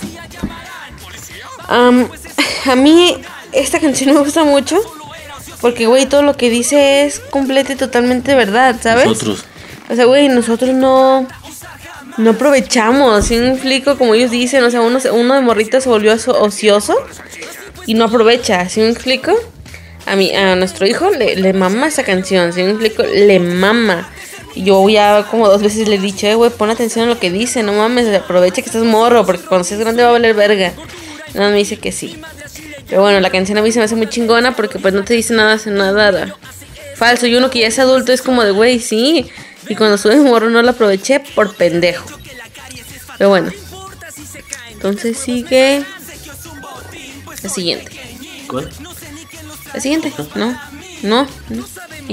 L: Um, a mí esta canción me gusta mucho. Porque, güey, todo lo que dice es completa y totalmente verdad, ¿sabes?
K: Nosotros.
L: O sea, güey, nosotros no... No aprovechamos, ¿sí me explico? Como ellos dicen, o sea, uno, uno de morrito se volvió ocioso y no aprovecha, ¿sí me explico? A mí, a nuestro hijo le, le mama esa canción, ¿sí me explico? Le mama. Y yo ya como dos veces le he dicho, eh, güey, pon atención a lo que dice, no mames, aprovecha que estás morro, porque cuando seas grande va a valer verga. No, me dice que sí. Pero bueno, la canción a mí se me hace muy chingona porque pues no te dice nada, nada falso. Y uno que ya es adulto es como de, güey, sí. Y cuando estuve morro no lo aproveché por pendejo. Pero bueno. Entonces sigue la siguiente.
K: ¿Cuál?
L: La siguiente. No, no, no.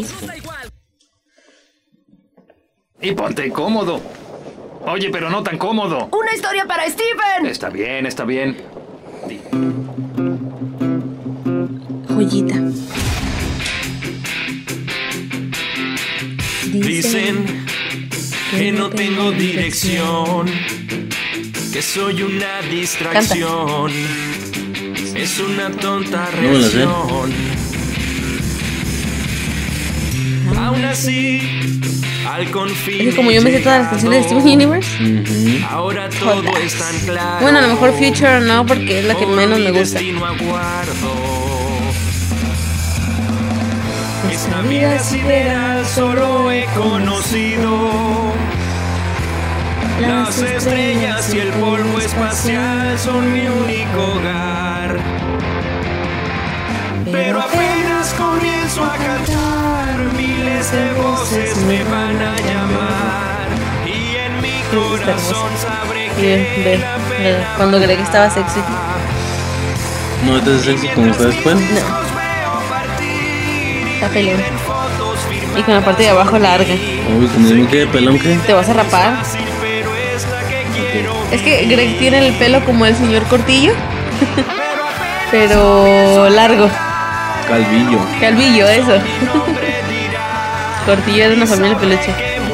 I: Y ponte cómodo. Oye, pero no tan cómodo.
H: ¡Una historia para Steven!
I: Está bien, está bien.
L: Joyita.
Q: Dicen que no tengo dirección, que soy una distracción. Es una tonta
K: No me la sé.
Q: reacción. Aún así, al confiar.
L: Es que como yo me sé todas las canciones de Steven Universe.
K: Uh-huh.
Q: Ahora todo
L: Joder.
Q: es tan claro.
L: Bueno, a lo mejor Future no, porque es la que menos me gusta.
Q: Esta vida sideral solo he conocido. Las estrellas y el polvo espacial son mi único hogar. Pero apenas comienzo a cantar, miles de voces me van a llamar. Y en mi corazón sabré que
L: Ve, ve, cuando creí que estaba sexy.
K: ¿No te haces sexy como está después?
L: No. Está pelón. Y con la parte de abajo larga.
K: Uy, como me quede pelón, ¿qué?
L: ¿Te vas a rapar?
K: Okay.
L: Es que Greg tiene el pelo como el señor Cortillo. Pero largo.
K: Calvillo.
L: Calvillo, eso. Cortillo era una familia de peluche.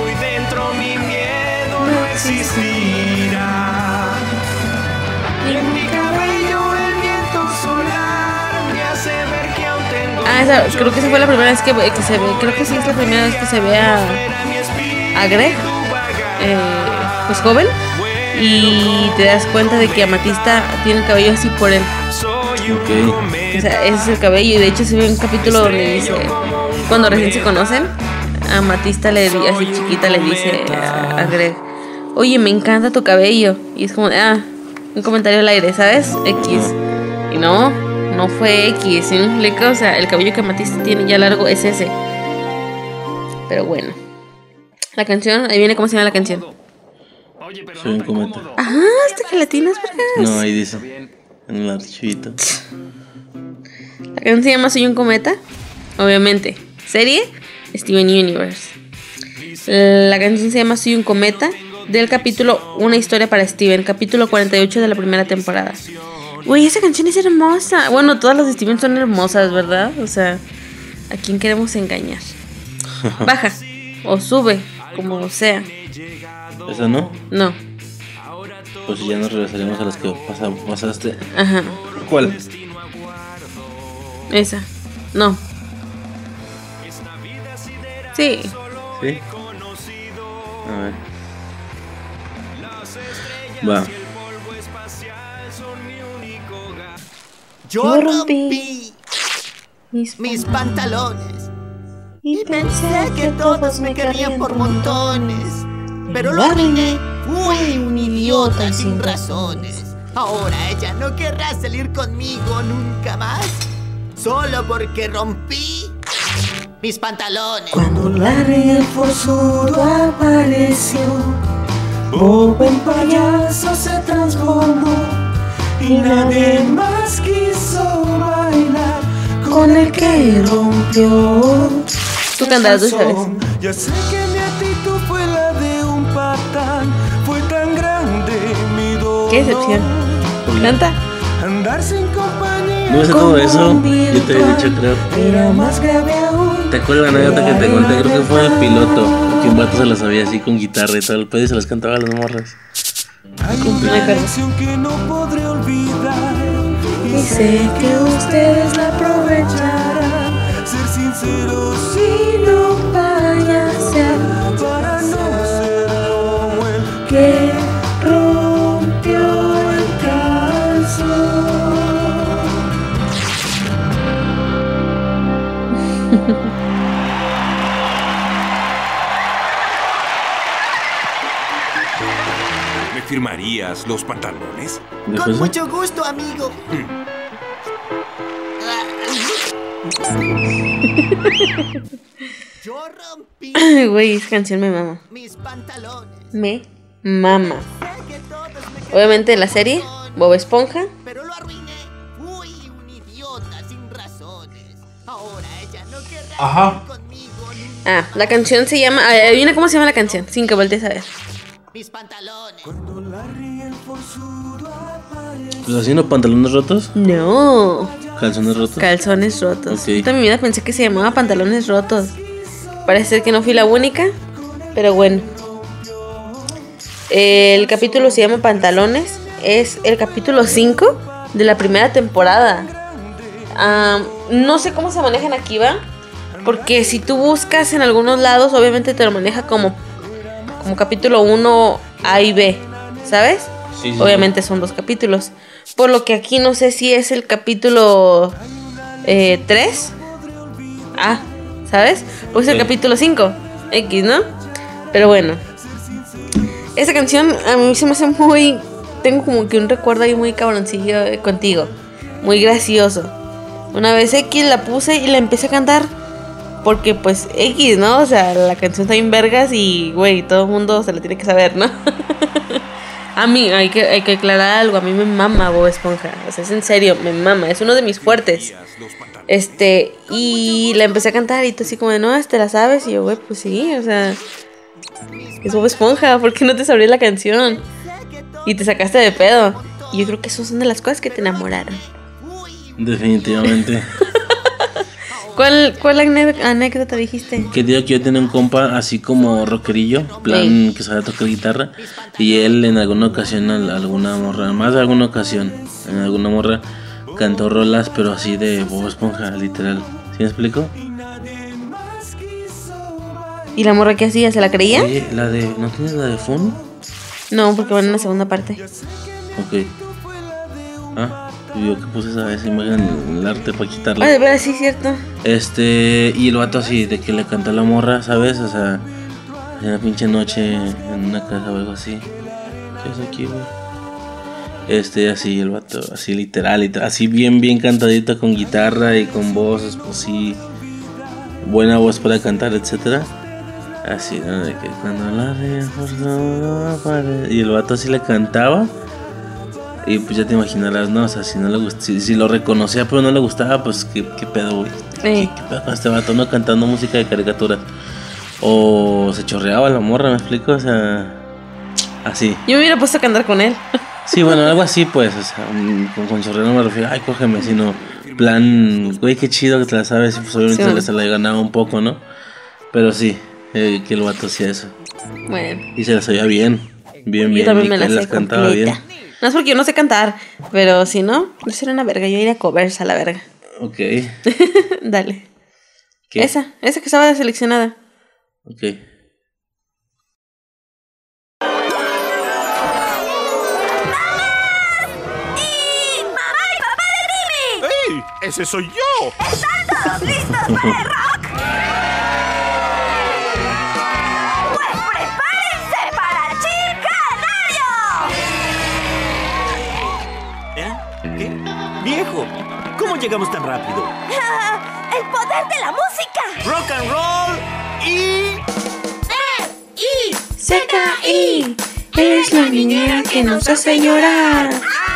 L: Ah, esa, creo que esa fue la primera vez que, que se ve. Creo que sí es la primera vez que se ve a, a Greg, eh, pues joven. Y te das cuenta de que Amatista tiene el cabello así por él.
K: Okay.
L: O sea, ese es el cabello. Y de hecho se ve un capítulo donde dice, cuando recién se conocen, Amatista le así chiquita le dice a, a Greg, oye, me encanta tu cabello. Y es como, ah, un comentario al aire, ¿sabes? X. Y no, no fue X, ¿sí? O sea, el cabello que Amatista tiene ya largo es ese. Pero bueno. La canción, ahí viene cómo se llama la canción.
K: Soy un cometa.
L: Ah, esta gelatina es vergas.
K: No, ahí dice, en el archivito.
L: La canción se llama Soy un cometa. Obviamente. Serie, Steven Universe. La canción se llama Soy un cometa, del capítulo Una historia para Steven, capítulo cuarenta y ocho de la primera temporada. Güey, esa canción es hermosa. Bueno, todas las de Steven son hermosas, ¿verdad? O sea, ¿a quién queremos engañar? Baja o sube, como sea.
K: ¿Esa no?
L: No.
K: Pues ya nos regresaremos a las que pasamos, pasaste.
L: Ajá.
K: ¿Cuál?
L: Esa. No. Sí.
K: ¿Sí? A ver. Va.
R: Yo rompí mis, mis pantalones y pensé que todos me querían por montones, pero lo arruiné, fui un idiota sin razones. Ahora ella no querrá salir conmigo nunca más, solo porque rompí mis pantalones.
J: Cuando Larry el forzudo apareció, Bob en payaso se transformó y nadie más quiso bailar con el que rompió.
L: Tú cantas, tú sabes.
J: Ya sé que mi actitud fue la de un patán, fue tan grande mi dolor.
L: Qué decepción. Canta.
J: Andar sin compañía.
K: No sé todo eso. Yo te había dicho, creo.
J: Era más grave aún.
K: ¿Te acuerdas la anécdota que te conté? Creo que fue el piloto. Que un vato se las sabía así con guitarra y todo el pedo y se las cantaba a las morras.
J: Hay una canción que no podré olvidar
L: y sé que ustedes la aprovecharán.
J: Ser sinceros y no payasear para no ser como el que rompió el calzón.
A: ¿Me firmarías los pantalones?
R: Con mucho gusto, amigo. Yo rompí.
L: Güey, esa canción me mama.
R: Mis pantalones.
L: Me mama. Obviamente en la serie, Bob Esponja.
R: Pero lo arruiné. Fui un idiota sin razones. Ahora ella no querrá
K: Ajá.
R: conmigo.
L: Ah, la canción se llama. Adivina cómo se llama la canción, sin que voltees a ver.
R: Mis pantalones.
K: ¿Pues haciendo pantalones rotos?
L: No.
K: ¿Calzones rotos?
L: Calzones rotos.
K: Okay.
L: Toda mi vida pensé que se llamaba Pantalones Rotos. Parece ser que no fui la única, pero bueno. El capítulo se llama Pantalones. Es el capítulo cinco de la primera temporada. Um, no sé cómo se manejan aquí, ¿va? Porque si tú buscas en algunos lados, obviamente te lo maneja como, como capítulo uno A y B, ¿sabes?
K: Sí, sí,
L: obviamente son dos capítulos. Por lo que aquí no sé si es el capítulo eh, tres. Ah, ¿sabes? O es el
K: sí.
L: capítulo cinco. X, ¿no? Pero bueno. Esa canción a mí se me hace muy... Tengo como que un recuerdo ahí muy cabroncillo contigo. Muy gracioso. Una vez X la puse y la empecé a cantar. Porque pues X, ¿no? O sea, la canción está en vergas y, güey, todo el mundo se la tiene que saber, ¿no? A mí, hay que, hay que aclarar algo. A mí me mama Bob Esponja. O sea, es en serio, me mama. Es uno de mis fuertes. Este, y la empecé a cantar y tú así como de, no, ¿te la sabes? Y yo, güey, pues sí, o sea, es Bob Esponja. ¿Por qué no te sabrías la canción? Y te sacaste de pedo. Y yo creo que esas son de las cosas que te enamoraron.
K: Definitivamente.
L: ¿Cuál, cuál ane- anécdota dijiste?
K: Que digo que yo tenía un compa así como rockerillo, plan sí. que sabía tocar guitarra. Y él en alguna ocasión, alguna morra, más de alguna ocasión, en alguna morra, cantó rolas, pero así de Bob Esponja, literal. ¿Sí me explico?
L: ¿Y la morra qué hacía? ¿Se la creía?
K: Oye, la de... ¿no tienes la de Fun?
L: No, porque van en la segunda parte.
K: Ok. Ah, yo que puse esa, esa imagen en el arte para quitarla.
L: Ah, de verdad, sí, cierto.
K: Este, y el vato así, de que le cantó a la morra, ¿sabes? O sea, en una pinche noche en una casa o algo así. ¿Qué es aquí, güey? Este, así, el vato, así literal, literal, así bien, bien cantadito con guitarra y con voces, pues sí, buena voz para cantar, etcétera. Así, ¿no? De que cuando la reforzó, y el vato así le cantaba. Y pues ya te imaginarás, ¿no? O sea, si no le gust- si, si lo reconocía pero no le gustaba, pues qué, qué pedo, güey. ¿Qué, qué pedo con este vato, no? Cantando música de caricaturas. O se chorreaba la morra, ¿me explico? O sea, así.
L: Yo me hubiera puesto a cantar con él.
K: Sí, bueno, algo así, pues, o sea, con, con chorreo no me refiero, ay, cógeme, sino plan, güey, qué chido que te la sabes, y pues obviamente sí, se, le, se la ganaba un poco, ¿no? Pero sí, eh, que el vato hacía eso. Bueno. Y se la sabía bien, bien,
L: yo
K: bien,
L: también
K: y
L: me
K: que
L: la
K: las
L: sé
K: cantaba
L: completa.
K: bien.
L: No es porque yo no sé cantar, pero si no, yo sería una verga, yo iría a covers a la verga.
K: Ok.
L: Dale.
K: ¿Qué?
L: Esa, esa que estaba seleccionada.
K: Ok.
A: ¡Ese soy yo!
F: ¿Están todos listos para el rock? Pues prepárense para Chicanario.
S: ¿Eh? ¿Qué? ¡Viejo! ¿Cómo llegamos tan rápido?
F: ¡El poder de la música!
S: ¡Rock and roll! Y...
F: ¡E! ¡I!
L: ¡C K I! Es la niñera que nos hace llorar.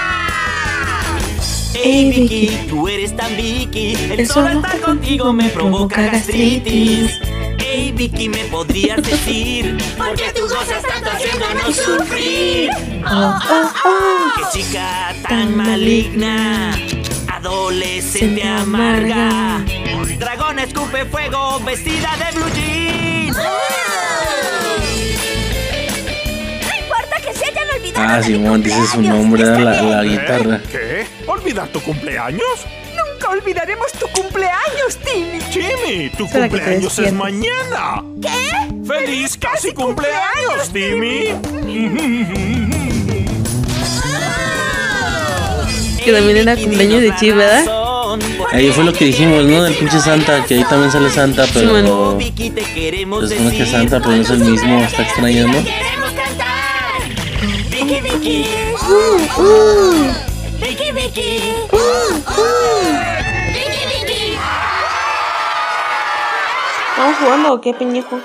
S: Hey Vicky, tú eres tan Vicky. El solo estar contigo me provoca gastritis. Hey Vicky, ¿me podrías decir por qué tú gozas tanto haciéndonos sufrir? Oh, oh, oh. Qué chica tan maligna, adolescente amarga. Dragón escupe fuego vestida de blue jeans.
K: Ah, Simón, dice su nombre, era la, la guitarra.
A: ¿Qué? ¿Olvidar tu cumpleaños?
C: Nunca olvidaremos tu cumpleaños, Timmy.
A: Timmy, tu Para cumpleaños es mañana.
C: ¿Qué?
A: ¡Feliz casi, casi cumpleaños, Timmy!
L: Que también era cumpleaños de Chi, ¿verdad?
K: Ahí fue lo que dijimos, ¿no? Del pinche Santa, que ahí también sale Santa, pero... Sí, pues uno que es Santa, pero no es el mismo, está extraño, ¿no?
F: Vicky, Vicky, uh, uh. Vicky, Vicky, uh, uh. Vicky, Vicky.
L: ¿Estamos jugando o qué, peñejo?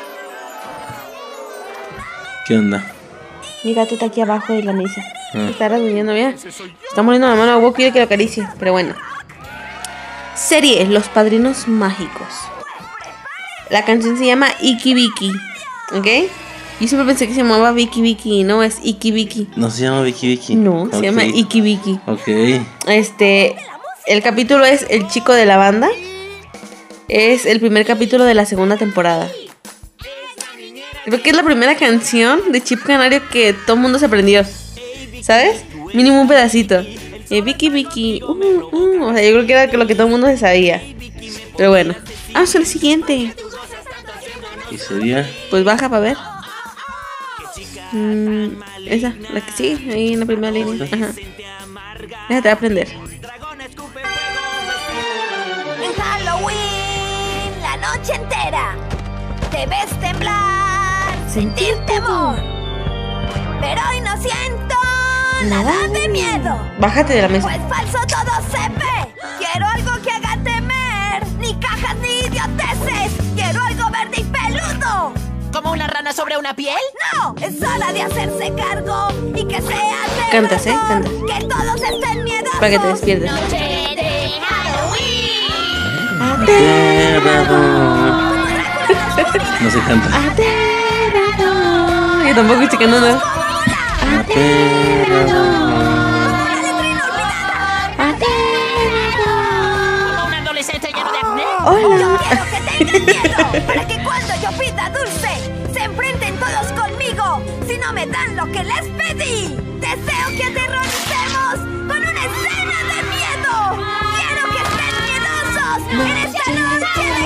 K: ¿Qué onda?
L: Mi gato está aquí abajo de la mesa. Ah. Está rasguñando, mira. Está muriendo la mano a Goku, quiere que lo acaricie. Pero bueno. Serie Los Padrinos Mágicos. La canción se llama Iki Biki. ¿Ok? Yo siempre pensé que se llamaba Vicky Vicky, no, es Iki Biki.
K: No se llama Vicky Vicky.
L: No,
K: okay.
L: Se llama Iki Biki.
K: Ok.
L: Este, el capítulo es El chico de la banda. Es el primer capítulo de la segunda temporada. Creo que es la primera canción de Chip Canario que todo el mundo se aprendió. ¿Sabes? Mínimo un pedacito. Eh, Vicky Vicky. Uh, uh. O sea, yo creo que era lo que todo el mundo se sabía. Pero bueno. Vamos al siguiente.
K: ¿Y sería?
L: Pues baja para ver. Mm, esa, la que sigue, ahí en la primera línea. Ajá. Déjate aprender.
F: En Halloween, la noche entera, debes temblar, sentir temor. Pero hoy no siento nada de miedo.
L: Bájate de la mesa.
F: Pues falso todo se ve. Quiero algo que haga temer. Ni cajas ni idioteces. Quiero algo verde y peludo.
C: ¿Como una rana sobre una piel?
F: No, es hora de hacerse cargo y que sea aterrador.
L: Cantas, ¿eh? Cantas.
F: Que todos estén miedosos.
L: Para que te despiertes.
F: Noche de Halloween.
L: Aterrador.
K: No se canta.
L: Aterrador. Yo tampoco estoy cantando. Aterrador. Hola.
F: Yo quiero que tengan miedo, para que cuando yo pida dulce, se enfrenten todos conmigo. Si no me dan lo que les pedí, deseo que aterroricemos con una escena de miedo. Quiero que estén miedosos en esta noche de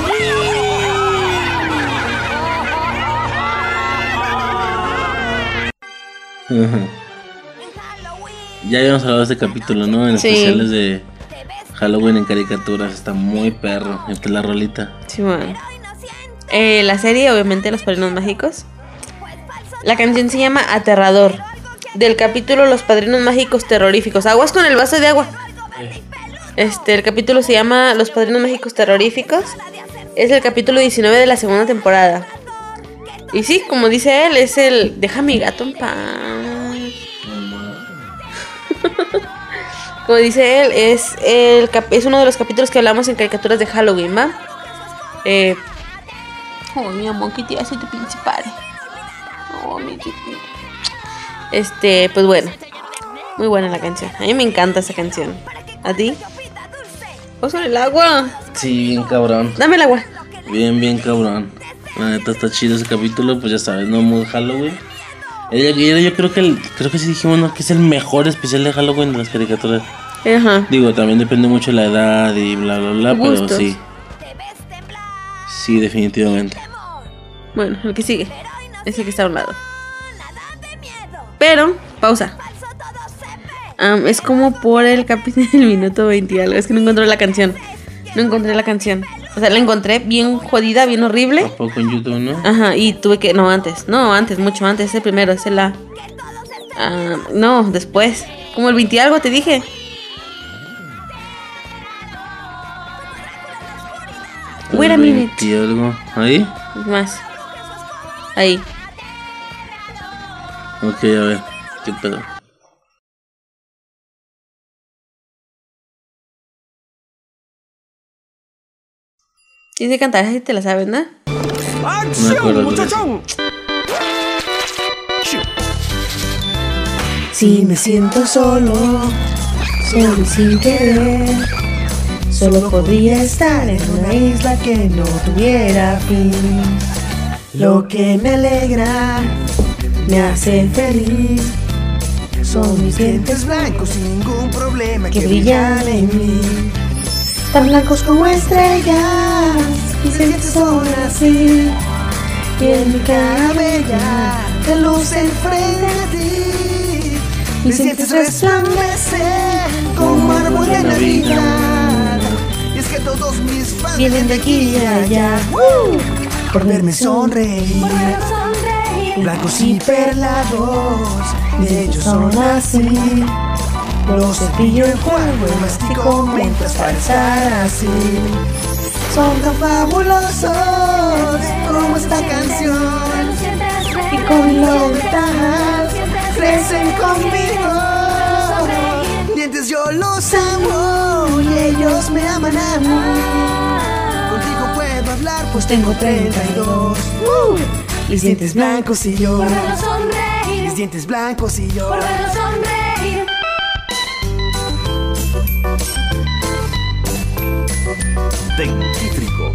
K: Halloween. Ya habíamos hablado de este capítulo, ¿no? En
L: Sí.
K: especiales de Halloween en caricaturas. Está muy perro. Esta es la rolita.
L: Sí, man. Eh, la serie, obviamente, Los Padrinos Mágicos. La canción se llama Aterrador. Del capítulo Los Padrinos Mágicos Terroríficos. Aguas con el vaso de agua. Este, el capítulo se llama Los Padrinos Mágicos Terroríficos. Es el capítulo diecinueve de la segunda temporada. Y sí, como dice él, es el deja a mi gato en paz. Como dice él, es el cap- es uno de los capítulos que hablamos en caricaturas de Halloween, ¿va? Eh, oh, mi amor, que te hace tu pinche padre. Oh, mi chiquito. Este, pues bueno, muy buena la canción. A mí me encanta esa canción. ¿A ti? Oso el agua.
K: Sí, bien cabrón.
L: Dame el agua.
K: Bien, bien cabrón. La neta está chido ese capítulo, pues ya sabes, no muy Halloween. Ella, ella, yo creo que el, creo que sí dijimos, ¿no? Que es el mejor especial de Halloween de las caricaturas.
L: Ajá.
K: Digo, también depende mucho de la edad y bla bla bla,
L: Gustos.
K: pero sí. Sí, definitivamente.
L: Bueno, el que sigue. Ese que está a un lado. Pero, pausa. Um, es como por el capítulo del minuto veinte y algo. Es que no encontré la canción. No encontré la canción. O sea, la encontré bien jodida, bien horrible.
K: Tampoco en YouTube, ¿no?
L: Ajá, y tuve que... No, antes. No, antes, mucho antes. Ese primero, ese la... Ah, no, después. Como el veinte y algo, te dije. Wait a minute.
K: ¿Y algo? ¿Ahí?
L: Más. Ahí.
K: Ok, a ver. ¿Qué pedo?
L: Tienes que cantar, así te la sabes, ¿no?
K: No me acuerdo de eso.
J: Si me siento solo, solo y sin querer, solo podría estar en una isla que no tuviera fin. Lo que me alegra, me hace feliz, son mis dientes blancos sin ningún problema que brillan en mí. Tan blancos como estrellas, mis dientes son así, y en mi cara bella, de luz enfrente a ti. Mis dientes resplandecen como árbol de Navidad. Y es que todos mis fans vienen de aquí y allá uh, por verme sonreír. Blancos y perlados, de ellos son así. Los cepillo en juego y mastico mientras para estar así. Son tan fabulosos como esta canción, y con lo ventajas crecen conmigo. Dientes yo los amo y ellos me aman a mí. Contigo puedo hablar pues tengo treinta y dos. Uh, mis dientes blancos y yo. Mis dientes blancos y yo.
O: Dentífrico.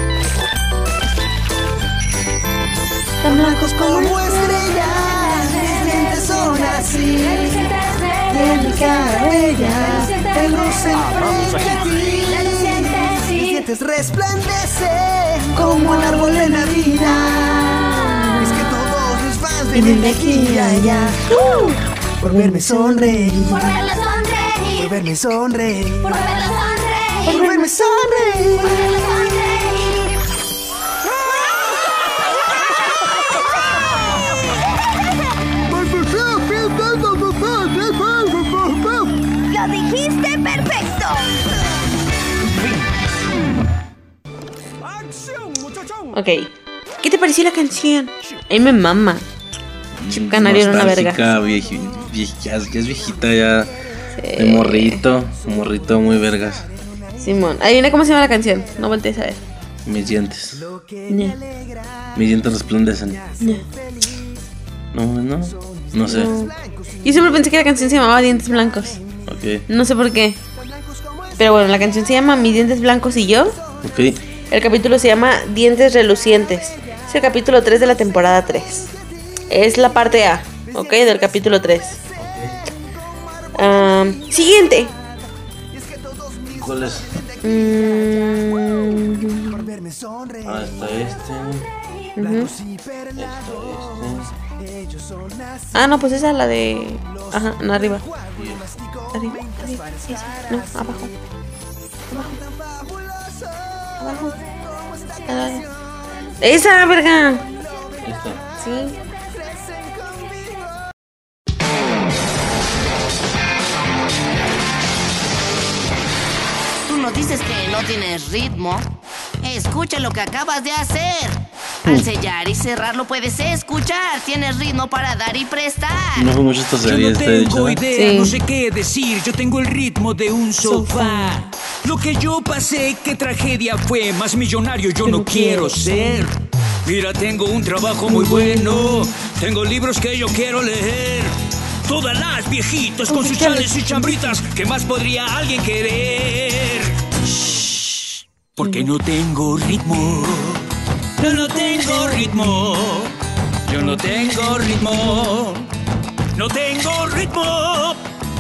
J: Tan blancos como estrellas, mis dientes son así. Y en mi cara bella, de luz enfrente a ti. Mis dientes resplandecen como el árbol de Navidad. Es que todos mis fans vienen de aquí y allá uh, por verme sonreír. Por verme sonreír. Por verme sonreír. Por verme sonreír. Por verme sonreír. Por verme sonreír.
F: ¡Lo dijiste perfecto!
L: Ok. ¿Qué te pareció la canción? A mí me mama. Chip Canario era una verga.
K: Vieji, vieji, ya, ya es viejita ya. Sí. De morrito. Morrito muy vergas.
L: Simón. Adivina cómo se llama la canción. No voltees a ver.
K: Mis dientes.
L: No.
K: Mis dientes resplandecen.
L: No.
K: No, no. No sé.
L: No. Yo siempre pensé que la canción se llamaba Dientes Blancos.
K: Ok.
L: No sé por qué. Pero bueno, la canción se llama Mis Dientes Blancos y Yo.
K: Ok.
L: El capítulo se llama Dientes Relucientes. Es el capítulo tres de la temporada tres. Es la parte A, ¿ok? Del capítulo tres. Um, siguiente.
K: ¿Cuál es?
L: Mm.
K: Ah, está este.
L: Uh-huh.
K: Está este.
L: Ah, no, pues esa es la de... Ajá, no, arriba. Arriba, arriba, esa. No, abajo. Abajo. Abajo. Esa, verga.
K: Esta.
L: Sí.
N: Tú nos dices que no tienes ritmo. Escucha lo que acabas de hacer. Al sellar y cerrarlo puedes escuchar. Tienes ritmo para dar y prestar.
K: No fue mucho esta serie.
D: Yo no tengo
K: está
D: idea,
L: sí.
D: no sé qué decir. Yo tengo el ritmo de un sofá. Lo que yo pasé, qué tragedia fue. Más millonario yo no quiero ser. Mira, tengo un trabajo muy bueno. Tengo libros que yo quiero leer. Todas las viejitas con sus chales y chambritas. ¿Qué más podría alguien querer? Shh, porque no tengo ritmo. Yo no tengo ritmo. Yo no tengo ritmo. No tengo ritmo.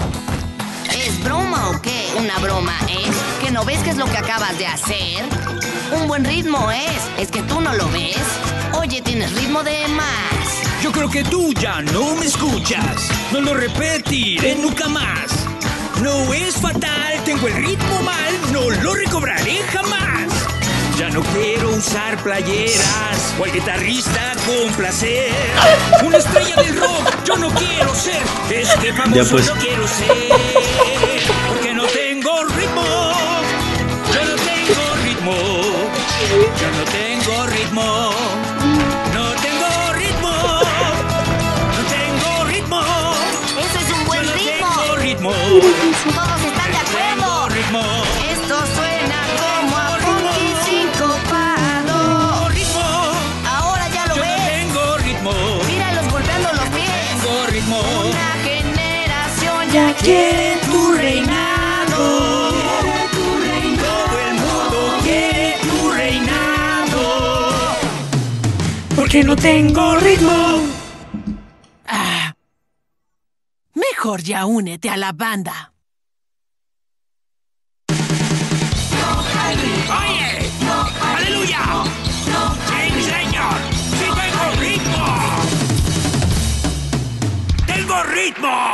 N: ¿Es broma o qué? Una broma es que no ves qué es lo que acabas de hacer. Un buen ritmo es, es que tú no lo ves. Oye, tienes ritmo de más.
D: Yo creo que tú ya no me escuchas. No lo repetiré nunca más. No es fatal, tengo el ritmo mal. No lo recobraré jamás. Ya no quiero usar playeras o al guitarrista con placer. Una estrella del rock yo no quiero ser. Es que famoso
K: pues.
D: no quiero ser. Porque no tengo ritmo. Yo no tengo ritmo. Yo no tengo ritmo. No tengo ritmo. No tengo ritmo.
N: Eso es un buen
D: Yo no
N: ritmo.
D: tengo ritmo.
N: Todos están de
D: No
N: acuerdo.
D: tengo ritmo.
N: Esto suena como a funky sincopado.
D: Ritmo.
N: Ahora ya lo
D: Yo no
N: ves.
D: tengo ritmo.
N: Míralos golpeando los pies.
D: Tengo ritmo.
N: Una generación ya quiere tu reinado.
D: Todo el mundo quiere tu reinado.
L: Porque no tengo ritmo.
P: Ah, mejor ya únete a la banda.
D: ¡Oye! ¡Aleluya! ¡Sí, señor! ¡Sí tengo ritmo! ¡Tengo ritmo!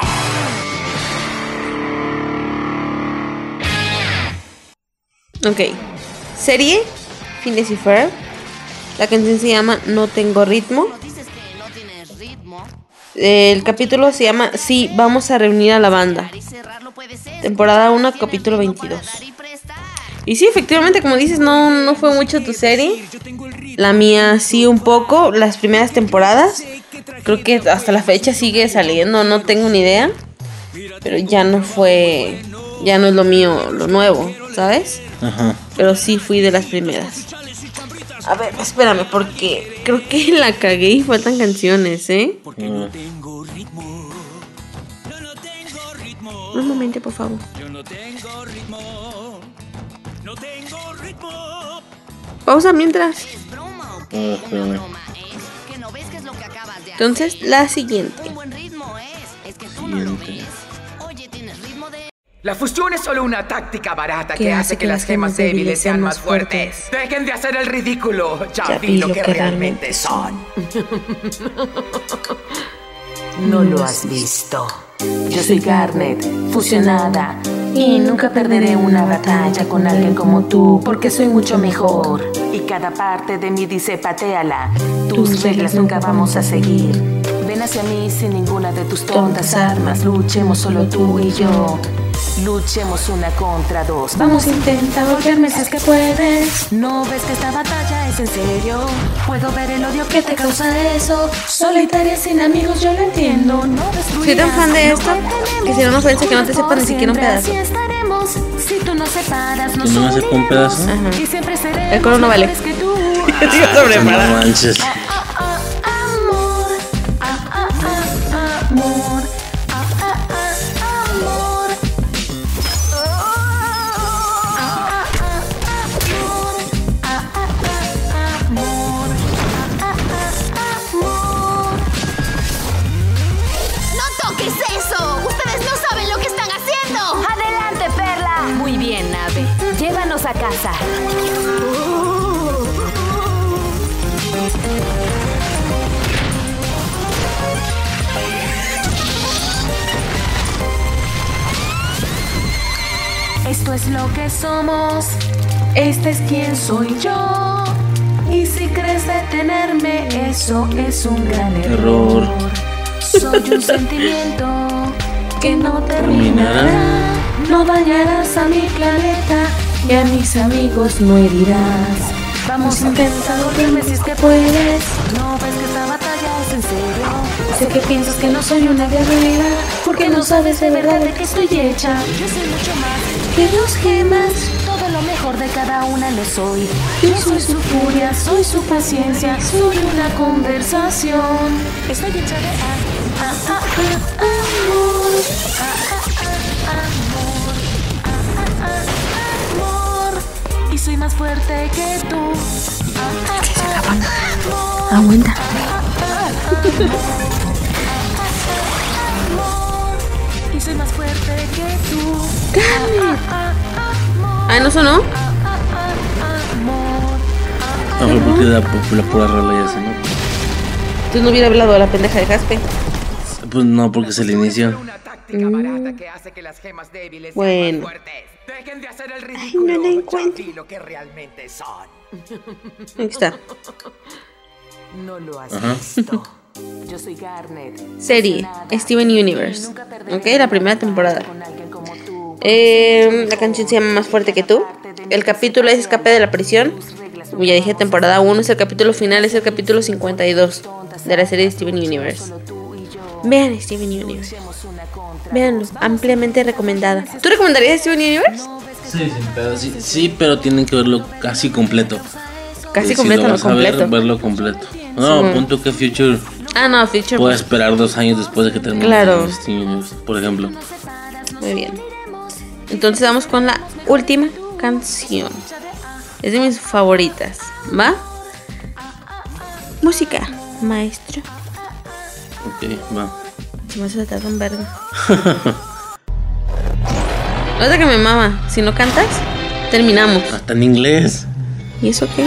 L: Ok. Serie Phineas y Ferb. La canción se llama No tengo ritmo.
N: Dices que no tienes ritmo.
L: El capítulo se llama Sí, vamos a reunir a la banda. Temporada uno, capítulo veintidós. Y sí, efectivamente, como dices, no, no fue mucho tu serie. La mía sí un poco. Las primeras temporadas. Creo que hasta la fecha sigue saliendo, no tengo ni idea. Pero ya no fue... Ya no es lo mío, lo nuevo, ¿sabes?
K: Ajá.
L: Pero sí fui de las primeras. A ver, espérame, porque creo que la cagué y faltan canciones, ¿eh?
K: Mm.
L: Un momento, por favor. Pausa mientras.
K: Uh-huh.
L: Entonces, la siguiente.
K: Siguiente.
W: La fusión es solo una táctica barata que hace que las gemas débiles sean más fuertes. Dejen de hacer el ridículo. Ya,
L: Ya
W: vi lo que realmente son.
X: No lo has visto. Yo soy Garnet, fusionada. Y nunca perderé una batalla con alguien como tú, porque soy mucho mejor. Y cada parte de mí dice patéala. Tus reglas nunca vamos a seguir. Ven hacia mí sin ninguna de tus tontas armas. Luchemos solo tú y yo. Luchemos una contra dos. Vamos, intenta volverme si es que puedes. ¿No ves que esta batalla es en serio? Puedo ver el odio que te causa eso. Solitaria sin amigos, yo lo entiendo. No destruyas.
L: Soy tan fan de esto que será una ofensa que no te sepan ni siquiera un pedazo.
X: Así estaremos. Si tú no separas, nos
K: ¿Que no me sepa un pedazo?
L: Ajá.
X: y siempre seremos
L: El coro no vale.
X: mejores que tú.
K: No manches.
X: Amor, ah, ah, ah, amor, ah, ah, ah, amor. Ah, ah, ah, amor, ah,
T: a casa.
X: Esto es lo que somos, este es quien soy yo. Y si crees detenerme, eso es un gran error.
K: Error.
X: Soy un sentimiento que no terminará. No dañarás a mi planeta y a mis amigos no herirás. Vamos, intenta dormirme si es que puedes. No ves que esta batalla es en serio. Sé que piensas que no soy una guerrera, porque no sabes de verdad de qué estoy hecha. Yo soy mucho más que dos gemas. Todo lo mejor de cada una lo soy. Yo soy su furia, soy su paciencia, soy una conversación. Estoy hecha de a, a, a, a, amor. A, a, a, amor. A, a, a, amor. Y soy más fuerte que tú. A, a, a, amor.
L: Aguanta.
X: Y soy más fuerte que tú.
L: ¡Dame! Ah, ¿no sonó?
K: No fue porque la, la pura rola ya sonó.
L: Tú no hubiera hablado a la pendeja de Jaspe.
K: Pues no, porque es el inicio.
L: Mm. Bueno.
W: Dejen de hacer el
L: Ay, no le encuentro.
W: lo que realmente son.
L: Aquí está.
X: No lo has
K: Ajá.
X: visto. Yo soy Garnet.
L: Serie Steven Universe. Ok, la primera temporada. Eh, la canción se llama Más fuerte que tú. El capítulo es Escape de la prisión. Como ya dije, temporada uno es el capítulo final, es el capítulo cincuenta y dos de la serie de Steven Universe. Vean Steven Universe. Veanlo, ampliamente recomendada. ¿Tú recomendarías Steven Universe?
K: Sí, sí, pero, sí, sí, pero tienen que verlo casi completo.
L: Casi
K: Eh,
L: completo,
K: si lo
L: no
K: vas a ver,
L: completo.
K: verlo completo. No,
L: Sí.
K: punto que Future
L: Ah, no, Future.
K: puede esperar dos años después de que termine.
L: Claro.
K: Steven Universe, por ejemplo.
L: Muy bien. Entonces vamos con la última canción. Es de mis favoritas. ¿Va? Música, maestro.
K: Ok, va.
L: Se me hace tarda un verga. No es de que me mama. Si no cantas, terminamos.
K: Hasta en inglés.
L: ¿Y eso qué?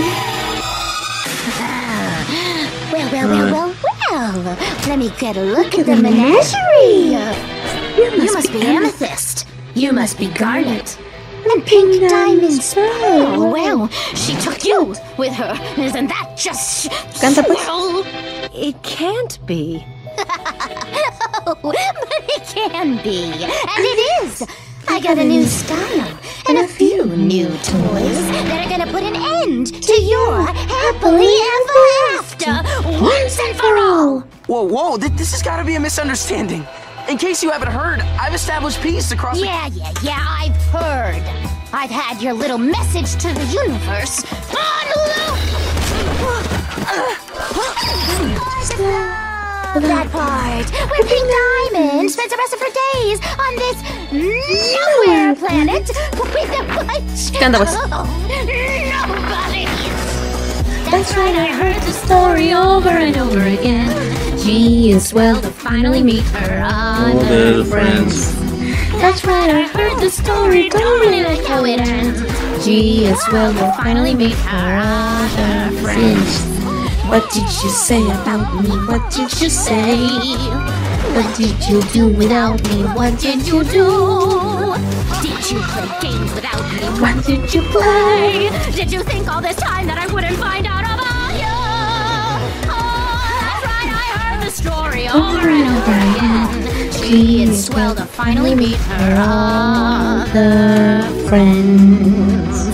F: Well, well, well, well, well. Let me get a look at the menagerie. You must be Amethyst. You must be Garnet. And Pink Diamond Sparrow. Well, she took you with her. Isn't that just
L: Canta, pues.
F: swell? It can't be. Oh, but it can be. And it is. I got a new style and a few new toys that are gonna put an end to your happily ever after once and for all.
B: Whoa, whoa, th- this has got to be a misunderstanding. In case you haven't heard, I've established peace across
F: Yeah, yeah, yeah, I've heard. I've had your little message to the universe on loop. That part where Pink Diamond spends the rest of her days on this nowhere planet with a bunch
L: Canta, pues.
F: of nobodies.
T: That's right, I heard the story over and over again. Gee, it's swell to finally meet her other friends. That's right, I heard the story, don't really like how it ends. Gee, it's swell to finally meet her other friends. What did you say about me? What did you say? What did you do without me? What did you do?
F: Did you play games without me?
T: What did you play?
F: Did you think all this time that I wouldn't find out about you? Oh, that's right, I heard the story over and over again. Gee, it's swell to finally meet her other
X: friends.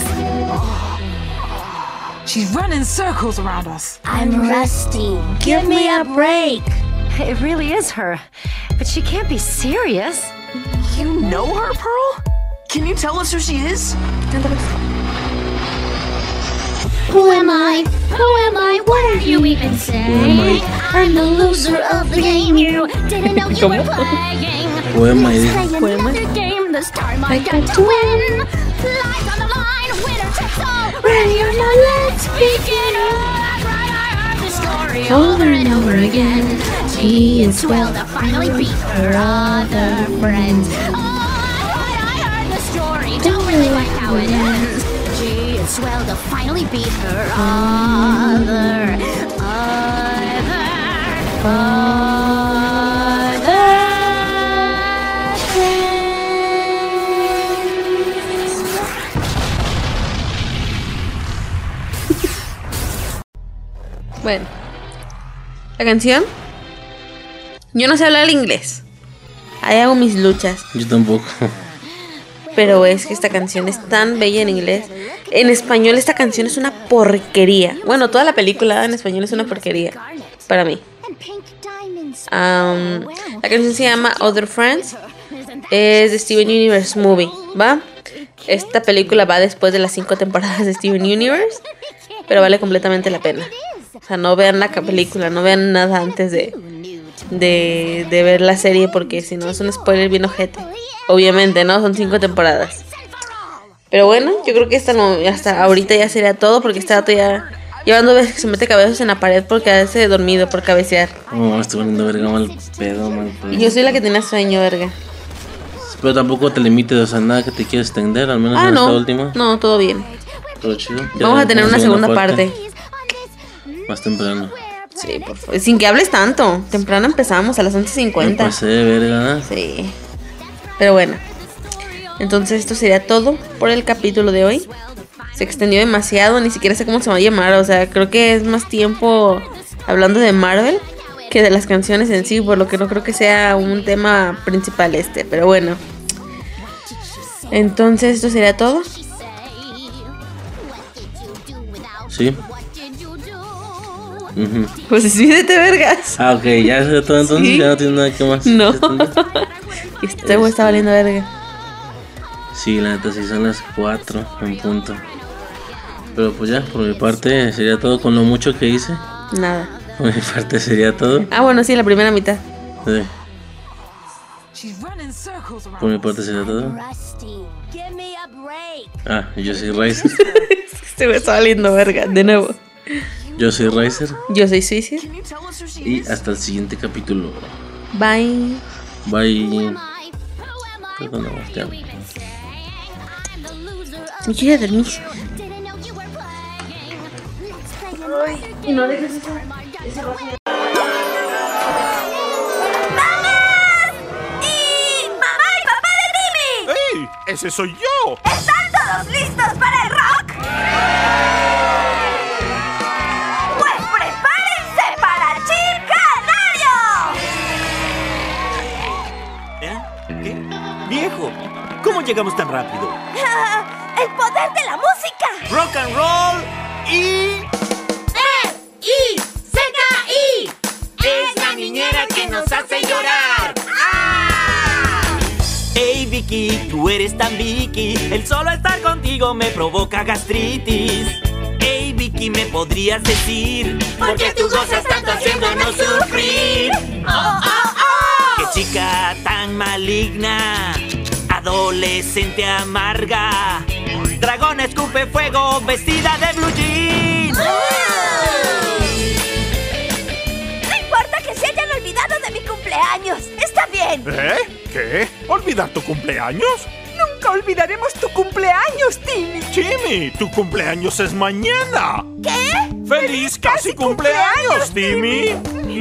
X: She's running circles around us.
F: I'm rusty. Give me a break.
E: It really is her. But she can't be serious.
B: You know her, Pearl? Can you tell us who she is?
F: Who am I? Who am I? What are you even saying? I'm the loser of the game you didn't know you were playing.
K: Who am I?
F: Let's play another game. This time I got to win. Lives on the line, winner takes all. Ready or not, let's begin. Right, I heard the story over and over again. Gee, it's swell to finally beat her other friends. Oh, right, I heard the story. Don't really like how it ends. swell to finally beat her other, other, other
L: Bueno, la canción. Yo no sé hablar inglés. Ahí hago mis luchas.
K: Yo tampoco.
L: Pero es que esta canción es tan bella en inglés. En español esta canción es una porquería. Bueno, toda la película en español es una porquería. Para mí. Um, la canción se llama Other Friends. Es de Steven Universe Movie, ¿va? Esta película va después de las cinco temporadas de Steven Universe. Pero vale completamente la pena. O sea, no vean la película, no vean nada antes de, de, de ver la serie, porque si no es un spoiler bien ojete. Obviamente, ¿no? Son cinco temporadas. Pero bueno, yo creo que esta no, hasta ahorita ya sería todo, porque este dato ya llevando veces que se mete cabezas en la pared por quedarse dormido, por cabecear.
K: Oh, estoy poniendo verga mal pedo, mal pedo.
L: Y yo soy la que tiene sueño, verga.
K: Pero tampoco te limites, o sea, nada que te quieras extender, al menos
L: ah,
K: en
L: no.
K: esta última.
L: No, todo bien.
K: Todo chido.
L: Vamos a tener una segunda parte. parte.
K: Más temprano.
L: Sí, por favor. Sin que hables tanto. Temprano empezamos a las once cincuenta.
K: Me pasé de verga.
L: Sí. Pero bueno. Entonces esto sería todo por el capítulo de hoy. Se extendió demasiado. Ni siquiera sé cómo se va a llamar. O sea, creo que es más tiempo hablando de Marvel que de las canciones en sí. Por lo que no creo que sea un tema principal este. Pero bueno. Entonces esto sería todo.
K: Sí. Uh-huh.
L: Pues despídete, vergas.
K: Ah, ok, ya es todo entonces. Sí. Ya no tiene nada que más.
L: No. Este güey está valiendo verga.
K: Sí, la neta, sí son las cuatro en punto. Pero pues ya, por mi parte sería todo con lo mucho que hice.
L: Nada.
K: Por mi parte sería todo.
L: Ah, bueno, sí, la primera mitad.
K: Sí. Por mi parte sería todo. Ah, yo soy Riser.
L: Este güey está valiendo verga, de nuevo.
K: Yo soy Riser.
L: Yo soy Suicide.
K: Y hasta el siguiente capítulo.
L: Bye.
K: Bye. Perdón, ya.
L: Me quiero dormir. Y no dejes eso.
A: ¡Ese soy yo!
H: ¿Están todos listos para el rock? Pues prepárense para Chip
S: ¿Eh?
H: Canario.
S: ¿Qué? ¡Viejo! ¿Cómo llegamos tan rápido?
H: ¡El poder de la música!
S: ¡Rock and roll! Y...
H: ¡R I C K I!
S: ¡Es la niñera que nos hace llorar! ¡Ah! Hey Vicky, tú eres tan Vicky. El solo estar contigo me provoca gastritis. Hey Vicky, ¿me podrías decir
H: por qué tú gozas tanto haciéndonos sufrir? ¡Oh, oh, oh!
S: ¡Qué chica tan maligna! Adolescente amarga. Dragón escupe fuego vestida de blue jeans.
H: No importa que se hayan olvidado de mi cumpleaños. Está bien.
A: ¿Eh? ¿Qué? ¿Olvidar tu cumpleaños?
C: Nunca olvidaremos tu cumpleaños, Timmy.
A: Timmy, tu cumpleaños es mañana.
H: ¿Qué?
A: ¡Feliz casi, casi cumpleaños, cumpleaños, Timmy!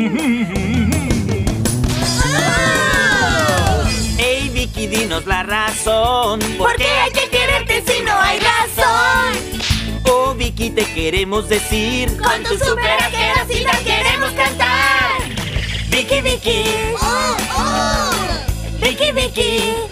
S: Hey Vicky, dinos la razón.
H: ¿Por qué hay que quererte si no hay razón?
S: Oh Vicky, te queremos decir,
H: con tu super asquerosidad queremos cantar.
S: Vicky, Vicky.
H: Oh, oh. Vicky, Vicky.